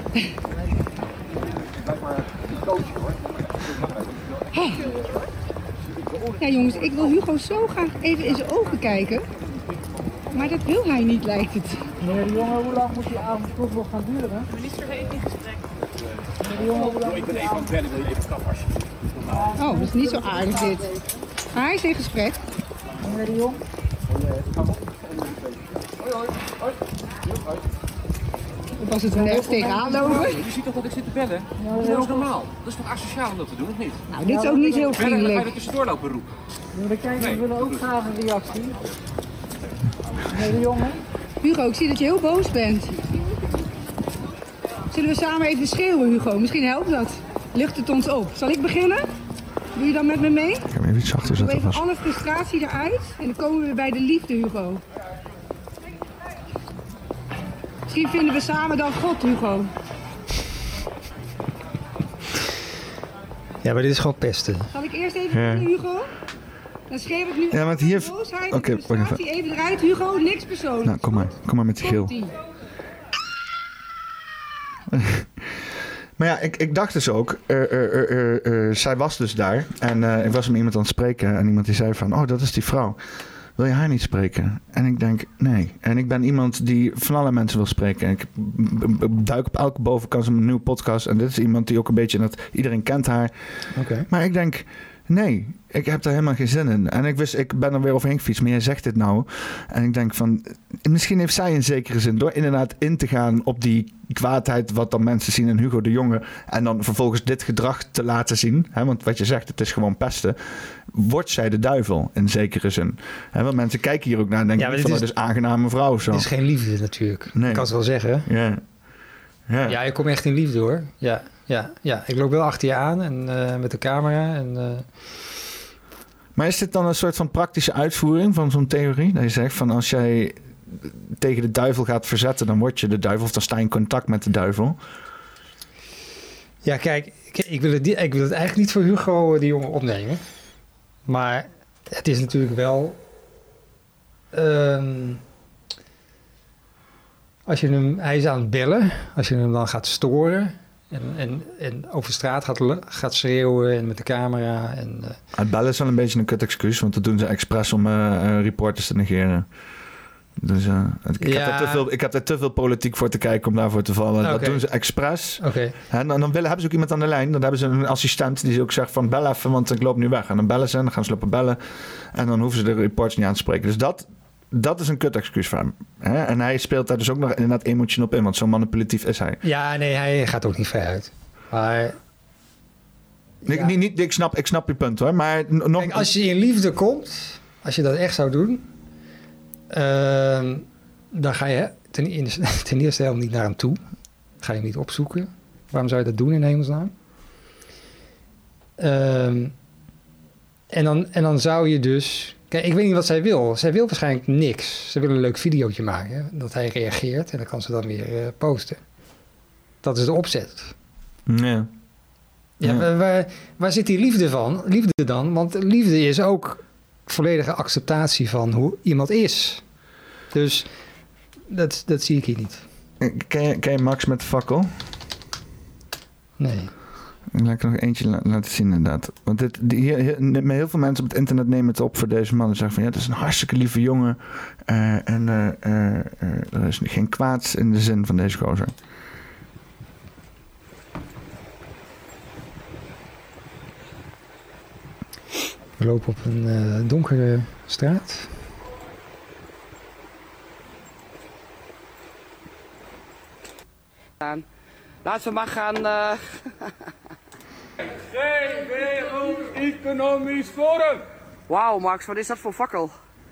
Blijf maar een coach hoor.
Oh. Ja jongens, ik wil Hugo zo graag even in zijn ogen kijken. Maar dat wil hij niet, lijkt het.
Meneer de Jonge, hoe lang moet die avond toch nog gaan duren?
Minister heeft in gesprek.
Meneer de Jonge, hoe lang
Ik ben even aan het bellen, wil je even kappen alsjeblieft.
Oh, dat is niet zo aardig dit. Ah, hij is in gesprek.
Meneer de Jong.
Hoi hoi. Hoi. Hoi.
Of was het een nergens tegenaan lopen?
Je ziet toch dat ik zit te bellen? Dat is heel normaal. Dat is toch asociaal om dat te doen, of niet?
Nou, dit is ook niet heel
Bellen, dan ga je
vriendelijk.
er tussendoor lopen roepen.
Meneer de kijkers nee. willen ook graag een reactie. Meneer de Jonge.
Hugo, ik zie dat je heel boos bent. Zullen we samen even schreeuwen, Hugo? Misschien helpt dat. Lucht het ons op. Zal ik beginnen? Doe je dan met me mee?
Ik heb hem even iets zachter
Doe
zetten.
even alle frustratie eruit. En dan komen we bij de liefde, Hugo. Misschien vinden we samen dan God, Hugo.
Ja, maar dit is gewoon pesten.
Zal ik eerst even
Ja.
beginnen, Hugo? Dan schreef ik nu
Ja, want hier...
boosheid
Oké,
en
wacht even.
frustratie even eruit, Hugo. Niks persoonlijks.
Nou, kom maar. Kom maar met die gil.
Komt-ie.
Maar ja, ik, ik dacht dus ook, uh, uh, uh, uh, uh, zij was dus daar. En uh, ik was met iemand aan het spreken. En iemand die zei van, oh, dat is die vrouw. Wil je haar niet spreken? En ik denk, nee. En ik ben iemand die van alle mensen wil spreken. En ik b- b- duik op elke bovenkant van een nieuwe podcast. En dit is iemand die ook een beetje, dat iedereen kent haar.
Okay.
Maar ik denk, Nee, ik heb daar helemaal geen zin in. En ik wist, ik ben er weer overheen gefietst, maar jij zegt dit nou. En ik denk van, misschien heeft zij in zekere zin door inderdaad in te gaan op die kwaadheid wat dan mensen zien in Hugo de Jonge. En dan vervolgens dit gedrag te laten zien. Hè, want wat je zegt, het is gewoon pesten. Wordt zij de duivel in zekere zin. Hè, want mensen kijken hier ook naar en denken ja, van, dat is een aangename vrouw. Zo.
Het is geen liefde natuurlijk.
Nee.
Ik kan het wel zeggen.
Ja. Ja.
Ja, je komt echt in liefde hoor. Ja, ja, ja. Ik loop wel achter je aan en uh, met de camera. En, uh...
Maar is dit dan een soort van praktische uitvoering van zo'n theorie? Dat je zegt van als jij tegen de duivel gaat verzetten, dan word je de duivel of dan sta je in contact met de duivel.
Ja, kijk, ik wil het, ik wil het eigenlijk niet voor Hugo de Jonge opnemen. Maar het is natuurlijk wel... Um, als je hem, hij is aan het bellen, als je hem dan gaat storen en, en, en over straat gaat, gaat schreeuwen en met de camera. En, uh...
Het bellen is wel een beetje een kut excuus, want dat doen ze expres om uh, uh, reporters te negeren. Dus uh, ik,
ja.
heb er te veel, ik heb er te veel politiek voor te kijken om daarvoor te vallen. Okay. Dat doen ze expres.
Okay.
En dan willen, hebben ze ook iemand aan de lijn. Dan hebben ze een assistent die ook zegt van bel even, want ik loop nu weg. En dan bellen ze en dan gaan ze lopen bellen. En dan hoeven ze de reporters niet aan te spreken. Dus dat... Dat is een kut-excuus voor hem. Hè? En hij speelt daar dus ook nog inderdaad emotioneel op in. Want zo manipulatief is hij.
Ja, nee, hij gaat ook niet ver uit. Maar...
Ik, ja. niet, niet, ik, snap, ik snap je punt hoor. Maar nog...
Kijk, als je in liefde komt... Als je dat echt zou doen... Uh, dan ga je ten eerste, ten eerste helemaal niet naar hem toe. Ga je hem niet opzoeken. Waarom zou je dat doen in hemelsnaam? Uh, en, dan, en dan zou je dus... Kijk, ik weet niet wat zij wil. Zij wil waarschijnlijk niks. Ze wil een leuk videootje maken. Dat hij reageert en dan kan ze dan weer uh, posten. Dat is de opzet.
Ja.
Ja,
ja.
Waar, waar, waar zit die liefde van? Liefde dan? Want liefde is ook volledige acceptatie van hoe iemand is. Dus dat, dat zie ik hier niet.
Ken je, ken je Max met de fakkel?
Nee.
Laat ik er nog eentje la- laten zien inderdaad. Want dit, die, hier, hier, heel veel mensen op het internet nemen het op voor deze man. En zeggen van ja, het is een hartstikke lieve jongen. Uh, en uh, uh, uh, er is geen kwaads in de zin van deze gozer.
We lopen op een uh, donkere straat.
Laten we maar gaan... Uh...
Geen wereld-economisch forum.
Wauw, Max, wat is dat voor fakkel?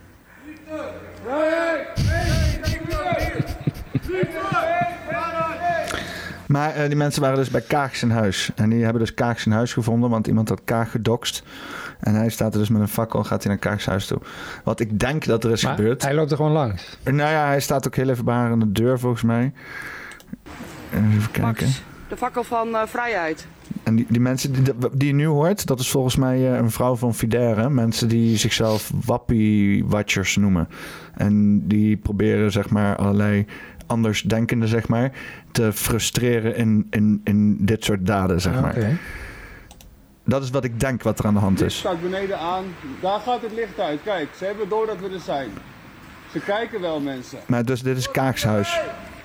Maar uh, die mensen waren dus bij Kaag in huis. En die hebben dus Kaag in huis gevonden, want iemand had Kaag gedokst. En hij staat er dus met een fakkel, gaat hij naar Kaags huis toe. Wat ik denk dat er is
maar
gebeurd.
Hij loopt er gewoon langs.
Nou ja, hij staat ook heel even bij haar aan de deur volgens mij. Even kijken.
Max, de fakkel van uh, vrijheid.
En die, die mensen die, die je nu hoort, dat is volgens mij uh, een vrouw van Fidère. Mensen die zichzelf wappie-watchers noemen. En die proberen zeg maar allerlei andersdenkenden zeg maar te frustreren in, in, in dit soort daden zeg maar.
Okay.
Dat is wat ik denk wat er aan de hand
Het
is.
staat beneden aan. Daar gaat het licht uit. Kijk, ze hebben door dat we er zijn. Ze kijken wel, mensen.
Maar dus dit is Kaags huis.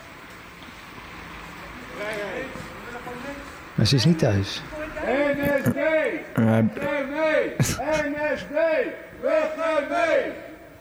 Maar ze is niet thuis.
N S D!
Uh,
Weg mee! N S D! Weg mee!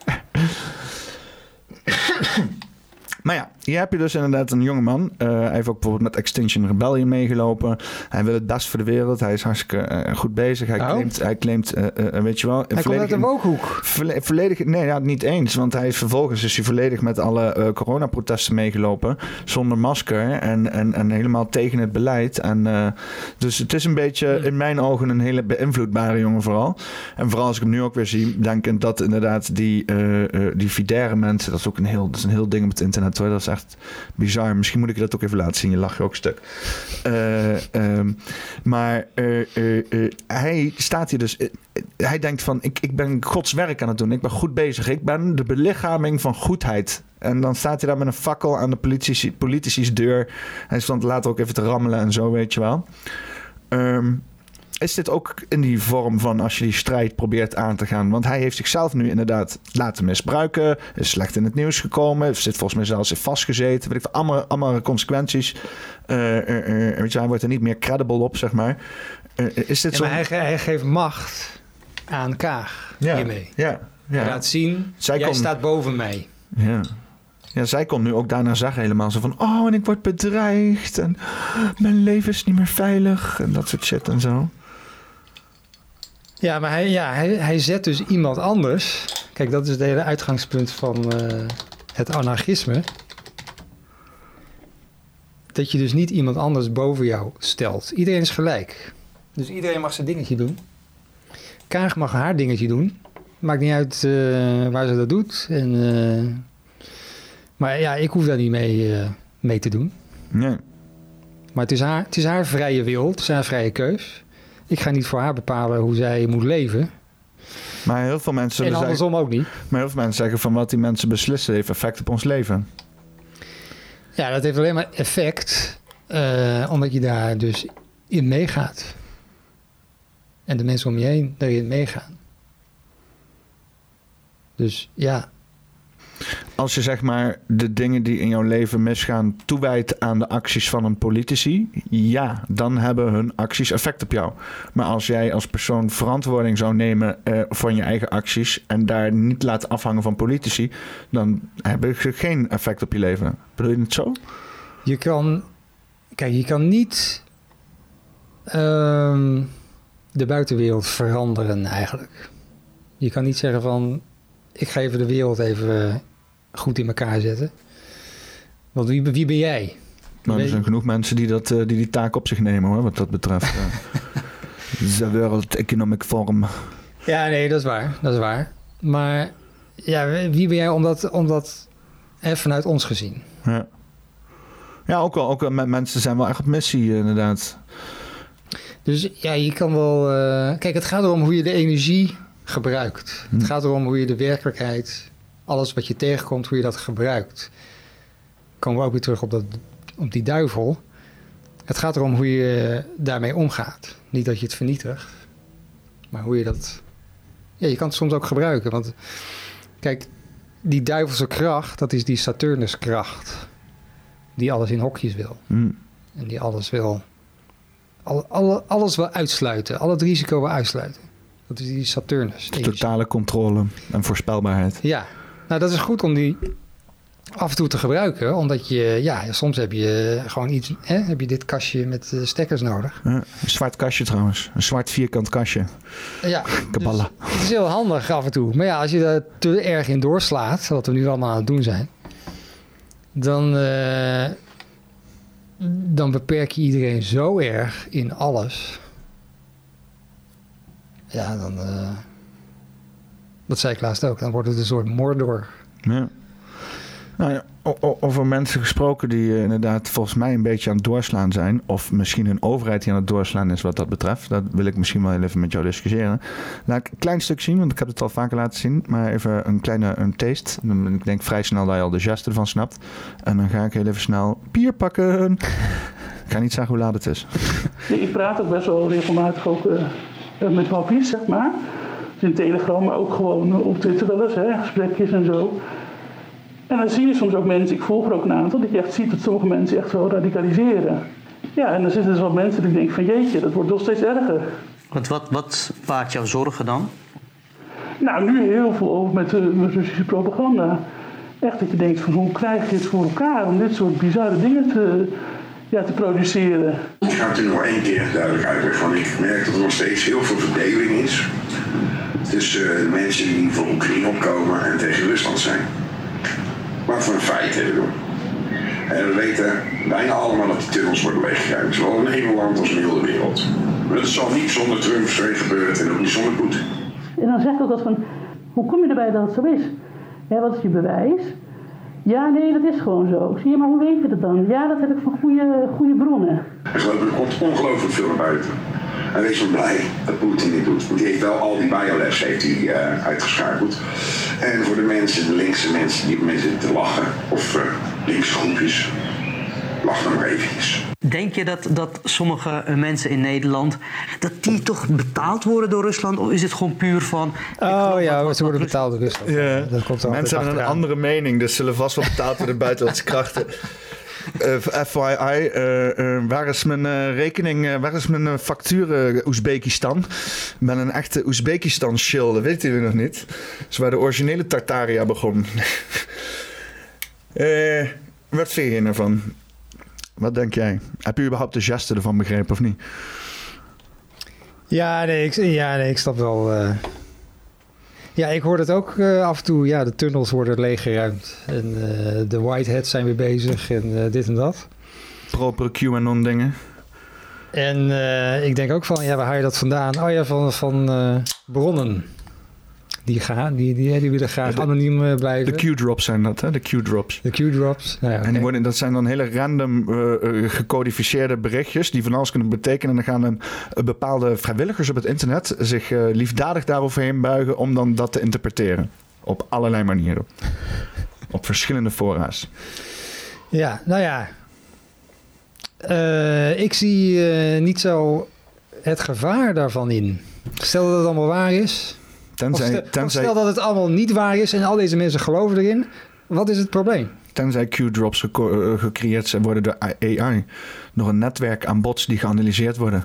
Maar ja, hier heb je dus inderdaad een jongeman. Uh, hij heeft ook bijvoorbeeld met Extinction Rebellion meegelopen. Hij wil het best voor de wereld. Hij is hartstikke uh, goed bezig. Hij oh. claimt, hij claimt uh, uh, weet je wel...
Hij komt uit de wookhoek.
Volle, volledig, nee, ja, niet eens. Want hij is vervolgens is hij volledig met alle uh, coronaprotesten meegelopen. Zonder masker en, en, en helemaal tegen het beleid. En, uh, dus het is een beetje in mijn ogen een hele beïnvloedbare jongen vooral. En vooral als ik hem nu ook weer zie, denkend dat inderdaad die, uh, uh, die Fidère mensen... Dat is ook een heel, dat is een heel ding op het internet. Dat is echt bizar. Misschien moet ik je dat ook even laten zien. Je lacht je ook stuk. Uh, um, maar uh, uh, uh, hij staat hier dus... Uh, hij denkt van, ik, ik ben Gods werk aan het doen. Ik ben goed bezig. Ik ben de belichaming van goedheid. En dan staat hij daar met een fakkel aan de politici, politici's deur. Hij stond later ook even te rammelen en zo, weet je wel. Um, Is dit ook in die vorm van als je die strijd probeert aan te gaan? Want hij heeft zichzelf nu inderdaad laten misbruiken. Is slecht in het nieuws gekomen. Zit volgens mij zelfs in vastgezeten. Weet ik, allemaal, allemaal consequenties. Uh, uh, uh, weet je, hij wordt er niet meer credible op, zeg maar. Uh, is dit
ja,
zo?
Maar hij, hij geeft macht aan Kaag
ja,
hiermee.
Ja, ja.
Hij laat zien,
zij
jij
kon,
staat boven mij.
Ja. Ja, zij komt nu ook daarna zeggen helemaal zo van... oh, en ik word bedreigd en mijn leven is niet meer veilig en dat soort shit en zo.
Ja, maar hij, ja, hij, hij zet dus iemand anders. Kijk, dat is het hele uitgangspunt van uh, het anarchisme. Dat je dus niet iemand anders boven jou stelt. Iedereen is gelijk. Dus iedereen mag zijn dingetje doen. Kaag mag haar dingetje doen. Maakt niet uit uh, waar ze dat doet. En, uh, maar ja, ik hoef daar niet mee, uh, mee te doen.
Nee.
Maar het is, haar, het is haar vrije wil. Het is haar vrije keus. Ik ga niet voor haar bepalen hoe zij moet leven.
Maar heel veel mensen...
En andersom
zeggen,
ook niet.
Maar heel veel mensen zeggen van wat die mensen beslissen heeft effect op ons leven.
Ja, dat heeft alleen maar effect uh, omdat je daar dus in meegaat. En de mensen om je heen daarin meegaan. Dus ja.
Als je zeg maar de dingen die in jouw leven misgaan toewijdt aan de acties van een politici, ja, dan hebben hun acties effect op jou. Maar als jij als persoon verantwoording zou nemen uh, van je eigen acties en daar niet laat afhangen van politici, dan hebben ze geen effect op je leven. Bedoel je het zo?
Je kan, kijk, je kan niet uh, de buitenwereld veranderen eigenlijk. Je kan niet zeggen van, ik ga even de wereld even goed in elkaar zetten. Want wie, wie ben jij?
Nou, er zijn genoeg mensen die, dat, die die taak op zich nemen, hoor, wat dat betreft. De World Economic Forum.
Ja, nee, dat is waar. Dat is waar. Maar ja, wie ben jij om dat, om dat hè, vanuit ons gezien?
Ja, ja ook wel. Ook wel, mensen zijn wel echt op missie, inderdaad.
Dus ja, je kan wel... Uh, kijk, het gaat erom hoe je de energie gebruikt. Hm. Het gaat erom hoe je de werkelijkheid, alles wat je tegenkomt, hoe je dat gebruikt. Komen we ook weer terug op, dat, op die duivel. Het gaat erom hoe je daarmee omgaat. Niet dat je het vernietigt, maar hoe je dat... Ja, je kan het soms ook gebruiken. Want kijk, die duivelse kracht, dat is die Saturnuskracht. Die alles in hokjes wil.
Hm.
En die alles wil... Alle, alle, alles wil uitsluiten. Al het risico wil uitsluiten. Dat is die Saturnus.
Totale controle en voorspelbaarheid.
Ja, nou dat is goed om die af en toe te gebruiken. Omdat je, ja, soms heb je gewoon iets, hè, heb je dit kastje met uh, stekkers nodig.
Ja, een zwart kastje trouwens. Een zwart vierkant kastje.
Ja,
Kabbalah.
Dus het is heel handig af en toe. Maar ja, als je daar te erg in doorslaat, wat we nu allemaal aan het doen zijn, dan, uh, dan beperk je iedereen zo erg in alles. Ja, dan... Uh, dat zei ik laatst ook. Dan wordt het een soort Mordor.
Ja. Nou ja, over mensen gesproken die uh, inderdaad volgens mij een beetje aan het doorslaan zijn. Of misschien een overheid die aan het doorslaan is wat dat betreft. Dat wil ik misschien wel even met jou discussiëren. Laat ik een klein stuk zien, want ik heb het al vaker laten zien. Maar even een kleine een taste. Ik denk vrij snel dat je al de geste ervan snapt. En dan ga ik heel even snel bier pakken. Ik ga niet zeggen hoe laat het is.
Ik praat ook best wel regelmatig ook... Uh... met wappies, zeg maar. Dus in Telegram, maar ook gewoon op Twitter wel eens, hè, gesprekjes en zo. En dan zie je soms ook mensen, ik volg er ook een aantal, dat je echt ziet dat sommige mensen echt wel radicaliseren. Ja, en dan zitten er dus wat mensen die denken van jeetje, dat wordt nog steeds erger.
Want wat, wat baart jouw zorgen dan?
Nou, nu heel veel over met de met Russische propaganda. Echt dat je denkt van hoe krijg je het voor elkaar om dit soort bizarre dingen te... Ja, te produceren.
Ik ga het er nog één keer duidelijk uitleggen van. Ik merk dat er nog steeds heel veel verdeling is tussen uh, mensen die voor Oekraïne opkomen en tegen Rusland zijn. Wat voor een feit hebben we. En we weten bijna allemaal dat die tunnels worden leeggeruimd, zowel in Nederland als in heel de wereld. Maar dat zal niet zonder Trump gebeuren en ook niet zonder Poetin.
En dan zeg ik ook altijd van, hoe kom je erbij dat het zo is? Ja, wat is je bewijs? Ja, nee, dat is gewoon zo. Zie je, maar hoe weet je dat dan? Ja, dat heb ik van goede, goede bronnen.
Er komt ongelooflijk veel naar buiten. En wees maar blij dat Poetin dit doet. Want die heeft wel al die biolabs heeft hij, uh, uitgeschakeld. En voor de mensen, de linkse mensen die op mensen zitten te lachen, of uh, linkse groepjes, lach dan maar eventjes.
Denk je dat, dat sommige mensen in Nederland, dat die toch betaald worden door Rusland? Of is het gewoon puur van...
Oh ja, wat, ze worden betaald door Rusland.
Ja.
Dat komt
mensen hebben een andere mening, dus zullen vast wel betaald worden buitenlandse krachten. Uh, F Y I, uh, uh, waar is mijn uh, rekening, uh, waar is mijn uh, factuur uh, Oezbekistan? Ik ben een echte Oezbekistan-shill, dat weten jullie nog niet. Dat is waar de originele Tartaria begon. uh, wat vind je ervan? Wat denk jij? Heb je überhaupt de geste ervan begrepen of niet?
Ja, nee, ik, ja, nee, ik snap wel... Uh... Ja, ik hoor het ook uh, af en toe. Ja, de tunnels worden leeggeruimd. En uh, de Whiteheads zijn weer bezig en uh, dit en dat.
Propere QAnon dingen.
En uh, ik denk ook van, ja, waar haal je dat vandaan? Oh ja, van, van uh, bronnen. Die, gaan, die, die, die willen graag de, anoniem uh, blijven.
De Q-drops zijn dat, hè? De Q-drops.
De Q-drops. Nou ja, okay.
En die worden, dat zijn dan hele random uh, uh, gecodificeerde berichtjes die van alles kunnen betekenen. En dan gaan een, een bepaalde vrijwilligers op het internet zich uh, liefdadig daaroverheen buigen om dan dat te interpreteren. Op allerlei manieren. Op verschillende fora's.
Ja, nou ja. Uh, ik zie uh, niet zo het gevaar daarvan in. Stel dat het allemaal waar is... Tenzij, of, stel, tenzij, of stel dat het allemaal niet waar is en al deze mensen geloven erin. Wat is het probleem?
Tenzij Q-drops gecreëerd uh, gecreëerd worden door A I. Door een netwerk aan bots die geanalyseerd worden.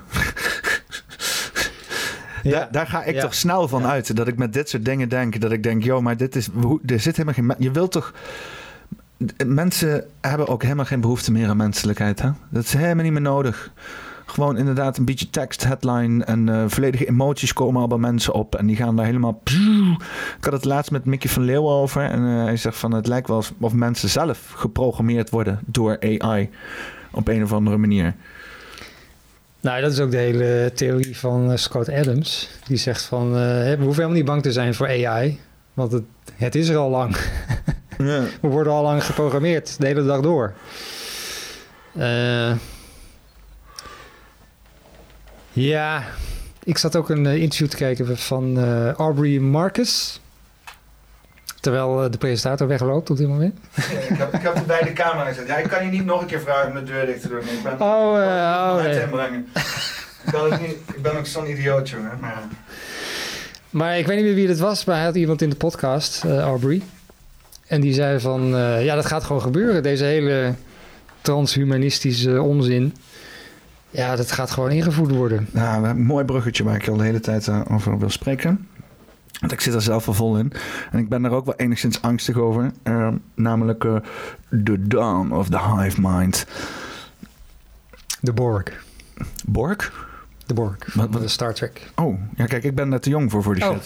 Ja, daar, daar ga ik ja. toch snel van ja. uit. Dat ik met dit soort dingen denk. Dat ik denk, joh, maar dit is... Er zit helemaal geen... Je wilt toch... Mensen hebben ook helemaal geen behoefte meer aan menselijkheid. Hè? Dat is helemaal niet meer nodig. Gewoon inderdaad een beetje tekst, headline en uh, volledige emoties komen al bij mensen op. En die gaan daar helemaal... Ik had het laatst met Mickey van Leeuwen over. En uh, hij zegt van het lijkt wel of mensen zelf geprogrammeerd worden door A I. Op een of andere manier.
Nou, dat is ook de hele theorie van uh, Scott Adams. Die zegt van uh, we hoeven helemaal niet bang te zijn voor A I. Want het, het is er al lang. Ja. We worden al lang geprogrammeerd, de hele dag door. Eh... Uh, Ja, ik zat ook een uh, interview te kijken van uh, Aubrey Marcus. Terwijl uh, de presentator wegloopt op dit moment.
Ja, ik, heb, ik heb er bij de camera gezet. Ja, ik kan je niet nog een keer vragen om de deur dicht te doen. Ik ben
oh, uh, oh, nee.
inbrengen. ik, kan het niet, ik ben ook zo'n idioot, jongen. Maar...
maar ik weet niet meer wie het was, maar hij had iemand in de podcast, uh, Aubrey. En die zei van, uh, ja, dat gaat gewoon gebeuren. Deze hele transhumanistische onzin. Ja, dat gaat gewoon ingevoerd worden.
Nou, we hebben een mooi bruggetje waar ik al de hele tijd uh, over wil spreken. Want ik zit er zelf al vol in. En ik ben er ook wel enigszins angstig over. Uh, namelijk uh, The Dawn of the Hive Mind.
De Borg.
Borg?
De Borg, wat, wat? De Star Trek.
Oh, ja kijk, ik ben net te jong voor, voor die
oh.
shit.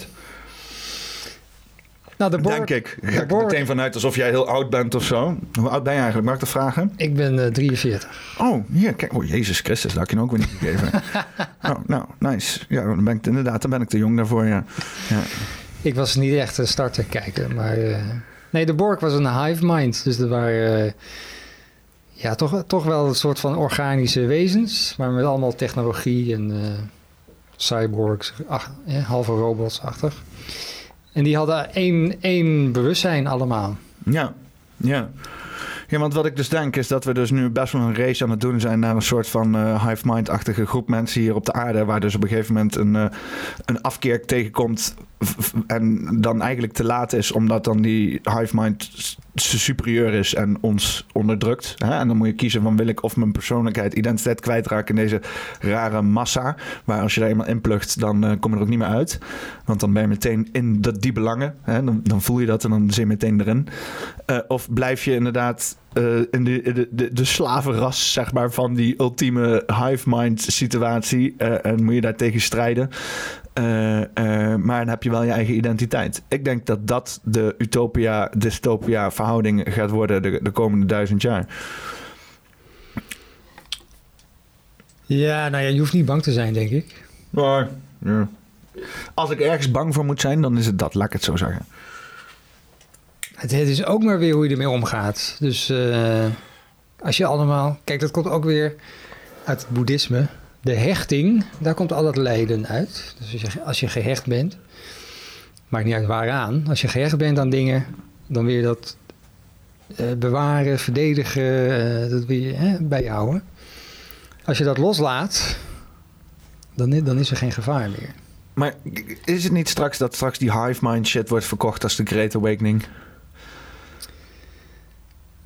Nou, de Borg,
Denk ik. Ga ik er meteen vanuit alsof jij heel oud bent of zo. Hoe oud ben je eigenlijk? Mag ik dat vragen?
Ik ben uh, drieënveertig.
Oh, hier, kijk. Oh, Jezus Christus, dat had ik je ook weer niet gegeven. oh, nou, nice. Ja, dan ben ik inderdaad, dan ben ik te jong daarvoor, ja. ja.
Ik was niet echt een Star Trek kijker, maar... Uh, nee, de Borg was een hive mind. Dus er waren... Uh, ja, toch, toch wel een soort van organische wezens. Maar met allemaal technologie en... Uh, cyborgs, ach, ja, halve robots-achtig. En die hadden één, één bewustzijn allemaal.
Ja, ja. Ja, want wat ik dus denk is dat we dus nu best wel een race aan het doen zijn naar een soort van uh, hive mind-achtige groep mensen hier op de aarde, waar dus op een gegeven moment een, uh, een afkeer tegenkomt en dan eigenlijk te laat is, omdat dan die hive mind superieur is en ons onderdrukt. Hè? En dan moet je kiezen van wil ik of mijn persoonlijkheid, identiteit kwijtraken in deze rare massa, waar als je er eenmaal inplugt, dan uh, kom je er ook niet meer uit. Want dan ben je meteen in dat, die belangen. Hè? Dan, dan voel je dat en dan zit je meteen erin. Uh, of blijf je inderdaad uh, in de, de, de, de slavenras, zeg maar, van die ultieme hive mind situatie. Uh, en moet je daar tegen strijden. Uh, uh, maar dan heb je wel je eigen identiteit. Ik denk dat dat de utopia-dystopia verhouding gaat worden de, de komende duizend jaar.
Ja, nou ja, je hoeft niet bang te zijn, denk ik.
Maar, ja. Als ik ergens bang voor moet zijn, dan is het dat. Laat ik het zo zeggen.
Het, het is ook maar weer hoe je ermee omgaat. Dus uh, als je allemaal... Kijk, dat komt ook weer uit het boeddhisme. De hechting, daar komt al dat lijden uit. Dus als je, als je gehecht bent, maakt niet uit waaraan. Als je gehecht bent aan dingen, dan wil je dat uh, bewaren, verdedigen, uh, dat wil je hè, bijhouden. Als je dat loslaat, dan, dan is er geen gevaar meer.
Maar is het niet straks dat straks die hive mind shit wordt verkocht als de Great Awakening?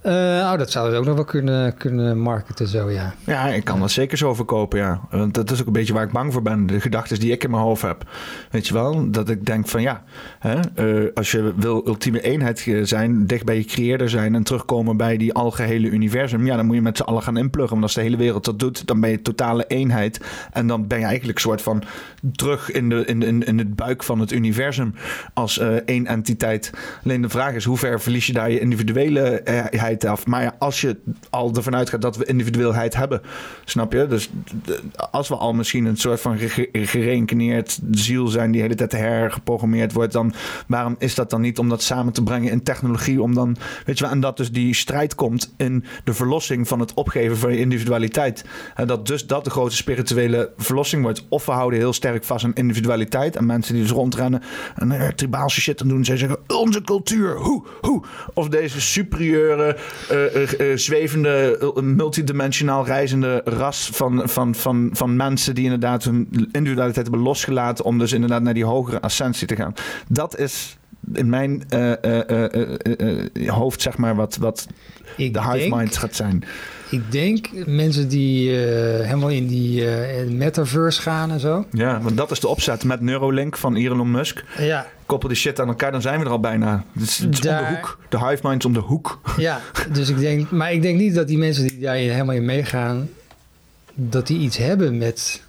Uh, oh, dat zouden we ook nog wel kunnen, kunnen marketen zo, ja.
Ja, ik kan dat zeker zo verkopen, ja. Want dat is ook een beetje waar ik bang voor ben. De gedachten die ik in mijn hoofd heb. Weet je wel? Dat ik denk van ja, hè, uh, als je wil ultieme eenheid zijn, dicht bij je creëerder zijn en terugkomen bij die algehele universum, ja, dan moet je met z'n allen gaan inpluggen. Want als de hele wereld dat doet, dan ben je totale eenheid. En dan ben je eigenlijk een soort van terug in, de, in, in, in het buik van het universum als uh, één entiteit. Alleen de vraag is, hoe ver verlies je daar je individueleheid af? Maar ja, als je al ervan uitgaat dat we individueelheid hebben, snap je? Dus als we al misschien een soort van gereïncarneerd ziel zijn die de hele tijd hergeprogrammeerd wordt, dan waarom is dat dan niet om dat samen te brengen in technologie? Om dan, weet je wel, en dat dus die strijd komt in de verlossing van het opgeven van je individualiteit. En dat dus dat de grote spirituele verlossing wordt. Of we houden heel sterk vast aan individualiteit en mensen die dus rondrennen en uh, tribaalse shit aan doen. Zij zeggen, onze cultuur, hoe, hoe. Of deze superieure, uh, uh, uh, zwevende, uh, multidimensionaal reizende ras van, van, van, van mensen die inderdaad hun individualiteit hebben losgelaten om dus inderdaad naar die hogere ascensie te gaan. Dat is in mijn uh, uh, uh, uh, uh, hoofd, zeg maar, wat, wat
ik
de hive
denk,
mind gaat zijn.
Ik denk mensen die uh, helemaal in die uh, metaverse gaan en zo.
Ja, want dat is de opzet met Neuralink van Elon Musk.
Ja.
Koppel die shit aan elkaar, dan zijn we er al bijna. Het is, het is
Daar,
om de hoek. De hive mind is om de hoek.
Ja, dus ik denk, maar ik denk niet dat die mensen die daar helemaal in meegaan, dat die iets hebben met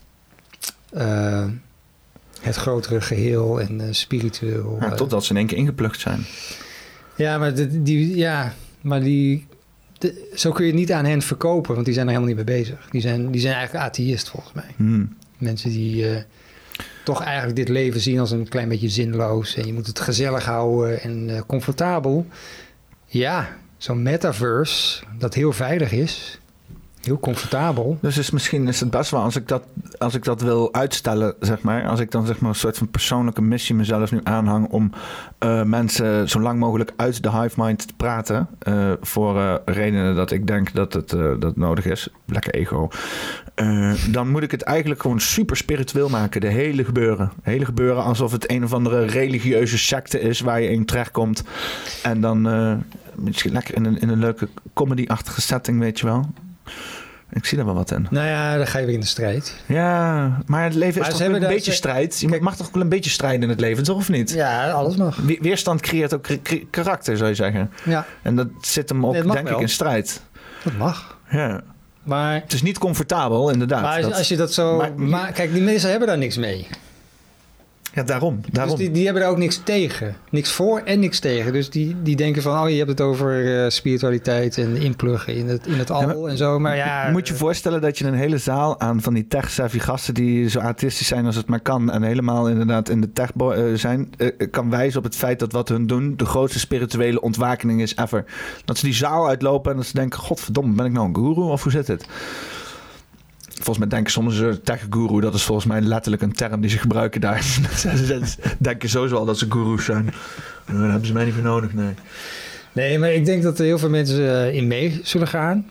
uh, het grotere geheel en uh, spiritueel.
Ja,
uh,
totdat ze in één keer ingeplucht zijn.
Ja, maar die, die ja, maar die, de, zo kun je het niet aan hen verkopen, want die zijn er helemaal niet mee bezig. Die zijn, die zijn eigenlijk atheïst volgens mij.
Hmm.
Mensen die uh, toch eigenlijk dit leven zien als een klein beetje zinloos en je moet het gezellig houden en uh, comfortabel. Ja, zo'n metaverse dat heel veilig is. Heel comfortabel.
Dus is misschien is het best wel, als ik dat, als ik dat wil uitstellen, zeg maar, als ik dan zeg maar een soort van persoonlijke missie mezelf nu aanhang om uh, mensen zo lang mogelijk uit de hive mind te praten, uh, voor uh, redenen dat ik denk dat het, uh, dat het nodig is, lekker ego, uh, dan moet ik het eigenlijk gewoon super spiritueel maken, de hele gebeuren. De hele gebeuren alsof het een of andere religieuze secte is waar je in terechtkomt en dan uh, misschien lekker in een, in een leuke comedy-achtige setting, weet je wel. Ik zie er wel wat in.
Nou ja, dan ga je weer in de strijd.
Ja, maar het leven is
maar
toch een beetje
ze...
strijd? Je Kijk, mag toch wel een beetje strijden in het leven, toch of niet?
Ja, alles mag.
We- weerstand creëert ook k- karakter, zou je zeggen.
Ja.
En dat zit hem ook,
nee,
denk
wel.
ik, in strijd.
Dat mag.
Ja.
Maar,
het is niet comfortabel, inderdaad.
Maar als,
dat...
als je dat zo... Maar, maar, kijk, die mensen hebben daar niks mee.
Ja, daarom. daarom.
Dus die, die hebben daar ook niks tegen. Niks voor en niks tegen. Dus die, die denken van, oh, je hebt het over uh, spiritualiteit en inpluggen in het, in het al ja, maar, en zo. Maar ja...
Moet je je voorstellen dat je een hele zaal aan van die tech-savvy gasten die zo autistisch zijn als het maar kan en helemaal inderdaad in de tech uh, zijn, uh, kan wijzen op het feit dat wat hun doen de grootste spirituele ontwakening is ever. Dat ze die zaal uitlopen en dat ze denken, godverdomme, ben ik nou een guru of hoe zit het? Volgens mij denken soms een tech-guru, dat is volgens mij letterlijk een term die ze gebruiken daar. Ze denken sowieso al dat ze gurus zijn. Daar hebben ze mij niet voor nodig, nee.
Nee, maar ik denk dat er heel veel mensen uh, in mee zullen gaan.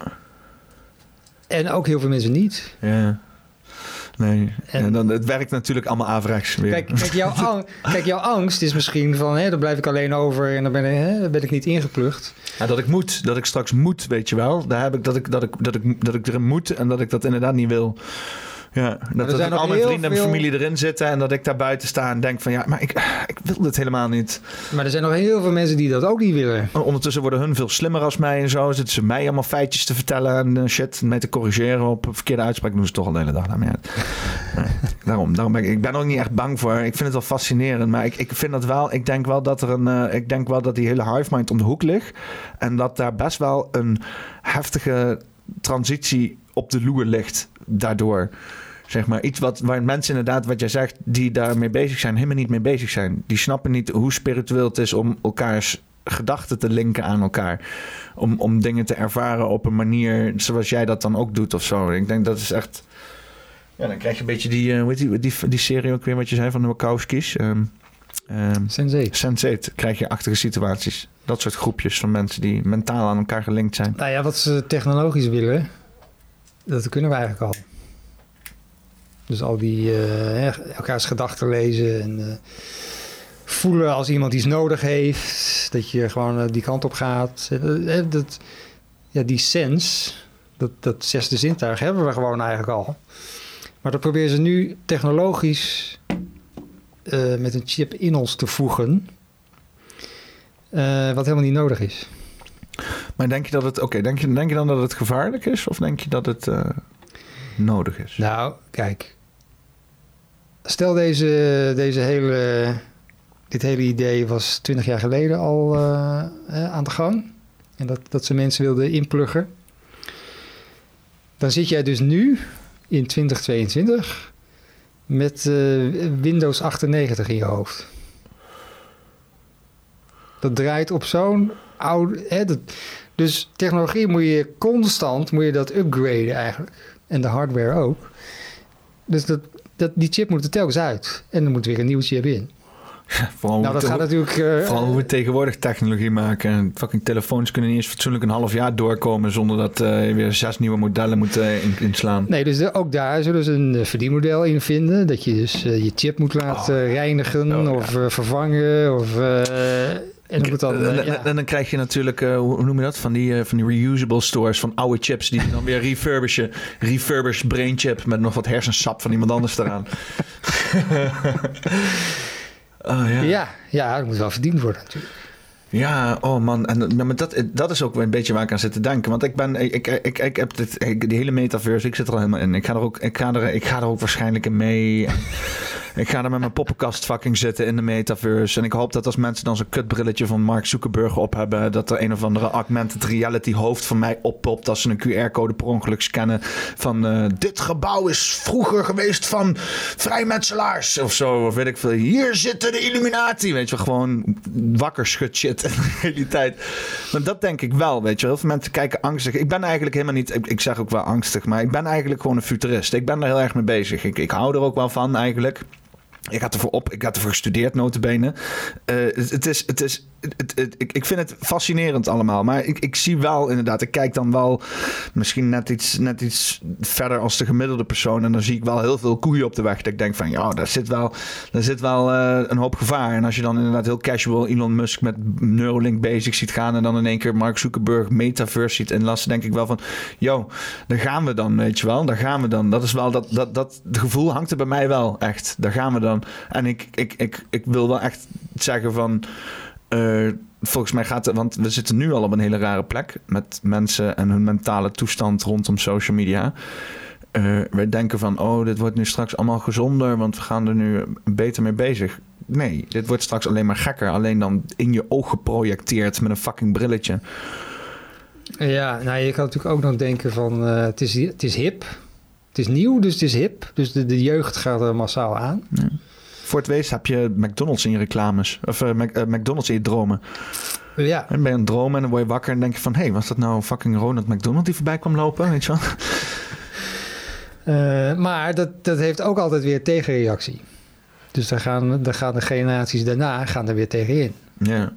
En ook heel veel mensen niet.
Ja. Nee, en, en dan, het werkt natuurlijk allemaal averechts weer.
Kijk, kijk, jouw, ang- kijk, jouw angst is misschien van, hè, dan blijf ik alleen over en dan ben ik, hè, dan ben ik niet ingeplucht.
Ja, dat ik moet, dat ik straks moet, weet je wel. Daar heb ik dat ik, dat ik, dat ik, dat ik erin moet en dat ik dat inderdaad niet wil. Ja, dat, dat al mijn vrienden en veel... familie erin zitten en dat ik daar buiten sta en denk van ja, maar ik, ik wil dit helemaal niet.
Maar er zijn nog heel veel mensen die dat ook niet willen.
Ondertussen worden hun veel slimmer als mij en zo. Zitten ze mij allemaal feitjes te vertellen en shit, mee te corrigeren op verkeerde uitspraak. Doen ze toch al de hele dag. Nee, daarom, daarom ben ik, ik ben er ook niet echt bang voor. Ik vind het wel fascinerend, maar ik, ik vind dat wel, ik denk wel dat er een, uh, ik denk wel dat die hele hive mind om de hoek ligt en dat daar best wel een heftige transitie op de loer ligt daardoor. Zeg maar iets wat, waar mensen inderdaad, wat jij zegt, die daarmee bezig zijn, helemaal niet mee bezig zijn. Die snappen niet hoe spiritueel het is om elkaars gedachten te linken aan elkaar. Om, om dingen te ervaren op een manier zoals jij dat dan ook doet of zo. Ik denk dat is echt... Ja, dan krijg je een beetje die, uh, hoe heet die, die, die serie ook weer wat je zei van de Wachowski's. Um, um,
sense eight.
sense eight krijg je achtige situaties. Dat soort groepjes van mensen die mentaal aan elkaar gelinkt zijn.
Nou ja, wat ze technologisch willen, dat kunnen we eigenlijk al. Dus al die uh, elkaars gedachten lezen en uh, voelen als iemand iets nodig heeft. Dat je gewoon uh, die kant op gaat. Uh, dat, ja, die sense, dat, dat zesde zintuig, hebben we gewoon eigenlijk al. Maar dat proberen ze nu technologisch uh, met een chip in ons te voegen, uh, wat helemaal niet nodig is.
Maar denk je dat het, oké, okay, denk je, denk je dan dat het gevaarlijk is, of denk je dat het uh, nodig is?
Nou, kijk, stel deze, deze hele, dit hele idee was twintig jaar geleden al uh, uh, aan de gang. En dat, dat ze mensen wilden inpluggen. Dan zit jij dus nu in twintig tweeëntwintig met uh, Windows achtennegentig in je hoofd. Dat draait op zo'n oude... Hè, dat, dus technologie moet je constant moet je dat upgraden eigenlijk. En de hardware ook. Dus dat, dat, die chip moet er telkens uit. En er moet weer een nieuwe chip in.
Vooral
nou, dat gaat natuurlijk... Uh,
vooral hoe we tegenwoordig technologie maken. En fucking telefoons kunnen niet eens fatsoenlijk een half jaar doorkomen zonder dat uh, je weer zes nieuwe modellen moet uh, in, inslaan.
Nee, dus de, ook daar zullen ze een verdienmodel in vinden. Dat je dus uh, je chip moet laten oh. reinigen oh, of ja. uh, vervangen of... Uh, En dan, moet dan, uh,
en,
ja.
en dan krijg je natuurlijk, uh, hoe noem je dat? Van die, uh, van die reusable stores van oude chips die dan weer refurbishen. Refurbished brain chip met nog wat hersensap van iemand anders eraan.
oh, ja. Ja, ja, dat moet wel verdiend worden natuurlijk.
Ja, oh man, en nou, maar dat, dat is ook een beetje waar ik aan zit te denken. Want ik ben, ik, ik, ik, ik heb dit, ik, die hele metaverse, ik zit er al helemaal in. Ik ga er ook, ik ga er, ik ga er ook waarschijnlijk in mee. Ik ga er met mijn poppenkast fucking zitten in de metaverse. En ik hoop dat als mensen dan zo'n kutbrilletje van Mark Zuckerberg op hebben, dat er een of andere augmented reality hoofd van mij oppopt als ze een Q R-code per ongeluk scannen van uh, dit gebouw is vroeger geweest van vrijmetselaars of zo. Of weet ik veel. Hier zitten de Illuminati. Weet je wel, gewoon wakker schud shit in de realiteit. Maar dat denk ik wel, weet je wel. Heel veel mensen kijken angstig. Ik ben eigenlijk helemaal niet, ik, ik zeg ook wel angstig, maar ik ben eigenlijk gewoon een futurist. Ik ben daar heel erg mee bezig. Ik, ik hou er ook wel van eigenlijk. Ik had ervoor op, ik had ervoor gestudeerd, nota bene. Uh, het, het is, het is, het, het, het, ik, ik vind het fascinerend allemaal. Maar ik, ik zie wel inderdaad, ik kijk dan wel misschien net iets, net iets verder als de gemiddelde persoon. En dan zie ik wel heel veel koeien op de weg. Dat ik denk van, ja, daar zit wel, daar zit wel uh, een hoop gevaar. En als je dan inderdaad heel casual Elon Musk met Neuralink bezig ziet gaan. En dan in één keer Mark Zuckerberg Metaverse ziet inlassen. Denk ik wel van, yo, daar gaan we dan, weet je wel. Daar gaan we dan. Dat is wel, dat, dat, dat het gevoel hangt er bij mij wel echt. Daar gaan we dan. En ik, ik, ik, ik wil wel echt zeggen van... Uh, volgens mij gaat het... Want we zitten nu al op een hele rare plek... met mensen en hun mentale toestand rondom social media. Uh, wij denken van... oh, dit wordt nu straks allemaal gezonder... want we gaan er nu beter mee bezig. Nee, dit wordt straks alleen maar gekker. Alleen dan in je oog geprojecteerd... met een fucking brilletje.
Ja, nou, je kan natuurlijk ook nog denken van... Uh, het, is, het is hip... Het is nieuw, dus het is hip. Dus de, de jeugd gaat er massaal aan.
Ja. Voor het wees heb je McDonald's in je reclames. Of uh, Mac, uh, McDonald's in je dromen.
Ja.
En ben je aan het dromen en dan word je wakker en denk je van... hé, hey, was dat nou fucking Ronald McDonald die voorbij kwam lopen? Weet je wel?
Uh, maar dat, dat heeft ook altijd weer tegenreactie. Dus daar gaan, daar gaan de generaties daarna gaan er weer tegenin.
Ja.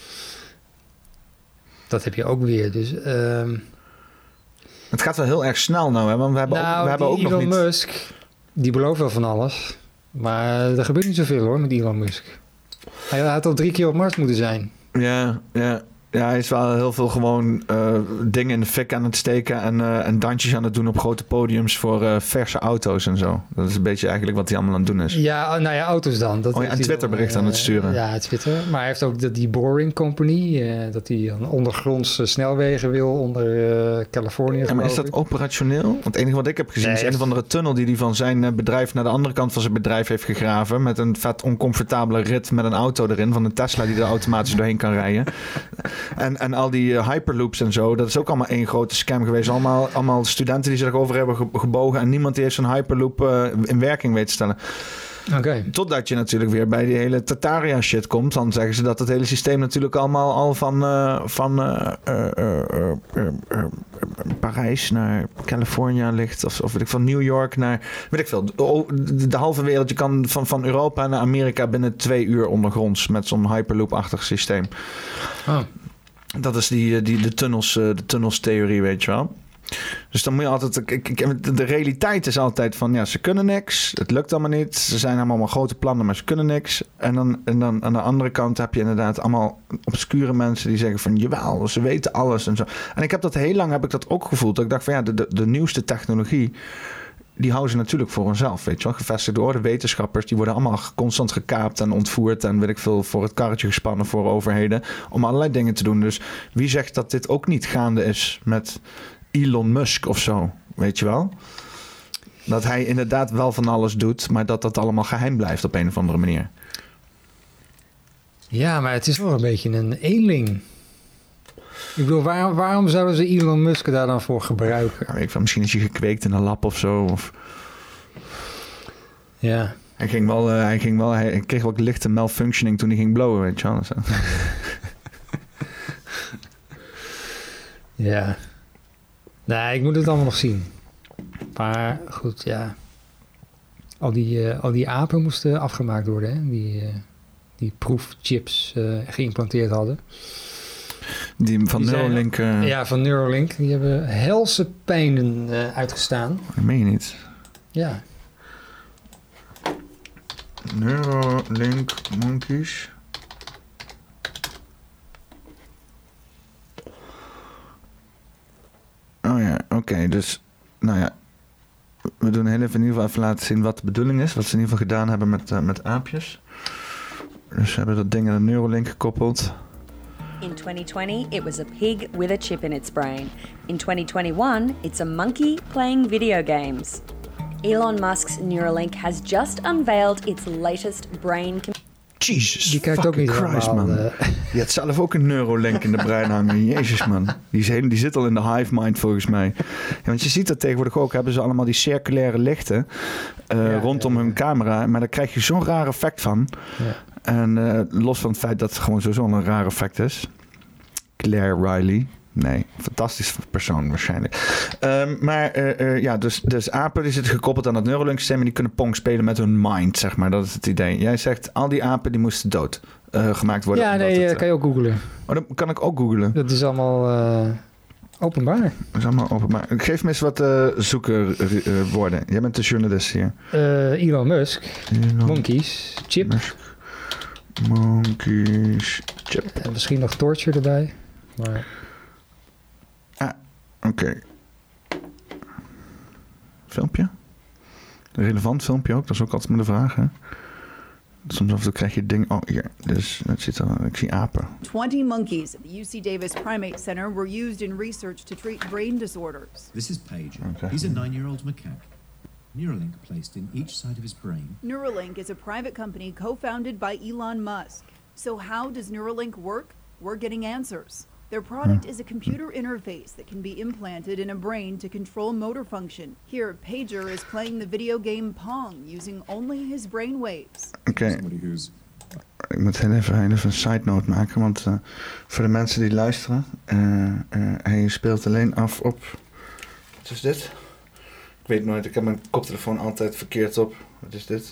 Dat heb je ook weer. Dus... Uh,
Het gaat wel heel erg snel nou, hè? Want we hebben
nou,
ook, we hebben ook
Elon
nog niet...
Musk, die belooft wel van alles. Maar er gebeurt niet zoveel hoor met Elon Musk. Hij had al drie keer op Mars moeten zijn.
Ja, ja. Ja, hij is wel heel veel gewoon uh, dingen in de fik aan het steken en, uh, en dansjes aan het doen op grote podiums voor uh, verse auto's en zo. Dat is een beetje eigenlijk wat hij allemaal aan het doen is.
Ja, nou ja, auto's dan. Dat
oh ja, een Twitterbericht uh, aan het sturen.
Ja, Twitter. Maar hij heeft ook de, die Boring Company, uh, dat hij dan ondergrondse snelwegen wil onder uh, Californië.
Ja, maar is dat operationeel? Want het enige wat ik heb gezien nee, is een of andere tunnel die hij van zijn bedrijf naar de andere kant van zijn bedrijf heeft gegraven. Met een vet oncomfortabele rit met een auto erin van een Tesla die er automatisch doorheen kan rijden. En, en al die uh, hyperloops en zo, dat is ook allemaal één grote scam geweest. Allemaal, allemaal studenten die zich over hebben ge- gebogen en niemand die heeft zo'n hyperloop uh, in werking weten te stellen.
Okay.
Totdat je natuurlijk weer bij die hele Tartaria shit komt. Dan zeggen ze dat het hele systeem natuurlijk allemaal al van, uh, van uh, uh, uh, uh, uh, uh, Parijs naar Californië ligt. Of, of weet ik, van New York naar, weet ik veel. De, de halve wereld, je kan van, van Europa naar Amerika binnen twee uur ondergronds met zo'n hyperloop-achtig systeem.
Oh.
Dat is die, die, de tunnels, de tunnelstheorie, weet je wel. Dus dan moet je altijd... Ik, ik, de realiteit is altijd van... Ja, ze kunnen niks. Het lukt allemaal niet. Ze zijn allemaal grote plannen, maar ze kunnen niks. En dan, en dan aan de andere kant heb je inderdaad allemaal obscure mensen die zeggen van... Jawel, ze weten alles en zo. En ik heb dat heel lang heb ik dat ook gevoeld. Dat ik dacht van ja, de, de, de nieuwste technologie... Die houden ze natuurlijk voor hunzelf, weet je wel. Gevestigde orde wetenschappers, die worden allemaal constant gekaapt en ontvoerd... en weet ik veel, voor het karretje gespannen voor overheden... om allerlei dingen te doen. Dus wie zegt dat dit ook niet gaande is met Elon Musk of zo, weet je wel? Dat hij inderdaad wel van alles doet... maar dat dat allemaal geheim blijft op een of andere manier.
Ja, maar het is wel een beetje een eenling. Ik bedoel, waar, waarom zouden ze Elon Musk daar dan voor gebruiken?
Ja, weet ik, misschien is hij gekweekt in een lab of zo. Of...
Ja.
Hij ging wel, uh, hij ging wel, hij kreeg wel lichte malfunctioning toen hij ging blowen, weet je wel. Zo.
Ja. Nee, ik moet het allemaal nog zien. Maar goed, ja. Al die, uh, al die apen moesten afgemaakt worden, hè? Die, uh, die proefchips uh, geïmplanteerd hadden.
Die van die Neuralink...
Zijn,
uh...
Ja, van Neuralink. Die hebben helse pijnen uh, uitgestaan.
Dat meen je niet.
Ja.
Neuralink monkeys. Oh ja, oké. Okay, dus, nou ja. We doen heel even in ieder geval even laten zien wat de bedoeling is. Wat ze in ieder geval gedaan hebben met, uh, met aapjes. Dus ze hebben dat ding aan de Neuralink gekoppeld.
In twenty twenty, it was a pig with a chip in its brain. In twenty twenty-one, it's a monkey playing video games. Elon Musk's Neuralink has just unveiled its latest brain...
Jesus,
die kijkt ook niet
Christ,
helemaal,
man.
Uh...
Je hebt zelf ook een Neuralink in de brein hangen. Jezus, man. Die, is heel, die zit al in de hive mind, volgens mij. Ja, want je ziet dat tegenwoordig ook. Hebben ze allemaal die circulaire lichten uh, ja, rondom ja, ja. hun camera. Maar daar krijg je zo'n raar effect van.
Ja.
En uh, los van het feit dat het gewoon sowieso een raar effect is. Claire Riley. Nee, fantastisch persoon waarschijnlijk. Um, maar uh, uh, ja, dus, dus apen die zitten gekoppeld aan het Neuralink systeem en die kunnen Pong spelen met hun mind, zeg maar. Dat is het idee. Jij zegt, al die apen die moesten dood uh, gemaakt worden.
Ja, nee,
het, uh...
kan je ook googlen.
Oh, dat kan ik ook googlen.
Dat is allemaal uh, openbaar. Dat
is allemaal openbaar. Geef me eens wat uh, zoekerwoorden. Uh, Jij bent de journalist hier.
Uh, Elon Musk. Elon Monkeys. Chip.
Musk. Monkeys. Chip.
En misschien nog torture erbij. Maar...
Ah, oké. Okay. Filmpje? Een relevant filmpje ook, dat is ook altijd maar de vraag, hè? Soms af en toe krijg je ding... Oh, hier. Dus, dat zit er, ik zie apen.
twenty monkeys at the U C Davis Primate Center were used in research to treat brain disorders.
This is Pager.
Okay.
He's a nine-year-old macaque. Neuralink placed in each side of his brain.
Neuralink is a private company co-founded by Elon Musk. So how does Neuralink work? We're getting answers. Their product is a computer interface that can be implanted in a brain to control motor function. Here, Pager is playing the video game Pong using only his brainwaves.
Oké. Okay. Ik moet heel even, heel even een side note maken, want uh, voor de mensen die luisteren, uh, uh, hij speelt alleen af op... Wat is dit? Ik weet nooit, ik heb mijn koptelefoon altijd verkeerd op. Wat is dit?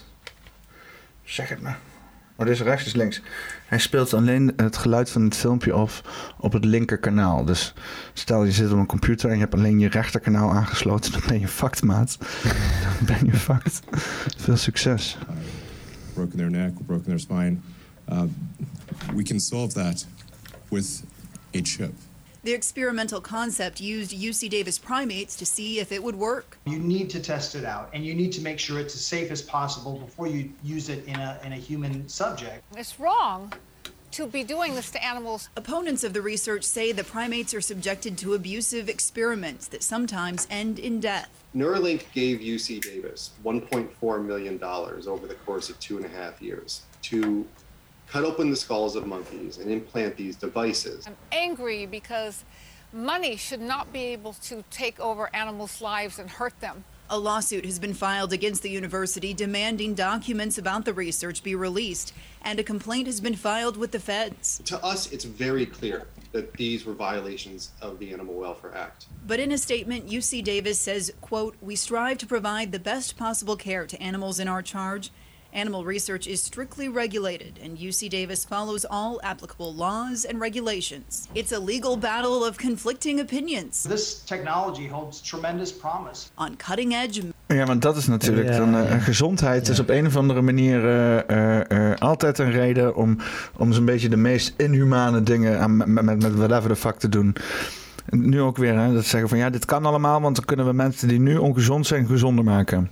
Zeg het maar. Oh, dit is rechts, dit is links. Hij speelt alleen het geluid van het filmpje op op het linkerkanaal. Dus stel je zit op een computer en je hebt alleen je rechterkanaal aangesloten. Dan ben je fucked, maat. Dan ben je fucked. Veel succes.
Uh, broken their neck, broken their spine. Uh, we can solve that with a chip.
The experimental concept used U C Davis primates to see if it would work.
You need to test it out, and you need to make sure it's as safe as possible before you use it in a, in a human subject.
It's wrong to be doing this to animals.
Opponents of the research say the primates are subjected to abusive experiments that sometimes end in death.
Neuralink gave U C Davis one point four million dollars over the course of two and a half years to cut open the skulls of monkeys and implant these devices.
I'm angry because money should not be able to take over animals' lives and hurt them.
A lawsuit has been filed against the university demanding documents about the research be released, and a complaint has been filed with the feds.
To us, it's very clear that these were violations of the Animal Welfare Act.
But in a statement, U C Davis says, quote, "We strive to provide the best possible care to animals in our charge, Animal research is strictly regulated, and U C Davis follows all applicable laws and regulations. It's a legal battle of conflicting opinions.
This technology holds tremendous promise.
On cutting edge.
Ja, want dat is natuurlijk
Ja,
dan, uh,
ja.
gezondheid
Ja.
is op een of andere manier uh, uh, uh, altijd een reden om, om zo'n beetje de meest inhumane dingen aan, met, met, met whatever the fuck te doen. En nu ook weer, hè, dat ze zeggen van ja, dit kan allemaal, want dan kunnen we mensen die nu ongezond zijn gezonder maken.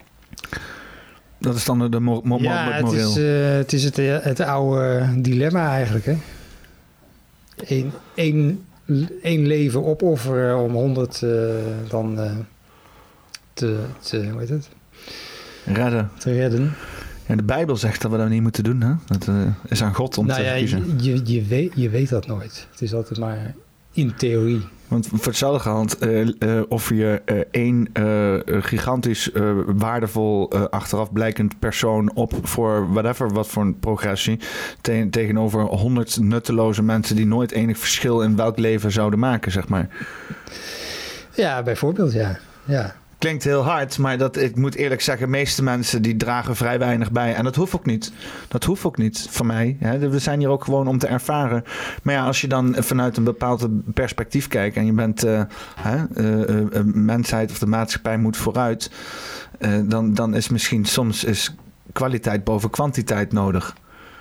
Dat is dan de mo- mo-
Ja,
mo-
het
moreel.
is, uh, het, is het, het oude dilemma eigenlijk. Hè? Eén, één, één leven opofferen om honderd uh, dan uh, te, te, hoe heet het?
Redden.
te redden.
Ja, de Bijbel zegt dat we dat niet moeten doen. Hè? Dat uh, is aan God om
nou
te
ja,
kiezen.
je, je, je, weet, je weet dat nooit. Het is altijd maar in theorie.
Want voor hetzelfde geld, uh, uh, of je uh, één uh, gigantisch uh, waardevol uh, achteraf blijkend persoon op voor whatever, wat voor een progressie, te- tegenover honderd nutteloze mensen die nooit enig verschil in welk leven zouden maken, zeg maar.
Ja, bijvoorbeeld, ja. ja.
Klinkt heel hard, maar dat, ik moet eerlijk zeggen, de meeste mensen die dragen vrij weinig bij. En dat hoeft ook niet. Dat hoeft ook niet van mij. Hè. We zijn hier ook gewoon om te ervaren. Maar ja, als je dan vanuit een bepaald perspectief kijkt en je bent uh, hè, uh, uh, mensheid of de maatschappij moet vooruit, uh, dan, dan is misschien soms is kwaliteit boven kwantiteit nodig.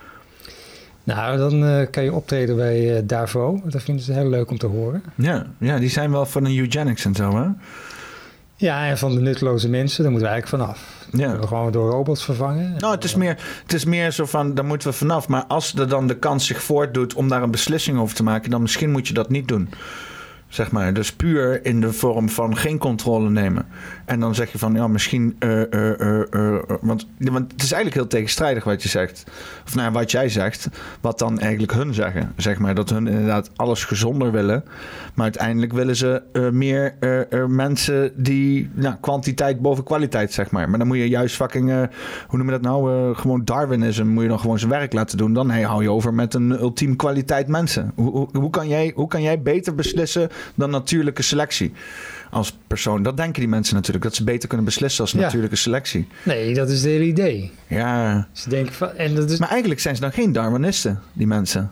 Nou, dan uh, kan je optreden bij uh, Davo. Dat vinden ze heel leuk om te horen.
Ja, ja, die zijn wel van de eugenics en zo, hè?
Ja, en van de nutteloze mensen, daar moeten we eigenlijk vanaf.
Ja.
We gewoon door robots vervangen.
Nou, het is meer, het is meer zo van, daar moeten we vanaf. Maar als er dan de kans zich voordoet om daar een beslissing over te maken, dan misschien moet je dat niet doen. Zeg maar, dus puur in de vorm van geen controle nemen. En dan zeg je van, ja, misschien... Uh, uh, uh, uh, want, want het is eigenlijk heel tegenstrijdig wat je zegt. Of nou, wat jij zegt, wat dan eigenlijk hun zeggen. Zeg maar, dat hun inderdaad alles gezonder willen. Maar uiteindelijk willen ze uh, meer uh, uh, mensen die... Nou, kwantiteit boven kwaliteit, zeg maar. Maar dan moet je juist fucking... Uh, hoe noem je dat nou? Uh, gewoon Darwinisme. Moet je dan gewoon zijn werk laten doen. Dan hey, hou je over met een ultiem kwaliteit mensen. Hoe, hoe, hoe, kan jij, hoe kan jij beter beslissen dan natuurlijke selectie als persoon? Dat denken die mensen natuurlijk, dat ze beter kunnen beslissen als
Ja.
natuurlijke selectie.
Nee, dat is het hele idee.
Ja.
Ze denken van, en dat is...
Maar eigenlijk zijn ze dan geen Darwinisten, die mensen.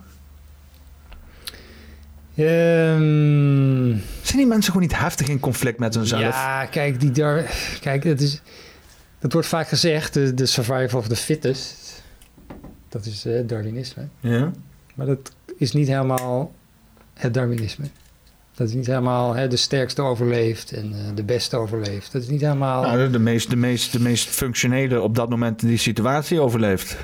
Um...
Zijn die mensen gewoon niet heftig in conflict met hunzelf?
Ja, kijk, die daar, kijk, dat is, dat wordt vaak gezegd, de, de survival of the fittest. Dat is uh, Darwinisme.
Ja.
Maar dat is niet helemaal het Darwinisme. Dat is niet helemaal hè, de sterkste overleeft en uh, de beste overleeft. Dat is niet helemaal...
Nou, de, de, meest, de, meest, de meest functionele op dat moment in die situatie overleeft.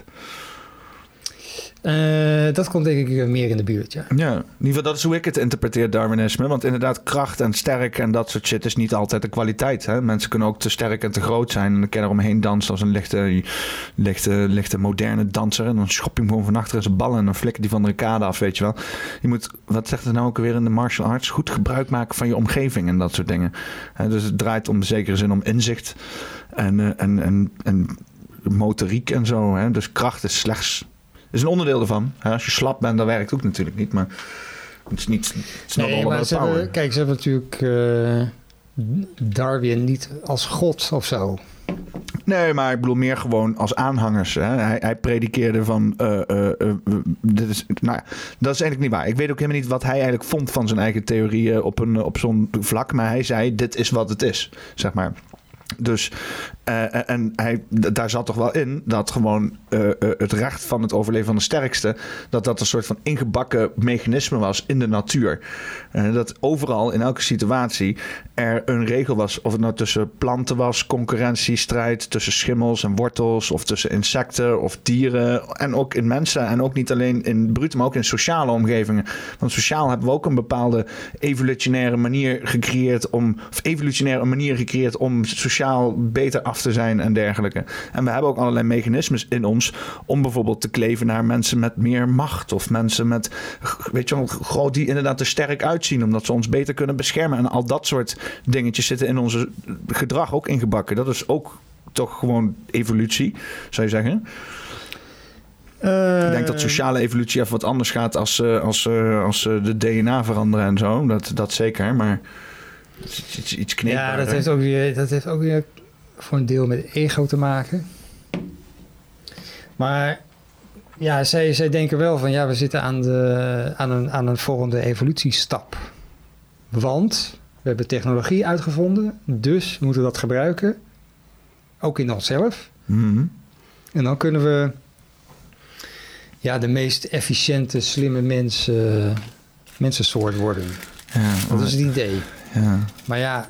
Uh, dat komt denk ik meer in de buurt, ja.
Ja, in ieder geval dat is hoe ik het interpreteer, Darwinisme. Want inderdaad, kracht en sterk en dat soort shit is niet altijd de kwaliteit. Hè? Mensen kunnen ook te sterk en te groot zijn. En dan kan je eromheen dansen als een lichte, lichte, lichte moderne danser. En dan schop je hem gewoon van achter in zijn ballen en dan flikker die van de arcade af, weet je wel. Je moet, wat zegt het nou ook weer in de martial arts? Goed gebruik maken van je omgeving en dat soort dingen. Hè? Dus het draait om, in zekere zin om inzicht en, uh, en, en, en motoriek en zo. Hè? Dus kracht is slechts... is een onderdeel ervan. Als je slap bent, dan werkt het ook natuurlijk niet. Maar het is niet... Het is
nee,
not all
maar
about
ze
power.
hebben, kijk, ze hebben natuurlijk uh, Darwin niet als god of zo.
Nee, maar ik bedoel meer gewoon als aanhangers. Hè. Hij, hij predikeerde van... Uh, uh, uh, dit is, nou ja, dat is eigenlijk niet waar. Ik weet ook helemaal niet wat hij eigenlijk vond van zijn eigen theorieën op, een, op zo'n vlak. Maar hij zei, dit is wat het is, zeg maar. Dus, uh, en hij, daar zat toch wel in dat gewoon uh, uh, het recht van het overleven van de sterkste, dat dat een soort van ingebakken mechanisme was in de natuur. Uh, dat overal, in elke situatie, er een regel was. Of het nou tussen planten was, concurrentie, strijd, tussen schimmels en wortels, of tussen insecten of dieren. En ook in mensen. En ook niet alleen in brute, maar ook in sociale omgevingen. Want sociaal hebben we ook een bepaalde evolutionaire manier gecreëerd om, of evolutionaire manier gecreëerd om sociaal beter af te zijn en dergelijke. En we hebben ook allerlei mechanismes in ons om bijvoorbeeld te kleven naar mensen met meer macht of mensen met, weet je wel, groot die inderdaad er sterk uitzien omdat ze ons beter kunnen beschermen. En al dat soort dingetjes zitten in onze gedrag ook ingebakken. Dat is ook toch gewoon evolutie, zou je zeggen? Uh, ik denk dat sociale evolutie even wat anders gaat als, uh, als, uh, als uh, de D N A veranderen en zo. Dat, dat zeker, maar iets, iets kneedbaarder.
Ja, dat heeft, ook weer, dat heeft ook weer voor een deel met ego te maken. Maar ja, zij, zij denken wel van ja, we zitten aan, de, aan, een, aan een volgende evolutiestap. Want we hebben technologie uitgevonden, dus we moeten dat gebruiken. Ook in onszelf.
Mm-hmm.
En dan kunnen we ja, de meest efficiënte, slimme mensen, mensensoort worden.
Ja,
dat is het idee.
Ja.
Maar ja,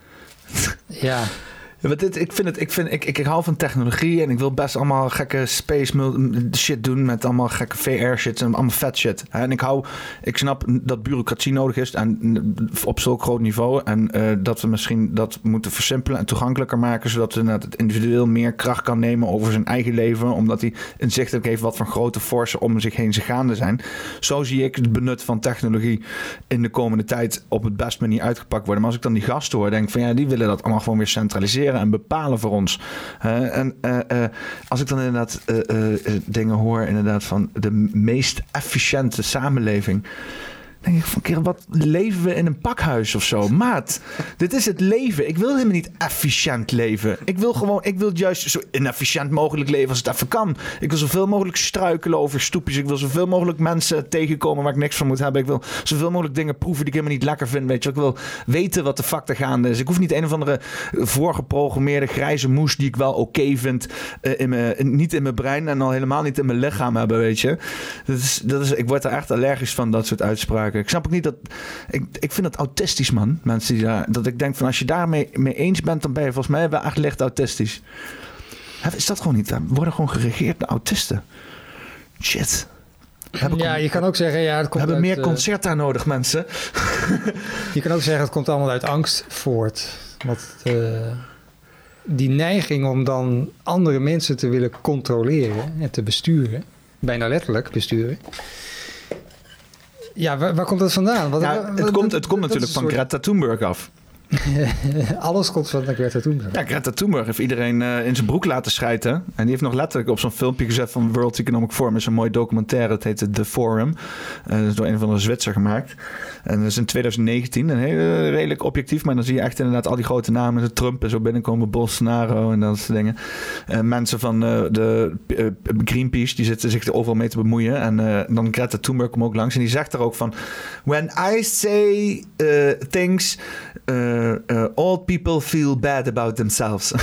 ja.
Ja, maar dit, ik, vind het, ik, vind, ik, ik, ik hou van technologie en ik wil best allemaal gekke space shit doen met allemaal gekke V R shit en allemaal vet shit. En ik hou, ik snap dat bureaucratie nodig is en op zo'n groot niveau en uh, dat we misschien dat moeten versimpelen en toegankelijker maken, zodat we het individueel meer kracht kan nemen over zijn eigen leven, omdat hij inzichtelijk heeft wat voor grote forsen om zich heen zich gaande zijn. Zo zie ik het benut van technologie in de komende tijd op het best manier uitgepakt worden. Maar als ik dan die gasten hoor, denk ik van ja, die willen dat allemaal gewoon weer centraliseren en bepalen voor ons. Uh, en uh, uh, als ik dan inderdaad uh, uh, uh, dingen hoor inderdaad van de meest efficiënte samenleving, denk ik van, kerel, wat leven we in een pakhuis of zo? Maat, dit is het leven. Ik wil helemaal niet efficiënt leven. Ik wil gewoon, ik wil juist zo inefficiënt mogelijk leven als het even kan. Ik wil zoveel mogelijk struikelen over stoepjes. Ik wil zoveel mogelijk mensen tegenkomen waar ik niks van moet hebben. Ik wil zoveel mogelijk dingen proeven die ik helemaal niet lekker vind. Weet je, ik wil weten wat de fuck er gaande is. Ik hoef niet een of andere voorgeprogrammeerde grijze moes die ik wel oké okay vind, uh, in mijn, in, niet in mijn brein en al helemaal niet in mijn lichaam hebben, weet je. Dat is, dat is, ik word er echt allergisch van, dat soort uitspraken. Ik snap ook niet dat... Ik, ik vind dat autistisch, man. Mensen die daar... Dat ik denk van, als je daarmee mee eens bent, dan ben je volgens mij wel echt licht autistisch. Is dat gewoon niet? We worden gewoon geregeerd door autisten. Shit.
Ja, je kan ook zeggen... Ja, het komt
we hebben
uit,
meer
uh,
concerta nodig, mensen.
Je kan ook zeggen, het komt allemaal uit angst voort. Want uh, die neiging om dan andere mensen te willen controleren en te besturen, bijna letterlijk besturen... Ja, waar, waar komt dat vandaan? Wat,
ja,
wat,
het, komt,
dat,
het komt natuurlijk van soort... Greta Thunberg af.
Alles komt van Greta Thunberg.
Ja, Greta Thunberg heeft iedereen uh, in zijn broek laten schijten. En die heeft nog letterlijk op zo'n filmpje gezet van World Economic Forum. Dat is een mooi documentaire. Dat heet The Forum. Uh, dat is door een van de Zwitser gemaakt. En dat is in twintig negentien. Een hele, redelijk objectief. Maar dan zie je echt inderdaad al die grote namen. De Trump en zo binnenkomen. Bolsonaro en dat soort dingen. Uh, mensen van uh, de uh, Greenpeace. Die zitten zich er overal mee te bemoeien. En uh, dan Greta Thunberg komt ook langs. En die zegt er ook van... When I say uh, things... Uh, Uh, old people feel bad about themselves.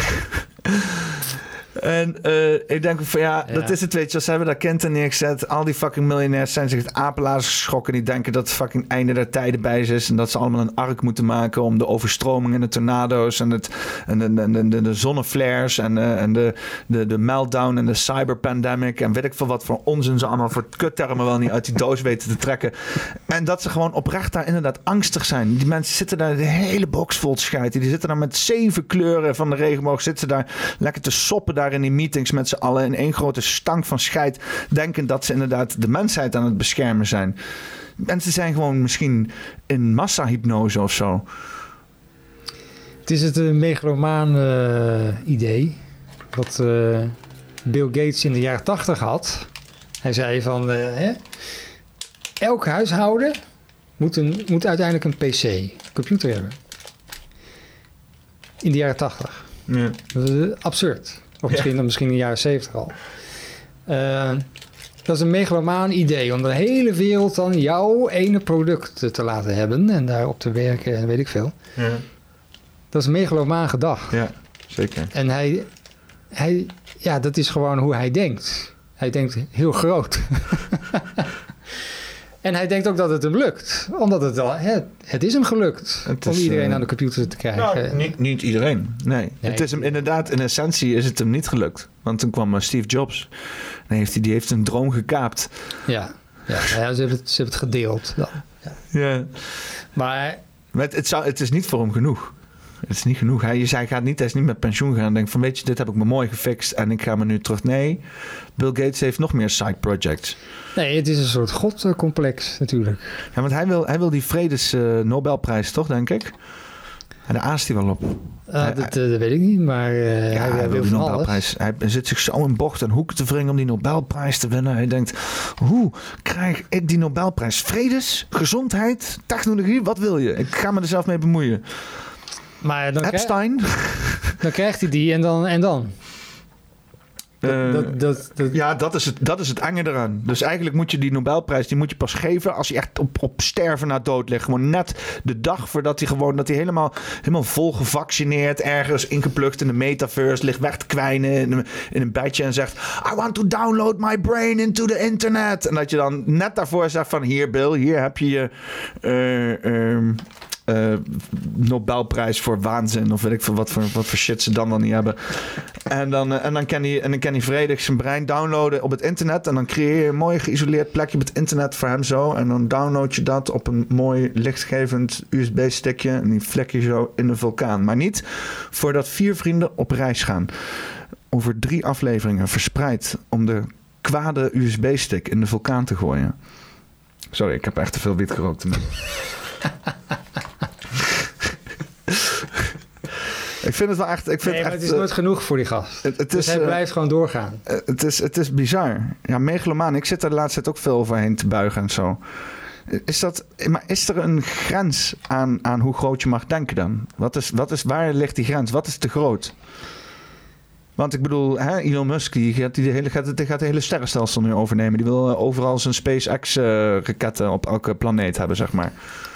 En uh, ik denk van ja, ja, dat is het, weet je. Ze hebben daar kind in neergezet. Al die fucking miljonairs zijn zich het apenlaars geschrokken. Die denken dat het fucking einde der tijden bij ze is. En dat ze allemaal een ark moeten maken om de overstromingen en de tornado's en, het, en de, de, de, de zonneflares en, uh, en de, de, de meltdown en de cyberpandemic. En weet ik veel wat voor onzin ze allemaal voor kuttermen wel niet uit die doos weten te trekken. En dat ze gewoon oprecht daar inderdaad angstig zijn. Die mensen zitten daar de hele box vol schijten. Die zitten daar met zeven kleuren van de regenboog. Zitten daar lekker te soppen daar in die meetings met z'n allen in één grote stank van scheid, denken dat ze inderdaad de mensheid aan het beschermen zijn. Mensen zijn gewoon misschien in massahypnose of zo.
Het is het uh, megalomaan uh, idee wat uh, Bill Gates in de jaren tachtig had. Hij zei van uh, hè, elk huishouden moet, een, moet uiteindelijk een P C, een computer hebben. In de jaren tachtig.
Ja.
Dat is uh, absurd. Of misschien, ja. misschien in de jaren zeventig al. Uh, dat is een megalomaan idee. Om de hele wereld dan jouw ene product te laten hebben. En daarop te werken en weet ik veel.
Ja.
Dat is een megalomaan gedacht.
Ja, zeker.
En hij, hij... Ja, dat is gewoon hoe hij denkt. Hij denkt heel groot. En hij denkt ook dat het hem lukt. Omdat het al... Het, het is hem gelukt. Het om is, iedereen uh, aan de computer te krijgen.
Nou, niet, niet iedereen. Nee. nee. Het is hem inderdaad... In essentie is het hem niet gelukt. Want toen kwam uh, Steve Jobs. En heeft hij, die heeft een droom gekaapt.
Ja. Ja, nou ja ze, hebben het, ze hebben het gedeeld dan. Ja.
Ja.
Maar...
maar het, het, zou, het is niet voor hem genoeg. Het is niet genoeg. Hij, hij, gaat niet, hij is niet met pensioen gaan en denkt van weet je, dit heb ik me mooi gefixt en ik ga me nu terug. Nee, Bill Gates heeft nog meer side projects.
Nee, het is een soort godcomplex natuurlijk.
Ja, want hij wil, hij wil die vredes uh, Nobelprijs toch, denk ik? En daar aast hij wel op.
Uh, hij, dat, uh, dat weet ik niet, maar uh,
ja,
hij,
hij wil die
van
Nobelprijs.
alles.
Hij zit zich zo in bocht en hoeken te wringen om die Nobelprijs te winnen. Hij denkt, hoe krijg ik die Nobelprijs? Vredes, gezondheid, technologie, wat wil je? Ik ga me er zelf mee bemoeien.
Maar dan
Epstein?
Krijg, dan krijgt hij die en dan, en dan?
Uh,
dat, dat, dat...
Ja, dat is, het, dat is het enge eraan. Dus eigenlijk moet je die Nobelprijs, die moet je pas geven als hij echt op, op sterven na dood ligt. Gewoon net de dag voordat hij gewoon, dat hij helemaal, helemaal vol gevaccineerd ergens ingeplukt in de metaverse ligt weg te kwijnen in een, in een bedje en zegt, I want to download my brain into the internet. En dat je dan net daarvoor zegt van, hier Bill, hier heb je je uh, uh, uh, Nobelprijs voor waanzin of weet ik veel wat voor, wat voor shit ze dan wel niet hebben. En dan, uh, en dan kan hij, en dan kan hij vredig zijn brein downloaden op het internet en dan creëer je een mooi geïsoleerd plekje op het internet voor hem zo en dan download je dat op een mooi lichtgevend U S B-stickje en die vlek je zo in de vulkaan. Maar niet voordat vier vrienden op reis gaan. Over drie afleveringen verspreid om de kwade U S B-stick in de vulkaan te gooien. Sorry, ik heb echt te veel wiet gerookt. Ik vind het wel echt... Ik vind
nee, maar
echt,
het is nooit uh, genoeg voor die gast. Het, het dus is, hij uh, blijft gewoon doorgaan.
Uh, het, is, het is bizar. Ja, megalomaan. Ik zit er de laatste tijd ook veel overheen te buigen en zo. Is dat, maar is er een grens aan, aan hoe groot je mag denken dan? Wat is, wat is, waar ligt die grens? Wat is te groot? Want ik bedoel, hè, Elon Musk die gaat, die hele, gaat, die gaat de hele sterrenstelsel nu overnemen. Die wil uh, overal zijn SpaceX-raketten uh, op elke planeet hebben, zeg maar.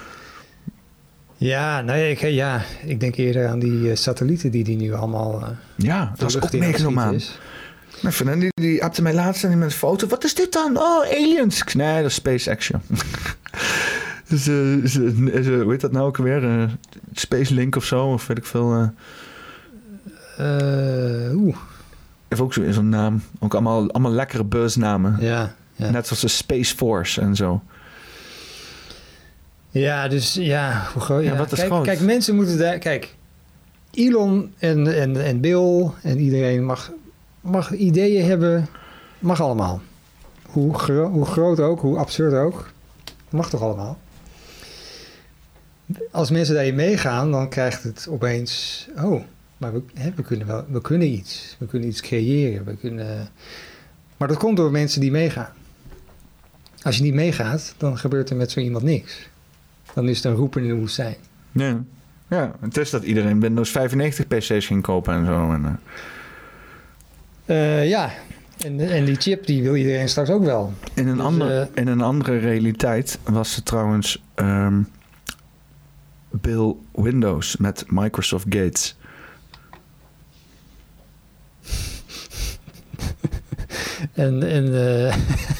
Ja, nee, ik, ja, ik denk eerder aan die uh, satellieten die die nu allemaal... Uh,
ja, dat is ook megalomaan. Die, die, die appte mij laatst en die met een foto. Wat is dit dan? Oh, aliens. Nee, dat is SpaceX, ja. dus, uh, is, is, hoe heet dat nou ook weer? Uh, Space Link of zo, of weet ik veel... Uh,
Uh, oeh.
Heeft ook zo'n zo naam. Ook allemaal, allemaal lekkere buzznamen.
Ja, ja.
Net zoals de Space Force en zo.
Ja, dus ja, hoe groot? Ja,
ja, wat is
kijk,
groot?
Kijk, mensen moeten daar... Kijk, Elon en, en, en Bill en iedereen mag, mag ideeën hebben. Mag allemaal. Hoe, gro- hoe groot ook, hoe absurd ook. Mag toch allemaal? Als mensen daarin meegaan, dan krijgt het opeens... Oh... Maar we, hè, we, kunnen wel, we kunnen iets. We kunnen iets creëren. We kunnen... Maar dat komt door mensen die meegaan. Als je niet meegaat, dan gebeurt er met zo iemand niks. Dan is het een roepen in de woestijn.
Ja, ja, het is dat iedereen Windows vijfennegentig P C's ging kopen en zo. En,
uh... Uh, ja, en, en die chip die wil iedereen straks ook wel.
In een, dus, ander, uh... in een andere realiteit was het trouwens um, Bill Windows met Microsoft Gates.
En, en uh...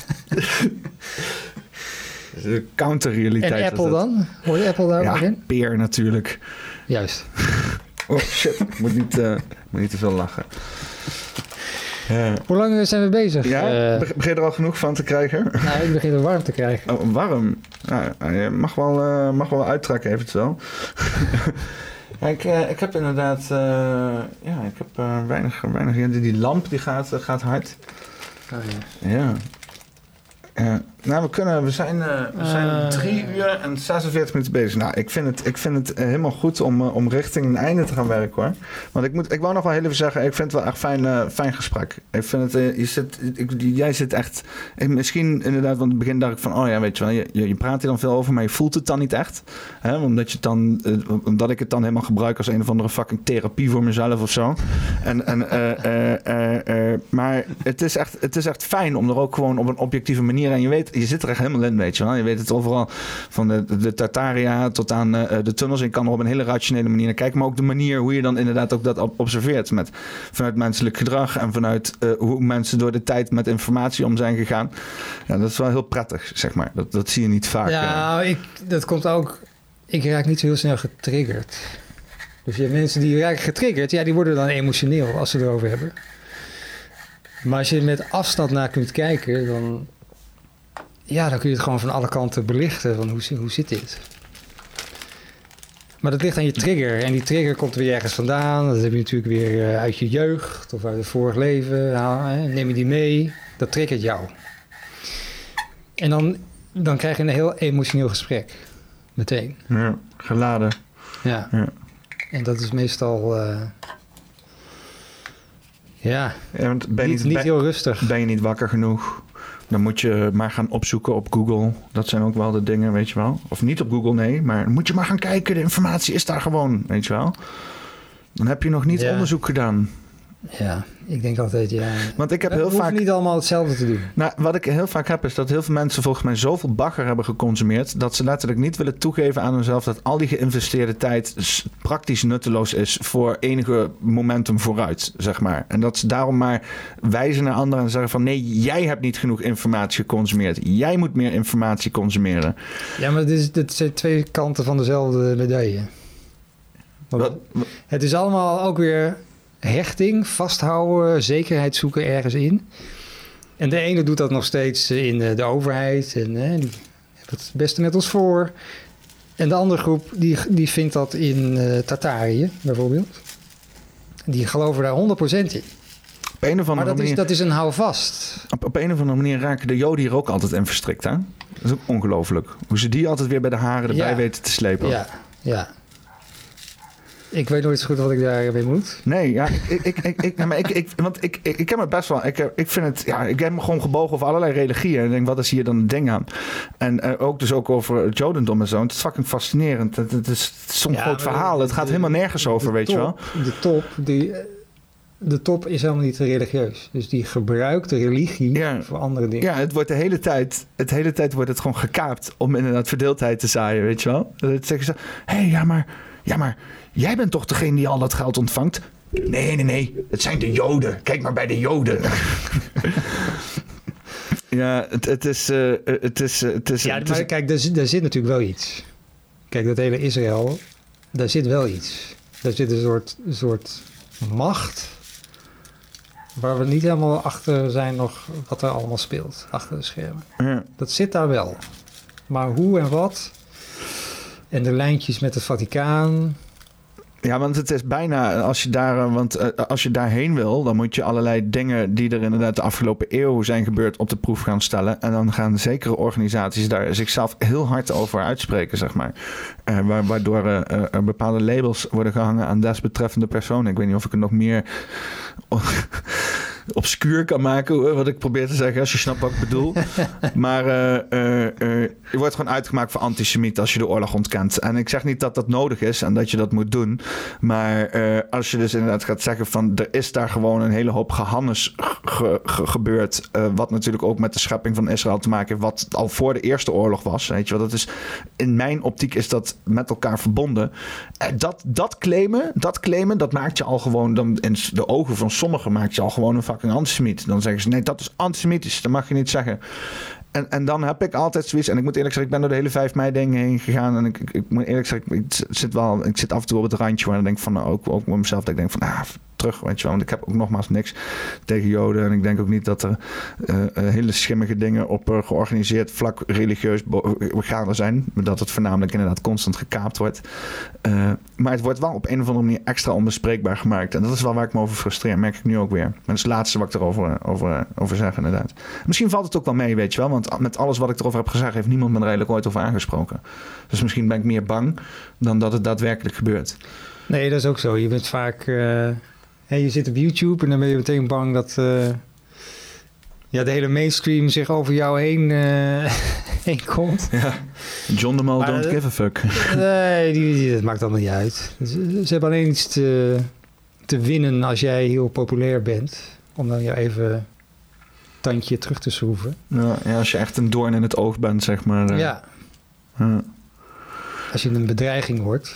de counterrealiteit.
En Apple dan? Hoor je Apple daar
ja,
ook in?
Peer natuurlijk.
Juist.
Oh shit, ik moet niet, uh, moet niet te veel lachen.
Uh, Hoe lang zijn we bezig?
Ja, uh, begin je er al genoeg van te krijgen?
Nou, ik begin er warm te krijgen.
Oh, warm? Nou, je mag wel, uh, mag wel uittrekken eventueel. Ja, ik, uh, ik heb inderdaad, uh, ja, ik heb uh, weinig, weinig, die, die lamp die gaat, uh, gaat hard.
Oh, ja.
Ja. Uh, nou, we kunnen, we zijn, uh, we zijn uh, drie uur en zesenveertig minuten bezig. Nou, ik vind het, ik vind het uh, helemaal goed om, uh, om richting een einde te gaan werken, hoor. Want ik moet, ik wou nog wel heel even zeggen, ik vind het wel echt fijn, uh, fijn gesprek. Ik vind het, uh, je zit, ik, jij zit echt, ik, misschien inderdaad, want in het begin dacht ik van, oh ja, weet je wel, je, je, je praat hier dan veel over, maar je voelt het dan niet echt. Hè? Omdat je het dan, uh, omdat ik het dan helemaal gebruik als een of andere fucking therapie voor mezelf of zo. En, en, uh, uh, uh, uh, maar het is echt, het is echt fijn om er ook gewoon op een objectieve manier, en je weet, je zit er echt helemaal in, weet je wel. Je weet het overal, van de, de Tartaria tot aan uh, de tunnels. En je kan er op een hele rationele manier naar kijken. Maar ook de manier hoe je dan inderdaad ook dat observeert. Met, vanuit menselijk gedrag en vanuit uh, hoe mensen door de tijd met informatie om zijn gegaan. Ja, dat is wel heel prettig, zeg maar. Dat, dat zie je niet vaak.
Ja, ik, dat komt ook... Ik raak niet zo heel snel getriggerd. Dus je hebt mensen die raken getriggerd. Ja, die worden dan emotioneel als ze erover hebben. Maar als je met afstand naar kunt kijken, dan... Ja, dan kun je het gewoon van alle kanten belichten. Van hoe, hoe zit dit? Maar dat ligt aan je trigger. En die trigger komt weer ergens vandaan. Dat heb je natuurlijk weer uh, uit je jeugd of uit het vorig leven. Nou, hè, neem je die mee. Dat triggert jou. En dan, dan krijg je een heel emotioneel gesprek. Meteen.
Ja, geladen.
Ja.
ja.
En dat is meestal... Uh, ja,
ja want ben
niet,
niet,
niet
ben,
heel rustig.
Ben je niet wakker genoeg? Dan moet je maar gaan opzoeken op Google. Dat zijn ook wel de dingen, weet je wel. Of niet op Google, nee. Maar moet je maar gaan kijken. De informatie is daar gewoon, weet je wel. Dan heb je nog niet ja. onderzoek gedaan.
Ja, ik denk altijd, ja.
Want ik heb
We
heel
hoeven
vaak
niet allemaal hetzelfde te doen.
Nou, wat ik heel vaak heb is dat heel veel mensen volgens mij zoveel bagger hebben geconsumeerd dat ze letterlijk niet willen toegeven aan hunzelf dat al die geïnvesteerde tijd s- praktisch nutteloos is voor enige momentum vooruit, zeg maar. En dat ze daarom maar wijzen naar anderen en zeggen van nee, jij hebt niet genoeg informatie geconsumeerd. Jij moet meer informatie consumeren.
Ja, maar dit, is, dit zijn twee kanten van dezelfde medaille. Want het is allemaal ook weer hechting, vasthouden, zekerheid zoeken ergens in. En de ene doet dat nog steeds in de, de overheid en hè, die heeft het beste met ons voor. En de andere groep die, die vindt dat in uh, Tartarië bijvoorbeeld. Die geloven daar honderd procent in.
Op een of andere
maar dat,
manier,
is, dat is een houvast.
Op, op een of andere manier raken de Joden hier ook altijd in verstrikt, hè? Dat is ook ongelooflijk. Hoe ze die altijd weer bij de haren erbij
Ja.
weten te slepen.
Ja, ja. Ik weet nooit zo goed wat ik daarmee moet.
Nee, ja, ik, ik, ik, ik, ja, maar ik, ik, want ik, ik, ik heb het best wel. Ik, ik vind het, ja, ik heb me gewoon gebogen over allerlei religieën. En ik denk, wat is hier dan het ding aan? En uh, ook dus ook over het Jodendom en zo. Het is fucking fascinerend. Het, het is zo'n
Ja,
groot
maar
verhaal. Het gaat
de-
helemaal nergens over, weet je wel.
Top, de top, die, de top is helemaal niet religieus. Dus die gebruikt de religie voor andere dingen.
Ja, het wordt de hele tijd, het hele tijd wordt het gewoon gekaapt om inderdaad verdeeldheid te zaaien, weet je wel. Dan zeggen ze, hé, hey, ja, maar, ja, maar jij bent toch degene die al dat geld ontvangt? Nee, nee, nee, het zijn de Joden. Kijk maar bij de Joden. Ja, het, het is... Uh, het is, uh, het is
Ja,
het
maar
is,
kijk, daar, zit- daar zit natuurlijk wel iets. Kijk, dat hele Israël, daar zit wel iets. Daar zit een soort, een soort macht waar we niet helemaal achter zijn nog wat er allemaal speelt, achter de schermen.
Ja.
Dat zit daar wel. Maar hoe en wat? En de lijntjes met het Vaticaan.
Ja, want het is bijna, als je, daar, uh, want, uh, als je daarheen wil, dan moet je allerlei dingen die er inderdaad de afgelopen eeuw zijn gebeurd op de proef gaan stellen. En dan gaan zekere organisaties daar zichzelf heel hard over uitspreken, zeg maar. Uh, wa- waardoor uh, uh, bepaalde labels worden gehangen aan desbetreffende personen. Ik weet niet of ik het nog meer obscuur kan maken, hoor, wat ik probeer te zeggen, als je snapt wat ik bedoel. Maar uh, uh, uh, je wordt gewoon uitgemaakt voor antisemiet als je de oorlog ontkent. En ik zeg niet dat dat nodig is en dat je dat moet doen. Maar uh, als je dus inderdaad gaat zeggen van er is daar gewoon een hele hoop gehannes ge- ge- gebeurd. Uh, wat natuurlijk ook met de schepping van Israël te maken heeft. Wat al voor de Eerste Oorlog was. Weet je wel, dat is, in mijn optiek is dat met elkaar verbonden. Uh, dat, dat claimen, dat claimen, dat maakt je al gewoon, dan in de ogen van sommigen maakt je al gewoon een fucking antisemiet. Dan zeggen ze nee, dat is antisemitisch. Dat mag je niet zeggen. En, en dan heb ik altijd zoiets, en ik moet eerlijk zeggen, ik ben door de hele vijf mei dingen heen gegaan. En ik, ik, ik moet eerlijk zeggen, ik zit wel, ik zit af en toe op het randje waar ik denk van, nou, ook, ook met mezelf, dat ik denk van, ah, terug, weet je wel. Want ik heb ook nogmaals niks tegen Joden. En ik denk ook niet dat er uh, uh, hele schimmige dingen op uh, georganiseerd vlak religieus bo- gaande zijn. Maar dat het voornamelijk inderdaad constant gekaapt wordt. Uh, maar het wordt wel op een of andere manier extra onbespreekbaar gemaakt. En dat is wel waar ik me over frustreer, merk ik nu ook weer. Maar dat is het laatste wat ik erover over, over zeg, inderdaad. Misschien valt het ook wel mee, weet je wel. Want met alles wat ik erover heb gezegd, heeft niemand me er eigenlijk ooit over aangesproken. Dus misschien ben ik meer bang dan dat het daadwerkelijk gebeurt.
Nee, dat is ook zo. Je bent vaak... Uh, hey, je zit op YouTube en dan ben je meteen bang dat... Uh, ja, de hele mainstream zich over jou heen, uh, heen komt.
Ja. John de Mol,
Maar,
don't
uh,
give a fuck.
Nee, die, die, dat maakt allemaal niet uit. Ze, ze hebben alleen iets te, te winnen als jij heel populair bent. Om dan je even tandje terug te schroeven.
Ja, ja, als je echt een doorn in het oog bent, zeg maar. Uh,
Ja.
Uh.
Als je een bedreiging wordt.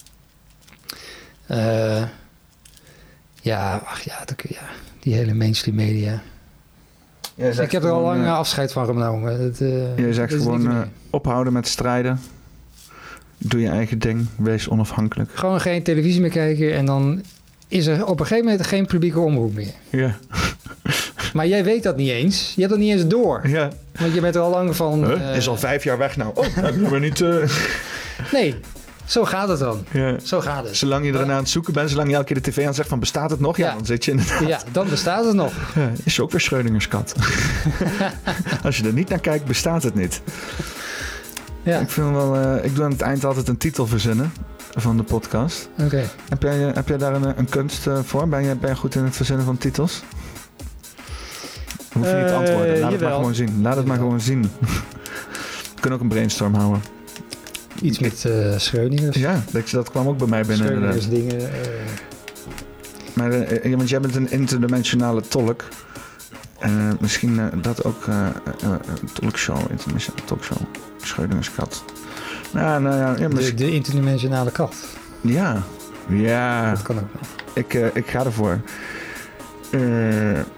Uh, ja, ach ja, dat, ja, die hele mainstream media. Ik heb er al lang uh, afscheid van genomen. Dat, uh,
je zegt
dat
gewoon uh, ophouden met strijden. Doe je eigen ding. Wees onafhankelijk.
Gewoon geen televisie meer kijken. En dan is er op een gegeven moment geen publieke omroep meer.
Ja.
Maar jij weet dat niet eens. Je hebt dat niet eens door.
Ja.
Want je bent er al lang van...
Huh?
Uh,
is al vijf jaar weg nou. Oh, hebben we niet... Uh...
Nee, zo gaat het dan.
Ja.
Zo gaat het.
Zolang je eraan aan het zoeken bent, zolang je elke keer de tv aan zegt van bestaat het nog? Ja, ja. Dan zit je inderdaad...
Ja, dan bestaat het nog.
Ja, is ook weer Schrödingers kat. Als je er niet naar kijkt, bestaat het niet.
Ja.
Ik, vind wel, uh, ik doe aan het eind altijd een titel verzinnen van de podcast.
Oké. Okay.
Heb jij, uh, heb jij daar een, een kunst uh, voor? Ben je, ben je goed in het verzinnen van titels? Hoef je niet te antwoorden. Laat uh, het maar gewoon zien. Laat het maar gewoon zien. We kunnen ook een brainstorm houden.
Iets met uh, Schrödingers.
Ja, dat, dat kwam ook bij mij binnen.
Schrödingers dingen. Uh...
Maar, uh, ja, want jij bent een interdimensionale tolk. Uh, misschien uh, dat ook uh, uh, talkshow, internationale talkshow. Schreudingers kat. Nou, nou ja, ja,
de, de interdimensionale kat.
Ja, ja.
Dat kan ook wel.
Ik, uh, ik ga ervoor. Uh, uh,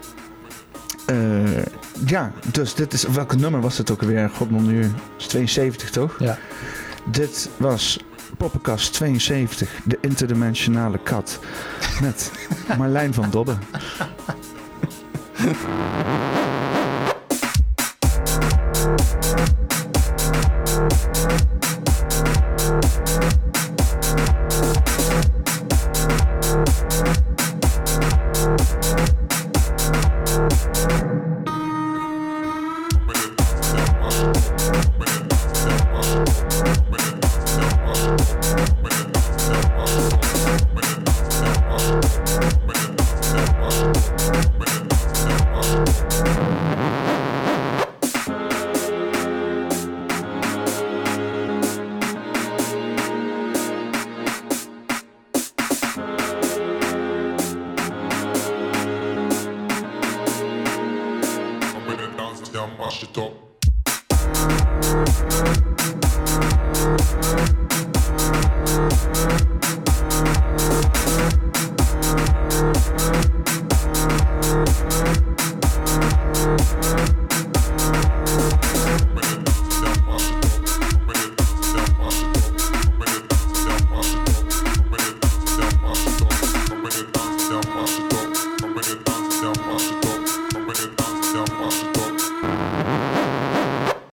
ja, dus dit is... Welke nummer was het ook alweer? God, nu is tweeënzeventig, toch?
Ja.
Dit was Poppenkast tweeënzeventig, de interdimensionale kat. Met Marlijn van Dobbe.
Down, mash it up.